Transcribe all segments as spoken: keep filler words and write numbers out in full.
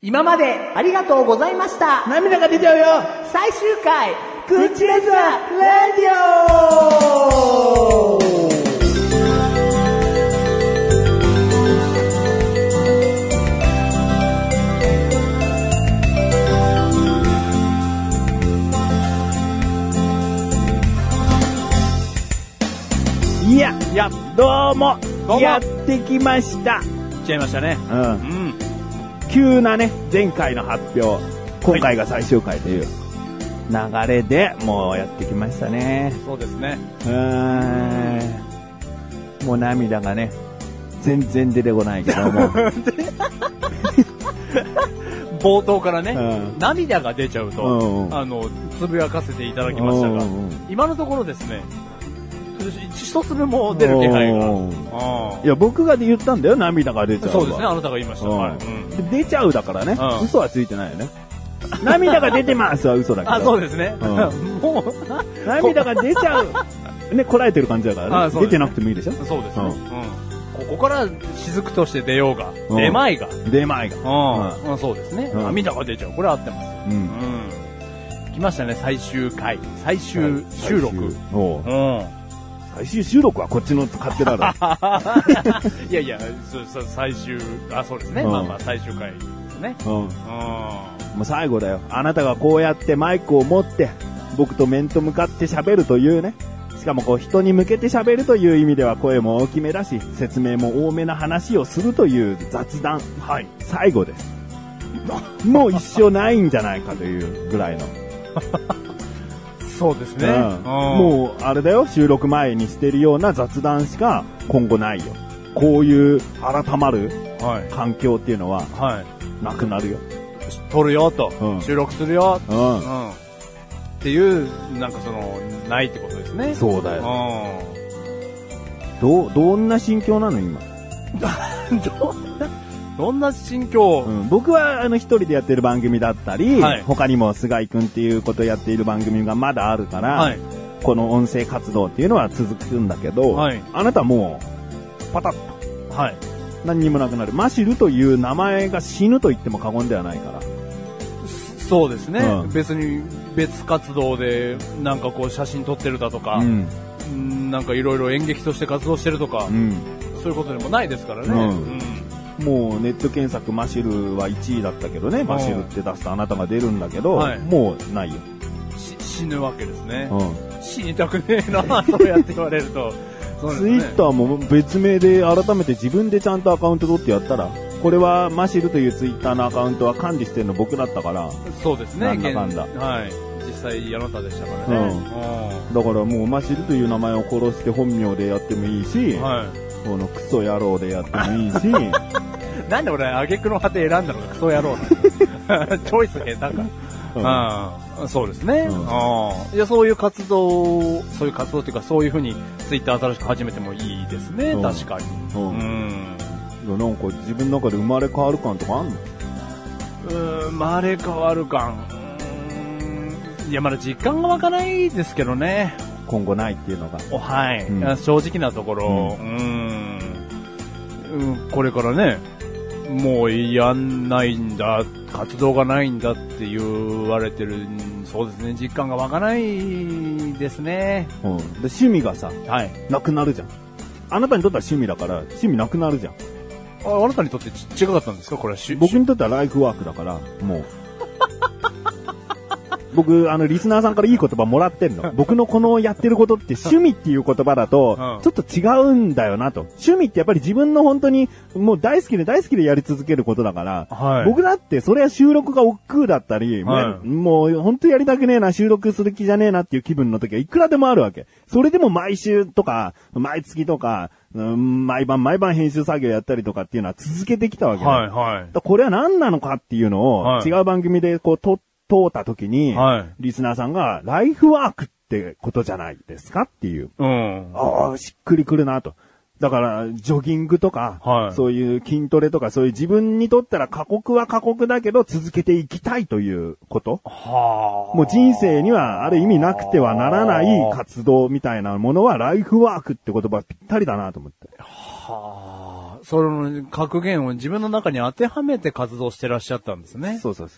今までありがとうございました。 涙が出ちゃうよ。 最終回、口レザラディオ。 いや、 いや、 どうも、 どうもやってきました。 来ちゃいましたね。 うん。 うん。 急なね、前回の発表、今回が最終回という流れでもうやってきましたね。 そうですね。 うーん。もう涙がね、全然出てこないけども。 冒頭からね、 うん、 涙が出ちゃうと、うんうん、あの、つぶやかせていただきましたが、うんうん、今のところですね、一粒も出る気配が。 いや、僕が言ったんだよ、涙が出ちゃう。 そうですね、あなたが言いました。はい、 うん、出ちゃうだからね、うん、嘘はついてないよね。涙が出てますは嘘だけど。 あ、そうですね。うん、もう、 涙が出ちゃう。ね、こらえてる感じだからね。ね出てなくてもいいでしょ。 そうですね。うん、ここから雫として出ようが、うん、出まいが。 出まいが。 うんうん、そうですね、うん。涙が出ちゃう。これ合ってます。うん。うん、来ましたね、最終回。最終収録。はい、 おう。うん。最終収録はこっちの勝手だろ。 いやいや、そそ最終、あ、そうですね。うん、まあまあ最終回ですね。うん。うん。もう最後だよ。あなたがこうやってマイクを持って、僕と面と向かって喋るというね。しかもこう人に向けて喋るという意味では声も大きめだし、説明も多めな話をするという雑談。はい。最後です。もう一生ないんじゃないかというぐらいの。 そうですね、 うん、もうあれだよ、収録前にしてるような雑談しか今後ないよ。こういう改まる環境っていうのはなくなるよ。 撮るよと、うん、収録するよ、うんうん、っていうなんかそのないってことですね。 そうだよ。どうどんな心境なの今？ どんなどんな心境、 うん、僕はあの一人でやってる番組だったり、はい、他にも菅井くんっていうことをやっている番組がまだあるから、はい、この音声活動っていうのは続くんだけど、はい、あなたはもうパタッと、はい、何にもなくなる。マシルという名前が死ぬと言っても過言ではないから。 そうですね、うん、別に別活動でなんかこう写真撮ってるだとか、うん、なんかいろいろ演劇として活動してるとか、うん、そういうことでもないですからね、うんうんもうネット検索マシルはいちいだったけどね、マシルって出すとあなたが出るんだけど、はい、もうないよ。 し死ぬわけですね、うん、死にたくねえなそうやって言われるとそうです、ね、ツイッターも別名で改めて自分でちゃんとアカウント取ってやったら、これはマシルというツイッターのアカウントは管理してるの僕だったから。 そうですね、 なんだかんだ、 はい、実際あなたでしたからね、うん、 だからもうマシルという名前を殺して本名でやってもいいし、はい、このクソ野郎でやってもいいしなんで俺挙句の果て選んだのがクソ野郎なのチョイス変だから、うん、そうですね、うん、あいやそういう活動そういう活動っていうかそういう風にツイッター新しく始めてもいいですね、うん、確かに、うんうん、 なんか自分の中で生まれ変わる感とかあんの？ うーん生まれ変わる感、いやまだ実感が湧かないですけどね、 今後ないっていうのが、 はい、うん、正直なところ、うん、うん、これからねもうやんないんだ活動がないんだって言われてる、そうですね、実感が湧かないですね、 うん、で趣味がさ、はい、なくなるじゃん。あなたにとっては趣味だから趣味なくなるじゃん。 あ、あなたにとって違かったんですかこれは。 僕にとってはライフワークだからもう僕、あの、リスナーさんからいい言葉もらってんの。僕のこのやってることって趣味っていう言葉だと、ちょっと違うんだよなと。趣味ってやっぱり自分の本当に、もう大好きで大好きでやり続けることだから、はい、僕だってそれは収録が億劫だったり、はい、もう本当やりたくねえな、収録する気じゃねえなっていう気分の時はいくらでもあるわけ。それでも毎週とか、毎月とか、うん、毎晩毎晩編集作業やったりとかっていうのは続けてきたわけだ。はいはい、だこれは何なのかっていうのを、はい、違う番組でこう撮って、通った時に、はい、リスナーさんがライフワークってことじゃないですかっていう。うん、ああ、しっくりくるなと。だから、ジョギングとか、はい、そういう筋トレとか、そういう自分にとったら過酷は過酷だけど続けていきたいということ。はあ、もう人生にはある意味なくてはならない活動みたいなものはライフワークって言葉ぴったりだなと思って。はあ、 その格言を自分の中に当てはめて活動してらっしゃったんですね。 そうそうそう。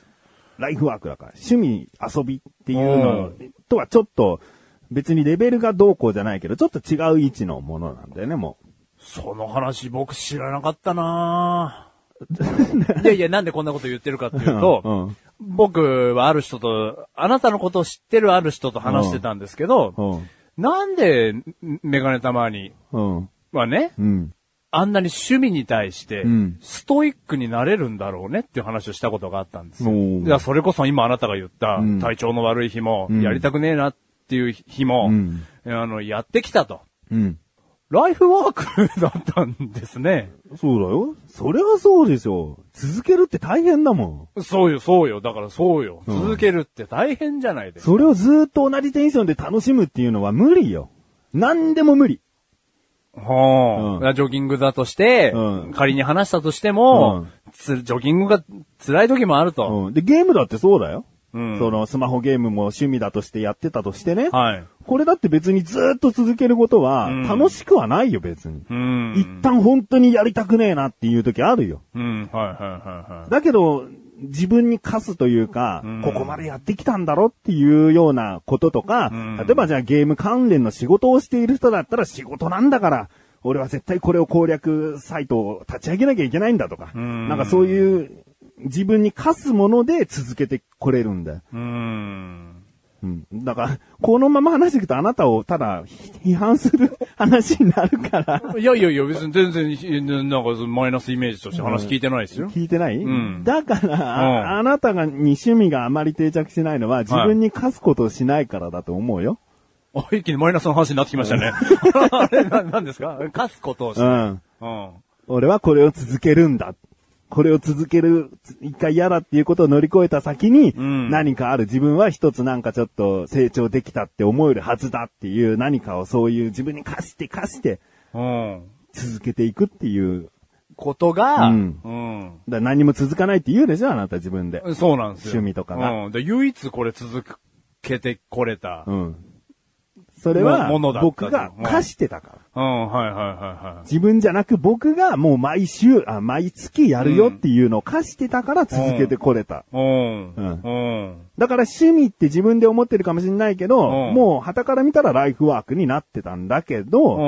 ライフワークだから。趣味、遊びっていうのとはちょっと、別にレベルがどうこうじゃないけど、ちょっと違う位置のものなんだよね、もう。 その話僕知らなかったなぁ。いやいや、なんでこんなこと言ってるかっていうと、うん、僕はある人と、あなたのことを知ってるある人と話してたんですけど、うんうん、なんでメガネたまにはね、うん、あんなに趣味に対してストイックになれるんだろうねっていう話をしたことがあったんですよ。いや、それこそ今あなたが言った、体調の悪い日も、やりたくねえなっていう日も、あの、やってきたと。うんライフワークだったんですね。 そうだよ。それはそうでしょ。続けるって大変だもん。そうよ、そうよ。だからそうよ。うん、続けるって大変じゃないですか。 それをずーっと同じテンションで楽しむっていうのは無理よ。何でも無理。 はあ、うん、ジョギングだとして、うん、仮に話したとしても、うん、つジョギングが辛い時もあると、 うん。で、ゲームだってそうだよ。うん、そのスマホゲームも趣味だとしてやってたとしてね。はい。これだって別にずーっと続けることは楽しくはないよ、別に。うん。一旦本当にやりたくねえなっていう時あるよ。うん。はいはいはいはい。だけど、自分に課すというか、うん、ここまでやってきたんだろっていうようなこととか、うん、例えばじゃあゲーム関連の仕事をしている人だったら仕事なんだから、俺は絶対これを攻略サイトを立ち上げなきゃいけないんだとか、うん、なんかそういう、自分に課すもので続けてこれるんだよ。うーん。うん。だから、このまま話していくとあなたをただ批判する話になるから。 いやいやいや、別に全然、なんかマイナスイメージとして話聞いてないですよ。 聞いてない、うん、だから、うん、あ, あなたがに趣味があまり定着しないのは自分に課すことをしないからだと思うよ。 はい、一気にマイナスの話になってきましたね。あれ、な、なんですか課すことをしない。うん。 うん。俺はこれを続けるんだ。これを続ける、一回嫌だっていうことを乗り越えた先に、何かある、自分は一つなんかちょっと成長できたって思えるはずだっていう何かをそういう自分に課して課して、続けていくっていうことが、うん。 うん、だ何も続かないって言うでしょあなた自分で。 そうなんですよ。 趣味とかが。 うん。で唯一これ続けてこれた。うん。 それは、僕が課してたから。 うん、はいはいはいはい。 自分じゃなく僕がもう毎週、あ、毎月やるよっていうのを課してたから続けてこれた。うん。うん。うん。だから趣味って自分で思ってるかもしれないけど、うん、もう傍から見たらライフワークになってたんだけど、うん、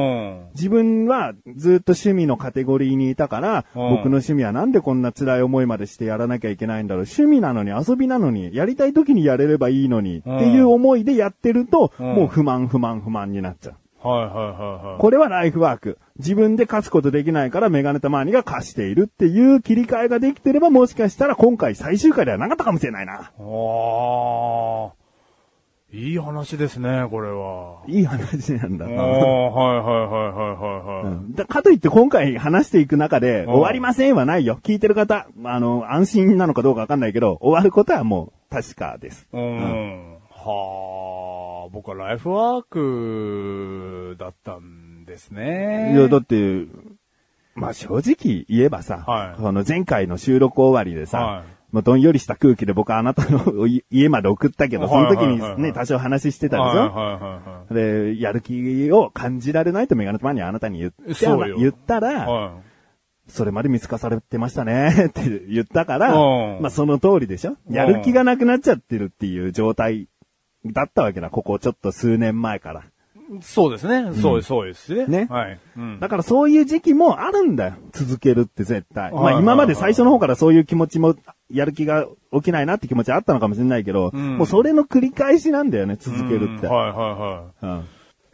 自分はずっと趣味のカテゴリーにいたから、うん、僕の趣味はなんでこんな辛い思いまでしてやらなきゃいけないんだろう。趣味なのに遊びなのに、やりたい時にやれればいいのに、うん、っていう思いでやってると、うん、もう不満不満不満になっちゃう。 はいはいはいはい。 これはライフワーク。自分で勝つことできないからメガネたまわりが貸しているっていう切り替えができてればもしかしたら今回最終回ではなかったかもしれないな。ああ。いい話ですね、これは。 いい話なんだな。 ああ、はいはいはいはいはい、はい、うん。 だかといって今回話していく中で終わりませんはないよ。聞いてる方、あの、安心なのかどうかわかんないけど、終わることはもう確かです。 うん。うん、はあ、僕はライフワークだったんですね。 いや、だって、まあ正直言えばさ、はい、この前回の収録終わりでさ、はい、もうどんよりした空気で僕はあなたの家まで送ったけど、その時にね、多少話してたでしょ、はいはいはいはい、で、やる気を感じられないとメガネとマニあなたに言って、言ったら、はい、それまで見透かされてましたねって言ったから、まあその通りでしょ、やる気がなくなっちゃってるっていう状態だったわけだ、ここちょっと数年前から。 そうですね。うん、そうです、そうですね。 ね。はい、うん。だからそういう時期もあるんだよ。続けるって絶対。まあ今まで最初の方からそういう気持ちも、やる気が起きないなって気持ちあったのかもしれないけど、うん、もうそれの繰り返しなんだよね、続けるって。うん、はいはいはい。 うん、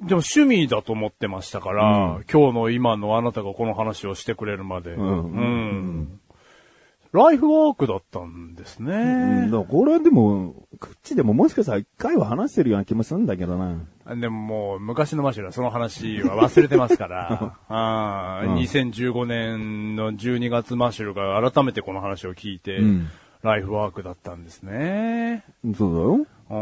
でも趣味だと思ってましたから、うん、今日の今のあなたがこの話をしてくれるまで。うん。うんうんライフワークだったんですね。うん、 だからこれはでも、口でももしかしたら一回は話してるような気もするんだけどな。 でももう、昔のマシュルはその話は忘れてますから、あうん、にせんじゅうごねんのじゅうにがつマシュルが改めてこの話を聞いて、うん、ライフワークだったんですね。 そうだよ。あ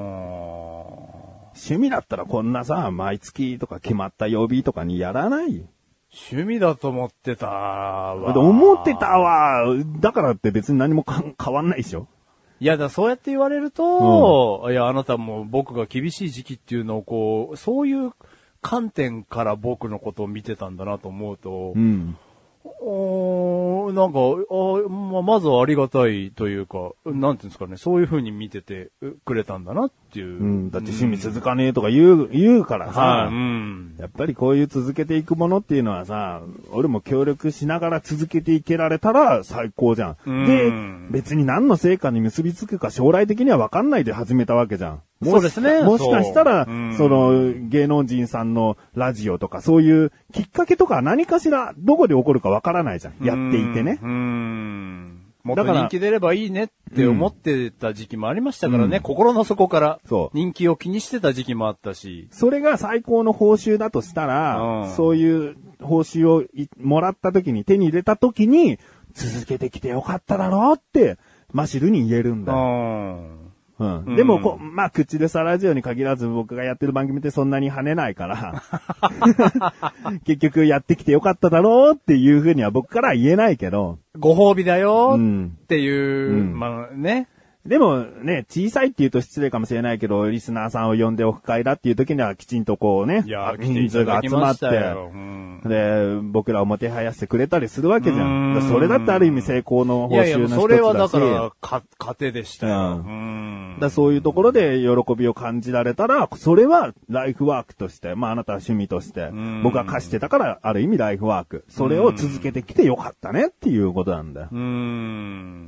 趣味だったらこんなさ、毎月とか決まった曜日とかにやらないよ。 趣味だと思ってたわ。 思ってたわ。だからって別に何もか変わんないでしょ。 いやだ、そうやって言われると、うん、いや、あなたも僕が厳しい時期っていうのをこう、そういう観点から僕のことを見てたんだなと思うと、うん、 おーなんか、あまあ、まずはありがたいというか、なんていうんですかね、そういう風に見ててくれたんだなっていう。 うん、だって趣味続かねえとか言う、言うからさ、 はい、うん、 やっぱりこういう続けていくものっていうのはさ、俺も協力しながら続けていけられたら最高じゃん。うん、で、別に何の成果に結びつくか将来的には分かんないで始めたわけじゃん。 そうですね。 もしかしたら、そ, その芸能人さんのラジオとかそういうきっかけとか何かしらどこで起こるかわからないじゃん。やっていてね。 うーん。もっと人気出ればいいねって思ってた時期もありましたからね。うん、心の底から人気を気にしてた時期もあったし。 それが最高の報酬だとしたら、うん、そういう報酬をもらった時に手に入れた時に続けてきてよかっただろうってマシルに言えるんだよ。うんうん、でもこ、まあ、口でさラジオに限らず僕がやってる番組ってそんなに跳ねないから、結局やってきてよかっただろうっていうふうには僕からは言えないけど。 ご褒美だよっていう、うん、まあね。 でもね、小さいって言うと失礼かもしれないけど、リスナーさんを呼んでオフ会だっていう時にはきちんとこうね、人数が集まって、うん、で、僕らをもてはやしてくれたりするわけじゃん。んそれだってある意味成功の報酬の一つだし。いやいや、 それはだから、か、糧でしたよ。 うん、だそういうところで喜びを感じられたら、それはライフワークとして、まああなたは趣味として、僕は貸してたからある意味ライフワーク。それを続けてきてよかったねっていうことなんだよ。うん、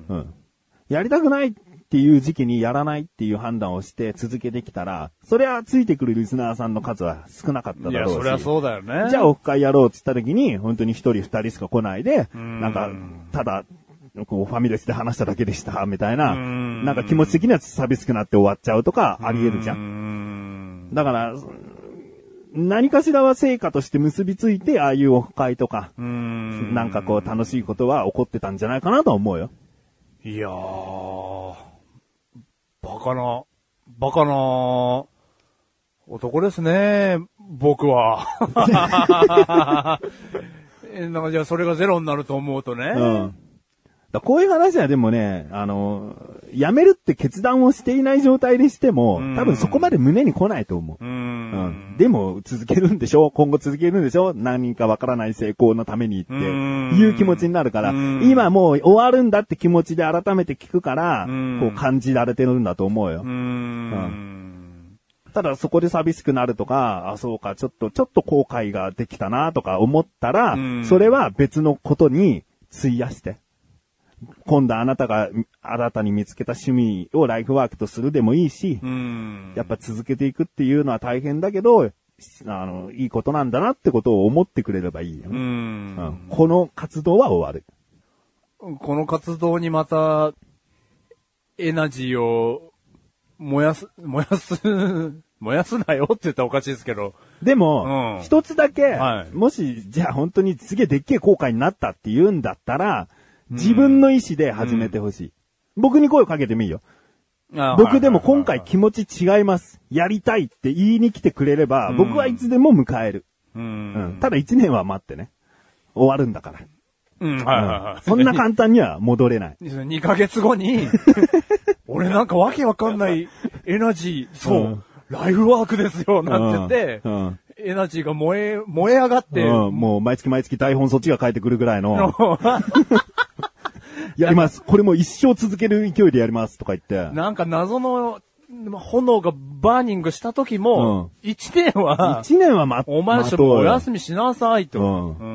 うん、やりたくないっていう時期にやらないっていう判断をして続けてきたら、それはついてくるリスナーさんの数は少なかっただろうし。いや、 そりゃそうだよね。 じゃあオフ会やろうって言った時に、本当に一人二人しか来ないで、んなんか、ただ、こうファミレスで話しただけでした、みたいな、んなんか気持ち的には寂しくなって終わっちゃうとかあり得るじゃん。んだから、何かしらは成果として結びついて、ああいうオフ会とか、んなんかこう楽しいことは起こってたんじゃないかなと思うよ。 いやー。バカな、バカな男ですね、僕は。なんかじゃあそれがゼロになると思うとね。うん。 だこういう話はでもね、あの、辞めるって決断をしていない状態でしても、多分そこまで胸に来ないと思う。うん。うん、でも続けるんでしょ今後続けるんでしょ何人かわからない成功のためにっていう気持ちになるから、今もう終わるんだって気持ちで改めて聞くから、こう感じられてるんだと思うよ。うん。うんただそこで寂しくなるとか、あ、そうか、ちょっと、ちょっと後悔ができたなとか思ったら、それは別のことに費やして。今度あなたが新たに見つけた趣味をライフワークとするでもいいし、うんやっぱ続けていくっていうのは大変だけど、あの、いいことなんだなってことを思ってくれればいいよね。うんうん、この活動は終わる。 この活動にまた、エナジーを燃やす、燃やす、燃やすなよって言ったらおかしいですけど。 でも、うん、一つだけ、はい、もし、じゃあ本当にすげえでっけえ後悔になったって言うんだったら、自分の意思で始めてほしい、うん。僕に声をかけてもいいよ。僕でも今回気持ち違います。やりたいって言いに来てくれれば、僕はいつでも迎える。うんうん、ただ一年は待ってね。終わるんだから。うんはいはいはい、そんな簡単には戻れない。 にかげつごに、俺なんかわけわかんないエナジー、そう、うん、ライフワークですよ、なんて言って、うんうんエナジーが燃え、燃え上がって、 うん。もう毎月毎月台本そっちが書いてくるぐらいの。やります。これも一生続ける勢いでやりますとか言って。 なんか謎の炎がバーニングした時も、一、うん、年は、 一年は待って。 お前ちょっとお休みしなさいと。うんうん、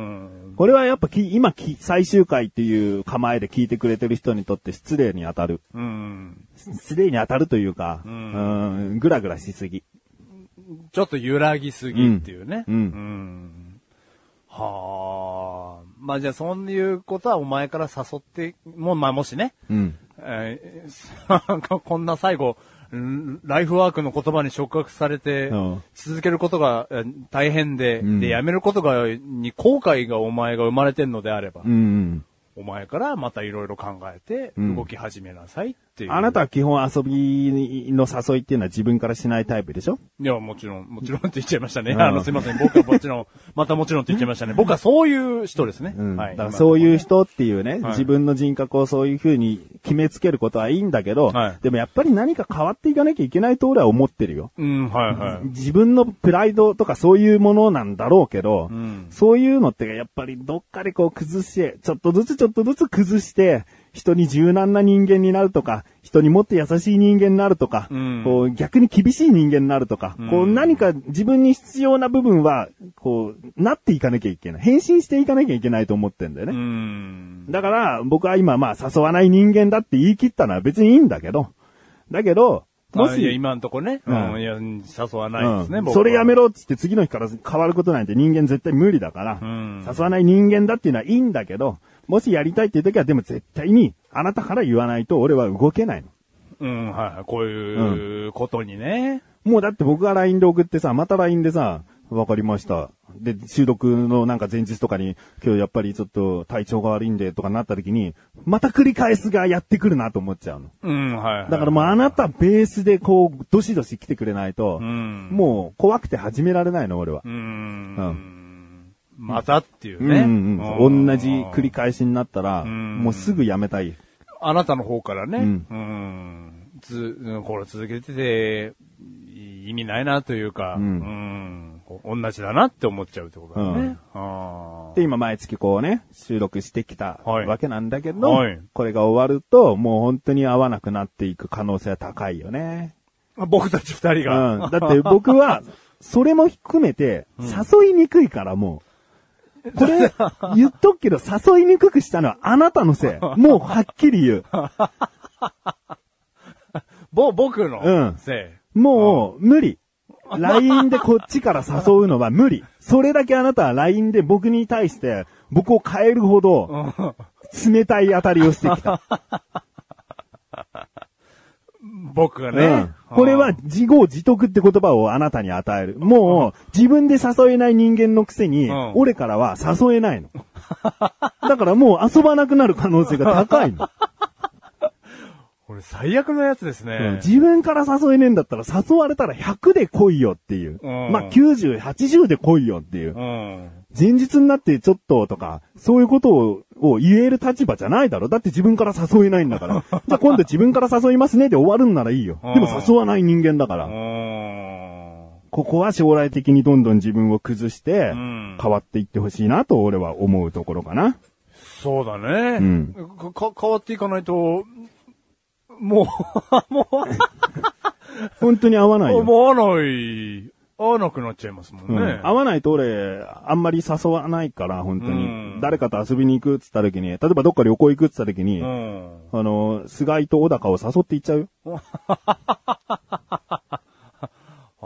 これはやっぱき今き最終回っていう構えで聞いてくれてる人にとって失礼に当たる。うん、失礼に当たるというか、うん、うん、ぐらぐらしすぎ。 ちょっと揺らぎすぎっていうね。うん。うん、はあ。まあじゃあそういうことはお前から誘って、もうまあもしね。うん。えー、こんな最後、ライフワークの言葉に触覚されて、続けることが大変で、うん、で、やめることが、に後悔がお前が生まれてんのであれば。うん。 お前からまたいろいろ考えて動き始めなさいっていう。 あなたは基本遊びの誘いっていうのは自分からしないタイプでしょ？ いや、もちろん、もちろんって言っちゃいましたね。うん、あの、すいません。僕はもちろん、またもちろんって言っちゃいましたね。僕はそういう人ですね。 うん、 はい。 だからそういう人っていうね、 はい、 自分の人格をそういう風に決めつけることはいいんだけど、はい、でもやっぱり何か変わっていかなきゃいけないと俺は思ってるよ。 うん、はいはい。 自分のプライドとかそういうものなんだろうけど、うん、そういうのってやっぱりどっかでこう崩して、ちょっとずつちょっとずつ崩して、人に柔軟な人間になるとか、人にもっと優しい人間になるとか、うん、こう逆に厳しい人間になるとか、うん、こう何か自分に必要な部分は、こう、なっていかなきゃいけない。変身していかなきゃいけないと思ってんだよね。うん、だから僕は今まあ誘わない人間だって言い切ったのは別にいいんだけど、だけど、もし、 いや今んとこね、うん、いや、誘わないですね、うん、僕は。 それやめろっつって次の日から変わることなんて人間絶対無理だから、うん、誘わない人間だっていうのはいいんだけど、もしやりたいっていう時はでも絶対にあなたから言わないと俺は動けないの。 うん、はい、こういうことにね、 うん。もうだって僕が ライン で送ってさ、また ライン でさ、わかりました。で、収録のなんか前日とかに、今日やっぱりちょっと体調が悪いんでとかなった時に、また繰り返すがやってくるなと思っちゃうの。 うん、はい、はい。 だからもうあなたベースでこう、どしどし来てくれないと、うん、もう怖くて始められないの、俺は。うん。うん。 またっていうね。 うんうん。同じ繰り返しになったら、もうすぐやめたい。 あなたの方からね、うん。うん。つ、これ続けてて、意味ないなというか、うん、うん、同じだなって思っちゃうってことだね。うん、あで、今毎月こうね、収録してきたわけなんだけど、 はい、 これが終わると、もう本当に合わなくなっていく可能性は高いよね。 僕たち二人が。 うん。だって僕は、それも含めて、誘いにくいからもう。これ、言っとくけど、誘いにくくしたのはあなたのせい。もうはっきり言う。 ぼ、僕のせい。うんもう、無理。ライン でこっちから誘うのは無理。それだけあなたは ライン で僕に対して、僕を変えるほど、冷たい当たりをしてきた。 僕がね、 うん。これは自業自得って言葉をあなたに与える。もう、自分で誘えない人間のくせに、うん、俺からは誘えないの。だからもう遊ばなくなる可能性が高いの。 これ最悪のやつですね、 うん。自分から誘えねえんだったら誘われたらひゃくで来いよっていう。うん、まあ、きゅうじゅう、はちじゅうで来いよっていう。うん、前日になってちょっととか、そういうことをを言える立場じゃないだろ。だって自分から誘えないんだから。じゃあ今度自分から誘いますねで終わるんならいいよ。でも誘わない人間だから。ここは将来的にどんどん自分を崩して変わっていってほしいなと俺は思うところかな。 そうだね。うん、か変わっていかないと、もう、もう、 本当に合わないよ。 もう合わない、合わなくなっちゃいますもんね。うん、 合わないと俺、あんまり誘わないから、本当に。うん、誰かと遊びに行くって言った時に、例えばどっか旅行行くって言った時に、うん、あの、菅井と小高を誘って行っちゃうよ。あ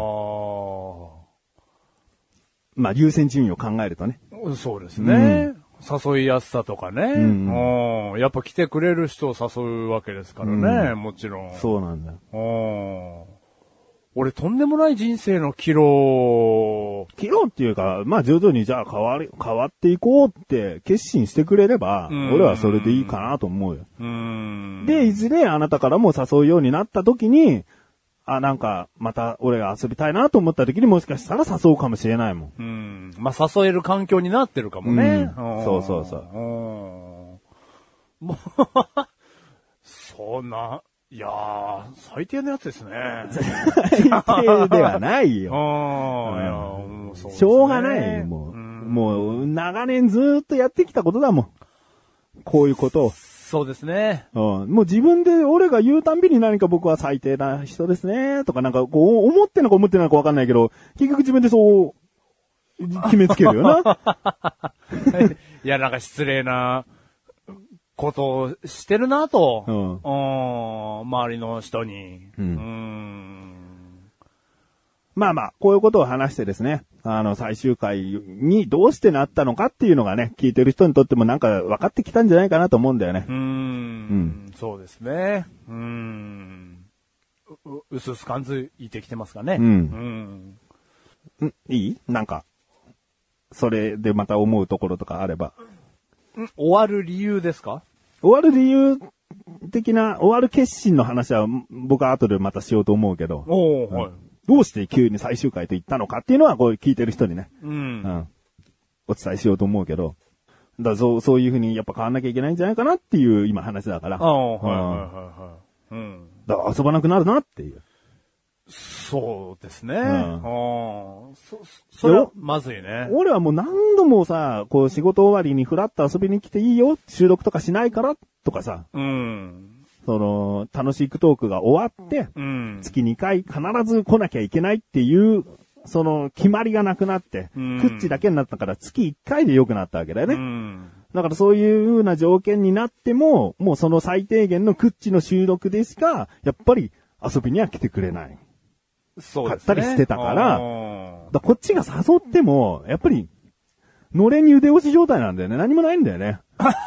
うん、まあ、優先順位を考えるとね。 そうですね。うん誘いやすさとかね、うんうん。やっぱ来てくれる人を誘うわけですからね、うん、もちろん。 そうなんだよ。 俺とんでもない人生の岐路。 岐路っていうか、まあ徐々にじゃあ変わり、変わっていこうって決心してくれれば、俺はそれでいいかなと思うよ。うんで、いずれあなたからも誘うようになった時に、あ、なんか、また俺が遊びたいなと思った時にもしかしたら誘うかもしれないもん。 うん。まあ、誘える環境になってるかもね。 うん、そうそうそう。 もう、そんな、いやー、最低のやつですね。 最低ではないよ。 あいやもうそうですね、 しょうがないよ、もう。うん、もう、長年ずーっとやってきたことだもん。こういうことを。 そうですね。 うん。もう自分で俺が言うたんびに何か僕は最低な人ですね。とかなんかこう思ってんのか思ってないのかわかんないけど、結局自分でそう決めつけるよな。 いや、なんか失礼なことをしてるなと。うん。周りの人に。うん。うんまあまあ、こういうことを話してですね、あの、最終回にどうしてなったのかっていうのがね、聞いてる人にとってもなんか分かってきたんじゃないかなと思うんだよね。 うーん。うん、そうですね。うーん。う、うすうす感づいてきてますかね。うん。 うん。んいいなんか、それでまた思うところとかあれば。 終わる理由ですか？ 終わる理由的な、終わる決心の話は僕は後でまたしようと思うけど。 おー、はい。 どうして急に最終回と言ったのかっていうのは、こう聞いてる人にね。 うん。うん。 お伝えしようと思うけど。だからそう、そういうふうにやっぱ変わんなきゃいけないんじゃないかなっていう今話だから。 ああ、はいはいはいはい。うん。 だから遊ばなくなるなっていう。 そうですね。うん。 ああ。そ、それはまずいね。 俺はもう何度もさ、こう仕事終わりにフラッと遊びに来ていいよ、収録とかしないからとかさ。 うん。 その、楽しいトークが終わって、 うん、 月にかい必ず来なきゃいけないっていう、その、決まりがなくなって、 うん、 クッチだけになったから月いっかいで良くなったわけだよね。 うん、 だからそういう風な条件になっても、もうその最低限のクッチの収録でしか、やっぱり遊びには来てくれない。 そうですね。 買ったりしてたから、だからこっちが誘っても、やっぱり、のれんに腕押し状態なんだよね。何もないんだよね。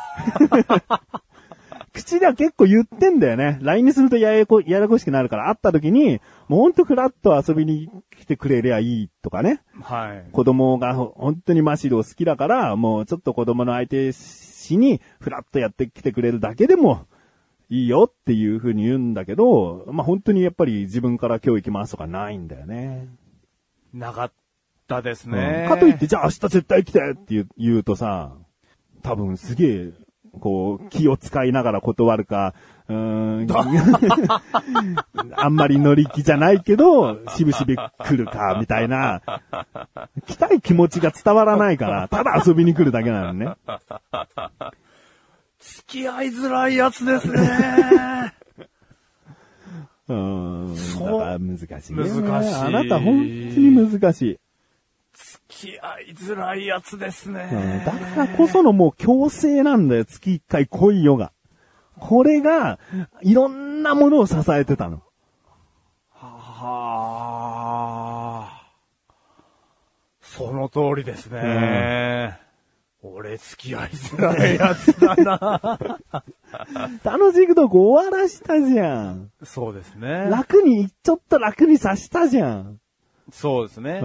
口では結構言ってんだよね。ライン にするとややこ、ややこしくなるから会った時に、もうほんとフラッと遊びに来てくれりゃいいとかね。 はい。 子供が本当にマシルを好きだから、もうちょっと子供の相手しにフラッとやってきてくれるだけでもいいよっていう風に言うんだけど、まあ本当にやっぱり自分から今日行きますとかないんだよね。 なかったですね。 うん、かといってじゃあ明日絶対来てって言うとさ、多分すげえ、こう、気を使いながら断るか、うーんあんまり乗り気じゃないけど、しぶしぶ来るか、みたいな、来たい気持ちが伝わらないから、ただ遊びに来るだけなのね。 付き合いづらいやつですね。 うーん。 そう。 だから難しい、ね。 難しい。 あなた本当に難しい。 付き合いづらいやつですね、 うん。だからこそのもう強制なんだよ。月一回来いよが。これが、いろんなものを支えてたの。 はあ。その通りですね。うん、俺付き合いづらいやつだな。 楽しいとこ終わらしたじゃん。 そうですね。 楽に、ちょっと楽にさしたじゃん。 そうですね。 うん。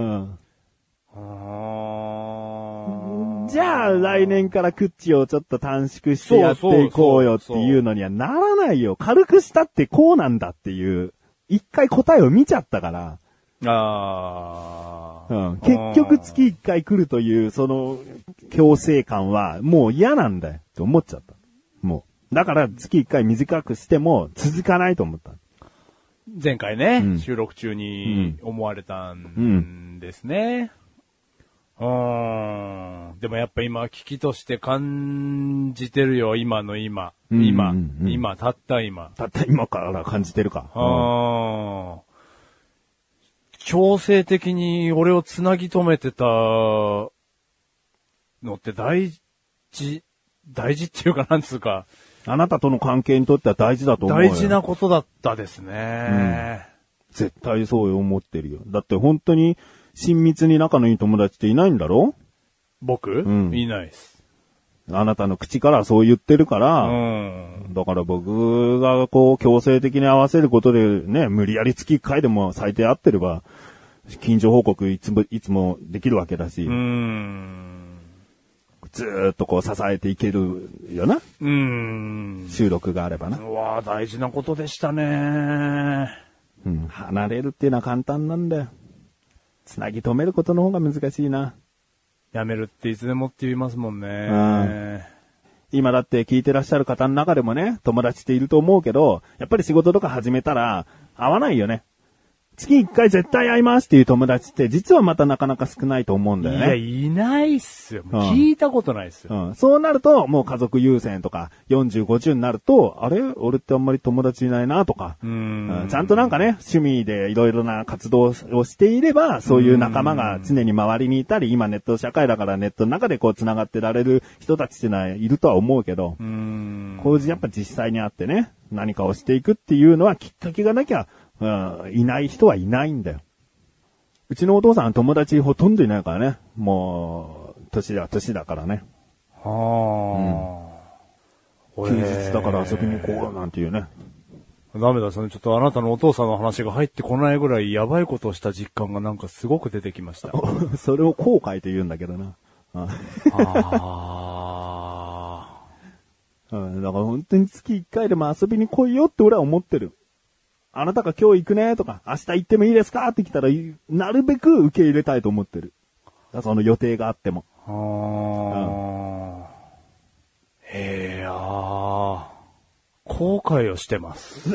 あじゃあ来年からクッチをちょっと短縮してやっていこうよっていうのにはならないよ。軽くしたってこうなんだっていう、一回答えを見ちゃったから。 ああ。うん。結局月一回来るというその強制感はもう嫌なんだよって思っちゃった。もう。だから月一回短くしても続かないと思った。 前回ね、 うん、 収録中に思われたんですね。うん。うん。でもやっぱ今、危機として感じてるよ、今の今。 うんうんうん、 今、今、たった今。 たった今から感じてるか。 ああ。強制的に俺をつなぎ止めてたのって大事、大事っていうかなんつうか。 あなたとの関係にとっては大事だと思うよ。 大事なことだったですね。 うん、絶対そう思ってるよ。だって本当に親密に仲のいい友達っていないんだろ？ 僕、うん、いないです。 あなたの口からそう言ってるから、 うん、 だから僕がこう強制的に合わせることでね、無理やり月いっかいでも最低合ってれば、近所報告いつも、いつもできるわけだし、 うん、 ずーっとこう支えていけるよな。 うん、 収録があればな。 うわぁ、大事なことでしたね。 うん、離れるっていうのは簡単なんだよ。つなぎ止めることの方が難しいな。 やめるっていつでもって言いますもんね。 今だって聞いてらっしゃる方の中でもね、友達っていると思うけど、やっぱり仕事とか始めたら、合わないよね。月一回絶対会いますっていう友達って実はまたなかなか少ないと思うんだよね。 いや、いないっすよ。聞いたことないっすよ。 うんうん、そうなると、もう家族優先とか、よんじゅう、ごじゅうになると、あれ俺ってあんまり友達いないなとか、 うんうん、ちゃんとなんかね、趣味でいろいろな活動をしていれば、そういう仲間が常に周りにいたり、今ネット社会だからネットの中でこう繋がってられる人たちっていうのはいるとは思うけど、 うんこういうやっぱ実際に会ってね、何かをしていくっていうのはきっかけがなきゃ、うん、いない人はいないんだよ。うちのお父さん友達ほとんどいないからね。もう、年だ、年だからね。 はあ、うん。休日だから遊びに行こうなんていうね。 ダメだ、そのちょっとあなたのお父さんの話が入ってこないぐらいやばいことをした実感がなんかすごく出てきました。 それを後悔と言うんだけどな。 ああうん。だから本当に月いっかいでも遊びに来いよって俺は思ってる。あなたが今日行くねとか、明日行ってもいいですかって来たら、なるべく受け入れたいと思ってる。だその予定があっても。 あー。うん、へえ、あー。後悔をしてます。い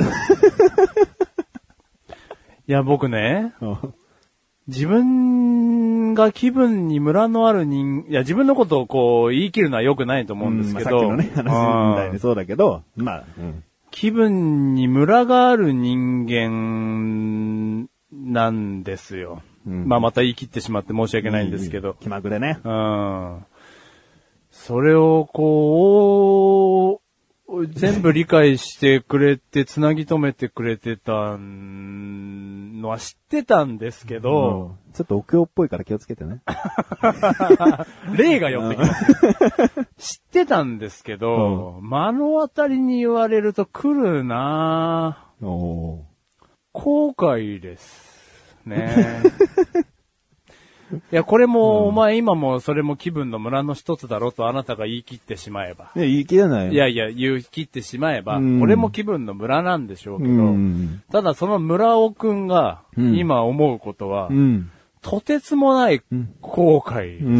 や、僕ね、自分が気分にムラのある人、いや、自分のことをこう言い切るのは良くないと思うんですけど。 うんまあ、さっきのね、話みたいにそうだけど、まあ、うん、 気分にムラがある人間なんですよ。うん、まあ、また言い切ってしまって申し訳ないんですけど。いい気まぐれね。 うん。それをこう、全部理解してくれて、つなぎ止めてくれてたのは知ってたんですけど、 うん、ちょっとお経っぽいから気をつけてね。 霊が寄ってきます。知ってたんですけど、うん、目の当たりに言われると来るなぁ。お後悔ですね。いや、これも、うん、お前今もそれも気分のムラの一つだろうとあなたが言い切ってしまえば。 いや、言い切らないよ。 いやいや、言い切ってしまえば、うん、これも気分のムラなんでしょうけど、うん、ただその村尾くんが今思うことは、うん、とてつもない後悔です。うん、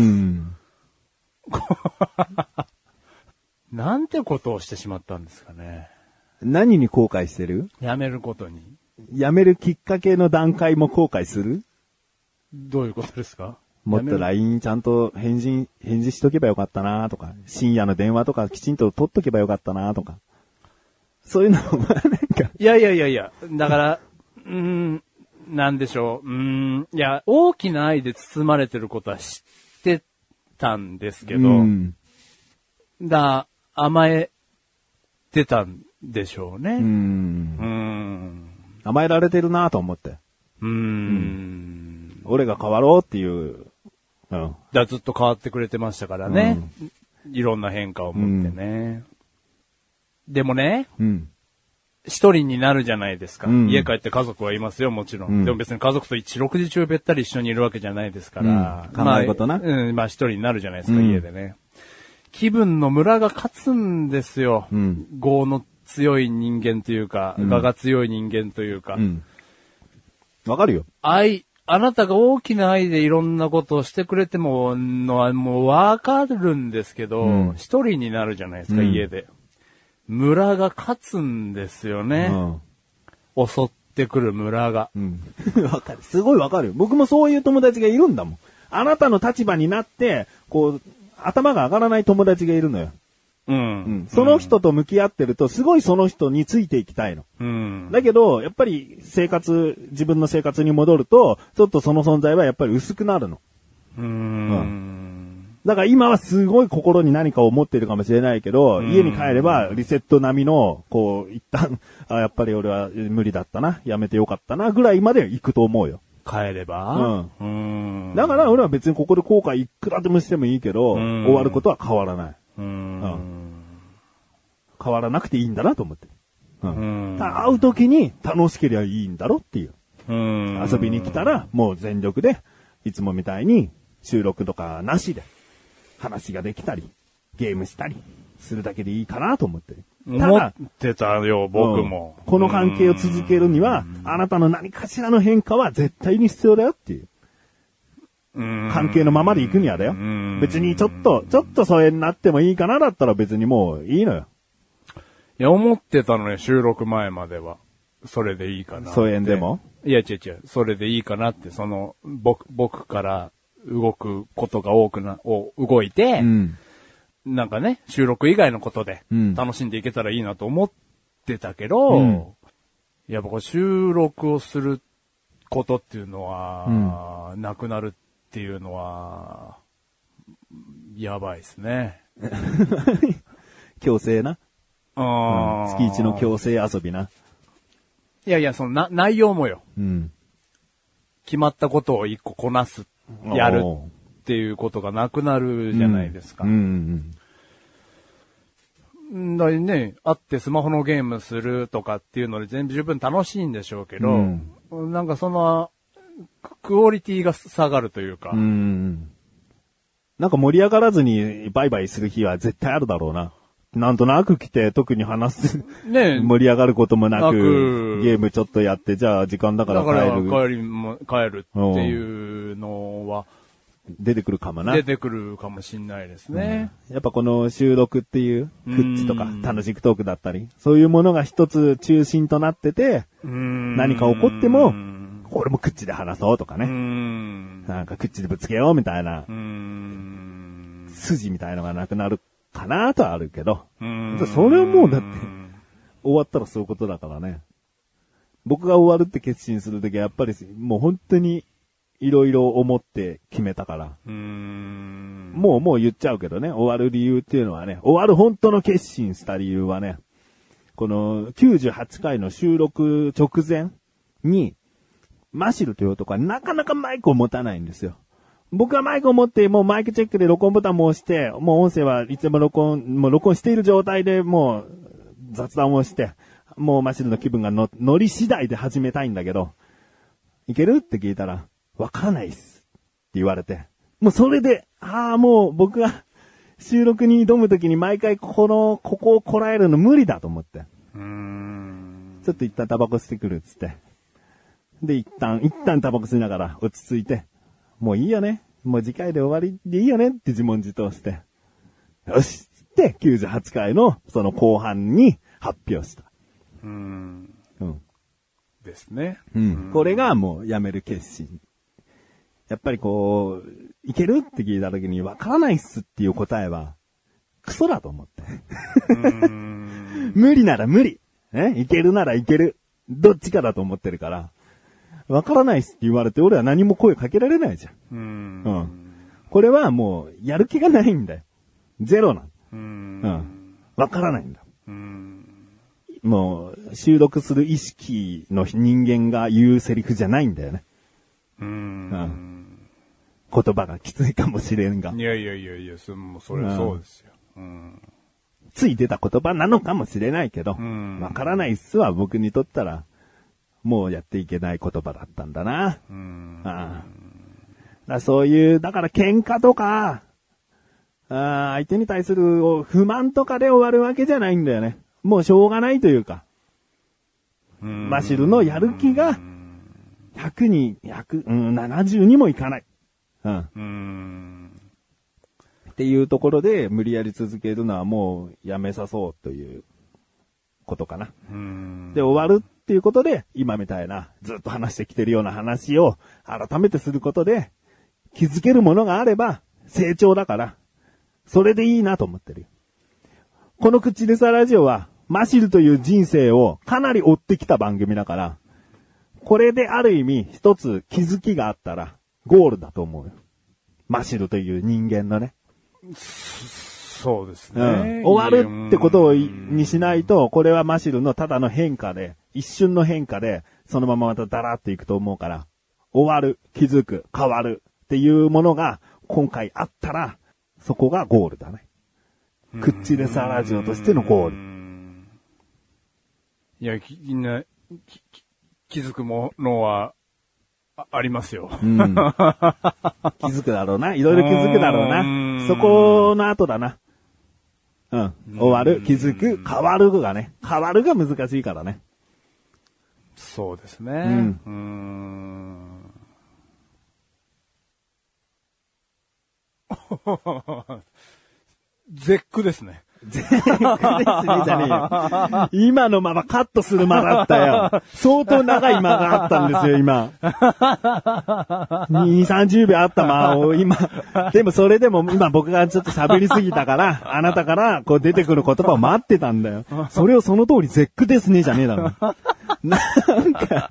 なんてことをしてしまったんですかね。 何に後悔してる？ やめることに。 やめるきっかけの段階も後悔する？ どういうことですか？ もっと ライン ちゃんと返事、返事しとけばよかったなとか、深夜の電話とかきちんと取っとけばよかったなとか。そういうのもなんか。 いやいやいやいや、だから、うーん、なんでしょう。うーん、いや、大きな愛で包まれてることは知ってたんですけど、うん、だ、甘えてたんでしょうね。うーん。うーん甘えられてるなと思って。 うーん。うん俺が変わろうっていう。うん。 だずっと変わってくれてましたからね。うん、いろんな変化を持ってね。うん、でもね、うん、一人になるじゃないですか、うん。家帰って家族はいますよ、もちろん。うん、でも別に家族と一六時中べったり一緒にいるわけじゃないですから。 うん、考え事な。 まあ、うん、まあ一人になるじゃないですか、うん、家でね。気分のムラが勝つんですよ。うん、業の強い人間というか、我、うん、が強い人間というか。わ、うん、 かるよ。 愛、あなたが大きな愛でいろんなことをしてくれてものはもうわかるんですけど、一、うん、人になるじゃないですか、うん、家で。村が勝つんですよね。うん、襲ってくる村が。わ、うん、 かる。すごいわかる。僕もそういう友達がいるんだもん。あなたの立場になって、こう、頭が上がらない友達がいるのよ。うん。うん、その人と向き合ってると、すごいその人についていきたいの。うん。だけど、やっぱり生活、自分の生活に戻ると、ちょっとその存在はやっぱり薄くなるの。うーん。うん、だから今はすごい心に何かを持っているかもしれないけど、家に帰ればリセット並みの、こう、一旦、あ、やっぱり俺は無理だったな、やめてよかったな、ぐらいまで行くと思うよ。 帰れば、うん、 うん。だから俺は別にここで後悔いくらでもしてもいいけど、終わることは変わらない。うん、うん、変わらなくていいんだなと思って。うん、会うときに楽しければいいんだろっていう。うん、遊びに来たらもう全力で、いつもみたいに収録とかなしで話ができたり、ゲームしたりするだけでいいかなと思ってる。 思ってたよ、僕も、 うん。この関係を続けるには、あなたの何かしらの変化は絶対に必要だよっていう。関係のままで行くにはだよ。別にちょっと、ちょっと疎遠になってもいいかなだったら別にもういいのよ。 いや、思ってたのね、収録前までは。それでいいかな。 疎遠でも？ いや、違う違う。それでいいかなって、その、僕、僕から動くことが多くな、を動いて、うん、なんかね、収録以外のことで楽しんでいけたらいいなと思ってたけど、うん、いや、僕収録をすることっていうのは、うん、なくなるっていうのは、やばいですね。 強制な。あ、うん、月一の強制遊びな。 いやいや、そのな、内容もよ。うん。決まったことを一個こなす、やるっていうことがなくなるじゃないですか。うん。うんうん、だいね、会ってスマホのゲームするとかっていうので全部十分楽しいんでしょうけど、うん、なんかその、クオリティが下がるというか。うん。 なんか盛り上がらずにバイバイする日は絶対あるだろうな。 なんとなく来て、特に話す、 ね盛り上がることもなく、 なくゲームちょっとやって、じゃあ時間だからだから帰る。 帰りも、帰るっていうのは、 出てくるかもな。 出てくるかもしんないですね。 うん、やっぱこの収録っていう、 うんクッチとか、楽しくトークだったり、そういうものが一つ中心となってて、 うん何か起こっても、これもクッチで話そうとかね。 うんなんかクッチでぶつけようみたいな、 うん筋みたいのがなくなるかなとはあるけど、 うんそれはもうだって、終わったらそういうことだからね。僕が終わるって決心するときはやっぱりもう本当にいろいろ思って決めたから。 うーんもうもう言っちゃうけどね、終わる理由っていうのはね、終わる本当の決心した理由はね、このきゅうじゅうはちかいの収録直前に、マシルという男はなかなかマイクを持たないんですよ。僕はマイクを持って、もうマイクチェックで録音ボタンも押して、もう音声はいつでも録音、もう録音している状態でもう雑談をして、もうマシルの気分がの乗り次第で始めたいんだけど、いけるって聞いたら、わかんないっすって言われて、もうそれで、ああもう僕が収録に挑むときに毎回この、ここをこらえるの無理だと思って。 うーんちょっと一旦タバコ吸ってくるっつって。で、一旦、一旦タバコ吸いながら落ち着いて、もういいよね。もう次回で終わりでいいよねって自問自答して。よしっつってきゅうじゅうはちかいのその後半に発表した。 うーんうん。 ですね。 うん。これがもうやめる決心。やっぱりこう、いけるって聞いた時にわからないっすっていう答えは、クソだと思って。 うーん無理なら無理。ね、いけるならいける。どっちかだと思ってるから。わからないっすって言われて俺は何も声かけられないじゃん。 うーんうん。これはもう、やる気がないんだよ。ゼロなの。 うーんうん。わからないんだ。 うーんもう、収録する意識の人間が言うセリフじゃないんだよね。 うーん言葉がきついかもしれんがい。やいやいやいや、そもうそれはそうですよ。うんつい出た言葉なのかもしれないけど、 うんわからないっすは僕にとったら、もうやっていけない言葉だったんだな。 うんああだからそういう、だから喧嘩とか、あ相手に対する不満とかで終わるわけじゃないんだよね。もうしょうがないというか、 うんマシルのやる気が、ひゃくに、ひゃく、うん、ななじゅうにもいかない。うん。 うーんっていうところで無理やり続けるのはもうやめさそうということかな。 うーんで、終わるっていうことで、今みたいなずっと話してきてるような話を改めてすることで、気づけるものがあれば成長だから、それでいいなと思ってるよ。この口でさラジオは、マシルという人生をかなり追ってきた番組だから、これである意味一つ気づきがあったら、ゴールだと思うよ。マシルという人間のね。 そうですね、 うん。終わるってことをいにしないと、これはマシルのただの変化で、一瞬の変化で、そのまままたダラーっていくと思うから、終わる、気づく、変わるっていうものが今回あったら、そこがゴールだね。クッチレサラジオとしてのゴール。 いや、きみんな、きき気づくものは、あ、ありますよ。 うん、気づくだろうな。いろいろ気づくだろううな。 んそこの後だな。うん。終わる、気づく、変わるがね。変わるが難しいからね。 そうですね。 うんうーん絶句ですね。 絶句ですね、じゃねえよ。今のままカットする間だったよ。相当長い間があったんですよ、今。に、さんじゅうびょうあった間を今。でもそれでも今僕がちょっと喋りすぎたから、あなたからこう出てくる言葉を待ってたんだよ。それをその通り絶句ですね、じゃねえだろ。なんか、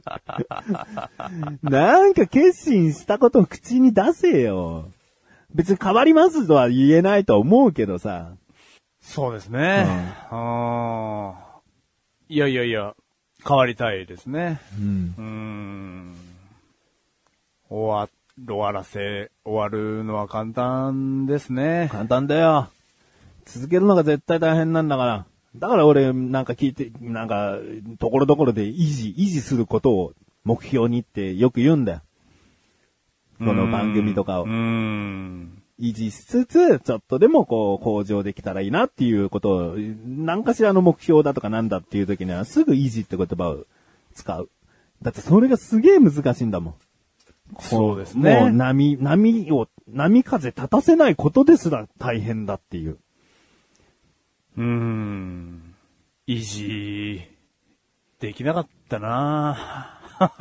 なんか決心したことを口に出せよ。別に変わりますとは言えないと思うけどさ。 そうですね。うん、あいやいやいや、変わりたいですね。 うん。 うーん終わ、終わらせ、終わるのは簡単ですね。 簡単だよ。続けるのが絶対大変なんだから。だから俺なんか聞いて、なんか、ところどころで維持、維持することを目標にってよく言うんだよ。この番組とかを。 うーん維持しつつ、ちょっとでもこう、向上できたらいいなっていうことを、何かしらの目標だとかなんだっていう時には、すぐ維持って言葉を使う。だってそれがすげえ難しいんだもん。 そうですね。 もう波、波を、波風立たせないことですら大変だっていう。 うーん。維持、できなかったな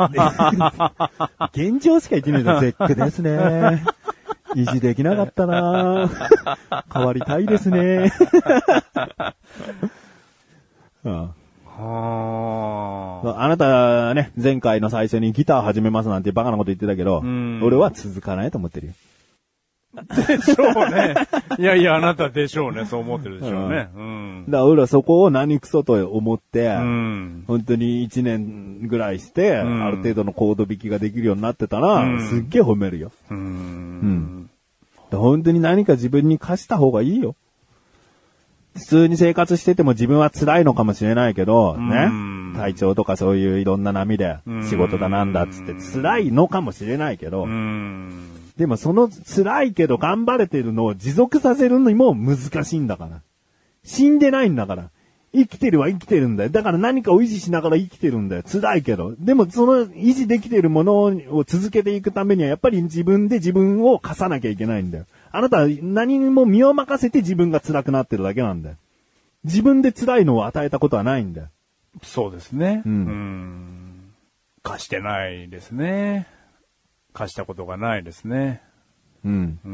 現状しか言ってないと絶句ですね。維持できなかったな変わりたいですね。ああなたね、前回の最初にギター始めますなんてバカなこと言ってたけど、俺は続かないと思ってるよ。 でしょうね。いやいや、あなたでしょうね。そう思ってるでしょうね。うん。 だから俺はそこを何クソと思って、 うん、 本当に一年ぐらいして、うん、ある程度のコード弾きができるようになってたら、うん、すっげえ褒めるよ。うん。うん。本当に何か自分に課した方がいいよ。普通に生活してても自分は辛いのかもしれないけど、ね。体調とかそういういろんな波で仕事だなんだっつって辛いのかもしれないけど、でもその辛いけど頑張れてるのを持続させるのにも難しいんだから。死んでないんだから。生きてるは生きてるんだよ。だから何かを維持しながら生きてるんだよ。辛いけど。でもその維持できてるものを続けていくためにはやっぱり自分で自分を課さなきゃいけないんだよ。あなたは何にも身を任せて自分が辛くなってるだけなんだよ。自分で辛いのを与えたことはないんだよ。 そうですね。 うん。 うん貸してないですね。貸したことがないですね。 うん。 うん。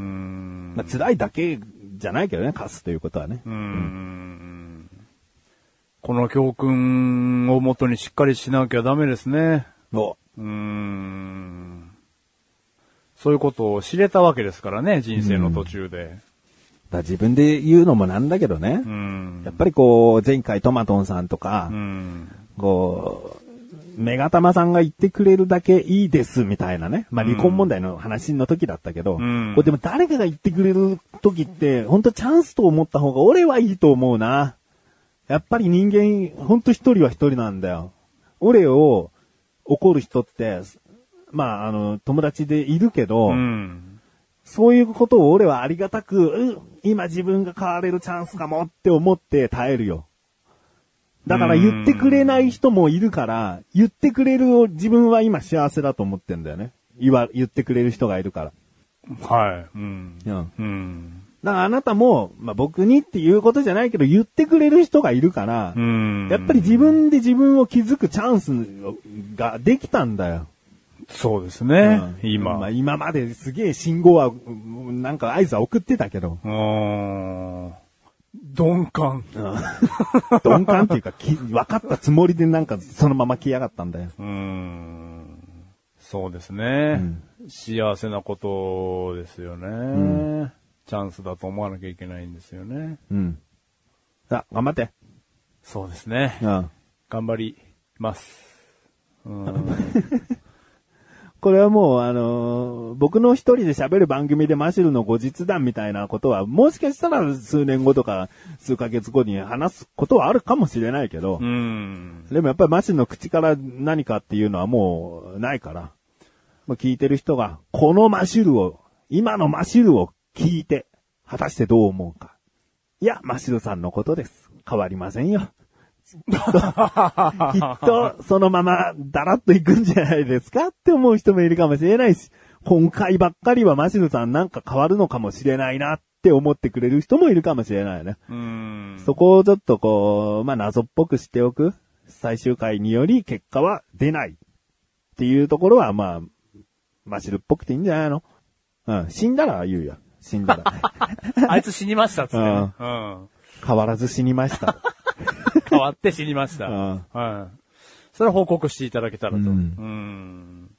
まあ、辛いだけじゃないけどね、貸すということはね。 うん。うんこの教訓をもとにしっかりしなきゃダメですね。 お。 うーん。そういうことを知れたわけですからね、人生の途中で。 だ自分で言うのもなんだけどね。 うん、 やっぱりこう、前回トマトンさんとか、 うん、 こう、メガタマさんが言ってくれるだけいいですみたいなね。まあ離婚問題の話の時だったけど、うん、これでも誰かが言ってくれる時って、本当チャンスと思った方が俺はいいと思うな。やっぱり人間、ほんと一人は一人なんだよ。俺を怒る人って、まあ、あの、友達でいるけど、 うん、 そういうことを俺はありがたく、うん、今自分が変われるチャンスかもって思って耐えるよ。だから言ってくれない人もいるから、言ってくれる自分は今幸せだと思ってんだよね。言わ、言ってくれる人がいるから。 はい。うん。 うん。 うんだからあなたも、まあ、僕にっていうことじゃないけど言ってくれる人がいるから、 うん、 やっぱり自分で自分を気づくチャンスができたんだよ。 そうですね。うん、今。 まあ、今まですげえ信号は、なんか合図は送ってたけど。 うーん。鈍感。 鈍感っていうか、分かったつもりでなんかそのまま来やがったんだよ。 うーん。そうですね、うん。幸せなことですよね。うんチャンスだと思わなきゃいけないんですよね。 うん。さあ、頑張って。 そうですね。 うん、 頑張ります。うんこれはもう、あのー、僕の一人で喋る番組でマシルの後日談みたいなことは、もしかしたら数年後とか数ヶ月後に話すことはあるかもしれないけど、 うん、 でもやっぱりマシルの口から何かっていうのはもうないから、まあ、聞いてる人が、このマシルを、今のマシルを聞いて、果たしてどう思うか。いや、マシルさんのことです。変わりませんよ。きっと、きっとそのままだらっといくんじゃないですかって思う人もいるかもしれないし、今回ばっかりはマシルさんなんか変わるのかもしれないなって思ってくれる人もいるかもしれないね。 うーんそこをちょっとこう、まあ謎っぽくしておく。最終回により結果は出ないっていうところはまあ、マシルっぽくていいんじゃないの？うん、死んだら言うよ。死んだら。 あいつ死にましたっつって、ねうんうん。 変わらず死にました。 変わって死にました。 うん、 はい。それは報告していただけたらと。 うん、 うん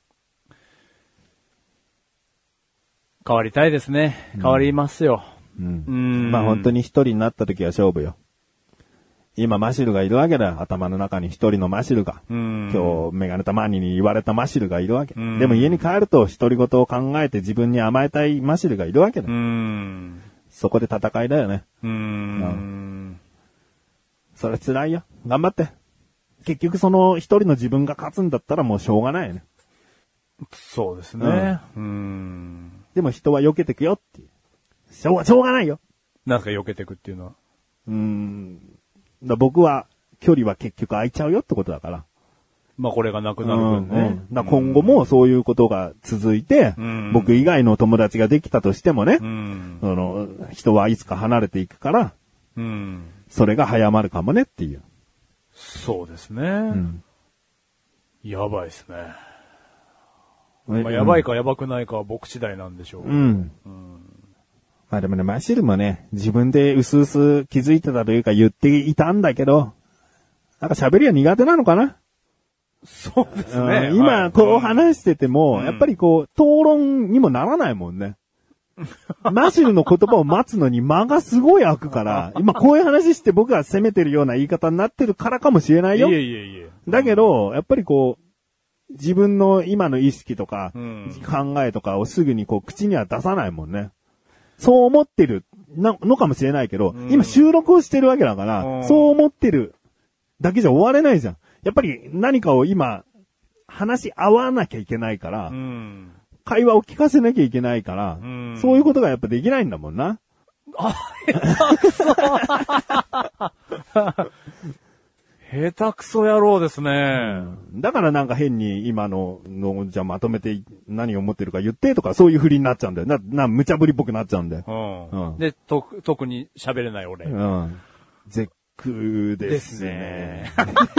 変わりたいですね。変わりますよ。 うん。うん、まあ本当に一人になった時は勝負よ。今マシルがいるわけだよ。頭の中に一人のマシルが。 うん今日メガネタマーニに言われたマシルがいるわけ。でも家に帰ると独り言を考えて自分に甘えたいマシルがいるわけだ。 うんそこで戦いだよね。 うん、うん、それ辛いよ。頑張って。結局その一人の自分が勝つんだったらもうしょうがないよね。 そうですね。 うん、 うんでも人は避けてくよっていう。 しょうが、しょうがないよ。 なんすか避けていくっていうのは。 うーん。だ僕は、距離は結局空いちゃうよってことだから。 まあこれがなくなる分ね。 うんうん、だ今後もそういうことが続いて、うん、僕以外の友達ができたとしてもね、うん、その人はいつか離れていくから、うん、それが早まるかもねっていう。 そうですね。うん、やばいですね。まあ、やばいかやばくないかは僕次第なんでしょう。うん。うん、 まあでもね、マシルもね、自分でうすうす気づいてたというか言っていたんだけど、なんか喋りは苦手なのかな？ そうですね。 今こう話してても、はい、やっぱりこう、討論にもならないもんね。マシルの言葉を待つのに間がすごい空くから、今こういう話して僕が責めてるような言い方になってるからかもしれないよ。 いえいえいえ。 だけど、やっぱりこう、自分の今の意識とか、うん、考えとかをすぐにこう口には出さないもんね。そう思ってるなのかもしれないけど、うん、今収録をしてるわけだから、うん、そう思ってるだけじゃ終われないじゃん。やっぱり何かを今、話し合わなきゃいけないから、うん、会話を聞かせなきゃいけないから、うん、そういうことがやっぱできないんだもんな。 あ、下手くそ下手くそ野郎ですね、 うん。だからなんか変に今のの、じゃあまとめて何を思ってるか言ってとかそういう振りになっちゃうんだよ。な、な、無茶ぶりっぽくなっちゃうんだよ。 うんうん、で、と、特に喋れない俺。うん、 絶句ですね。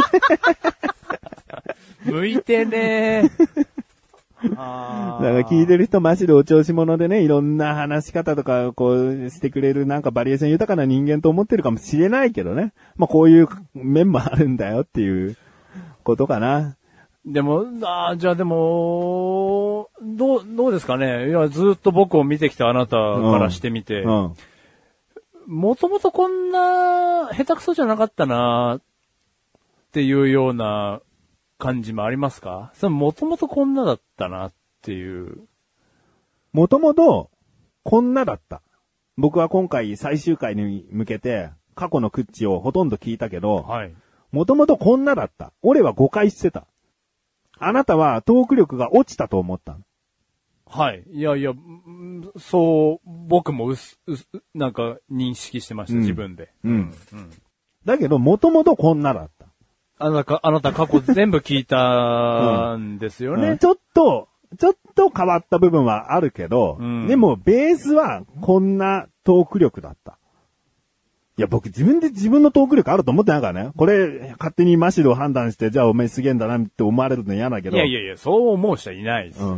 向いてねあだから聞いてる人マジでお調子者でね、いろんな話し方とかこうしてくれるなんかバリエーション豊かな人間と思ってるかもしれないけどね。まあこういう面もあるんだよっていうことかな。 でも、あじゃあでも、どう、どうですかね。いや、ずっと僕を見てきたあなたからしてみて、うんうんもともとこんな下手くそじゃなかったなっていうような感じもありますか？それもともとこんなだったなっていう。 もともとこんなだった。僕は今回最終回に向けて過去のクッチをほとんど聞いたけど、もともとこんなだった。俺は誤解してた。あなたはトーク力が落ちたと思ったの。 はい。いやいや、そう、僕もうす、うす、なんか認識してました、うん、自分で。うん。うん。 だけど、もともとこんなだった。 あなた、あなた過去全部聞いたんですよね、うんうん。 ちょっと、ちょっと変わった部分はあるけど、うん、でもベースはこんなトーク力だった。いや、僕自分で自分のトーク力あると思ってないからね。これ、勝手にマシルを判断して、じゃあお前すげえんだなって思われるの嫌だけど。 いやいやいや、そう思う人はいないです。うん。うん、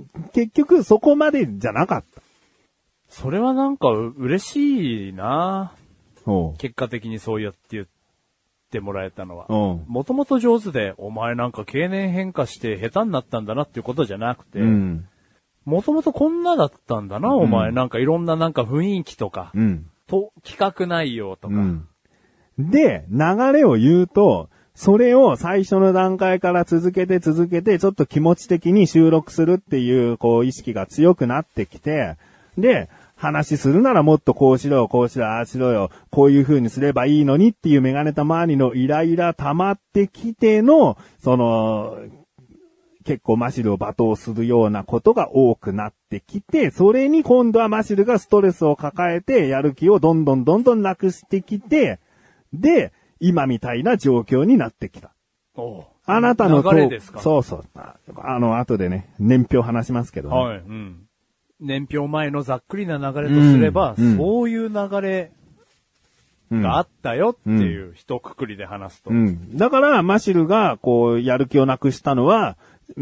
結局、そこまでじゃなかった。 それはなんか、嬉しいな結果的にそうやって言ってもらえたのは。もともと上手で、お前なんか経年変化して下手になったんだなっていうことじゃなくて、もともとこんなだったんだな、お前。うん、なんかいろんななんか雰囲気とか。うんと、企画内容とか、うん。 で、流れを言うと、それを最初の段階から続けて続けて、ちょっと気持ち的に収録するっていう、こう、意識が強くなってきて、で、話するならもっとこうしろよ、こうしろよ、ああしろよ、こういう風にすればいいのにっていうメガネた周りのイライラ溜まってきての、その、結構マシルを罵倒するようなことが多くなってきて、それに今度はマシルがストレスを抱えて、やる気をどんどんどんどんなくしてきて、で、今みたいな状況になってきた。おあなたの流れですか？ そうそう。あの、後でね、年表話しますけどね。 はい。うん。年表前のざっくりな流れとすれば、うんうん、そういう流れがあったよっていう一括りで話すと。 うん。うん、だから、マシルが、こう、やる気をなくしたのは、うん、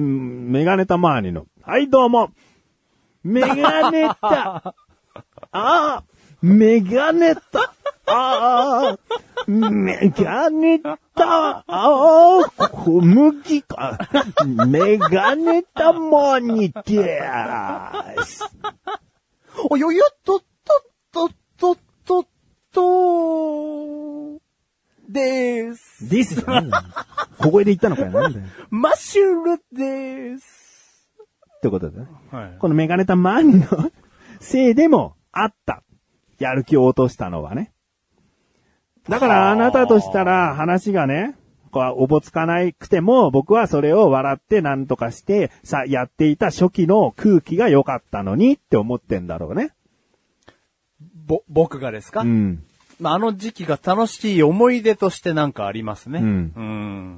メガネた周りの。はい、どうも。メガネた。ああ、メガネた。ああ、メガネた。ああ、小麦か。メガネたモニタース。 およよっとっとっとっとっとでーす。 ですよね。小声で言ったのかよ。なんだよ。 マッシュルでーす。 ってことでね。はい。このメガネたマンのせいでもあった。やる気を落としたのはね。だからあなたとしたら話がね、こうおぼつかなくても僕はそれを笑ってなんとかしてさ、やっていた初期の空気が良かったのにって思ってんだろうね。 ぼ、僕がですか？ うん。 まあ、あの時期が楽しい思い出としてなんかありますね。 うん。 うん。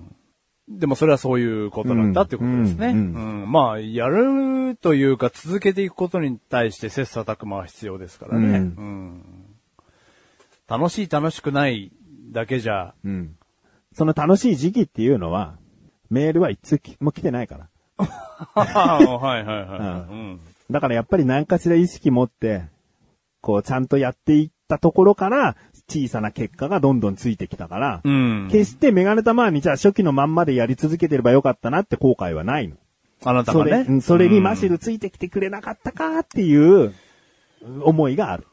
でもそれはそういうことだったっていうことですね。うん。うんうん、まあ、やるというか続けていくことに対して切磋琢磨は必要ですからね。うん。うん、楽しい楽しくないだけじゃ。 うん。その楽しい時期っていうのは、メールはいつも来てないから。 はいはいはい、うん。 だからやっぱり何かしら意識持って、こうちゃんとやっていったところから小さな結果がどんどんついてきたから、 うん、 決してメガネたまにじゃあ初期のまんまでやり続けてればよかったなって後悔はないの。 あなたがね。 それ、それにマシルついてきてくれなかったかっていう思いがある。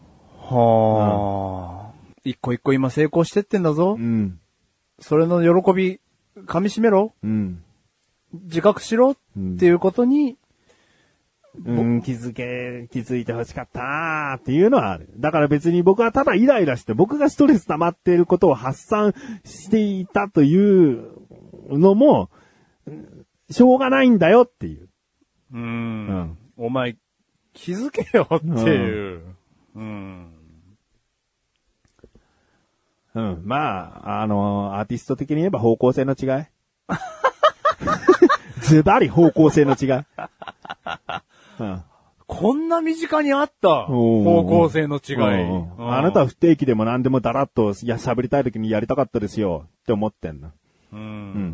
はあ、うん。一個一個今成功してってんだぞ。 うん。 それの喜び、噛み締めろ。 うん。 自覚しろっていうことに、 うん、気づけ、気づいてほしかったっていうのはある。だから別に僕はただイライラして僕がストレス溜まっていることを発散していたというのも、しょうがないんだよっていう。 うーん。うん、お前、気づけよっていう。うん。うんうん。まあ、あの、アーティスト的に言えば方向性の違い。ズバリ方向性の違い。うん、 こんな身近にあった方向性の違い。 うんうん、あなたは不定期でも何でもダラッといや喋りたい時にやりたかったですよって思ってんの。 うん。うん。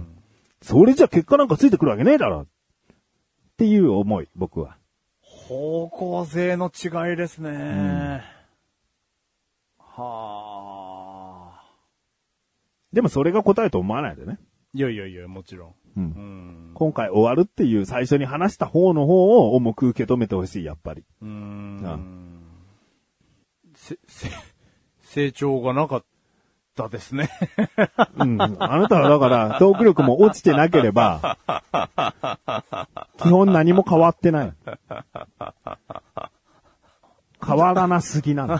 それじゃ結果なんかついてくるわけねえだろっていう思い、僕は。 方向性の違いですね。うん、はあ。 でもそれが答えと思わないでね。 いやいやいや、もちろん。 うんうん、今回終わるっていう最初に話した方の方を重く受け止めてほしい、やっぱり。 うーん、うん、せ、せ、成長がなかったですね。 うん。あなたはだからトーク力も落ちてなければ、基本何も変わってない。変わらなすぎなの。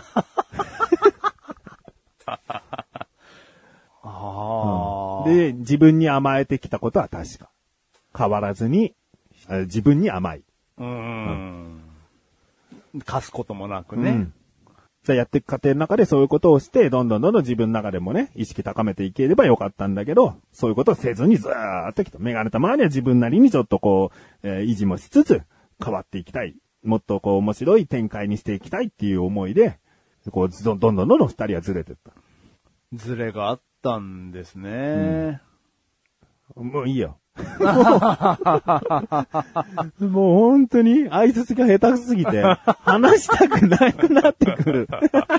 あうん、で、自分に甘えてきたことは確か。変わらずに、自分に甘い。 うーん。うん、貸すこともなくね。うん、 じゃあやっていく過程の中でそういうことをして、どんどんどんどん自分の中でもね、意識高めていければよかったんだけど、そういうことをせずにずーっときた。メガネたまには自分なりにちょっとこう、えー、維持もしつつ、変わっていきたい。もっとこう面白い展開にしていきたいっていう思いで、こう、どんどんどんどん二人はずれてった。 ずれがあったんですね。 うん、もういいよ。もう本当に挨拶が下手くすぎて話したくなくなってくる。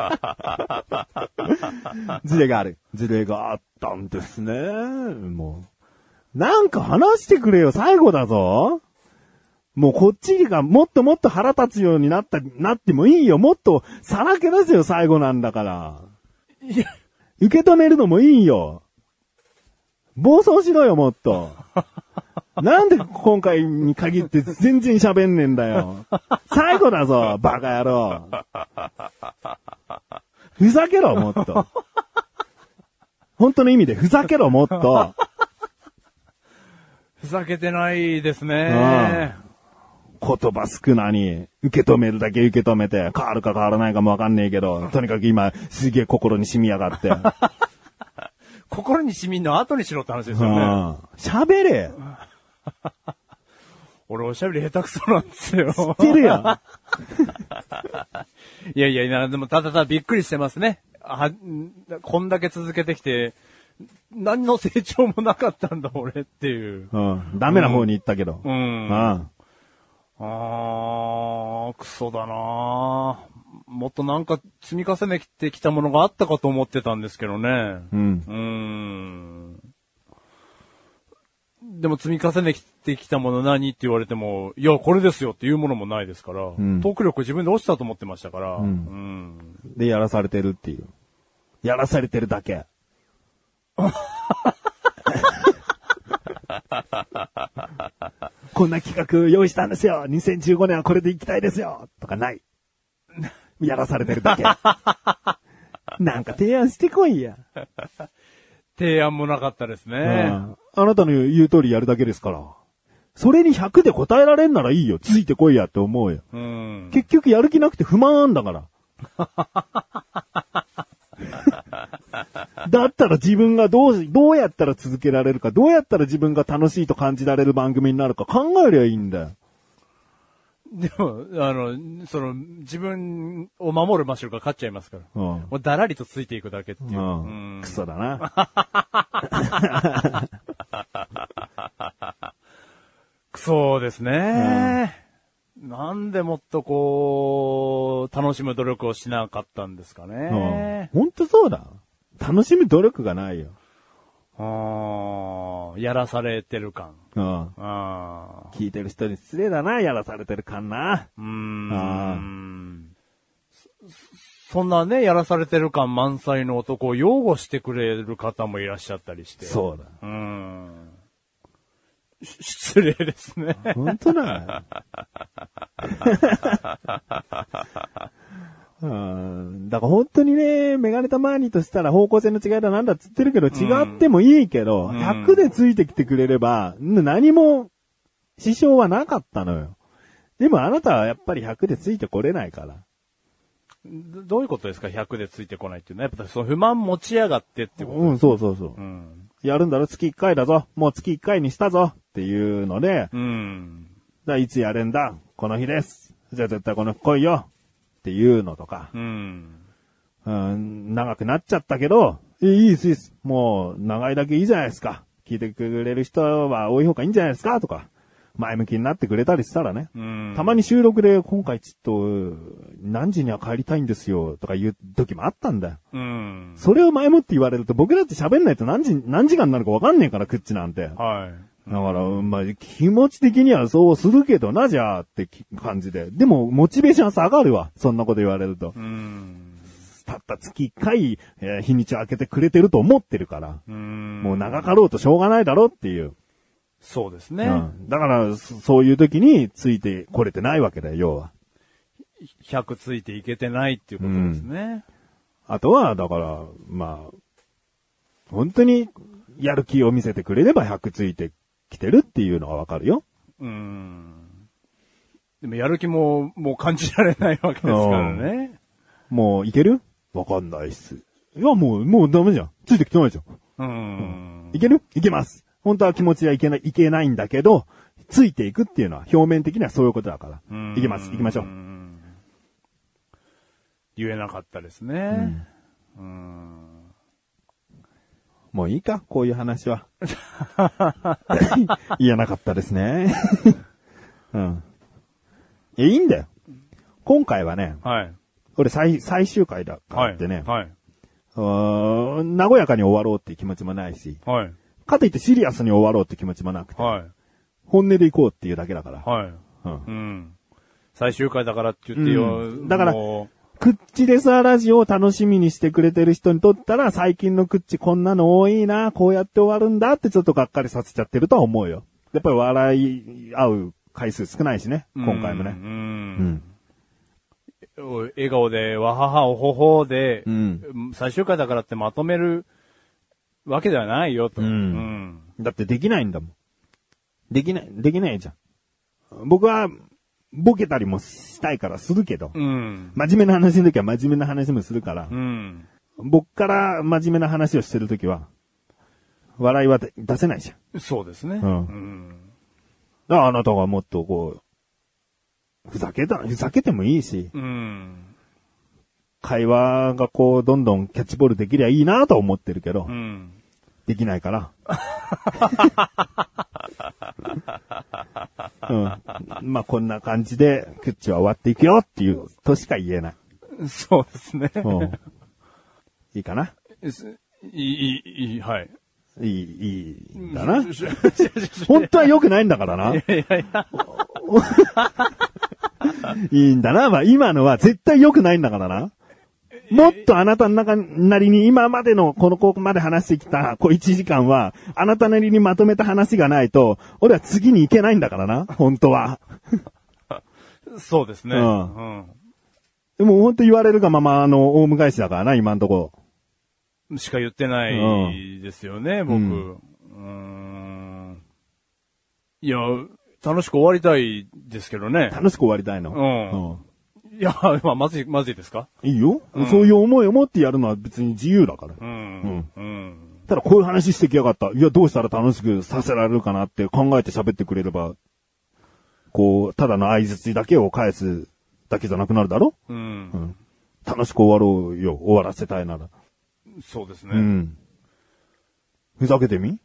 ズレがある。ズレがあったんですね。もう。なんか話してくれよ、最後だぞ。もうこっちがもっともっと腹立つようになった、なってもいいよ。もっとさらけ出せよ、最後なんだから。いや。受け止めるのもいいよ。暴走しろよ、もっと。なんで今回に限って全然喋んねえんだよ。最後だぞ、バカ野郎。ふざけろ、もっと。本当の意味でふざけろ、もっと。 ふざけてないですね。 言葉少なに、受け止めるだけ受け止めて、変わるか変わらないかもわかんねえけど、とにかく今、すげえ心に染みやがって。 心に染みんの後にしろって話ですよね。 喋れ。 俺おしゃべり下手くそなんですよ。 知ってるよ。 いやいやいや、でもただただびっくりしてますね。は、こんだけ続けてきて、何の成長もなかったんだ俺っていう。 うん。ダメな方に行ったけど。 うん。うん、 ああー、クソだなぁ。もっとなんか積み重ねてきたものがあったかと思ってたんですけどね。 うん。 うーん。でも積み重ねてきたもの何って言われても、いや、これですよっていうものもないですから、うん、トーク力自分で落ちたと思ってましたから、うん。うん、 で、やらされてるっていう。やらされてるだけ。こんな企画用意したんですよ。にせんじゅうごねんはこれで行きたいですよ。とかない。やらされてるだけ。なんか提案してこいや。 提案もなかったですね、うん。 あなたの言う通りやるだけですから。それにひゃくで答えられんならいいよ。ついてこいやって思うよ。 うん、 結局やる気なくて不満あんだから。 だったら自分がどう、どうやったら続けられるか、どうやったら自分が楽しいと感じられる番組になるか考えりゃいいんだよ。 でも、あの、その、自分を守るマシュルが勝っちゃいますから。 うん、 もうだらりとついていくだけっていう。 うんうん、 クソだな。 そうですね、うん。なんでもっとこう、楽しむ努力をしなかったんですかね。 うん、ほんとそうだ。楽しむ努力がないよ。 ああ、やらされてる感。 うん、 あ聞いてる人に失礼だな、やらされてる感な。 うーんそ。そんなね、やらされてる感満載の男を擁護してくれる方もいらっしゃったりして。 そうだ。 うーん。失礼ですね。 本当だ。うん、だから本当にね、メガネたまーにとしたら方向性の違いだなんだっつってるけど、違ってもいいけど、うん、ひゃくでついてきてくれれば、何も支障はなかったのよ。でもあなたはやっぱりひゃくでついてこれないから。 どういうことですかひゃくでついてこないっていうのは。やっぱその不満持ち上がってってこと。 うん、そうそうそう。 うん、 やるんだろ月いっかいだぞ。もう月いっかいにしたぞっていうので、 うん、 だいつやれんだこの日です。じゃあ絶対この日来いよ。っていうのとか、 うん、 うん、長くなっちゃったけど、いいです、いいです。もう、長いだけいいじゃないですか。聞いてくれる人は多い方がいいんじゃないですかとか、前向きになってくれたりしたらね。 うん、 たまに収録で、今回ちょっと、何時には帰りたいんですよ、とか言う時もあったんだよ。 うん、 それを前もって言われると、僕だって喋んないと何時、何時間になるか分かんねえから、クッチなんて。 はい。 だから、まあ、気持ち的にはそうするけどな、じゃあって感じで。でも、モチベーション下がるわ。そんなこと言われると。 うん。 たった月一回、えー、日にちを空けてくれてると思ってるから。 うん。 もう長かろうとしょうがないだろっていう。 そうですね。 うん。だから、そういう時についてこれてないわけだよ、要は。 ひゃくついていけてないっていうことですね。 うん、あとは、だから、まあ、本当にやる気を見せてくれればひゃくついて来てるっていうのがわかるよ。 うーん。でもやる気ももう感じられないわけですからね。 もういける？わかんないっす。いやもう、もうダメじゃん。ついてきてないじゃん。 うーん。 いける？いけます。本当は気持ちはいけない、いけないんだけど、ついていくっていうのは表面的にはそういうことだから。いけます。行きましょう。 言えなかったですね。うん。うーんもういいかこういう話は。言えなかったですね。うん。いや、いいんだよ。今回はね、 はい。 俺最、最終回だからってね、 はい。はい、 和やかに終わろうっていう気持ちもないし、 はい。 かといってシリアスに終わろうって気持ちもなくて、 はい。 本音で行こうっていうだけだから。 はい。 うん。 うん、最終回だからって言ってよ。 うん、だから、クッチレスアラジオを楽しみにしてくれてる人にとったら、最近のクッチこんなの多いな、こうやって終わるんだってちょっとがっかりさせちゃってるとは思うよ。やっぱり笑い合う回数少ないしね、今回もね。 うん。うん、笑顔で、わははおほほで、うん、最終回だからってまとめるわけではないよと。 うんうん、だってできないんだもん。できない、できないじゃん。僕は、ボケたりもしたいからするけど、 うん、 真面目な話の時は真面目な話もするから、 うん、 僕から真面目な話をしてる時は、笑いは出せないじゃん。 そうですね。 うん。うん、だからあなたがもっとこう、ふざけた、ふざけてもいいし、 うん、 会話がこう、どんどんキャッチボールできりゃいいなと思ってるけど、 うん、 できないから。うん、まあこんな感じで、クッチは終わっていくよっていうとしか言えない。 そうですね。 うん、いいかな？ いい、いい、はい。 いい、いいんだな。本当は良くないんだからな。いやいやいやいいんだな。まあ今のは絶対良くないんだからな。もっとあなたの中なりに今までのこのここまで話してきたこういちじかんはあなたなりにまとめた話がないと俺は次に行けないんだからな。本当は。 そうですね。うん。うん、 でも本当言われるがままあの大昔だからな今のところ。しか言ってないですよね、うん、僕。うん。うーんいや、楽しく終わりたいですけどね。 楽しく終わりたいの。 うん。 いや、まあ、まずい、まずいですか？ いいよ、 うん。 そういう思いを持ってやるのは別に自由だから。 うん。うん。うん。 ただこういう話してきやがった。いや、どうしたら楽しくさせられるかなって考えて喋ってくれれば、こう、ただの相槌だけを返すだけじゃなくなるだろ？ うん。うん、 楽しく終わろうよ。終わらせたいなら。 そうですね。 うん。ふざけてみ？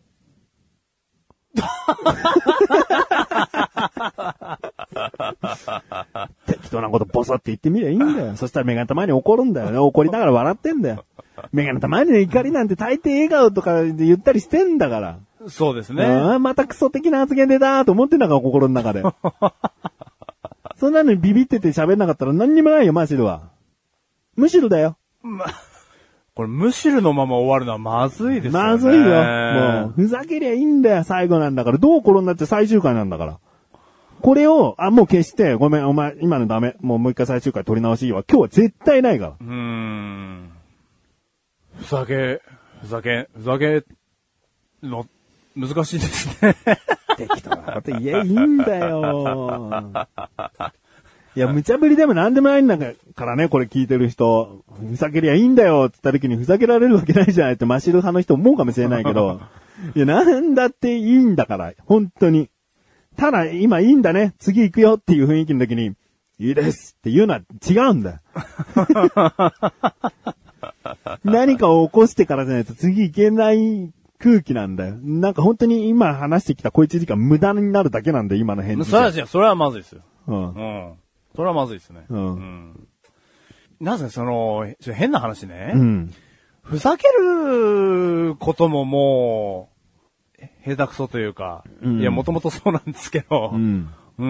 適当なことボソって言ってみりゃいいんだよ。そしたらメガネたまに怒るんだよね。怒りながら笑ってんだよ。メガネたまにの怒りなんて大抵笑顔とかで言ったりしてんだから。 そうですね。 あまたクソ的な発言でだーと思ってんだから、心の中で。そんなのにビビってて喋んなかったら何にもないよ、マシルは。むしろだよ。 ま、これ、むしろのまま終わるのはまずいですよね。 まずいよ。もう、ふざけりゃいいんだよ、最後なんだから。どう転んだって最終回なんだから。これを、あ、もう消して、ごめん、お前、今のダメ。もうもう一回最終回取り直しいいわ。今日は絶対ないから。 うーん。ふざけ、ふざけ、ふざけ、の、難しいですね。 適当なこと言えいいんだよ。いや、無茶ぶりでも何でもないんだからね、これ聞いてる人。ふざけりゃいいんだよって言った時にふざけられるわけないじゃないってマシル派の人思うかもしれないけど。いや、なんだっていいんだから、本当に。ただ、今いいんだね、次行くよっていう雰囲気の時に、いいですっていうのは違うんだよ。何かを起こしてからじゃないと次行けない空気なんだよ。なんか本当に今話してきた小一時間無駄になるだけなんだよ、今の返事。 それは、それはまずいですよ。 うん。 うん。それはまずいですね。 うん。 うん、なぜその、変な話ね。 うん。 ふざけることももう、下手くそというか、うん、いや、もともとそうなんですけど、うん。うん。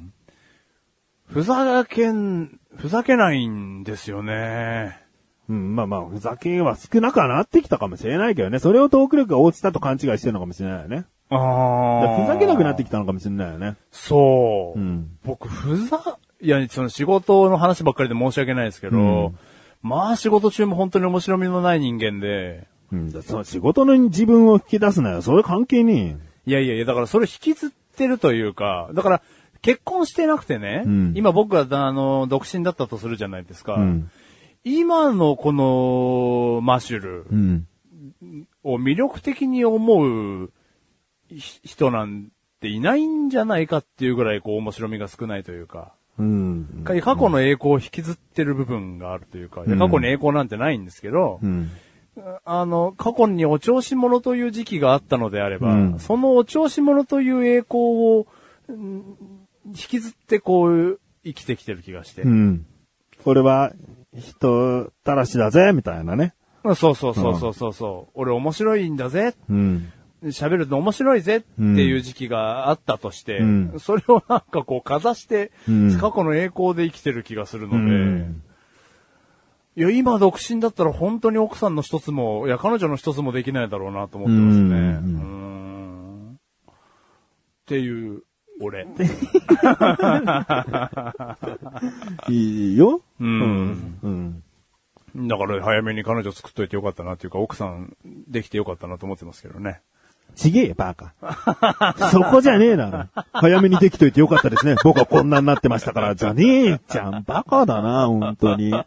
ふざけん、ふざけないんですよね。 うん、まあまあ、ふざけは少なくはなってきたかもしれないけどね。それをトーク力が落ちたと勘違いしてるのかもしれないよね。 ああ。 ふざけなくなってきたのかもしれないよね。 そう。 うん、 僕、ふざ、いや、その仕事の話ばっかりで申し訳ないですけど、うん、まあ仕事中も本当に面白みのない人間で。 うん、だその仕事の自分を引き出すなよ。それ関係ねえ。いやいやいや、だからそれ引きずってるというか、だから結婚してなくてね、うん、今僕はあの、独身だったとするじゃないですか。うん、今のこのマシュルを魅力的に思う人なんていないんじゃないかっていうぐらいこう面白みが少ないというか、うん、過去の栄光を引きずってる部分があるというか、うん、過去に栄光なんてないんですけど、うん、あの、過去にお調子者という時期があったのであれば、うん、そのお調子者という栄光を、うん、引きずってこう生きてきてる気がして。うん、 俺は人たらしだぜみたいなね。 そうそうそうそうそうそう、うん、俺面白いんだぜ。うん喋ると面白いぜっていう時期があったとして、うん、それをなんかこうかざして、うん、過去の栄光で生きてる気がするので、うん、いや、今独身だったら本当に奥さんの一つも、いや、彼女の一つもできないだろうなと思ってますね。うんうんっていう、俺。 いいよ。 うん。うんだから早めに彼女作っといてよかったなっていうか、奥さんできてよかったなと思ってますけどね。 ちげえよ、バカ。そこじゃねえな。早めにできといてよかったですね。僕はこんなになってましたから。じゃねえじゃん。バカだな、本当に。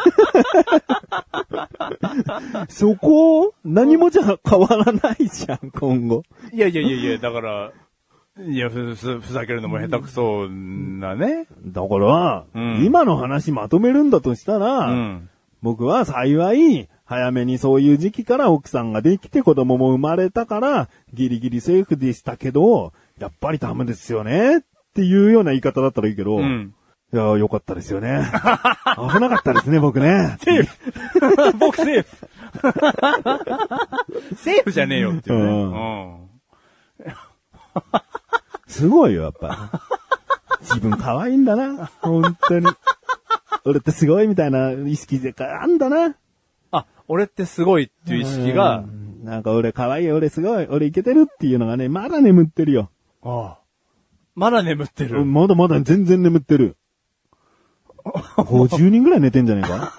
そこ何もじゃ変わらないじゃん、今後。 いやいやいやいや、だから、いや、ふ、ふ、ふざけるのも下手くそなね。 だから、うん、今の話まとめるんだとしたら、うん僕は幸い、早めにそういう時期から奥さんができて子供も生まれたから、ギリギリセーフでしたけど、やっぱりダメですよねっていうような言い方だったらいいけど、うん、いや、よかったですよね。危なかったですね、僕ね。 セーフ僕セーフセーフじゃねえよっていうね。うんうん、 すごいよ、やっぱ。自分可愛いんだな、本当に。俺ってすごいみたいな意識であんだな。 あ、俺ってすごいっていう意識が。 なんか俺可愛い、俺すごい、俺イケてるっていうのがね、まだ眠ってるよ。 ああ。まだ眠ってる。 まだまだ全然眠ってる。ごじゅうにんぐらい寝てんじゃねえか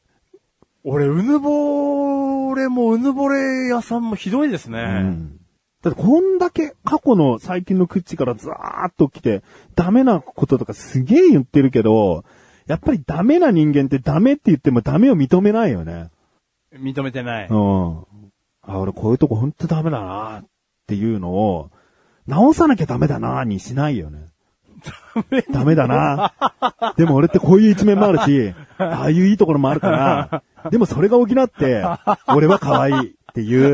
俺、うぬぼれもうぬぼれ屋さんもひどいですね。うんだってこんだけ過去の最近の口からザーッと来て、ダメなこととかすげえ言ってるけど、やっぱりダメな人間ってダメって言ってもダメを認めないよね。 認めてない。 うん。あ、俺こういうとこほんとダメだなっていうのを、直さなきゃダメだなにしないよね。ダメだな。でも俺ってこういう一面もあるし、ああいういいところもあるから、でもそれが補って、俺は可愛いっていう。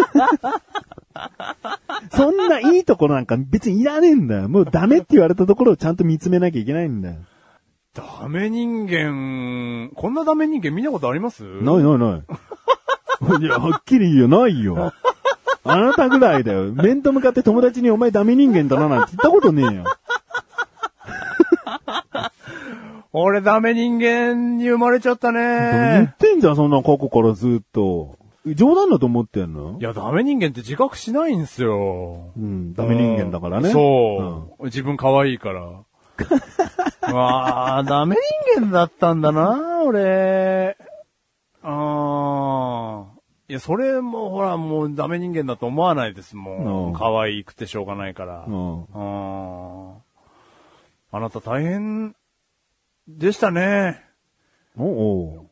そんないいところなんか別にいらねえんだよ。もうダメって言われたところをちゃんと見つめなきゃいけないんだよ。 ダメ人間、こんなダメ人間見たことあります？ ないないない。いや、はっきり言うよ、ないよ。あなたぐらいだよ。面と向かって友達にお前ダメ人間だななんて言ったことねえよ。 俺ダメ人間に生まれちゃったね。 言ってんじゃん、そんな過去からずっと。冗談だと思ってんの？ いや、ダメ人間って自覚しないんすよ。 うん、ダメ人間だからね。 そう。うん、自分可愛いから。わあ、ダメ人間だったんだな、俺。ああ。いや、それも、ほら、もうダメ人間だと思わないですもん。うん、可愛くてしょうがないから。うん、あ, あなた大変でしたね。 おお。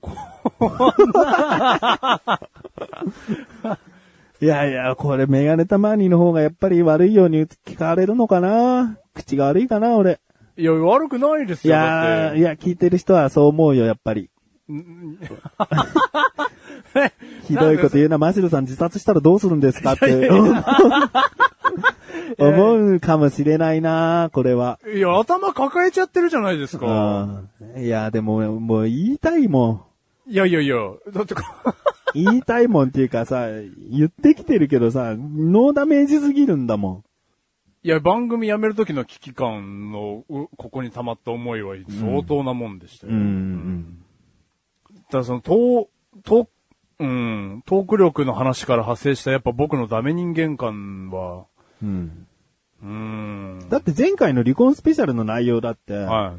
いやいや、これメガネタマーニーの方がやっぱり悪いように聞かれるのかな。口が悪いかな、俺。 いや、悪くないですよ。 いや、いや、聞いてる人はそう思うよ、やっぱり。ひどいこと言うな、マシルさん自殺したらどうするんですかって。思うかもしれないな、これは。 いや、頭抱えちゃってるじゃないですか。 いや、でも、もう言いたいもん。いやいやいや、だってか。 言いたいもんっていうかさ、言ってきてるけどさ、ノーダメージすぎるんだもん。 いや、番組辞める時の危機感の、ここに溜まった思いは相当なもんでしたよ。うん。うん、だからその、トー、トー、うん、トーク力の話から派生したやっぱ僕のダメ人間感は、うん。 うん。だって前回の離婚スペシャルの内容だって、はい、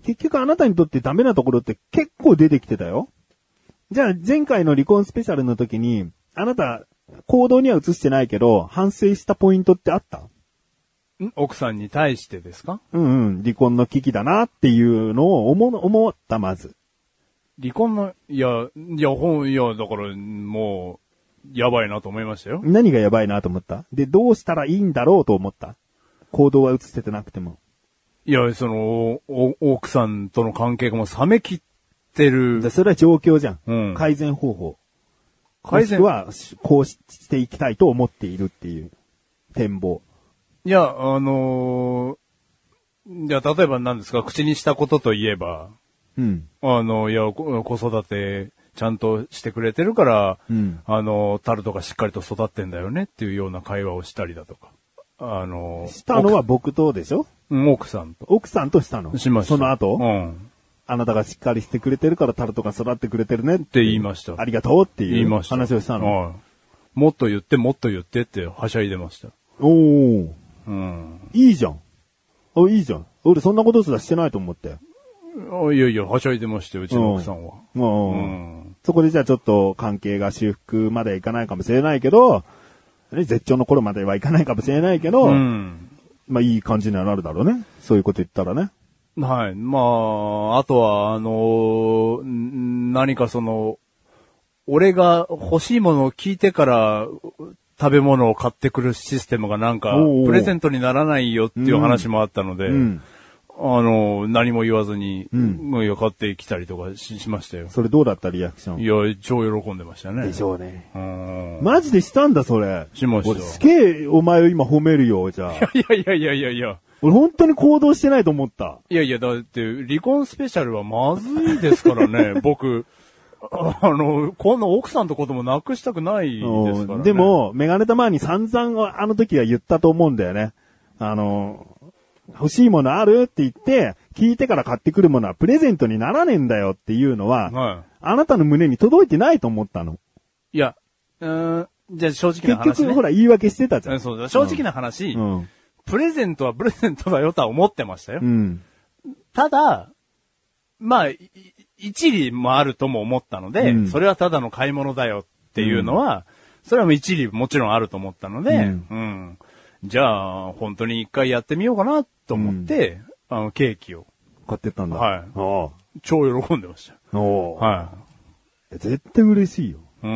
結局あなたにとってダメなところって結構出てきてたよ。じゃあ前回の離婚スペシャルの時に、あなた行動には移してないけど、反省したポイントってあった？ ん？奥さんに対してですか？ うんうん。離婚の危機だなっていうのを思、思った、まず。 離婚の、いや、いや、ほん、いや、だから、もう、やばいなと思いましたよ。 何がやばいなと思った？で、どうしたらいいんだろうと思った？行動は移せてなくても。 いや、その、お、奥さんとの関係がもう冷め切ってる。 それは状況じゃん。 うん。 改善方法。改善は、こうしていきたいと思っているっていう展望。 いや、あのー、いや、例えば何ですか、口にしたことといえば、うん。あの、いや、子育てちゃんとしてくれてるから、うん。あの、タルトがしっかりと育ってんだよねっていうような会話をしたりだとか。あの、 したのは僕とでしょ？ うん、奥さんと。 奥さんとしたの？ しました。 その後？ うん。 あなたがしっかりしてくれてるからタルトが育ってくれてるねって言いました。 ありがとうっていう話をしたの。 はい。もっと言ってもっと言ってってはしゃいでました。 おー。うん。いいじゃん。あ、いいじゃん。俺そんなことすらしてないと思って。 あ、いやいや、はしゃいでましたよ、うちの奥さんは。うん。 うん。そこでじゃあちょっと関係が修復まではいかないかもしれないけど、絶頂の頃まではいかないかもしれないけど、うん。まあいい感じにはなるだろうね。そういうこと言ったらね。 はい。まあ、あとは、あのー、何かその、俺が欲しいものを聞いてから食べ物を買ってくるシステムがなんか、プレゼントにならないよっていう話もあったので、うん、あの、何も言わずに、うん、いや買ってきたりとか し, しましたよ。 それどうだったリアクション？ いや、超喜んでましたね。 でしょうね。うん、マジでしたんだ、それ。 しました。 俺すげえお前を今褒めるよ、じゃあ。 いやいやいやいやいや。 俺本当に行動してないと思った。 いやいや、だって離婚スペシャルはまずいですからね、僕。あの、こんな奥さんとこともなくしたくないですからね。 でも、メガネたまに散々あの時は言ったと思うんだよね。あの、欲しいものあるって言って、聞いてから買ってくるものはプレゼントにならねえんだよっていうのは、はい、あなたの胸に届いてないと思ったの。 いや、うーん、じゃあ正直な話、ね。 結局ほら言い訳してたじゃん。 そうだ、正直な話、うんうん、プレゼントはプレゼントだよとは思ってましたよ。うん、ただ、まあ、一理もあるとも思ったので、うん、それはただの買い物だよっていうのは、 それはもう一理もちろんあると思ったので、 うん。 うん、じゃあ、本当に一回やってみようかなと思って、うん、あの、ケーキを。 買ってったんだ。 はい。超喜んでました。はい。 絶対嬉しいよ。 うん。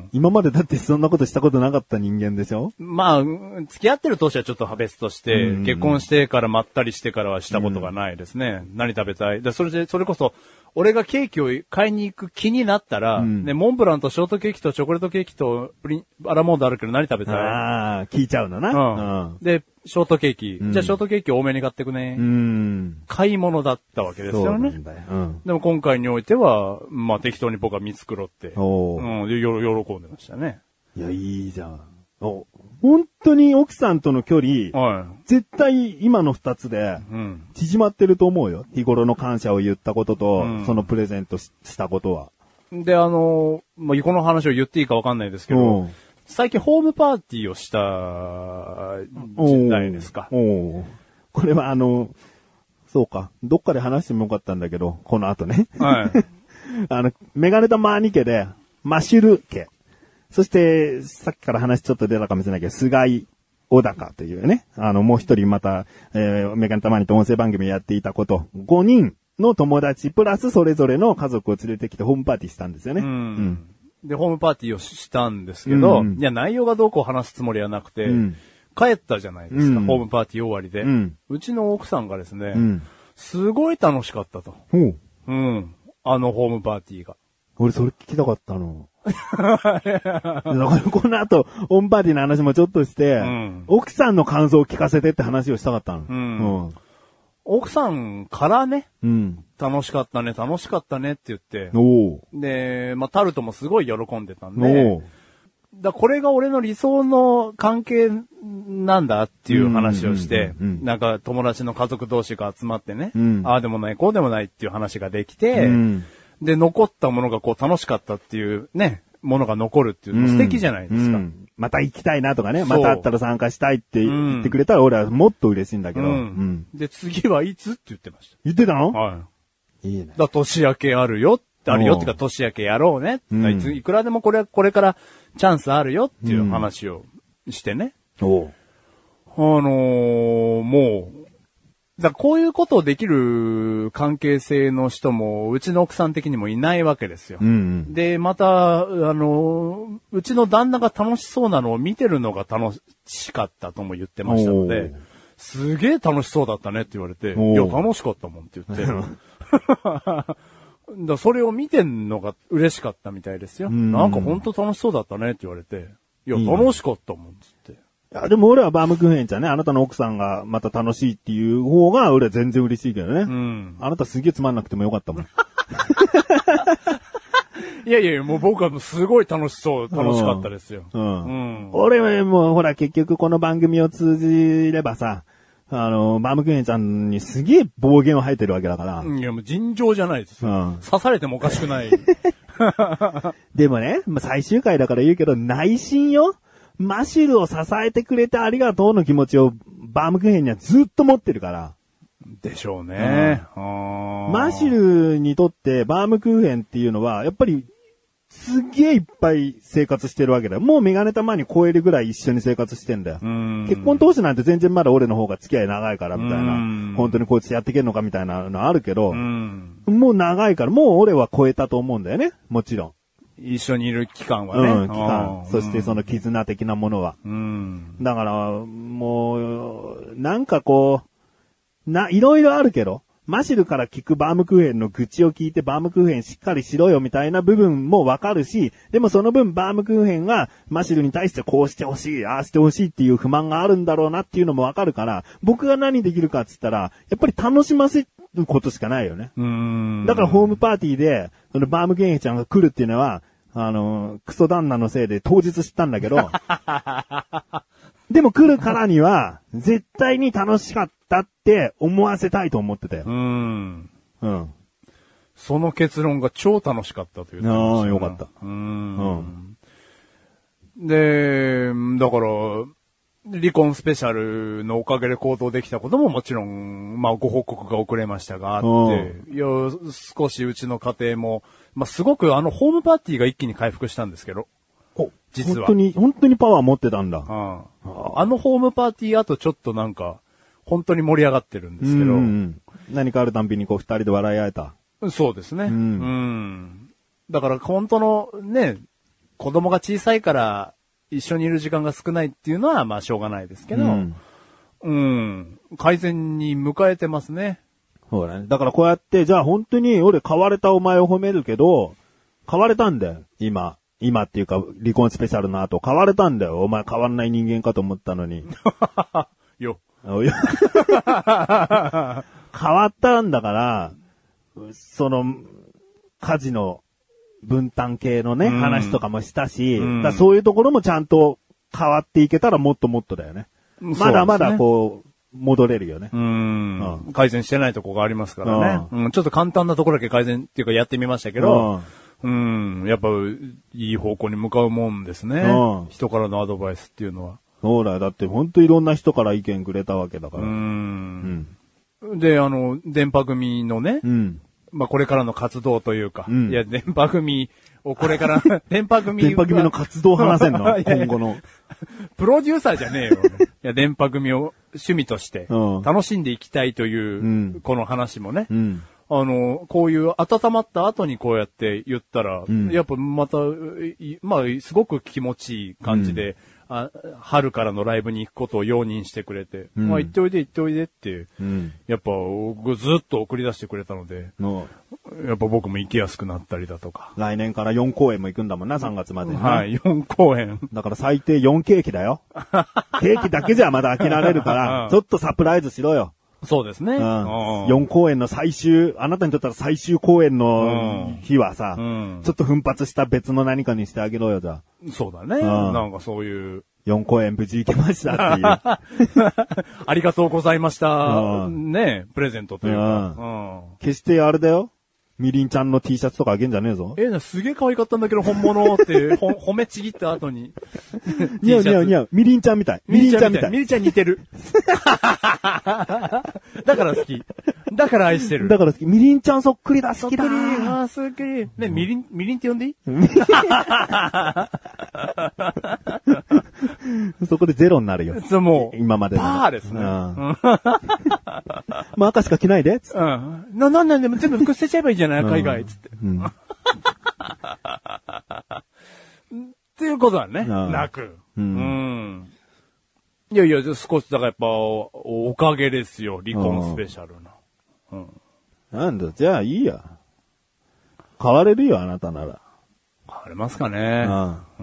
今までだってそんなことしたことなかった人間でしょ？ まあ、付き合ってる当初はちょっと別として、うん、結婚してからまったりしてからはしたことがないですね。うん、何食べたい？で、それで、それこそ、俺がケーキを買いに行く気になったら、うん、ね、モンブランとショートケーキとチョコレートケーキとプリン、アラモンドあるけど何食べたい？ ああ、聞いちゃうのな。 うん。うん、で、ショートケーキ、うん。じゃあショートケーキ多めに買ってくね。 うん。 買い物だったわけですよね。そうなんだよ。うん。でも今回においては、まあ適当に僕は見繕って、おうん、で、よ、喜んでましたね。 いや、いいじゃん。お、本当に奥さんとの距離、はい、絶対今の二つで、縮まってると思うよ。日頃の感謝を言ったことと、うん、そのプレゼント し, したことは。で、あの、まあ、この話を言っていいかわかんないですけど、最近ホームパーティーをしたじゃないですか。 おおこれはあの、そうか。どっかで話してもよかったんだけど、この後ね。はい。あの、メガネタマーニ家で、マシュル家。そして、さっきから話ちょっと出たかもしれないけど、菅井小高というね。あの、もう一人また、えー、メガネタマーニと音声番組やっていたこと、ごにんの友達プラスそれぞれの家族を連れてきてホームパーティーしたんですよね。うん。うんで、ホームパーティーをしたんですけど、うんうん、いや、内容がどうこう話すつもりはなくて、うん、帰ったじゃないですか、うん、ホームパーティー終わりで、うん。うちの奥さんがですね、うん、すごい楽しかったと。うん。あのホームパーティーが。 俺それ聞きたかったの。だからこの後、ホームパーティーの話もちょっとして、うん、奥さんの感想を聞かせてって話をしたかったの。うんうん奥さんからね、うん、楽しかったね、楽しかったねって言って、おで、まあ、タルトもすごい喜んでたんで、だこれが俺の理想の関係なんだっていう話をして、なんか友達の家族同士が集まってね、うん、ああでもない、こうでもないっていう話ができて、うん、で、残ったものがこう楽しかったっていうね、ものが残るっていうの素敵じゃないですか。うんうんまた行きたいなとかね、また会ったら参加したいって言ってくれたら俺はもっと嬉しいんだけど。うんうん、 で、次はいつって言ってました。 言ってたの？ はい。 いいね。 だ年明けあるよ、あるよっていうか年明けやろうね。うん、いついくらでもこれ、これからチャンスあるよっていう話をしてね。うん、おあのー、もう、だこういうことをできる関係性の人も、うちの奥さん的にもいないわけですよ。うんうん、で、また、あの、うちの旦那が楽しそうなのを見てるのが楽しかったとも言ってましたので、すげえ楽しそうだったねって言われて、いや、楽しかったもんって言って。だそれを見てんのが嬉しかったみたいですよ。んなんかほんと楽しそうだったねって言われて、いや、楽しかったもんって言って。 いや、でも俺はバームクーヘンちゃんね、あなたの奥さんがまた楽しいっていう方が俺は全然嬉しいけどね。うん。あなたすげえつまんなくてもよかったもん。 いやいや、もう僕はもうすごい楽しそう、楽しかったですよ。うん。 うん。俺はもうほら結局この番組を通じればさ、あの、バームクーヘンちゃんにすげえ暴言を吐いてるわけだから。 いやもう尋常じゃないですよ。うん。刺されてもおかしくない。 でもね、まあ、最終回だから言うけど内心よ。マシルを支えてくれてありがとうの気持ちをバームクーヘンにはずっと持ってるから。 でしょうね。 うん、マシルにとってバームクーヘンっていうのはやっぱりすげえいっぱい生活してるわけだよ。もうメガネたまに超えるぐらい一緒に生活してんだよ。結婚当初なんて全然まだ俺の方が付き合い長いからみたいな。本当にこいつやっていけんのかみたいなのあるけど、もう長いからもう俺は超えたと思うんだよね。もちろん。 一緒にいる期間はね。 うん、期間。そしてその絆的なものは。うん、だから、もう、なんかこう、な、いろいろあるけど、マシルから聞くバームクーヘンの愚痴を聞いてバームクーヘンしっかりしろよみたいな部分もわかるし、でもその分バームクーヘンがマシルに対してこうしてほしい、ああしてほしいっていう不満があるんだろうなっていうのもわかるから、僕が何できるかって言ったら、やっぱり楽しませることしかないよね。うーんだからホームパーティーで、そのバームクーヘンちゃんが来るっていうのは、あの、クソ旦那のせいで当日知ったんだけど、でも来るからには、絶対に楽しかったって思わせたいと思ってたよ。うん。うん。 その結論が超楽しかったという。 ああ、よかった。 うん。うん。で、だから、離婚スペシャルのおかげで行動できたことももちろん、まあご報告が遅れましたがあって、いや、少しうちの家庭も、まあすごくあのホームパーティーが一気に回復したんですけど、 実は。 本当に、本当にパワー持ってたんだ。 ああのホームパーティー後ちょっとなんか、本当に盛り上がってるんですけど。 うんうん、何かあるたんびにこう二人で笑い合えた。 そうですね。 うん。 うん、だから本当のね、子供が小さいから一緒にいる時間が少ないっていうのはまあしょうがないですけど、うん、うん、改善に迎えてますね。 そうだね。だからこうやって、じゃあ本当に俺変われたお前を褒めるけど、変われたんだよ、今。今っていうか、離婚スペシャルの後、変われたんだよ。お前変わんない人間かと思ったのに。 よ。 変わったんだから、その、家事の分担系のね、うん、話とかもしたし、うん、だそういうところもちゃんと変わっていけたらもっともっとだよね。ね、まだまだこう、戻れるよね。 うん、うん。改善してないとこがありますからね、うんうん。ちょっと簡単なところだけ改善っていうかやってみましたけど、うん、うん、やっぱいい方向に向かうもんですね。うん、人からのアドバイスっていうのは。 そうだよ。だって本当いろんな人から意見くれたわけだから。うん、うん、で、あの、電波組のね、うん、まあこれからの活動というか、うん、いや、電波組をこれから、電波組。 電波組の活動を話せんの今後の。 プロデューサーじゃねえよ。いや、電波組を趣味として楽しんでいきたいという、うん、この話もね。うん、あの、こういう温まった後にこうやって言ったら、うん、やっぱまた、まあ、すごく気持ちいい感じで、うん、あ春からのライブに行くことを容認してくれて、うん、まあ行っておいで行っておいでって、うん、やっぱずっと送り出してくれたので、うん、やっぱ僕も行きやすくなったりだとか。 来年からよん公演も行くんだもんな、さんがつまでに、ね。 はい、よん公演。 だから最低よんケーキだよ。ケーキだけじゃまだ飽きられるから、ちょっとサプライズしろよ。 そうですね。うん、 よん公演の最終、あなたにとったら最終公演の日はさ、うん、ちょっと奮発した別の何かにしてあげろよ、じゃあ。 そうだね。うん、なんかそういう。 よん公演無事行けましたっていう。 ありがとうございました。ねプレゼントというか。 うん、決してあれだよ。みりんちゃんの T シャツとかあげんじゃねえぞ。 えな、すげえ可愛かったんだけど、本物ってほ、褒めちぎった後に。 似合う似合う似合う。みりんちゃんみたい。みりんちゃんみたい。 みりんちゃん似てる。だから好き。だから愛してる。 だから好き。みりんちゃんそっくりだ、好きだ。 そっくり、あー、そっくり。ね、みりん、みりんって呼んでいいそこでゼロになるよ。 そう、もう。 今までの。 パーですね。うん。 まあ赤しか着ないで。つって。 うん。な、なんなんでも全部服捨てちゃえばいいじゃない、海外。つって。うん。っていうことはね、なく。うん。うん。いやいや、少しだからやっぱ、おかげですよ、離婚スペシャルな。うん。 なんだ、じゃあいいや。変われるよ、あなたなら。 変われますかね。うん。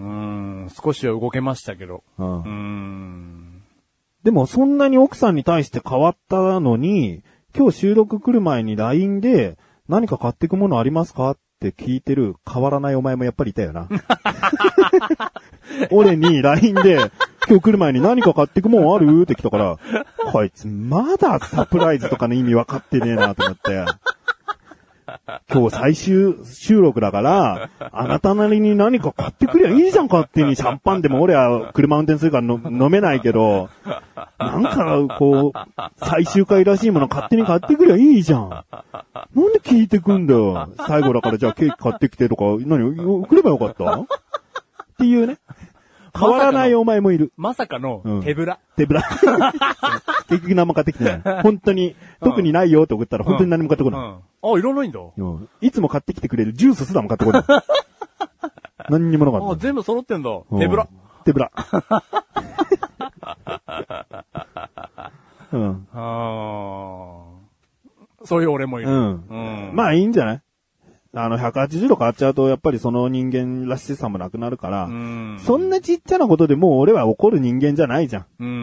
うん。少しは動けましたけど。うん。うん。 でもそんなに奥さんに対して変わったのに、今日収録来る前に ライン で何か買っていくものありますかって聞いてる変わらないお前もやっぱりいたよな。俺に ライン で今日来る前に何か買っていくもんあるって来たから、こいつまだサプライズとかの意味分かってねえなと思って。今日最終収録だから、あなたなりに何か買ってくりゃいいじゃん、勝手に。シャンパンでも俺は車運転するからの飲めないけど、なんかこう、最終回らしいもの勝手に買ってくりゃいいじゃん。なんで聞いてくんだよ。最後だからじゃあケーキ買ってきてとか、何、送ればよかったっていうね。変わらないお前もいる。 まさかの手ぶら。 うん、手ぶら。結局何も買ってきてない。本当に、特にないよって送ったら本当に何も買ってこない。うんうんあ、いらないんだ、 うん。いつも買ってきてくれるジュースすらも買ってこない。何にもなかった。 あ、全部揃ってんだ。手ぶら。 手ぶら。うん。 あそういう俺もいる。うん。 うん、まあいいんじゃないあの、ひゃくはちじゅうど変わっちゃうと、やっぱりその人間らしさもなくなるから、うんそんなちっちゃなことでもう俺は怒る人間じゃないじゃん。うん、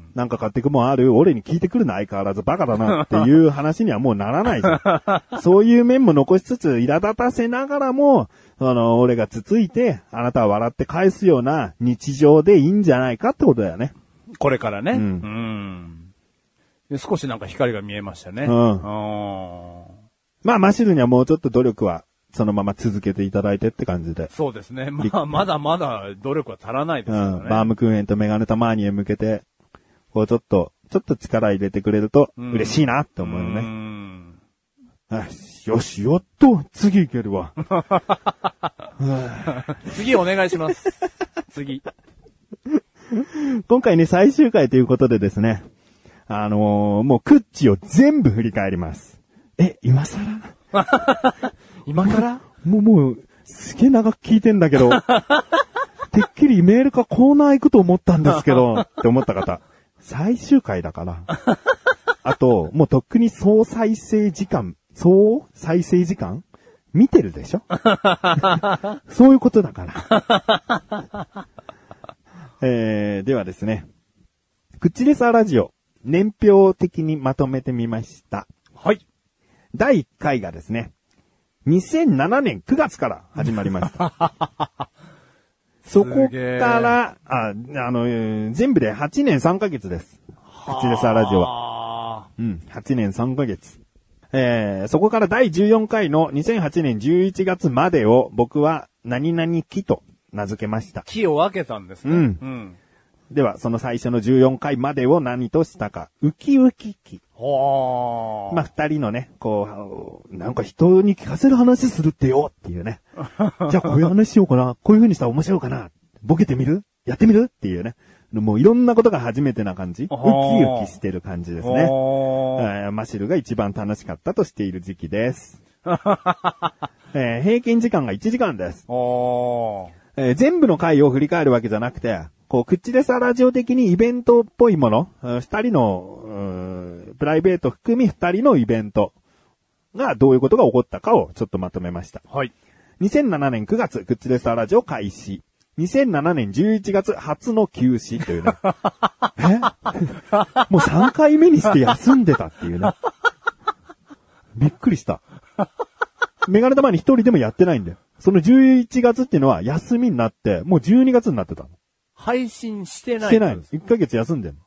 なんか買ってくもんある俺に聞いてくるな相変わらずバカだなっていう話にはもうならないじゃん。そういう面も残しつつ、苛立たせながらも、あの、俺がつついて、あなたは笑って返すような日常でいいんじゃないかってことだよね。 これからね。うん。うんで少しなんか光が見えましたね。うん。 まあ、マシルにはもうちょっと努力は、そのまま続けていただいてって感じで。 そうですね。まあ、まだまだ努力は足らないですよね。うん。 バームクーヘンとメガネタマーニへ向けて、こうちょっと、ちょっと力入れてくれると、嬉しいなって思うよね。うん。よし、よし、やっと、次いけるわ。 次お願いします。次。 今回ね、最終回ということでですね、あのー、もうクッチを全部振り返ります。え、今更今からもう、もう、すげえ長く聞いてんだけど、てっきりメールかコーナー行くと思ったんですけど、って思った方、最終回だから。あと、もうとっくに総再生時間、総再生時間見てるでしょそういうことだから。えー、ではですね、クッチレサーラジオ、年表的にまとめてみました。 はい。 だいいっかいがですね、にせんななねんくがつから始まりました。そこから、あ、あの、全部ではちねんさんかげつです。クッチレサーラジオは。うん、はちねんさんかげつ。えー、そこからだいじゅうよんかいのにせんはちねんじゅういちがつまでを僕は何々期と名付けました。 期を分けたんですね。 うん。うん、では、その最初のじゅうよんかいまでを何としたか。ウキウキ期。 はあ。 まあ、二人のね、こう、なんか人に聞かせる話するってよっていうね。じゃあこういう話しようかな。こういう風にしたら面白いかな。ボケてみる？やってみる？っていうね。もういろんなことが初めてな感じ。ウキウキしてる感じですね。マシルが一番楽しかったとしている時期です。えー、平均時間がいちじかんです。えー、全部の回を振り返るわけじゃなくて、こう、クッチレサラジオ的にイベントっぽいもの、二人の、プライベート含み二人のイベントがどういうことが起こったかをちょっとまとめました。 はい。 にせんななねんくがつ、クッチレサラジオ開始。にせんななねんじゅういちがつ初の休止というね。えもうさんかいめにして休んでたっていうね。びっくりした。メガネ玉に一人でもやってないんだよ。そのじゅういちがつっていうのは休みになって、もうじゅうにがつになってたの。 配信してない。 してないの。いっかげつ休んでんの。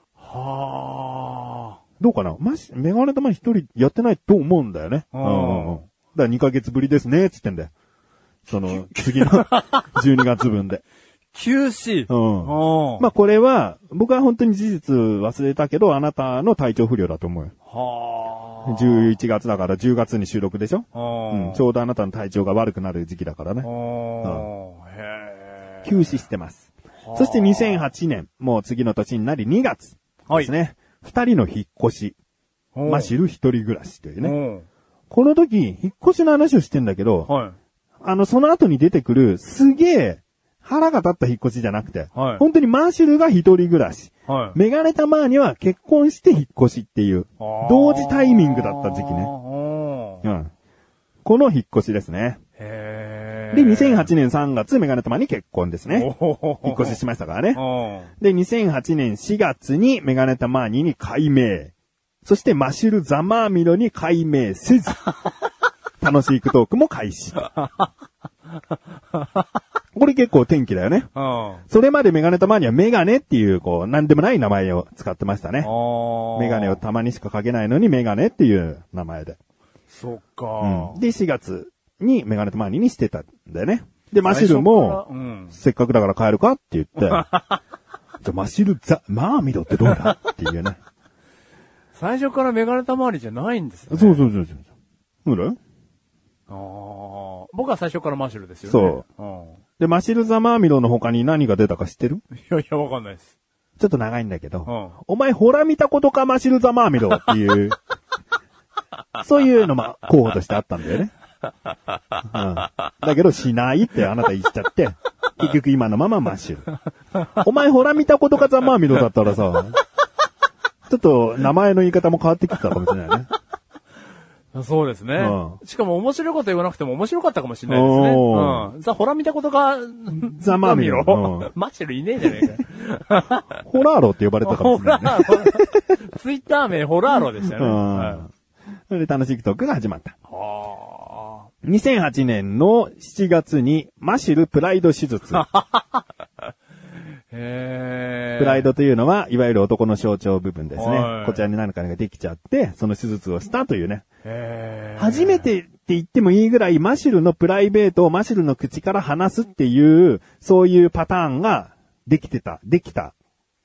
はあ。 どうかなマジ、メガネ玉に一人やってないと思うんだよね。うんうんうん。だからにかげつぶりですね、つってんだよ。その、次のじゅうにがつぶんで。 休止。 うん。まあこれは、僕は本当に事実忘れたけど、あなたの体調不良だと思うよ。 はあ。 じゅういちがつだからじゅうがつに収録でしょ？ うん。 ちょうどあなたの体調が悪くなる時期だからね。 うん。へー休止してます。そしてにせんはちねん、もう次の年になりにがつですね。二、はい、人の引っ越し。マシル一人暮らしというね。この時、引っ越しの話をしてんだけど、はい、あの、その後に出てくる、すげえ、腹が立った引っ越しじゃなくて、はい、本当にマーシュルが一人暮らし、はい、メガネたまーには結婚して引っ越しっていう、同時タイミングだった時期ね。うん、この引っ越しですね。 へーで、にせんはちねんさんがつ、メガネたまに結婚ですね。引っ越ししましたからね。で、にせんはちねんしがつにメガネたまーにに改名。そしてマシュルザマーミロに改名せず、楽しいクトークも開始。これ結構天気だよね。うん、それまでメガネたまにはメガネっていう、こう、なんでもない名前を使ってましたね。メガネをたまにしかかけないのにメガネっていう名前で。 そっか、 うん。で、しがつにメガネたまににしてたんだよね。で、マシルも、うん、せっかくだから帰るかって言って、じゃあマシルザ、マーミドってどうだっていうね。 最初からメガネたまわりじゃないんですね。 そうそうそうそう。ほらああ、僕は最初からマシルですよね。 そう。うん、で、マシルザマーミロの他に何が出たか知ってる？ いやいや、わかんないです。 ちょっと長いんだけど、うん、お前ほら見たことかマシルザマーミロっていう、そういうのも候補としてあったんだよね。うん、だけどしないってあなた言っちゃって、結局今のままマシュル。お前ほら見たことかザマーミロだったらさ、ちょっと名前の言い方も変わってきたかもしれないね。 そうですね、うん。しかも面白いこと言わなくても面白かったかもしれないですね。うん、ザ・ホラ見たことが、 ザ・マーミロ。 うん、マシルいねえじゃねえか。 ホラーロって呼ばれたかもしれない、ね。 ツイッター名ホラーロでしたね。うんはい、 それで楽しいトークが始まった。にせんはちねんのしちがつにマシルプライド手術。 へープライドというのは、いわゆる男の象徴部分ですね。こちらに何かができちゃって、その手術をしたというね。 へー初めてって言ってもいいぐらい、マシルのプライベートをマシルの口から話すっていう、そういうパターンができてた、できた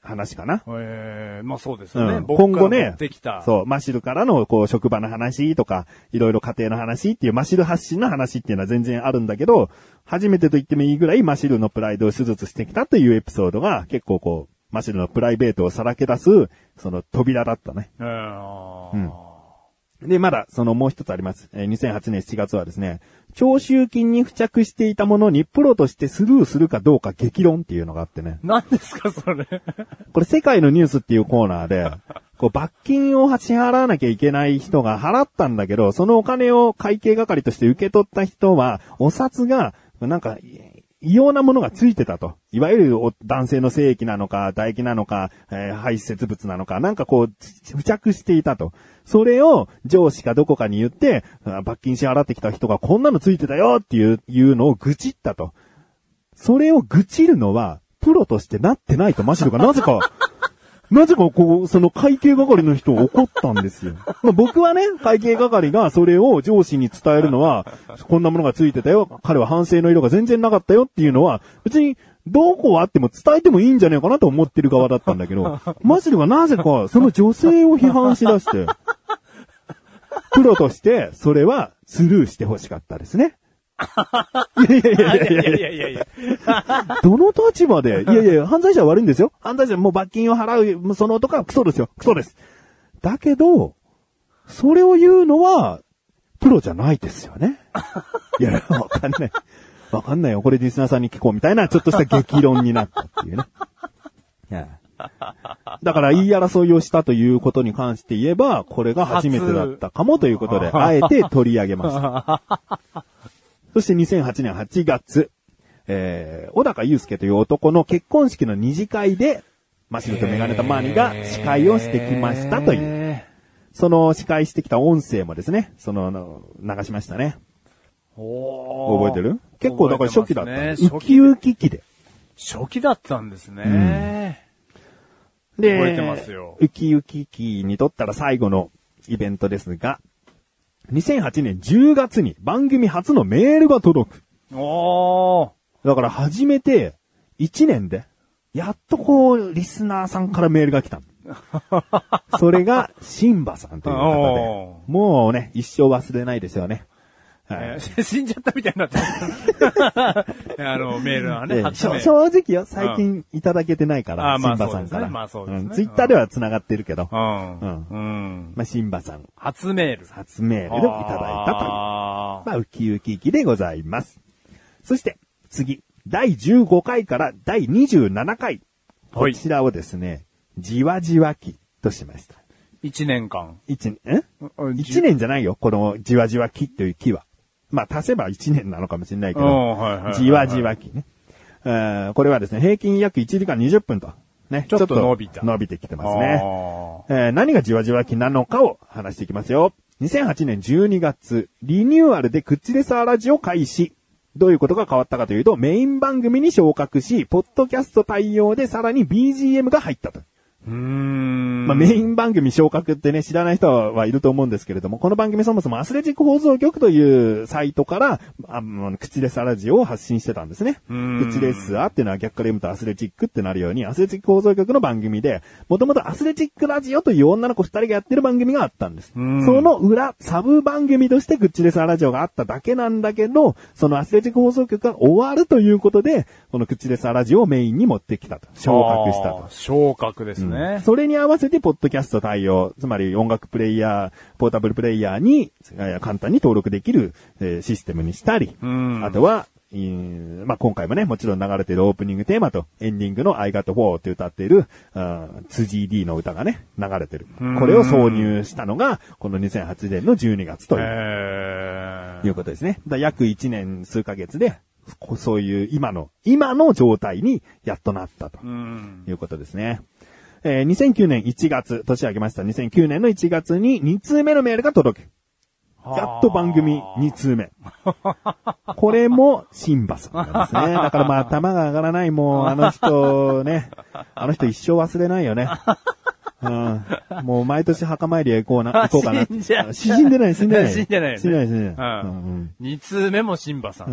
話かな。 ええー、まあそうですよね。 うん、今後ね、 できた。 そう、マシルからのこう職場の話とか、いろいろ家庭の話っていうマシル発信の話っていうのは全然あるんだけど、初めてと言ってもいいぐらいマシルのプライドを手術してきたというエピソードが結構こう、マシルのプライベートをさらけ出す、その扉だったね。 えー、うん。 で、まだ、そのもう一つあります。えー、にせんはちねんしちがつはですね、長周筋に付着していたものにプロとしてスルーするかどうか激論っていうのがあってね。 何ですか、それ。 これ、世界のニュースっていうコーナーで、こう、罰金を支払わなきゃいけない人が払ったんだけど、そのお金を会計係として受け取った人は、お札が、なんか、異様なものがついてたと。いわゆる男性の精液なのか、唾液なのか、えー、排泄物なのか、なんかこう、付着していたと。それを上司かどこかに言って、罰金支払ってきた人がこんなのついてたよっていう、いうのを愚痴ったと。それを愚痴るのは、プロとしてなってないと、マシルがなぜか、なぜかこう、その会計係の人を怒ったんですよ。まあ、僕はね、会計係がそれを上司に伝えるのは、こんなものがついてたよ、彼は反省の色が全然なかったよっていうのは、別にどこあっても伝えてもいいんじゃねえかなと思ってる側だったんだけど、マジではなぜかその女性を批判しだして、プロとしてそれはスルーしてほしかったですね。いやいやいやいやいやいやいやいやどの立場でいやいや、犯罪者は悪いんですよ。犯罪者はもう罰金を払う、その男はクソですよ。クソです。だけど、それを言うのは、プロじゃないですよね。いや、わかんない。わかんないよ。これリスナーさんに聞こうみたいな、ちょっとした激論になったっていうね。いやだから言い争いをしたということに関して言えば、これが初めてだったかもということで、あえて取り上げました。そしてにせんはちねんはちがつ、えー、小高祐介という男の結婚式の二次会で、マシルとメガネタマーニが司会をしてきましたという。その司会してきた音声もですね、その、流しましたね。 お覚えてる？結構だから初期だった、ね。ウキウキ期で。 初期だったんですね。 うん、で、 覚えてますよ。 ウキウキ期にとったら最後のイベントですが、にせんはちねんじゅうがつに番組初のメールが届く。 おー。 だから初めていちねんで、やっとこう、リスナーさんからメールが来た。それが、シンバさんという方で、もうね、一生忘れないですよね。 はいえー、死んじゃったみたいになってあの、メールはね、 正直よ、最近いただけてないから、うん、シンバさんから。 まあそうですね。 うん、ツイッターでは繋がってるけど。 うん。うん。 うん。まあ、シンバさん。 初メール。 初メールをいただいたという。まあ、ウキウキ期でございます。そして、次、だいじゅうごかいからだいにじゅうななかい。こちらをですね、じわじわ期としました。 一年間。 一年、ん一年じゃないよ、このじわじわ期っていう期は。まあ、足せば一年なのかもしれないけど、はいはいはいはい、じわじわ期ね、えー。これはですね、平均約いちじかんにじゅっぷんと。ね、 ちょっと伸びた。 伸びてきてますね。えー、何がじわじわ期なのかを話していきますよ。にせんはちねんじゅうにがつ、リニューアルでクッチレサーラジオ開始。どういうことが変わったかというと、メイン番組に昇格し、ポッドキャスト対応でさらに ビージーエム が入ったと。 うーんまあ、メイン番組昇格ってね、知らない人はいると思うんですけれども、この番組そもそもアスレチック放送局というサイトから、あ口レスラジオを発信してたんですね。口レスアっていうのは逆から読むとアスレチックってなるように、アスレチック放送局の番組で、もともとアスレチックラジオという女の子二人がやってる番組があったんです。その裏、サブ番組として口レスラジオがあっただけなんだけど、そのアスレチック放送局が終わるということで、この口レスラジオをメインに持ってきたと。昇格したと。 昇格ですね。ね、 それに合わせて、ポッドキャスト対応、つまり音楽プレイヤー、ポータブルプレイヤーに、簡単に登録できる、えー、システムにしたり、あとは、まあ、今回もね、もちろん流れているオープニングテーマと、エンディングの I Got Four って歌っている、ツージーディー の歌がね、流れてる。これを挿入したのが、このにせんはちねんのじゅうにがつという、いうことですね。だ約いちねん数ヶ月で、そういう今の、今の状態にやっとなったということですね。えー、にせんきゅうねんいちがつ、年明けましたにせんきゅうねんのいちがつにに通目のメールが届く。やっと番組に通目。これもシンバさんなんですね。だからまあ頭が上がらない、もうあの人ね、あの人一生忘れないよね。 うん、もう毎年墓参りへ行こうな、行こうかな。 死んじゃう。 死んでない、死んでない。 死んでないよね。 死んでない、死んでない。 うん。二通目もシンバさん。うん。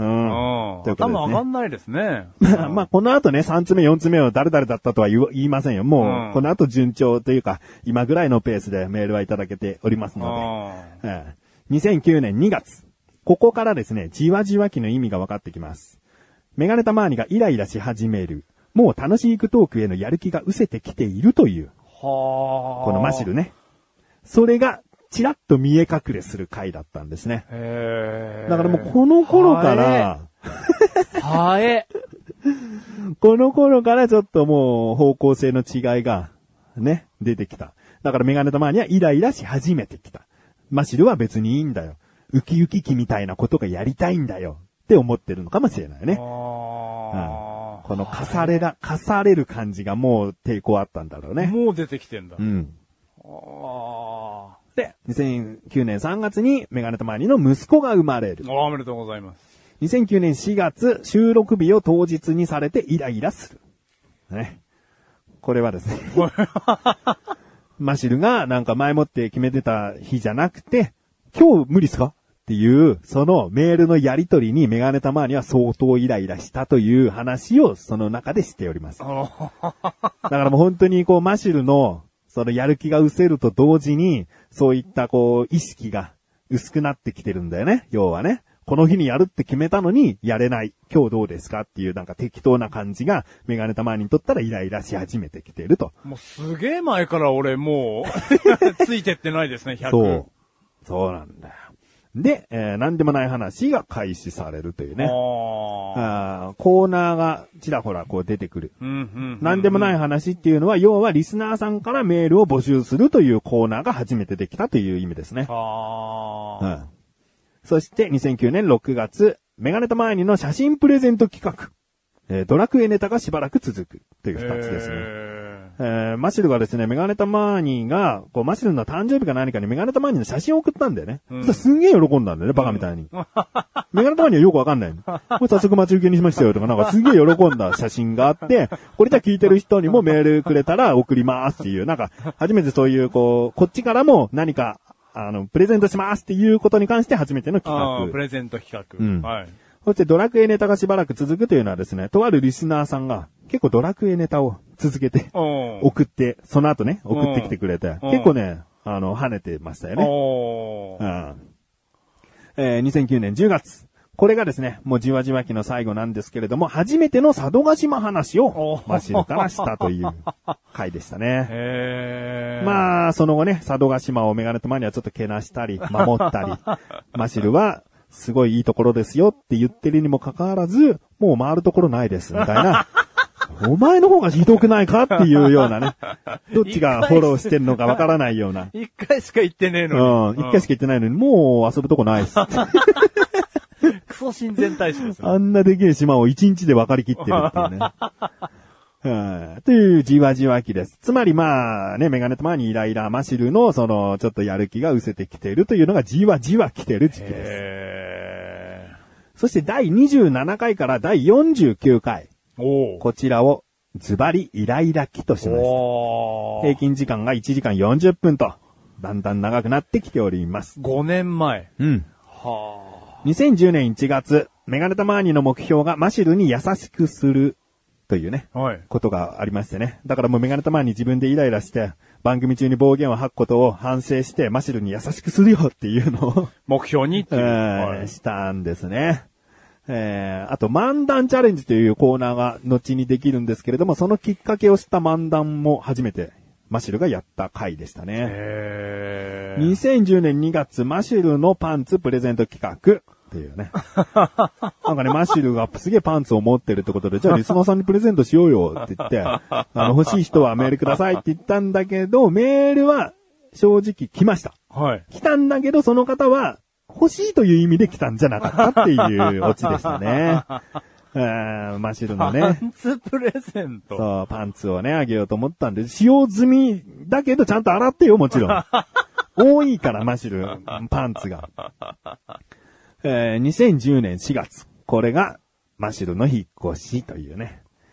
ということですね。 頭上がんないですね。 まあ、この後ね、三つ目、四つ目を誰々だったとは言いませんよ。もう、この後順調というか、今ぐらいのペースでメールはいただけておりますので。にせんきゅうねんにがつ。ここからですね、じわじわ期の意味が分かってきます。メガネたまーにがイライラし始める。もう楽しいトークへのやる気が失せてきているという。 はこのマシルね。それが、ちらっと見え隠れする回だったんですね。 へー。 だからもうこの頃から、 はえ。 この頃からちょっともう方向性の違いが、ね、出てきた。だからメガネたまーにはイライラし始めてきた。マシルは別にいいんだよ。ウキウキ期みたいなことがやりたいんだよ。って思ってるのかもしれないね。あこの課されら、課される感じがもう抵抗あったんだろうね。 もう出てきてんだ。 うん。 あで、にせんきゅうねんさんがつにメガネたまーにの息子が生まれる。 おめでとうございます。 にせんきゅうねんしがつ、収録日を当日にされてイライラする。ね。これはですね。マシルがなんか前もって決めてた日じゃなくて、今日無理っすかっていう、そのメールのやり取りにメガネたまーには相当イライラしたという話をその中でしております。だからもう本当にこうマシルのそのやる気が失せると同時に、そういったこう意識が薄くなってきてるんだよね。要はね。この日にやるって決めたのにやれない。今日どうですかっていうなんか適当な感じがメガネたまーににとったらイライラし始めてきてると。 もうすげえ前から俺もうついてってないですね、ひゃく。 そう。そうなんだよ。で、えー、何でもない話が開始されるというね。あコーナーがちらほらこう出てくる。 うんうんうんうん、 何でもない話っていうのは、要はリスナーさんからメールを募集するというコーナーが初めてできたという意味ですね。 あうん、そしてにせんきゅうねんろくがつ、メガネたまーにの写真プレゼント企画。えー、ドラクエネタがしばらく続くという二つですね。えー、マシルがですね、メガネたまーにが、こう、マシルの誕生日か何かにメガネたまーにの写真を送ったんだよね。うん、そしたらすんげえ喜んだんだよね、バカみたいに。うん、メガネたまーにはよくわかんないの。もう早速待ち受けにしましたよとか、なんかすげえ喜んだ写真があって、これじゃ聞いてる人にもメールくれたら送りますっていう、なんか、初めてそういう、こう、こっちからも何か、あの、プレゼントしますっていうことに関して初めての企画。 プレゼント企画。 うん。 はい。 そしてドラクエネタがしばらく続くというのはですね、とあるリスナーさんが結構ドラクエネタを続けて送って、その後ね、送ってきてくれて、結構ね、あの、跳ねてましたよね。うんえー、にせんきゅうねんじゅうがつ。これがですね、もうじわじわ期の最後なんですけれども、初めての佐渡島話をマシルからしたという回でしたね。 へーまあ、その後ね、佐渡島をメガネたまーにはちょっとけなしたり、守ったり、マシルは、すごいいいところですよって言ってるにもかかわらず、もう回るところないです、みたいな。お前の方がひどくないかっていうようなね。どっちがフォローしてるのかわからないような。 一回しか言ってねえのに。うん。一回しか言ってないのに、もう遊ぶとこないっす。 クソ親善大使ですね。 あんなでけえ島を一日で分かりきってるっていうね。というじわじわ期です。つまりまあね、メガネたまーにイライラマシルのそのちょっとやる気が失せてきているというのがじわじわ来てる時期です。 へーそしてだいにじゅうななかいからだいよんじゅうきゅうかい。 おこちらをズバリイライラ期としました。平均時間がいちじかんよんじゅっぷんと、だんだん長くなってきております。 ごねんまえ。 うん。 はにせんじゅうねんいちがつ、メガネたまーにの目標がマシルに優しくする。というね、 はい、 ことがありましてね。だからもうメガネたまーに自分でイライラして、番組中に暴言を吐くことを反省して、マシルに優しくするよっていうのを目標にっていう、 はい、したんですね。えー、あと漫談チャレンジというコーナーが後にできるんですけれども、そのきっかけをした漫談も初めてマシルがやった回でしたね。 へーにせんじゅうねんにがつ、マシルのパンツプレゼント企画。っていうね。なんかね、マシルがすげえパンツを持ってるってことで、じゃあリスナーさんにプレゼントしようよって言って、あの、欲しい人はメールくださいって言ったんだけど、メールは正直来ました。 はい。 来たんだけど、その方は欲しいという意味で来たんじゃなかったっていうオチでしたね。えー、マシルのね。 パンツプレゼント。 そう、パンツをね、あげようと思ったんで、使用済みだけどちゃんと洗ってよ、もちろん。多いから、マシル、パンツが。えー、にせんじゅうねんしがつ。これが、マシルの引っ越しというね。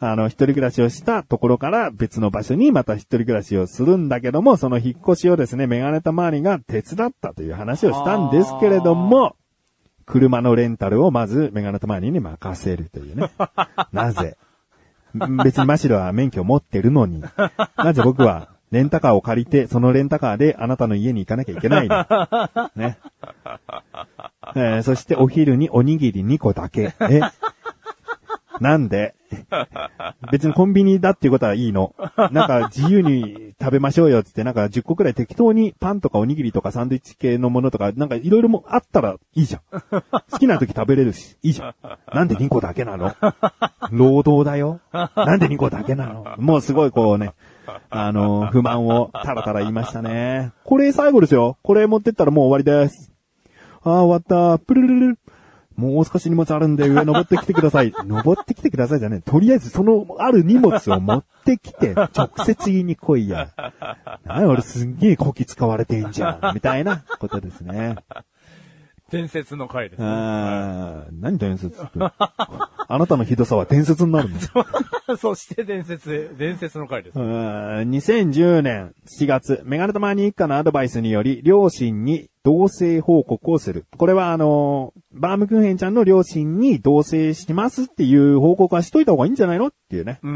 あの、一人暮らしをしたところから別の場所にまた一人暮らしをするんだけども、その引っ越しをですね、メガネたまわりが手伝ったという話をしたんですけれども、車のレンタルをまずメガネたまわりに任せるというね。なぜ別にマシロは免許を持ってるのに、なぜ僕はレンタカーを借りて、そのレンタカーであなたの家に行かなきゃいけないの。ね。えー、そしてお昼におにぎりにこだけ。えなんで別にコンビニだっていうことはいいの。なんか自由に食べましょうよってってなんかじゅっこくらい適当にパンとかおにぎりとかサンドイッチ系のものとかなんかいろいろもあったらいいじゃん。好きな時食べれるし、いいじゃん。なんでにこだけなの？労働だよ。なんでにこだけなの？もうすごいこうね、あの、不満をタラタラ言いましたね。これ最後ですよ。これ持ってったらもう終わりです。ああ、終わった。プルルルル。もう少し荷物あるんで上登ってきてください。登ってきてくださいじゃねえ。とりあえずそのある荷物を持ってきて直接言いに来いや。なに俺すんげえこき使われてんじゃん。みたいなことですね。 伝説の回ですね。 あ何伝説って。あなたのひどさは伝説になるのそして伝説、伝説の回です。 にせんじゅうねんしがつ、メガネたまわり一家のアドバイスにより、両親に同棲報告をする。これはあのー、バームクーヘンちゃんの両親に同棲してますっていう報告はしといた方がいいんじゃないのっていうね。 うん。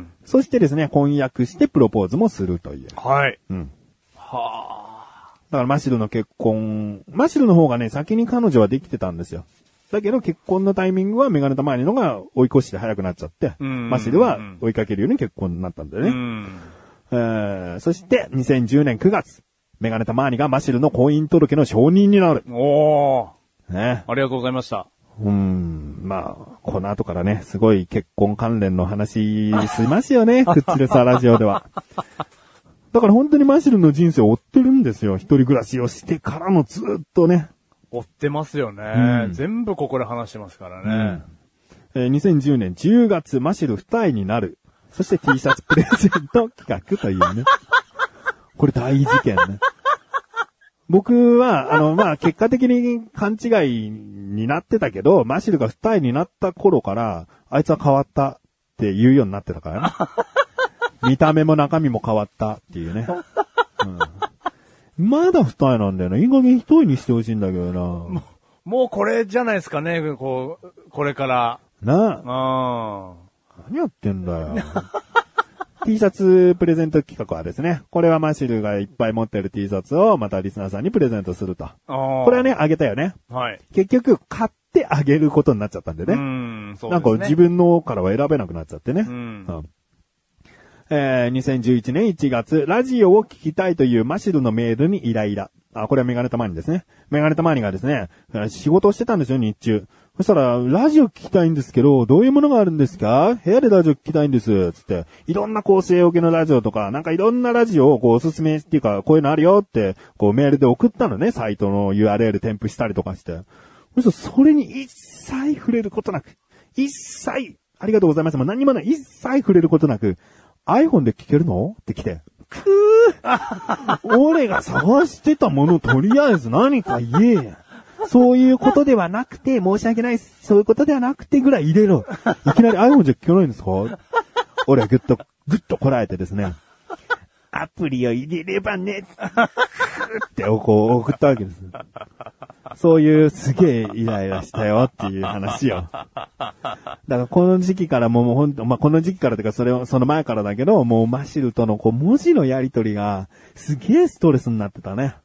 そしてですね、婚約してプロポーズもするという。 はい。 うん。 はあ。 だからマシルの結婚、マシルの方がね、先に彼女はできてたんですよ。だけど結婚のタイミングはメガネたまわりのが追い越して早くなっちゃって、マシルは追いかけるように結婚になったんだよね。うんえー、そしてにせんじゅうねんくがつ、メガネたまわりがマシルの婚姻届の承認になる。 おー。 ね。 ありがとうございました。 うーん、まあ、この後からね、すごい結婚関連の話しますよね、クッチレサラジオでは。だから本当にマシルの人生を追ってるんですよ。一人暮らしをしてからのずっとね。 追ってますよね、うん。全部ここで話してますからね。 うんえー、にせんじゅうねんじゅうがつ、マシル二重になる。そして T シャツプレゼント企画というね。これ大事件ね。僕は、あの、まあ、結果的に勘違いになってたけど、マシルが二重になった頃から、あいつは変わったって言うようになってたからね。見た目も中身も変わったっていうね。うん、まだ二重なんだよな。いい加減一重にしてほしいんだけどな。もう、もうこれじゃないですかね、こう、これから。 なあ。 何やってんだよ。T シャツプレゼント企画はですね、これはマシルがいっぱい持ってる T シャツをまたリスナーさんにプレゼントすると。これはね、あげたよね。 はい。 結局、買ってあげることになっちゃったんでね。 うん、そうですね。 なんか自分のからは選べなくなっちゃってね。 うん。うんえー、にせんじゅういちねんいちがつ、ラジオを聞きたいというマシルのメールにイライラ。あ、これはメガネたまわりですね。メガネたまわりがですね、仕事をしてたんですよ、日中。そしたら、ラジオ聞きたいんですけど、どういうものがあるんですか？部屋でラジオ聞きたいんです、つって。いろんな構成受けのラジオとか、なんかいろんなラジオをこうおすすめっていうか、こういうのあるよって、こうメールで送ったのね、サイトの ユーアールエル 添付したりとかして。そしたら、それに一切触れることなく、一切、ありがとうございます。もう何もない、一切触れることなく、iPhone で聞けるのって来て。くー俺が探してたものとりあえず何か言えや。そういうことではなくて、申し訳ないです。そういうことではなくてぐらい入れろ。いきなり iPhone じゃ聞けないんですか？俺はぐっと、ぐっとこらえてですね。アプリを入れればね、ってこう送ったわけです。そういうすげえイライラしたよっていう話よ。だからこの時期からもう、もうほんと、まあ、この時期からというかそれを、その前からだけど、もうマシルとのこう文字のやりとりがすげえストレスになってたね。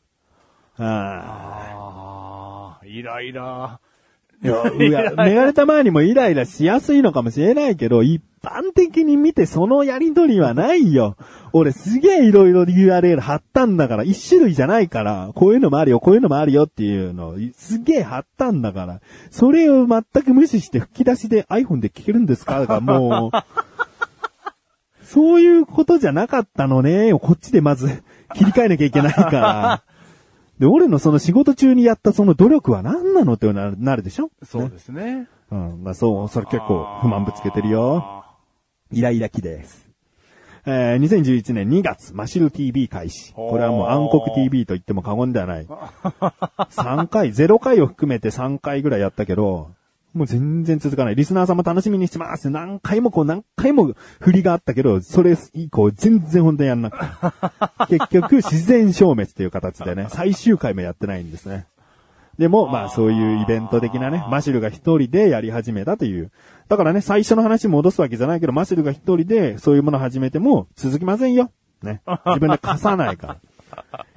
ああ、イライラ。 いや、いやメガネたまわりもイライラしやすいのかもしれないけど、一般的に見てそのやりとりはないよ。俺すげえいろいろ ユーアールエル 貼ったんだから、一種類じゃないから、こういうのもあるよ、こういうのもあるよっていうのをすげえ貼ったんだから、それを全く無視して吹き出しで iPhone で聞けるんですか？だからもう、そういうことじゃなかったのね、こっちでまず切り替えなきゃいけないから。で、俺のその仕事中にやったその努力は何なのってなる、なるでしょ？ そうですね。 ねうん。まあそう、それ結構不満ぶつけてるよ。イライラ期です。えー、にせんじゅういちねんにがつ、マシル ティービー 開始。これはもう暗黒 ティービー と言っても過言ではない。さんかい、ゼロかいを含めてさんかいぐらいやったけど、 もう全然続かない。リスナーさんも楽しみにしてます。何回もこう何回も振りがあったけど、それ以降全然本当にやんなくて。結局自然消滅という形でね、最終回もやってないんですね。でも、まあそういうイベント的なね、マシルが一人でやり始めたという。だからね、最初の話戻すわけじゃないけど、マシルが一人でそういうものを始めても続きませんよ。ね。自分で貸さないから。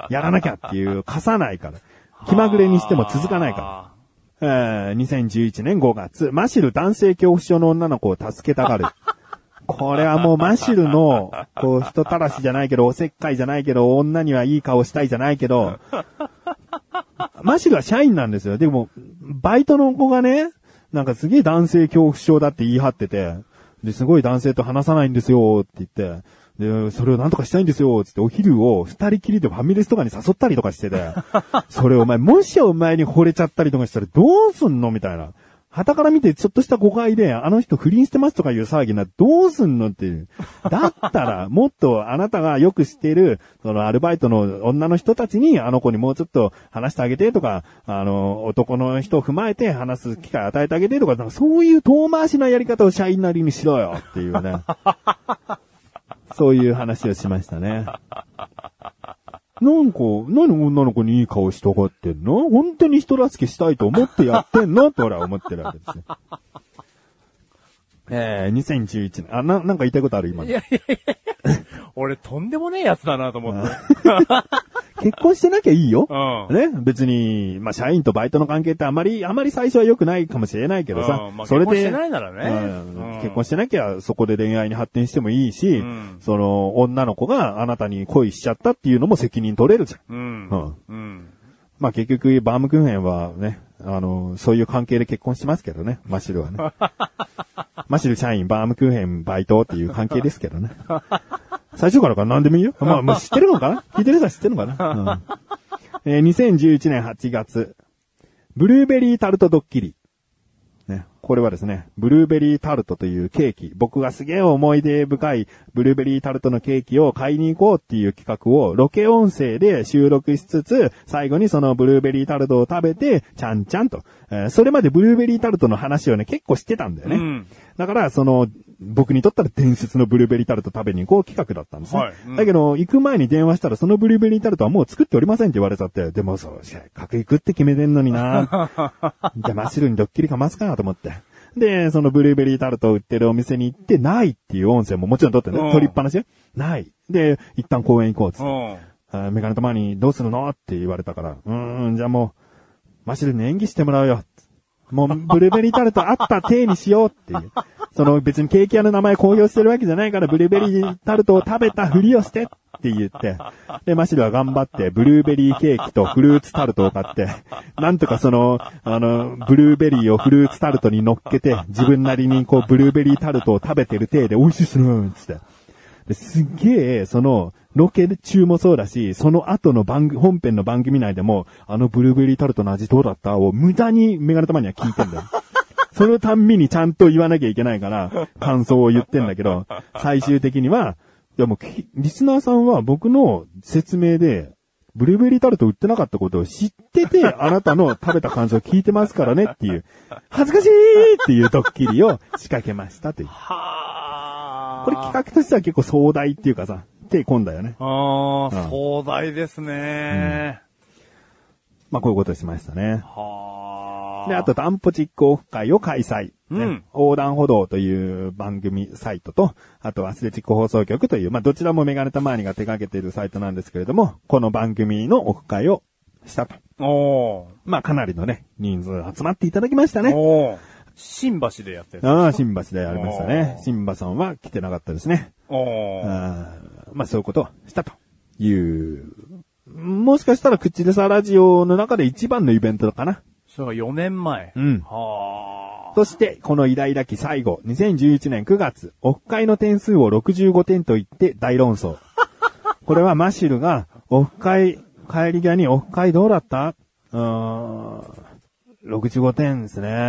やらなきゃっていう貸さないから。気まぐれにしても続かないから。えー、にせんじゅういちねんごがつ、マシル男性恐怖症の女の子を助けたがる。これはもうマシルの、こう人たらしじゃないけど、おせっかいじゃないけど、女にはいい顔したいじゃないけど、マシルは社員なんですよ。でも、バイトの子がね、なんかすげえ男性恐怖症だって言い張ってて、で、すごい男性と話さないんですよって言って、で、それをなんとかしたいんですよ、つってお昼を二人きりでファミレスとかに誘ったりとかしてて、それお前、もしお前に惚れちゃったりとかしたらどうすんのみたいな。傍から見てちょっとした誤解で、あの人不倫してますとかいう騒ぎな、どうすんのっていう。だったら、もっとあなたがよく知っている、そのアルバイトの女の人たちに、あの子にもうちょっと話してあげてとか、あの、男の人を踏まえて話す機会与えてあげてとか、なんかそういう遠回しなやり方を社員なりにしろよっていうね。そういう話をしましたね。なんか、何女の子にいい顔しとがってんの？本当に人助けしたいと思ってやってんのって俺は思ってるわけですよ。えー、にせんじゅういちねん。あ、な、なんか言いたいことある今の。 いやいやいや俺とんでもねえやつだなと思って。 結婚してなきゃいいよ。 うん。 ね。別に、まあ、社員とバイトの関係ってあまり、あまり最初は良くないかもしれないけどさ。 うんまあ、 それで。 結婚してないならね、 うんうん。結婚してなきゃそこで恋愛に発展してもいいし、うん、その、女の子があなたに恋しちゃったっていうのも責任取れるじゃん。うん。うん。うん、まあ、結局、バームクーヘンはね、あの、そういう関係で結婚してますけどね。マシルはね。マシル社員、バームクーヘン、バイトっていう関係ですけどね。最初からか何でもいいよ。まあ、まあ、知ってるのかな聞いてる人は知ってるのかな、うんえー、にせんじゅういちねんはちがつ、ブルーベリータルトドッキリ。ね、これはですね、ブルーベリータルトというケーキ、僕がすげえ思い出深いブルーベリータルトのケーキを買いに行こうっていう企画をロケ音声で収録しつつ、最後にそのブルーベリータルトを食べて、ちゃんちゃんと、えー、それまでブルーベリータルトの話をね、結構してたんだよね。うん、だから、その、僕にとったら伝説のブルーベリータルト食べに行こう企画だったんですね。はいうん、だけど、行く前に電話したら、そのブルーベリータルトはもう作っておりませんって言われちゃって、でもそう、各行くって決めてんのになじゃあ真っ白にドッキリかますかと思って。で、そのブルーベリータルトを売ってるお店に行って、ないっていう音声ももちろん取ってね、取りっぱなしよ。ない。で、一旦公園行こうっつって。メガネとマにどうするのって言われたから、うーん、じゃあもう、真っ白に演技してもらうよ。もう、ブルーベリータルトあった体にしようっていう。その別にケーキ屋の名前公表してるわけじゃないから、ブルーベリータルトを食べたふりをしてって言って。で、マシルは頑張って、ブルーベリーケーキとフルーツタルトを買って、なんとかその、あの、ブルーベリーをフルーツタルトに乗っけて、自分なりにこう、ブルーベリータルトを食べてる体で美味しいっすねーつって。ですっげえ、その、ロケ中もそうだし、その後の番組、本編の番組内でも、あのブルーベリータルトの味どうだったを無駄にメガネたまには聞いてんだよ。そのたんびにちゃんと言わなきゃいけないから、感想を言ってんだけど、最終的には、いやもう、リスナーさんは僕の説明で、ブルーベリータルト売ってなかったことを知ってて、あなたの食べた感想を聞いてますからねっていう、恥ずかしいっていうドッキリを仕掛けましたという。これ企画としては結構壮大っていうかさ、手込んだよね。 ああ、うん、壮大ですね、 うん。まあこういうことしましたね。 はあ。 で、あと、ダンポチックオフ会を開催。 ね、うん。 横断歩道という番組サイトと、あとアスレチック放送局という、まあどちらもメガネタマーニが手掛けているサイトなんですけれども、この番組のオフ会をしたと。 おー。 まあかなりのね、人数集まっていただきましたね。 おー。新橋でやってる。 ああ、新橋でやりましたね。新橋さんは来てなかったですね。 おあまあそういうことをしたという、もしかしたら口でさラジオの中で一番のイベントかな。 それがよねんまえ。 うん。はあ。そして、このイライラ期最後、にせんじゅういちねんくがつ、オフ会の点数をろくじゅうごてんと言って大論争。これはマシルが、オフ会、帰り際にオフ会どうだった？うーん、ろくじゅうごてんですね。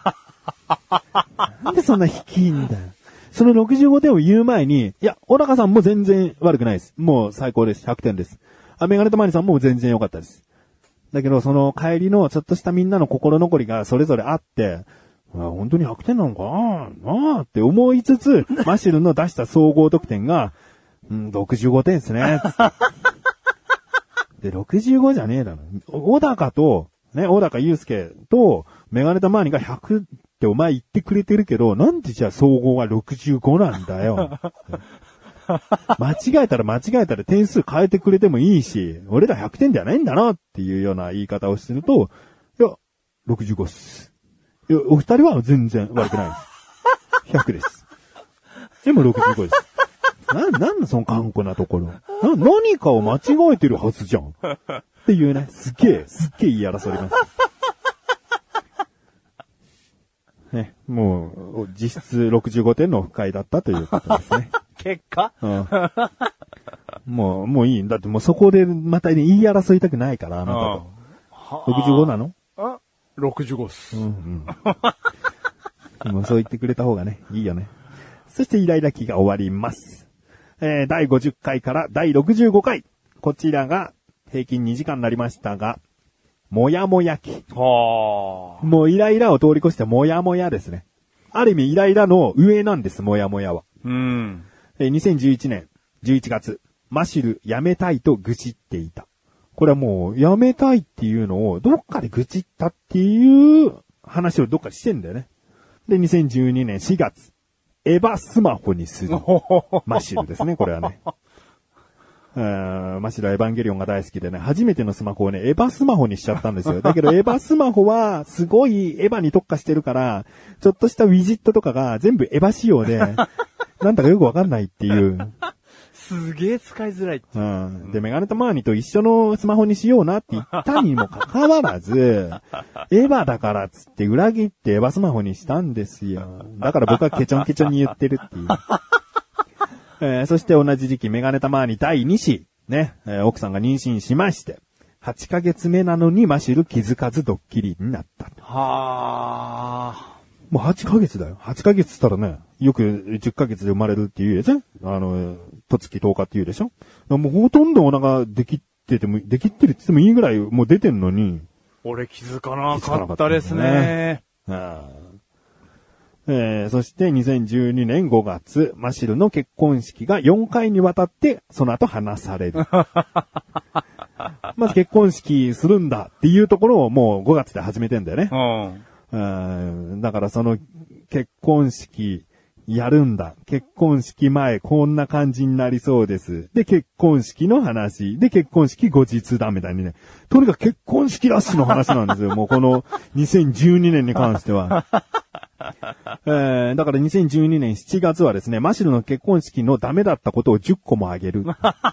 なんでそんな低いんだよ。そのろくじゅうごてんを言う前に、いや、小高さんも全然悪くないです。もう最高です。ひゃくてんです。あ、メガネとマリさんも全然良かったです。だけど、その帰りのちょっとしたみんなの心残りがそれぞれあって、 あ、本当にひゃくてんなのかななあって思いつつ、マシルの出した総合得点が、うん、ろくじゅうごてんですね。で、ろくじゅうごじゃねえだろ。小高と、ね、小高祐介と、メガネタマーニがひゃくってお前言ってくれてるけど、なんでじゃあ総合はろくじゅうごなんだよ。間違えたら間違えたら点数変えてくれてもいいし、俺らひゃくてんじゃないんだなっていうような言い方をしてると、いや、ろくじゅうごっす。いや、お二人は全然悪くないです。ひゃくです。でもろくじゅうごです。な、なんだその頑固なところ。な、何かを間違えてるはずじゃん。っていうね、すっげえ、すっげえ言い争います。ね、もう、実質ろくじゅうごてんの不快だったということですね。 結果、 うん、もう、もういい。だってもうそこでまた、ね、言い争いたくないから、あなたと。ろくじゅうごなの？ あ、ろくじゅうごっす。 うんうん、もうそう言ってくれた方がね、いいよね。そしてイライラ期が終わります。えー、だいごじゅっかいからだいろくじゅうごかい。こちらが平均にじかんになりましたが、もやもや期。 はあ。 もうイライラを通り越してもやもやですね。ある意味イライラの上なんです、もやもやは。 うん。 えー、にせんじゅういちねんじゅういちがつ、マシル辞めたいと愚痴っていた。これはもう辞めたいっていうのをどっかで愚痴ったっていう話をどっかでしてんだよね。で、にせんじゅうにねんしがつ、エヴァスマホにする。マシルですね、これはね。マシルはエヴァンゲリオンが大好きでね、初めてのスマホをね、エヴァスマホにしちゃったんですよ。だけどエヴァスマホはすごいエヴァに特化してるから、ちょっとしたウィジットとかが全部エヴァ仕様で、なんだかよくわかんないっていう。 すげえ使いづらいって。 うん。で、メガネタマーニと一緒のスマホにしようなって言ったにもかかわらず、エヴァだからっつって裏切ってエヴァスマホにしたんですよ。だから僕はケチョンケチョンに言ってるっていう。えー、そして同じ時期メガネタマーニだいに子、ね、えー、奥さんが妊娠しまして、はちかげつめなのにマシル気づかずドッキリになった。 はあ。 もうはちかげつだよ。はちかげつったらね、よくじゅっかげつで生まれるって言うでしょ？あの、とつきとおかって言うでしょ？もうほとんどお腹できってても、できってるって言ってもいいぐらいもう出てんのに。 俺気づかなかったですね。 あえー、そしてにせんじゅうにねんごがつ、マシルの結婚式がよんかいにわたって、その後話される。まず結婚式するんだっていうところをもうごがつで始めてんだよね。うん、うんだからその結婚式やるんだ。結婚式前こんな感じになりそうです。で、結婚式の話。で、結婚式後日だみたいにね。とにかく結婚式ラッシュの話なんですよ。もうこのにせんじゅうにねんに関しては。えー、だからにせんじゅうにねんしちがつはですね、マシルの結婚式のダメだったことをじゅっこもあげる。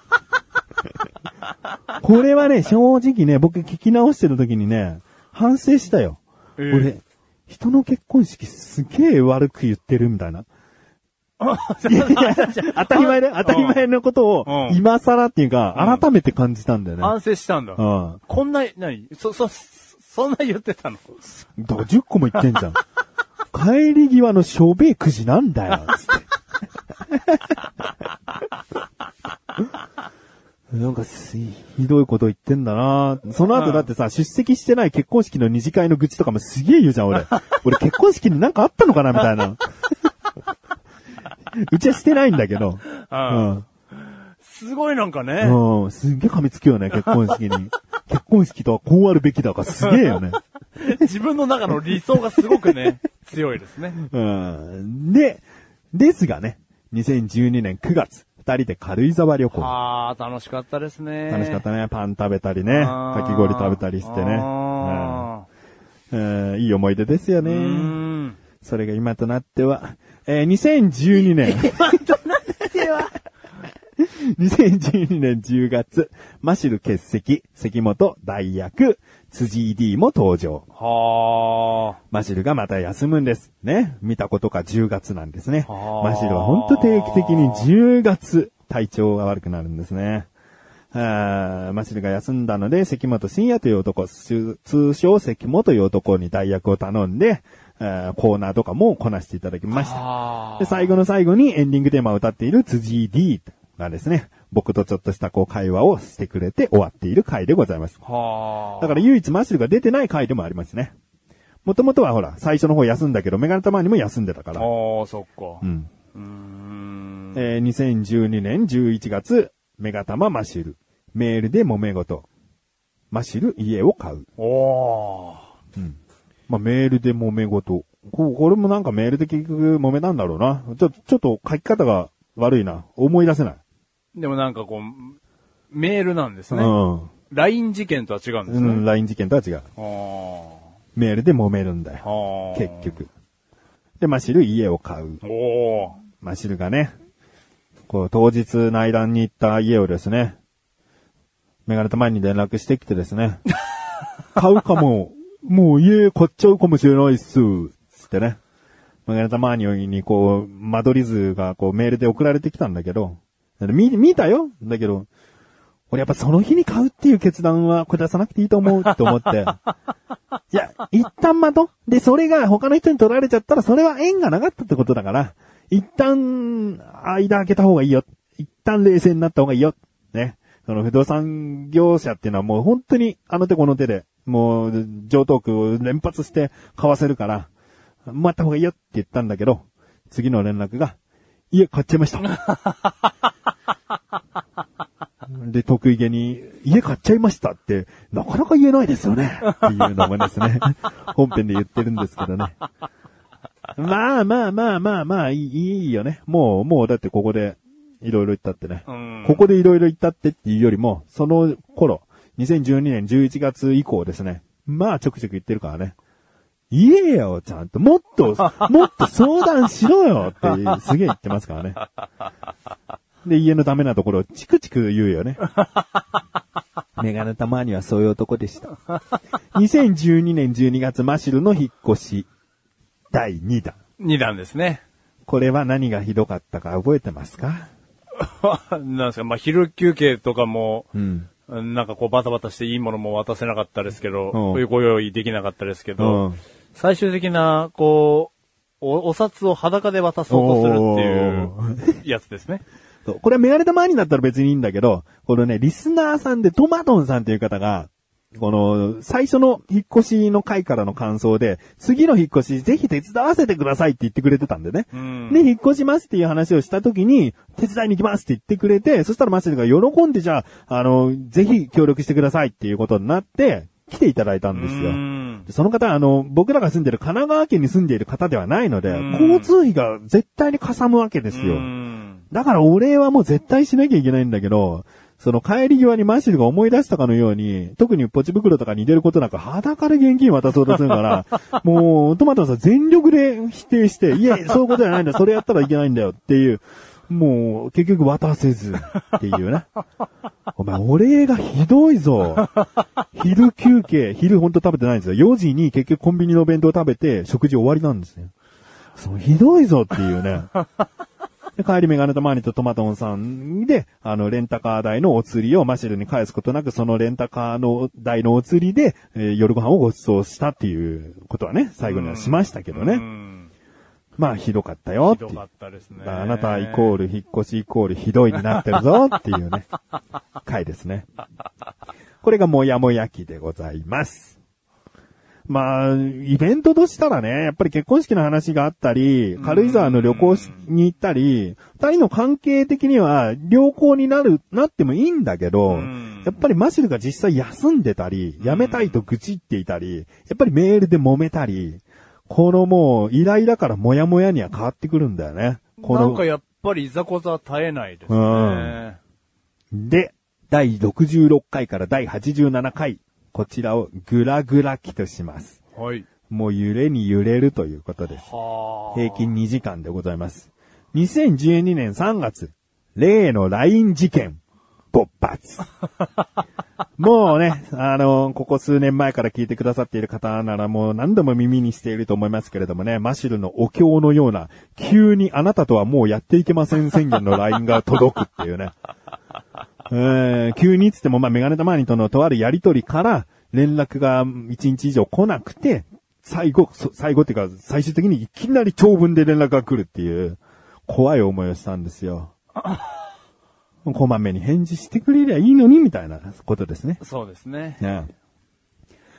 これはね、正直ね、僕聞き直してる時にね、反省したよ。えー、俺、人の結婚式すげえ悪く言ってるみたいな。いやいや当たり前で、当たり前のことを、今更っていうか、改めて感じたんだよね。 反省したんだ。うん、こんな、なに、そ、そ、そんな言ってたの？ だからじゅっこも言ってんじゃん。帰り際のしょべえくじなんだよ、つって。なんかす、ひどいこと言ってんだな。その後だってさ、出席してない結婚式の二次会の愚痴とかもすげえ言うじゃん、俺。俺結婚式になんかあったのかなみたいな。うちはしてないんだけど。 うん。すごいなんかね。 うん。すげえ噛みつくよね、結婚式に。結婚式とはこうあるべきだからすげえよね。 自分の中の理想がすごくね、強いですね。 うん。で、ですがね、にせんじゅうにねんくがつ、二人で軽井沢旅行。 ああ、楽しかったですね。 楽しかったね。パン食べたりね、かき氷食べたりしてね。うん、いい思い出ですよね。うんそれが今となっては、えー、にせんじゅうにねん。 今となっては。 にせんじゅうにねんじゅうがつ、マシル欠席、関本代役、辻井 D も登場。 はマシルがまた休むんです。ね。見たことかじゅうがつなんですね。マシルはほんと定期的にじゅうがつ、体調が悪くなるんですね。あマシルが休んだので、関本慎也という男、通称関本という男に代役を頼んで、コーナーとかもこなしていただきました。で、最後の最後にエンディングテーマを歌っている辻井 D がですね、僕とちょっとしたこう会話をしてくれて終わっている回でございます。だから唯一マシルが出てない回でもありますね。 もともとはほら、最初の方休んだけど、メガネたまにも休んでたから。 ああ、そっか。 うん。 うーん。 えー、にせんじゅうにねんじゅういちがつ、メガタママシュル。メールで揉め事。マシュル家を買う。 おー。 うん。まあ、メールで揉め事。こ, これもなんかメールで結局揉めたんだろうな。ちょ、ちょっと書き方が悪いな。思い出せない。 でもなんかこう、メールなんですね。 うん。 ライン 事件とは違うんですね。 うん、ライン 事件とは違う。メールで揉めるんだよ。結局。で、マシル家を買う。 おー。 マシルがね、こう、当日内覧に行った家をですね、メガネたまに連絡してきてですね、買うかも、もう家買っちゃうかもしれないっす、つってね。メガネたまににこう、間取り図がこうメールで送られてきたんだけど、見、見たよだけど、俺やっぱその日に買うっていう決断は下さなくていいと思うって思って。いや、一旦待と。で、それが他の人に取られちゃったらそれは縁がなかったってことだから、一旦間開けた方がいいよ。一旦冷静になった方がいいよ。ね。その不動産業者っていうのはもう本当にあの手この手で、もう上等句を連発して買わせるから、待った方がいいよって言ったんだけど、次の連絡が、家買っちゃいました。で、得意げに、家買っちゃいましたって、なかなか言えないですよね。っていうのもですね、本編で言ってるんですけどね。まあまあまあまあまあ、いい、いいよね。もう、もうだってここで、いろいろ言ったってね。ここでいろいろ言ったってっていうよりも、その頃、にせんじゅうにねんじゅういちがつ以降ですね。まあ、ちょくちょく言ってるからね。言えよ、ちゃんと。もっと、もっと相談しろよって、すげえ言ってますからね。で、家のダメなところをチクチク言うよね。メガネたまにはそういう男でした。にせんじゅうにねんじゅうにがつマシルの引っ越し。だいにだん。 にだんですね。 これは何がひどかったか覚えてますか？ なんですか、まあ、昼休憩とかも、 うん、 なんかこうバタバタしていいものも渡せなかったですけど、 うん、 ご用意できなかったですけど、 うん、 最終的な、こう、お、お札を裸で渡そうとするっていうやつですね。 これはメガネたまになったら別にいいんだけど、このね、リスナーさんでトマトンさんっていう方が、この、最初の引っ越しの回からの感想で、次の引っ越しぜひ手伝わせてくださいって言ってくれてたんでね。 うん、 で、引っ越しますっていう話をした時に、手伝いに行きますって言ってくれて、そしたらマシルが喜んでじゃあ、あの、ぜひ協力してくださいっていうことになって、来ていただいたんですよ。 うん、 その方、あの、僕らが住んでる神奈川県に住んでいる方ではないので、交通費が絶対にかさむわけですよ。だからお礼はもう絶対しなきゃいけないんだけど、その帰り際にマシルが思い出したかのように、特にポチ袋とかに入れることなく裸で現金渡そうとするから、もうトマトさん全力で否定して、いや、そういうことじゃないんだ、それやったらいけないんだよっていう、もう結局渡せずっていうね。お前、お礼がひどいぞ。昼休憩、昼ほんと食べてないんですよ。よじに結局コンビニの弁当食べて食事終わりなんですよ。そう、ひどいぞっていうね。で、帰りメガネとマーニとトマトンさんで、あの、レンタカー代のお釣りをマシルに返すことなく、そのレンタカーの代のお釣りで、えー、夜ご飯をご馳走したっていうことはね、最後にはしましたけどね。まあ、ひどかったよって。 ひどかったですね。 あなたイコール引っ越しイコールひどいになってるぞっていうね、回ですね。これがもやもや期でございます。まあ、イベントとしたらね、やっぱり結婚式の話があったり、軽井沢の旅行に行ったり、二人の関係的には良好になる、なってもいいんだけど、やっぱりマシルが実際休んでたり、辞めたいと愚痴っていたり、やっぱりメールで揉めたり、このもう、イライラからモヤモヤには変わってくるんだよね。このなんかやっぱりいざこざ絶えないですね。 うん、で、だいろくじゅうろっかいからだいはちじゅうななかい。こちらをグラグラ期とします。 はい。 もう揺れに揺れるということです。 は平均にじかんでございます。にせんじゅうにねんさんがつ、例の ライン 事件、勃発。もうね、あの、ここ数年前から聞いてくださっている方ならもう何度も耳にしていると思いますけれどもね、マシルのお経のような、急にあなたとはもうやっていけません宣言の ライン が届くっていうね。えー、急につっても、まあ、メガネたまにとのとあるやりとりから、連絡がいちにち以上来なくて、最後、最後っていうか、最終的にいきなり長文で連絡が来るっていう、怖い思いをしたんですよ。こまめに返事してくれりゃいいのに、みたいなことですね。 そうですね。 ね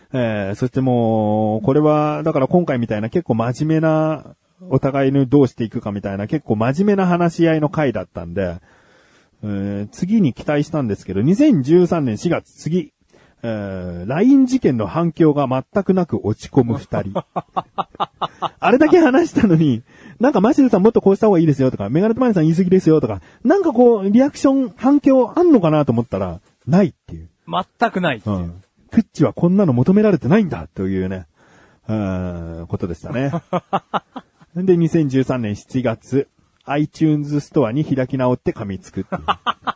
えー、そしてもう、これは、だから今回みたいな結構真面目な、お互いにどうしていくかみたいな結構真面目な話し合いの回だったんで、えー、次に期待したんですけど、にせんじゅうさんねんしがつ、次、えー、ライン 事件の反響が全くなく落ち込む二人。あれだけ話したのに、なんかマシルさんもっとこうした方がいいですよとか、メガネとマネさん言い過ぎですよとか、なんかこう、リアクション、反響あんのかなと思ったら、ないっていう。 全くないっていう。うん。 クッチはこんなの求められてないんだというね、うーん、ことでしたね。で、にせんじゅうさんねんしちがつ、iTunes ストアに開き直って噛みつくっていう。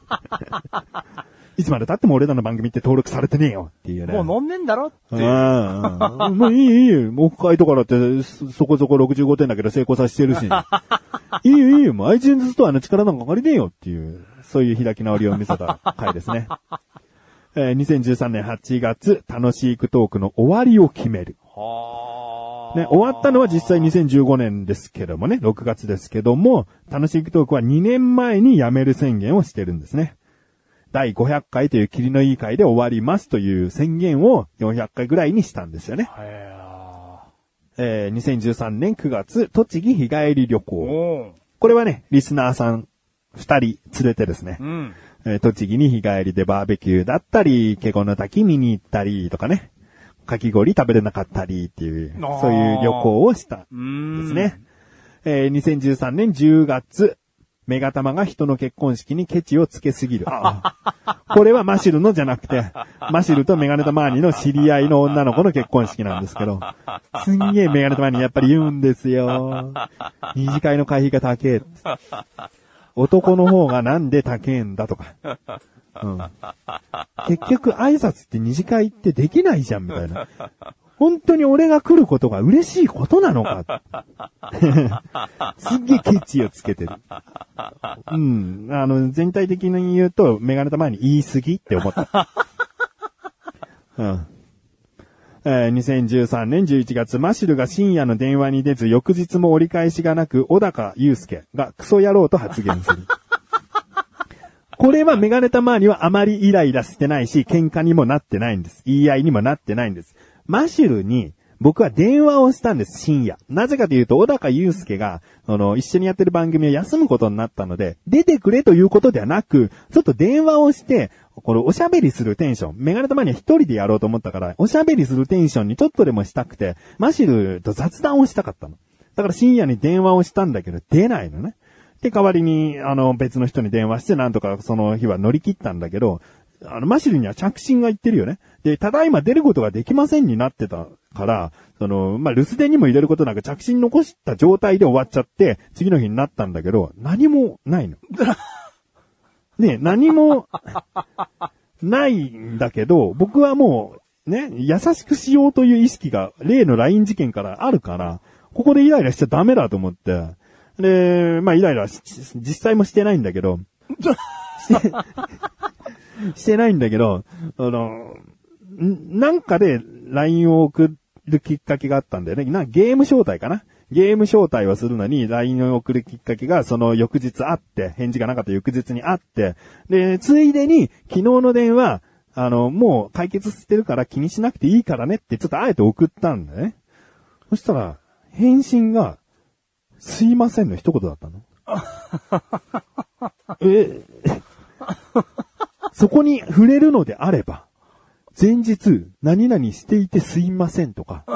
いつまで経っても俺らの番組って登録されてねえよっていうね。 もう飲んでんだろっていう。 うん。もういいいいよ。もう北海道からってそこそころくじゅうごてんだけど成功させてるし。いいよいいよ。もう iTunes ストアの力なんか借りねえよっていう、そういう開き直りを見せた回ですね。えー、にせんじゅうさんねんはちがつ、楽しいクトークの終わりを決める。はね、終わったのは実際にせんじゅうごねんですけどもね、ろくがつですけども、楽しいクトークはにねんまえに辞める宣言をしてるんですね。だいごひゃっかいという切りのいい回で終わりますという宣言をよんひゃっかいぐらいにしたんですよね。えー、にせんじゅうさんねんくがつ、栃木日帰り旅行。これはね、リスナーさんふたり連れてですね、うんえー、栃木に日帰りでバーベキューだったり、華厳の滝見に行ったりとかね、かき氷食べれなかったりっていう、そういう旅行をしたんですね。えー、にせんじゅうさんねんじゅうがつ、メガタマが人の結婚式にケチをつけすぎる。ああこれはマシルのじゃなくて、マシルとメガネタマーニの知り合いの女の子の結婚式なんですけど、すんげえメガネタマーニやっぱり言うんですよ。二次会の会費が高え。男の方がなんで高えんだとか。うん、結局挨拶って二次会ってできないじゃんみたいな。本当に俺が来ることが嬉しいことなのか。すっげえケチをつけてる。うん。あの、全体的に言うと、メガネた前に言い過ぎって思った。うん。えー、にせんじゅうさんねんじゅういちがつ、マシルが深夜の電話に出ず、翌日も折り返しがなく、小高祐介がクソ野郎と発言する。これはメガネた周りはあまりイライラしてないし、喧嘩にもなってないんです。言い合いにもなってないんです。マシュルに僕は電話をしたんです、深夜。なぜかというと、小高祐介が、あの、一緒にやってる番組を休むことになったので、出てくれということではなく、ちょっと電話をして、これおしゃべりするテンション。メガネたまには一人でやろうと思ったから、おしゃべりするテンションにちょっとでもしたくて、マシュルと雑談をしたかったの。だから深夜に電話をしたんだけど、出ないのね。で、代わりに、あの、別の人に電話して、なんとかその日は乗り切ったんだけど、あの、マシルには着信が言ってるよね。で、ただいま出ることができませんになってたから、その、まあ、留守電にも入れることなく着信残した状態で終わっちゃって、次の日になったんだけど、何もないの。ね、何も、ないんだけど、僕はもう、ね、優しくしようという意識が、例の ライン 事件からあるから、ここでイライラしちゃダメだと思って、で、まあ、イライラし、実際もしてないんだけど、してしてないんだけど、あの、なんかで ライン を送るきっかけがあったんだよね。なゲーム招待かな。ゲーム招待をするのに ライン を送るきっかけがその翌日あって、返事がなかった翌日にあって、で、ついでに昨日の電話、あの、もう解決してるから気にしなくていいからねってちょっとあえて送ったんだよね。そしたら、返信が、すいませんの一言だったの。え、そこに触れるのであれば、前日何々していてすいませんとか、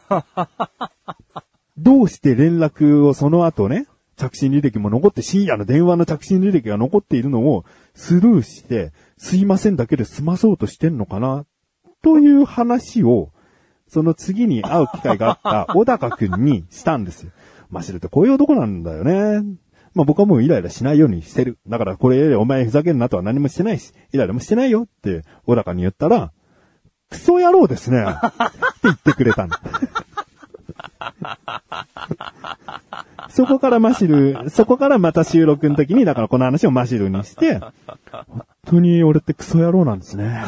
どうして連絡をその後ね、着信履歴も残って深夜の電話の着信履歴が残っているのをスルーして、すいませんだけで済まそうとしてんのかな、という話を、その次に会う機会があった小高くんにしたんですよ。マシルってこういう男なんだよね。まあ僕はもうイライラしないようにしてる。だからこれお前ふざけんなとは何もしてないし、イライラもしてないよって小高に言ったら、クソ野郎ですねって言ってくれたの。そこからマシル、そこからまた収録の時に、だからこの話をマシルにして、本当に俺ってクソ野郎なんですね。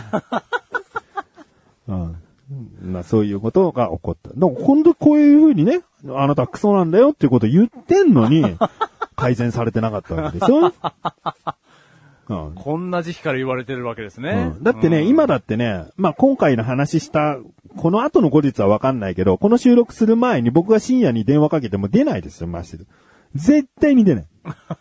うんまあそういうことが起こった。だから今度こういう風にね、あなたクソなんだよっていうことを言ってんのに、改善されてなかったわけでしょ、うん、 こんな時期から言われてるわけですね。 うん、だってね、うん、今だってね、まあ今回の話したこの後の後日はわかんないけど、この収録する前に僕が深夜に電話かけても出ないですよ、マシル。絶対に出ない。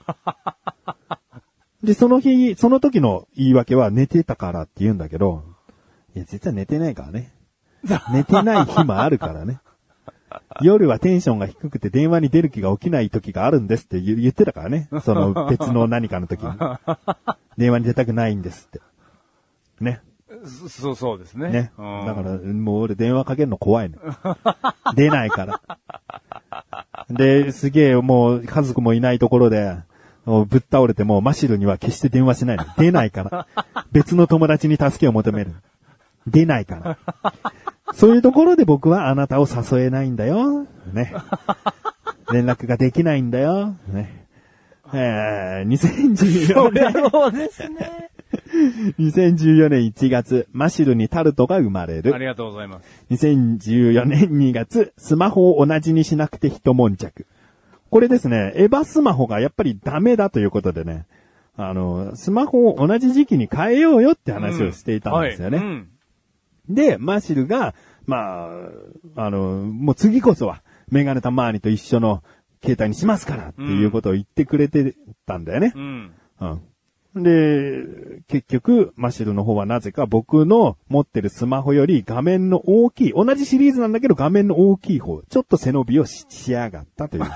で、その日、その時の言い訳は寝てたからって言うんだけど、いや、実は寝てないからね。寝てない日もあるからね。夜はテンションが低くて電話に出る気が起きない時があるんですって言ってたからね。その別の何かの時に。電話に出たくないんですって。ね。 そう、そうですね。 ね。だから、もう俺電話かけるの怖いね。出ないから。で、すげえもう家族もいないところで、もうぶっ倒れてもマシルには決して電話しないの。出ないから。別の友達に助けを求める。出ないから。そういうところで僕はあなたを誘えないんだよ。ね。連絡ができないんだよ。ね。えー、にせんじゅうよねん。 そうですね。 にせんじゅうよねんいちがつ、マシルにタルトが生まれる。 ありがとうございます。 にせんじゅうよねんにがつ、スマホを同じにしなくて一悶着。これですね、エヴァスマホがやっぱりダメだということでね、あの、スマホを同じ時期に変えようよって話をしていたんですよね。うんはいうんで、マシルが、まあ、あの、もう次こそは、メガネたまーにと一緒の携帯にしますからっていうことを言ってくれてたんだよね。うん。うん。で、結局、マシルの方はなぜか僕の持ってるスマホより画面の大きい、同じシリーズなんだけど画面の大きい方、ちょっと背伸びを し, しやがったという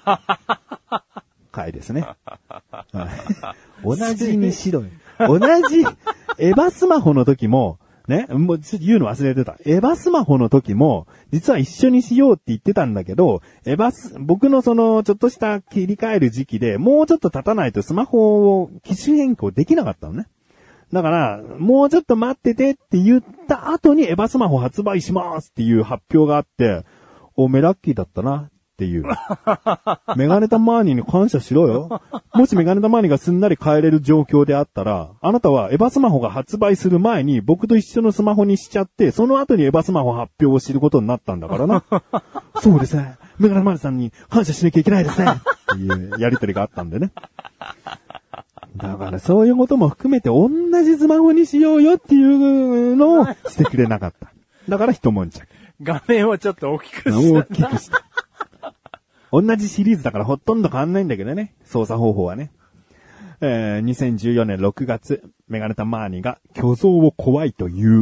回ですね。同じにしろよ。同じ、エヴァスマホの時も、ね、もうちょっと言うの忘れてた。エヴァスマホの時も、実は一緒にしようって言ってたんだけど、エヴァス、僕のその、ちょっとした切り替える時期で、もうちょっと経たないとスマホを機種変更できなかったのね。だから、もうちょっと待っててって言った後にエヴァスマホ発売しますっていう発表があって、おめラッキーだったな。っていう。メガネタマーニに感謝しろよ。もしメガネタマーニがすんなり変えれる状況であったら、あなたはエヴァスマホが発売する前に僕と一緒のスマホにしちゃって、その後にエヴァスマホ発表を知ることになったんだからな。そうですね。メガネタマーニさんに感謝しなきゃいけないですね。っていうやりとりがあったんでね。だからそういうことも含めて同じスマホにしようよっていうのをしてくれなかった。だから一悶着。 画面をちょっと大きくした。 大きくした。同じシリーズだからほとんど変わんないんだけどね。操作方法はね。えー、にせんじゅうよねんろくがつ、メガネタマーニが巨像を怖いという。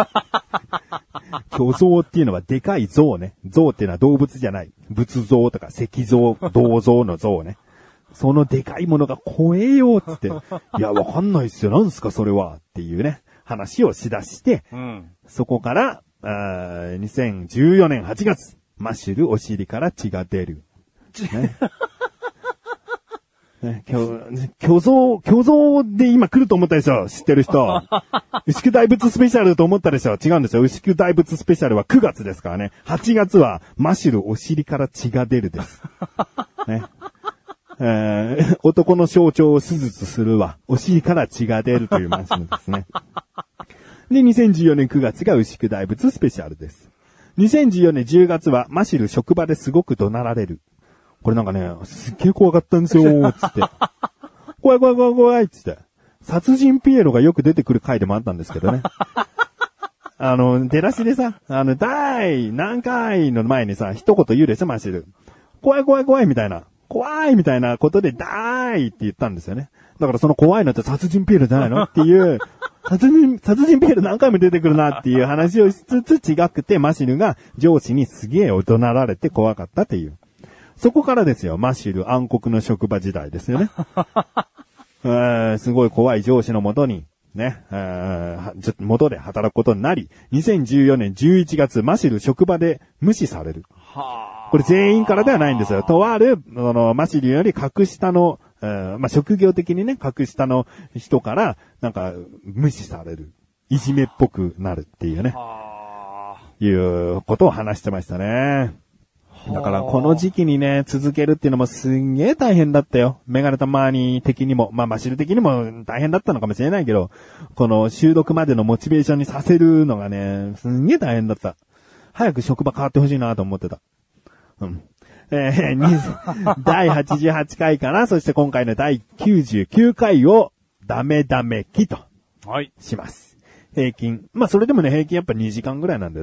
巨像っていうのはでかい像ね。像っていうのは動物じゃない。仏像とか石像、銅像の像ね。そのでかいものが怖えよっつって。いや、わかんないっすよ。なんすかそれは。っていうね。話をしだして、うん、そこから、あにせんじゅうよねんはちがつ、マシュルお尻から血が出る。ね。ね、巨像、巨像で今来ると思ったでしょ知ってる人。牛久大仏スペシャルと思ったでしょ違うんですよ。牛久大仏スペシャルはくがつですからね。はちがつはマシュルお尻から血が出るです。ね。えー、男の象徴を手術するわ。お尻から血が出るというマシュルですね。で、にせんじゅうよねんくがつが牛久大仏スペシャルです。にせんじゅうよねんじゅうがつはマシュル職場ですごく怒鳴られる。これなんかね、すっげえ怖かったんですよ、つって。怖い怖い怖い怖い、つって。殺人ピエロがよく出てくる回でもあったんですけどね。あの、出だしでさ、あの、第何回の前にさ、一言言うでしょ、マシル。怖い怖い怖いみたいな。怖いみたいなことで、ダーイって言ったんですよね。だからその怖いのって殺人ピエロじゃないのっていう、殺人、殺人ピエロ何回も出てくるなっていう話をしつつ違くて、マシルが上司にすげえ怒鳴られて怖かったっていう。そこからですよ、マシル暗黒の職場時代ですよね。えー、すごい怖い上司のもとに、ね、えー、元で働くことになり、にせんじゅうよねんじゅういちがつ、マシル職場で無視される。これ全員からではないんですよ。とある、あの、マシルより格下の、えー、まあ、職業的にね、格下の人から、なんか、無視される。いじめっぽくなるっていうね。いうことを話してましたね。だからこの時期にね、続けるっていうのもすんげえ大変だったよ。メガネタマーニ的にも、まあマシル的にも大変だったのかもしれないけど、この収録までのモチベーションにさせるのがね、すんげえ大変だった。早く職場変わってほしいなと思ってた。うん。えー、だいはちじゅうはちかいから、そして今回のだいきゅうじゅうきゅうかいをダメダメ期とします。平均。まあそれでもね、平均やっぱにじかんぐらいなんだよね。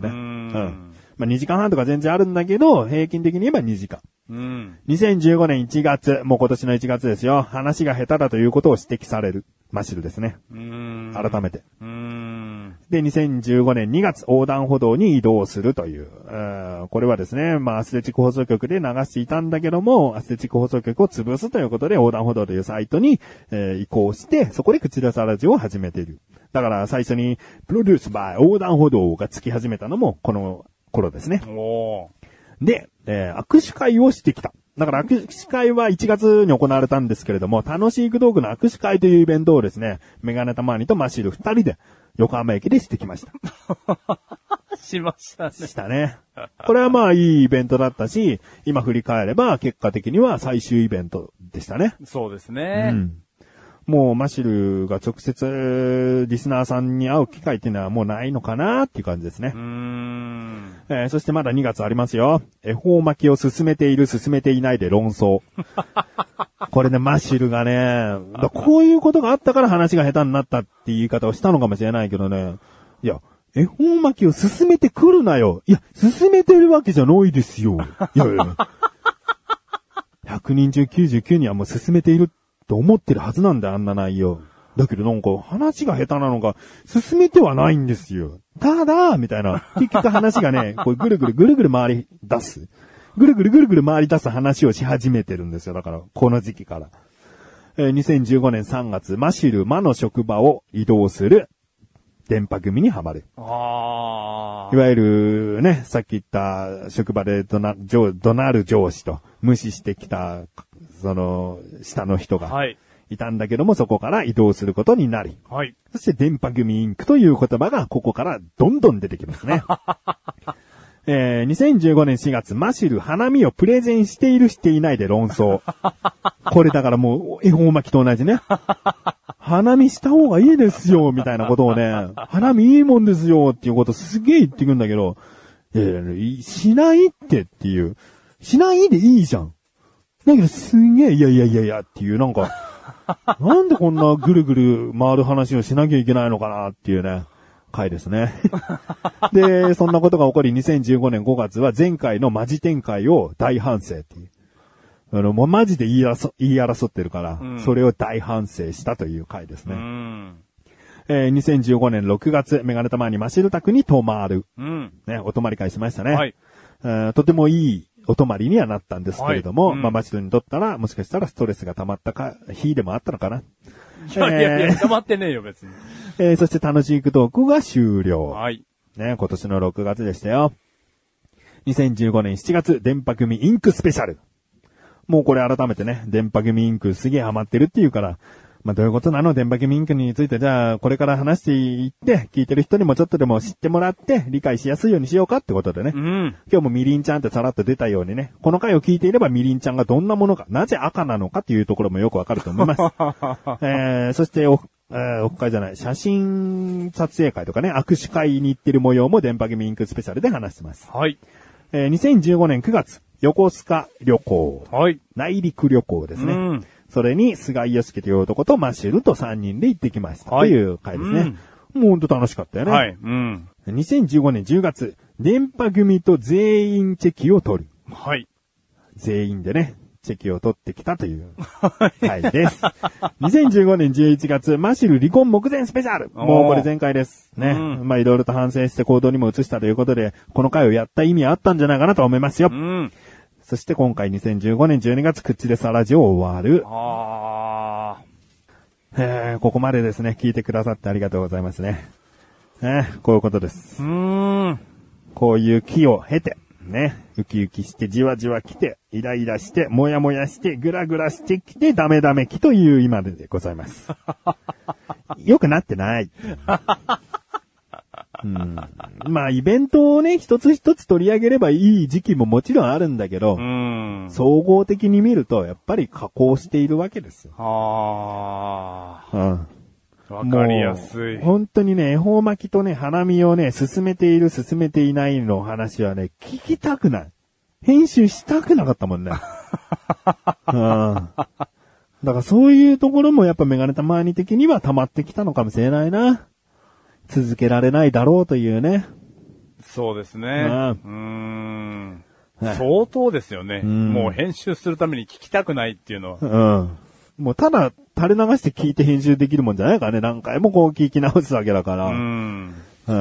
ん。まあにじかんはんとか全然あるんだけど、平均的に言えばにじかん。 うん。 にせんじゅうごねんいちがつ、もう今年のいちがつですよ。話が下手だということを指摘される。マシルですね。 うん。 改めて。 うん。 で、にせんじゅうごねんにがつ、横断歩道に移動するという。うこれはですね、まあ、アスレチック放送局で流していたんだけども、アスレチック放送局を潰すということで、横断歩道というサイトに、えー、移行して、そこで口出さラジオを始めている。だから最初に、プロデュースバイ横断歩道がつき始めたのも、この頃ですね。 おー。 で、えー、握手会をしてきた。だから握手会はいちがつに行われたんですけれども、楽しい道具の握手会というイベントをですね、メガネたまわりとマシル二人で横浜駅でしてきました。 しましたね。 したね。これはまあいいイベントだったし、今振り返れば結果的には最終イベントでしたね。 そうですね。 うん。もうマシルが直接リスナーさんに会う機会っていうのはもうないのかなっていう感じですね。 うーん。 えー、そしてまだにがつありますよ。恵方巻きを進めている進めていないで論争。これね、マシルがね、だこういうことがあったから話が下手になったって言い方をしたのかもしれないけどね。いや、恵方巻きを進めてくるなよ。いや、進めてるわけじゃないですよ。いやいや。ひゃくにん中きゅうじゅうきゅうにんはもう進めていると思ってるはずなんだよ、あんな内容。だけどなんか話が下手なのが進めてはないんですよ。ただ、みたいな。結局話がね、こうぐるぐるぐるぐる回り出す。ぐるぐるぐるぐる回り出す話をし始めてるんですよ。だから、この時期から。えー、にせんじゅうごねんさんがつ、マシル魔の職場を移動する電波組にはまる。 あいわゆるね、さっき言った職場で怒鳴怒鳴る上司と無視してきた、その、下の人が。はい。いたんだけども、そこから移動することになり。はい。そして、電波組インクという言葉がここからどんどん出てきますね。えー、にせんじゅうごねんしがつ、マシル花見をプレゼンしているしていないで論争。これだからもう、恵方巻きと同じね。花見した方がいいですよ、みたいなことをね、花見いいもんですよ、っていうことすげえ言ってくんだけど、いやいや、しないってっていう。しないでいいじゃん。だけどすげえ、いやいやいやいやっていう、なんか、なんでこんなぐるぐる回る話をしなきゃいけないのかなっていうね、回ですね。で、そんなことが起こりにせんじゅうごねんごがつは前回のマジ展開を大反省っていう。あの、もうマジで言い争、言い争ってるから、うん、それを大反省したという回ですね。うんえー、にせんじゅうごねんろくがつ、メガネたまにマシル宅に泊まる。うん、ね、お泊まり会しましたね。はいえー、とてもいいお泊まりにはなったんですけれども、はいうん、まあマシルにとったら、もしかしたらストレスが溜まったか、日でもあったのかな。 いやいやいや、溜まってねえよ、別に。 えー、そして楽しいトークが終了。はい。ね、今年のろくがつでしたよ。にせんじゅうごねんしちがつ、電波組インクスペシャル。もうこれ改めてね、電波組インクすげえハマってるっていうから、まあどういうことなの電波組インクについてじゃあこれから話していって、聞いてる人にもちょっとでも知ってもらって理解しやすいようにしようかってことでね。うん、今日もみりんちゃんってさらっと出たようにね、この回を聞いていればみりんちゃんがどんなものか、なぜ赤なのかっていうところもよくわかると思います。えー、そしてお、えー、オフ会じゃない、写真撮影会とかね、握手会に行ってる模様も電波組インクスペシャルで話してます。はい。えー、にせんじゅうごねんくがつ、横須賀旅行。はい。内陸旅行ですね。うん。それに、菅井良樹という男とマシュルとさんにんで行ってきました。はい。という回ですね。うん、もうほんと楽しかったよね。はい。うん。にせんじゅうごねんじゅうがつ、電波組と全員チェキを取る。はい。全員でね、チェキを取ってきたという回です。にせんじゅうごねんじゅういちがつ、マシル離婚目前スペシャル。もうこれ前回です。ね。うん、まあいろいろと反省して行動にも移したということで、この回をやった意味はあったんじゃないかなと思いますよ。うん、そして今回にせんじゅうごねんじゅうにがつ、口でさラジオ終わる。あー。ここまでですね、聞いてくださってありがとうございますね。ねこういうことです。うーんこういう気を経て、ね、ウキウキして、じわじわ来て、イライラして、もやもやして、グラグラしてきて、ダメダメ期という今でございます。よくなってない。うん、まあ、イベントをね、一つ一つ取り上げればいい時期ももちろんあるんだけど、うん総合的に見ると、やっぱり加工しているわけですよ。ああ。うんわかりやすい。本当にね、恵方巻きとね、花見をね、進めている、進めていないの話はね、聞きたくない。編集したくなかったもんね。うん、だからそういうところもやっぱメガネたまに的には溜まってきたのかもしれないな。続けられないだろうというね。 そうですね。 うんうーん。相当ですよね。もう編集するために聞きたくないっていうのは。 うん。もうただ垂れ流して聞いて編集できるもんじゃないからね。何回もこう聞き直すわけだから。 うん。 うん。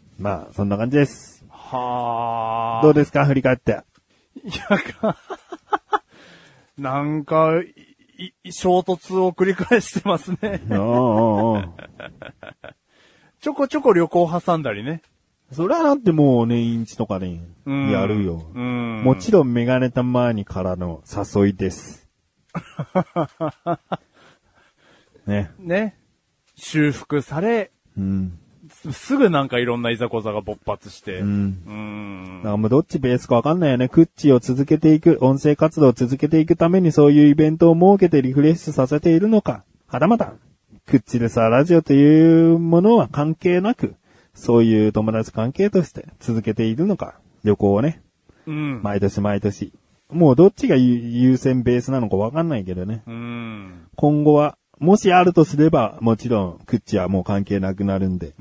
まあ、そんな感じです。 はあ。 どうですか振り返って。 いや、か、なんか、い、衝突を繰り返してますね。ちょこちょこ旅行挟んだりね。 それはだってもう年一とかでやるよ。 うん。 もちろんメガネたまにからの誘いです。ね。 ね。修復され、 うん。 すぐなんかいろんないざこざが勃発して。 うん。 うん。 だからもうどっちベースかわかんないよね。クッチを続けていく、音声活動を続けていくためにそういうイベントを設けてリフレッシュさせているのか。はたまた、クッチでさ、ラジオというものは関係なく、そういう友達関係として続けているのか。旅行をね。 うん。 毎年毎年。もうどっちが優先ベースなのかわかんないけどね。 うん。 今後は、もしあるとすれば、もちろん、クッチはもう関係なくなるんで。 うん。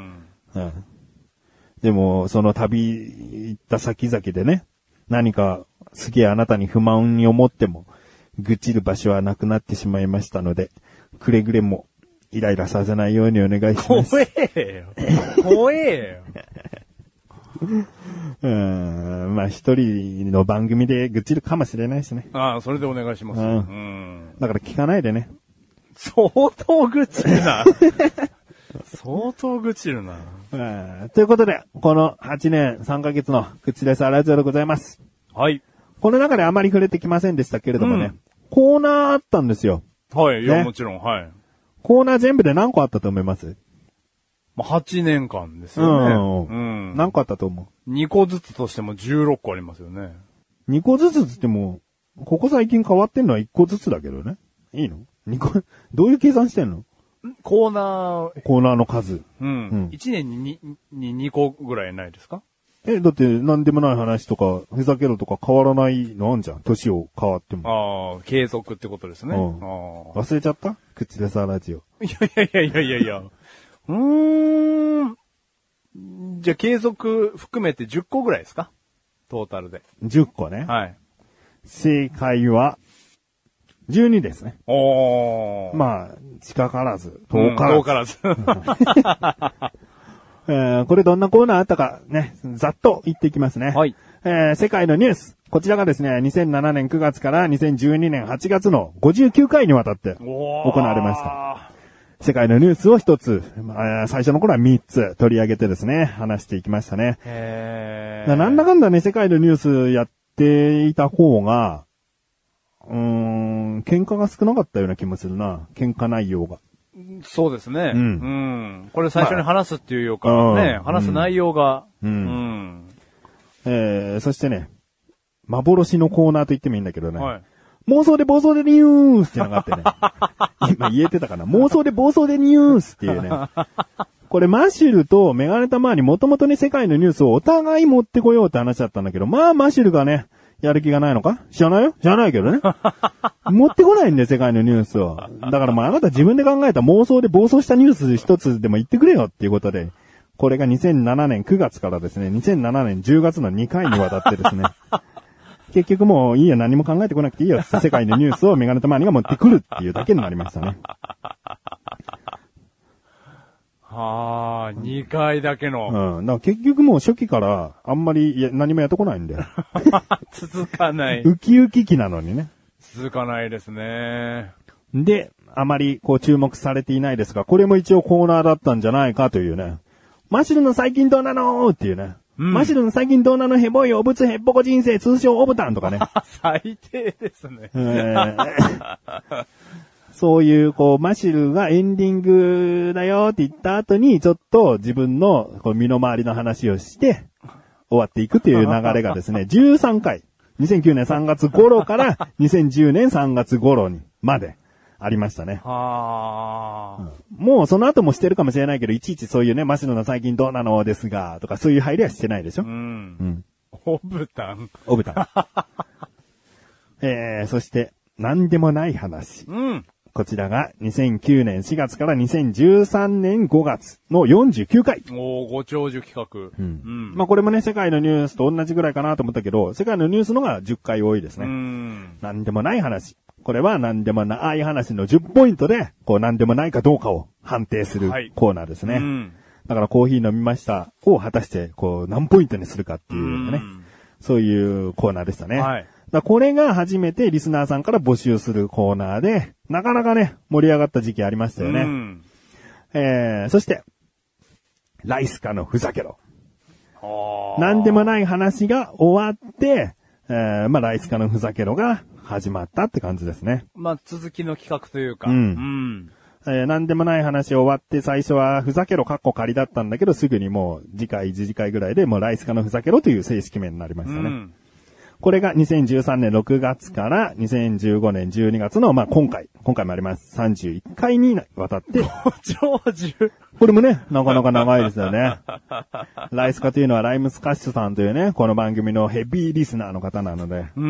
うん。でも、その旅行った先々でね、何かすげえあなたに不満に思っても、愚痴る場所はなくなってしまいましたので、くれぐれもイライラさせないようにお願いします。 怖えよ。怖えよ。 うーん、まあ一人の番組で愚痴るかもしれないしね。 ああ、それでお願いします。 ううんん。 だから聞かないでね。 相当愚痴るな。相当愚痴るな。 うんということで、このはちねんさんかげつの口レスラジオでございます。 はい。 この中であまり触れてきませんでしたけれどもね、 うん、 コーナーあったんですよ。 はい、いや、 ね、 もちろん、はい。 コーナー全部で何個あったと思います？ まあ、はちねんかんですよね。うん。 うん、何個あったと思う？ に 個ずつとしてもじゅうろっこありますよね。 にこずつつっても、ここ最近変わってんのはいっこずつだけどね。いいの？ に 個、どういう計算してんの？ コーナー。 コーナーの数。 うん。うん、いちねんに 2, ににこぐらいないですか？ え、だって何でもない話とか、ふざけろとか変わらないのあんじゃん。年を変わっても。ああ、継続ってことですね。うん、 あ忘れちゃった？口でさラジオ。 いやいやいやいやいやいや。うーん。じゃあ継続含めてじゅっこぐらいですか？トータルで。 じゅっこね。 はい。 正解は、じゅうにですね。 おー。 まあ、近からず、遠からず。 遠からず。 えー、これどんなコーナーあったかね、ざっと言っていきますね。 はい。 えー、世界のニュース。こちらがですね、にせんななねんくがつからにせんじゅうにねんはちがつのごじゅうきゅうかいにわたって行われました。世界のニュースを一つ、まあ、最初の頃はみっつ取り上げてですね、話していきましたね。 へー。 なんだかんだね、世界のニュースやっていた方が、うーん、喧嘩が少なかったような気もするな。喧嘩内容が。 そうですね。 うん。 うん。これ最初に話すっていうようか、まあ、ね、話す内容が。 うん。うん、えー、そしてね、幻のコーナーと言ってもいいんだけどね。はい。妄想で暴走でニュースってのがあってね。今言えてたかな。妄想で暴走でニュースっていうね。これマシュルとメガネタマーにもともとね世界のニュースをお互い持ってこようって話だったんだけど、まあマシュルがね、やる気がないのか知らないよ知らないけどね。持ってこないんだよ、世界のニュースを。だからまああなた自分で考えた妄想で暴走したニュース一つでも言ってくれよっていうことで、これがにせんななねんくがつからですね、にせんななねんじゅうがつのにかいにわたってですね。結局もういいよ、何も考えてこなくていいよ。世界のニュースをメガネたまにが持ってくるっていうだけになりましたね。 はあ、にかいだけの。 うん。だから結局もう初期からあんまりや何もやってこないんだよ。 続かない。 ウキウキ期なのにね。 続かないですね。 で、あまりこう注目されていないですが、これも一応コーナーだったんじゃないかというね。マシルの最近どうなのっていうね。うん、マシルの最近どうなのヘボいお仏ヘッポコ人生通称オブタンとかね。 最低ですね。 えーそういう、こう、マシルがエンディングだよって言った後に、ちょっと自分のこう身の回りの話をして、終わっていくという流れがですね、じゅうさんかい。にせんきゅうねんさんがつ頃からにせんじゅうねんさんがつ頃にまでありましたね。 はー、うん。もうその後もしてるかもしれないけど、いちいちそういうね、マシルの最近どうなのですが、とかそういう入りはしてないでしょ。うん。うん。 オブタン。 オブタン。えー、そして、なんでもない話。 うん。 こちらがにせんきゅうねんしがつからにせんじゅうさんねんごがつのよんじゅうきゅうかい。 おー、ご長寿企画。 うん。 うん。 まあこれもね、世界のニュースと同じぐらいかなと思ったけど、世界のニュースのがじゅっかい多いですね。 うん。 なんでもない話。これはなんでもない話のじゅっポイントで、こうなんでもないかどうかを判定するコーナーですね。 はい、うん。 だからコーヒー飲みましたを果たしてこう何ポイントにするかっていうね。うん、そういうコーナーでしたね。 はい。 だこれが初めてリスナーさんから募集するコーナーで、なかなかね、盛り上がった時期ありましたよね。うん、えー、そして、ライスカのふざけろ。なんでもない話が終わって、えー、まあ、ライスカのふざけろが始まったって感じですね。 まあ、続きの企画というか。 うん。うんえー、なんでもない話終わって最初はふざけろカッコ仮だったんだけど、すぐにもう次回、次次回ぐらいでもうライスカのふざけろという正式名になりましたね。うんこれがにせんじゅうさんねんろくがつからにせんじゅうごねんじゅうにがつの、まあ、今回、今回もあります。さんじゅういっかいにわたって。 ご長寿。 これもね、なかなか長いですよね。ライスカというのはライムスカッシュさんというね、この番組のヘビーリスナーの方なので。 うん、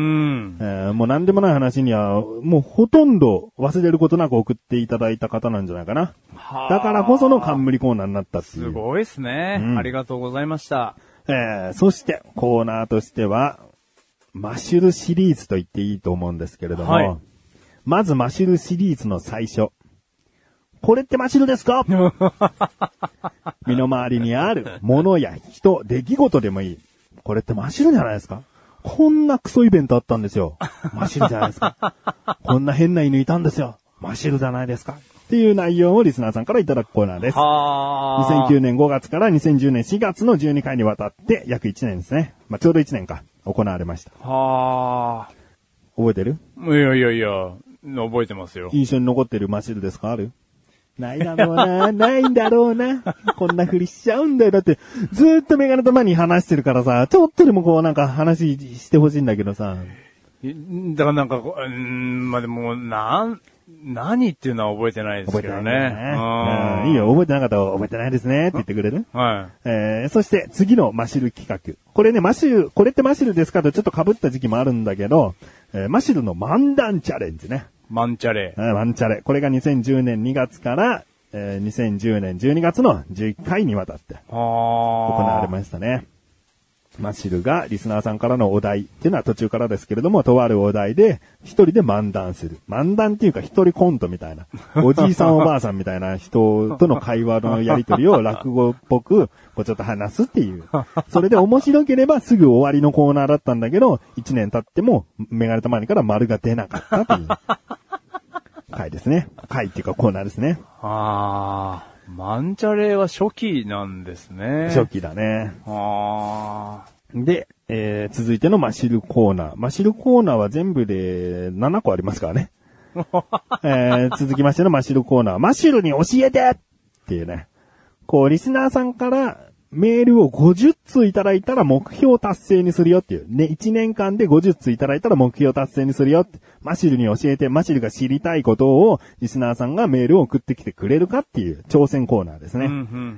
えー、もう何でもない話には、もうほとんど忘れることなく送っていただいた方なんじゃないかな。だからこその冠コーナーになったっていう。 すごいですね、うん。ありがとうございました。 えー、そしてコーナーとしては、マッシュルシリーズと言っていいと思うんですけれども、はい、まずマッシュルシリーズの最初。これってマッシュルですか身の回りにあるものや人、出来事でもいい。これってマッシュルじゃないですかこんなクソイベントあったんですよ。マッシュルじゃないですかこんな変な犬いたんですよ。マッシュルじゃないですかっていう内容をリスナーさんからいただくコーナーです。にせんきゅうねんごがつからにせんじゅうねんしがつのじゅうにかいにわたって約いちねんですね。まあ、ちょうどいちねんか。行われました。 はあ。 覚えてる？ いやいやいや、覚えてますよ。 印象に残ってるマシルですかある？ないだろうな、ないんだろうな。こんなふりしちゃうんだよ。だって、ずーっとメガネとマに話してるからさ、ちょっとでもこうなんか話してほしいんだけどさ。 だからなんか、うーん、まあ、でも、なん、何っていうのは覚えてないですけどね。覚えてないね。 うん。いいよ、覚えてなかったら覚えてないですねって言ってくれる？ はい。 えー、そして次のマシル企画。これね、マシル、これってマシルですかとちょっと被った時期もあるんだけど、えー、マシルの漫談チャレンジね。 マンチャレ。 うん、マンチャレ。これがにせんじゅうねんにがつから、えー、にせんじゅうねんじゅうにがつのじゅういっかいにわたって行われましたね。マシルがリスナーさんからのお題っていうのは途中からですけれども、とあるお題で一人で漫談する。漫談っていうか一人コントみたいな。おじいさんおばあさんみたいな人との会話のやりとりを落語っぽくこうちょっと話すっていう。それで面白ければすぐ終わりのコーナーだったんだけど、一年経ってもメガネたまにから丸が出なかったっていう回ですね。回っていうかコーナーですね。 ああ。マンチャレは初期なんですね。 初期だね。 あで、えー、続いてのマシルコーナー。マシルコーナーは全部でななこありますからね。えー、続きましてのマシルコーナー。マシルに教えてっていうね。こう、リスナーさんからメールをごじゅっつういただいたら目標達成にするよっていう。ね、いちねんかんでごじゅっつういただいたら目標達成にするよって。マシルに教えて、マシルが知りたいことをリスナーさんがメールを送ってきてくれるかっていう挑戦コーナーですね。 うんうんうんうん、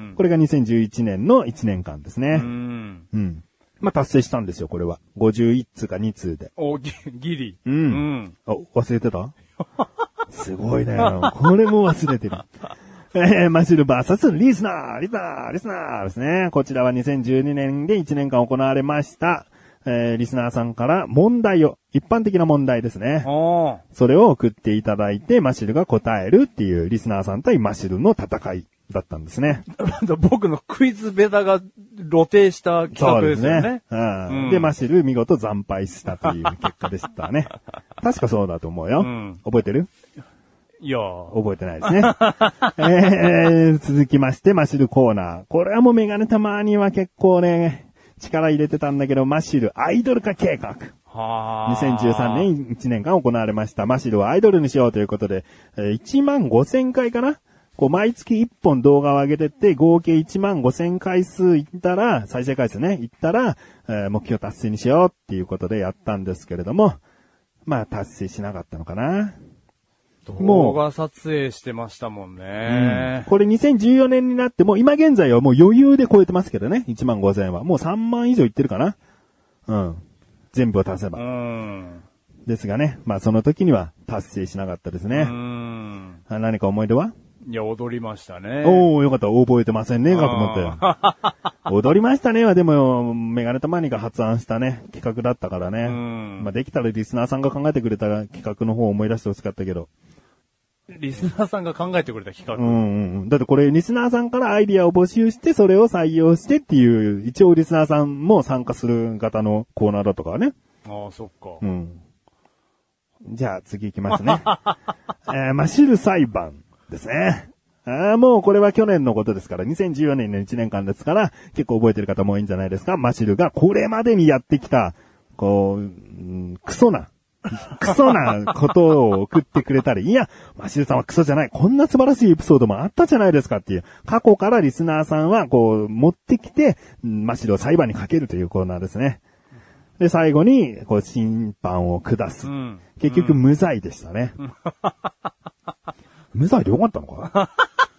これがにせんじゅういちねんのいちねんかんですね。 うん。 うん。まあ、達成したんですよ、これは。ごじゅういっつうかにつうで。 お、ギギリ。 うん。うん。あ、忘れてたすごいね。これも忘れてる。えー、マシルバーサスリスナー、リスナー、リスナーですね。こちらはにせんじゅうにねんでいちねんかん行われました。えー、リスナーさんから問題を、一般的な問題ですね。それを送っていただいて、マシルが答えるっていうリスナーさん対マシルの戦いだったんですね。 僕のクイズベタが露呈した企画ですよね。 そうですね。うん。うん、で、マシル見事惨敗したという結果でしたね。確かそうだと思うよ。うん、覚えてる？ いや覚えてないですね。えー、続きまして、マシルコーナー。これはもうメガネたまには結構ね、力入れてたんだけど、マシルアイドル化計画。にせんじゅうさんねんいちねんかん行われました。マシルをアイドルにしようということで、いちまんごせんかいかなこう、毎月いっぽん動画を上げてって、合計いちまんごせんかい数いったら、再生回数ね、いったら、えー、目標達成にしようっていうことでやったんですけれども、まあ、達成しなかったのかな。 動画撮影してましたもんね、 うん。これにせんじゅうよねんになっても、今現在はもう余裕で超えてますけどね。いちまんごせんは。もうさんまん以上いってるかな。うん。全部を足せば。 うん。 ですがね、まあその時には達成しなかったですね。 うん。 何か思い出はいや、踊りましたね。 おー、よかった。覚えてませんね、かと思ったよ。踊りましたねは、でも、メガネたまにが発案したね、企画だったからね。 うん。 まあ、できたらリスナーさんが考えてくれた企画の方を思い出してほしかったけど。 リスナーさんが考えてくれた企画。 うんうんうん。だってこれ、リスナーさんからアイディアを募集して、それを採用してっていう、一応リスナーさんも参加する型のコーナーだったからね。 ああ、そっか。 うん。じゃあ、次行きますね。えー、マシル裁判ですね。ああ、もうこれは去年のことですから、にせんじゅうよねんのいちねんかんですから、結構覚えてる方も多いんじゃないですか。マシルがこれまでにやってきた、こう、うん、クソな、クソなことを送ってくれたり、いや、マシルさんはクソじゃない、こんな素晴らしいエピソードもあったじゃないですかっていう、過去からリスナーさんはこう、持ってきて、マシルを裁判にかけるというコーナーですね。で、最後に、こう、審判を下す。うん、結局、無罪でしたね。うん、無罪でよかったのか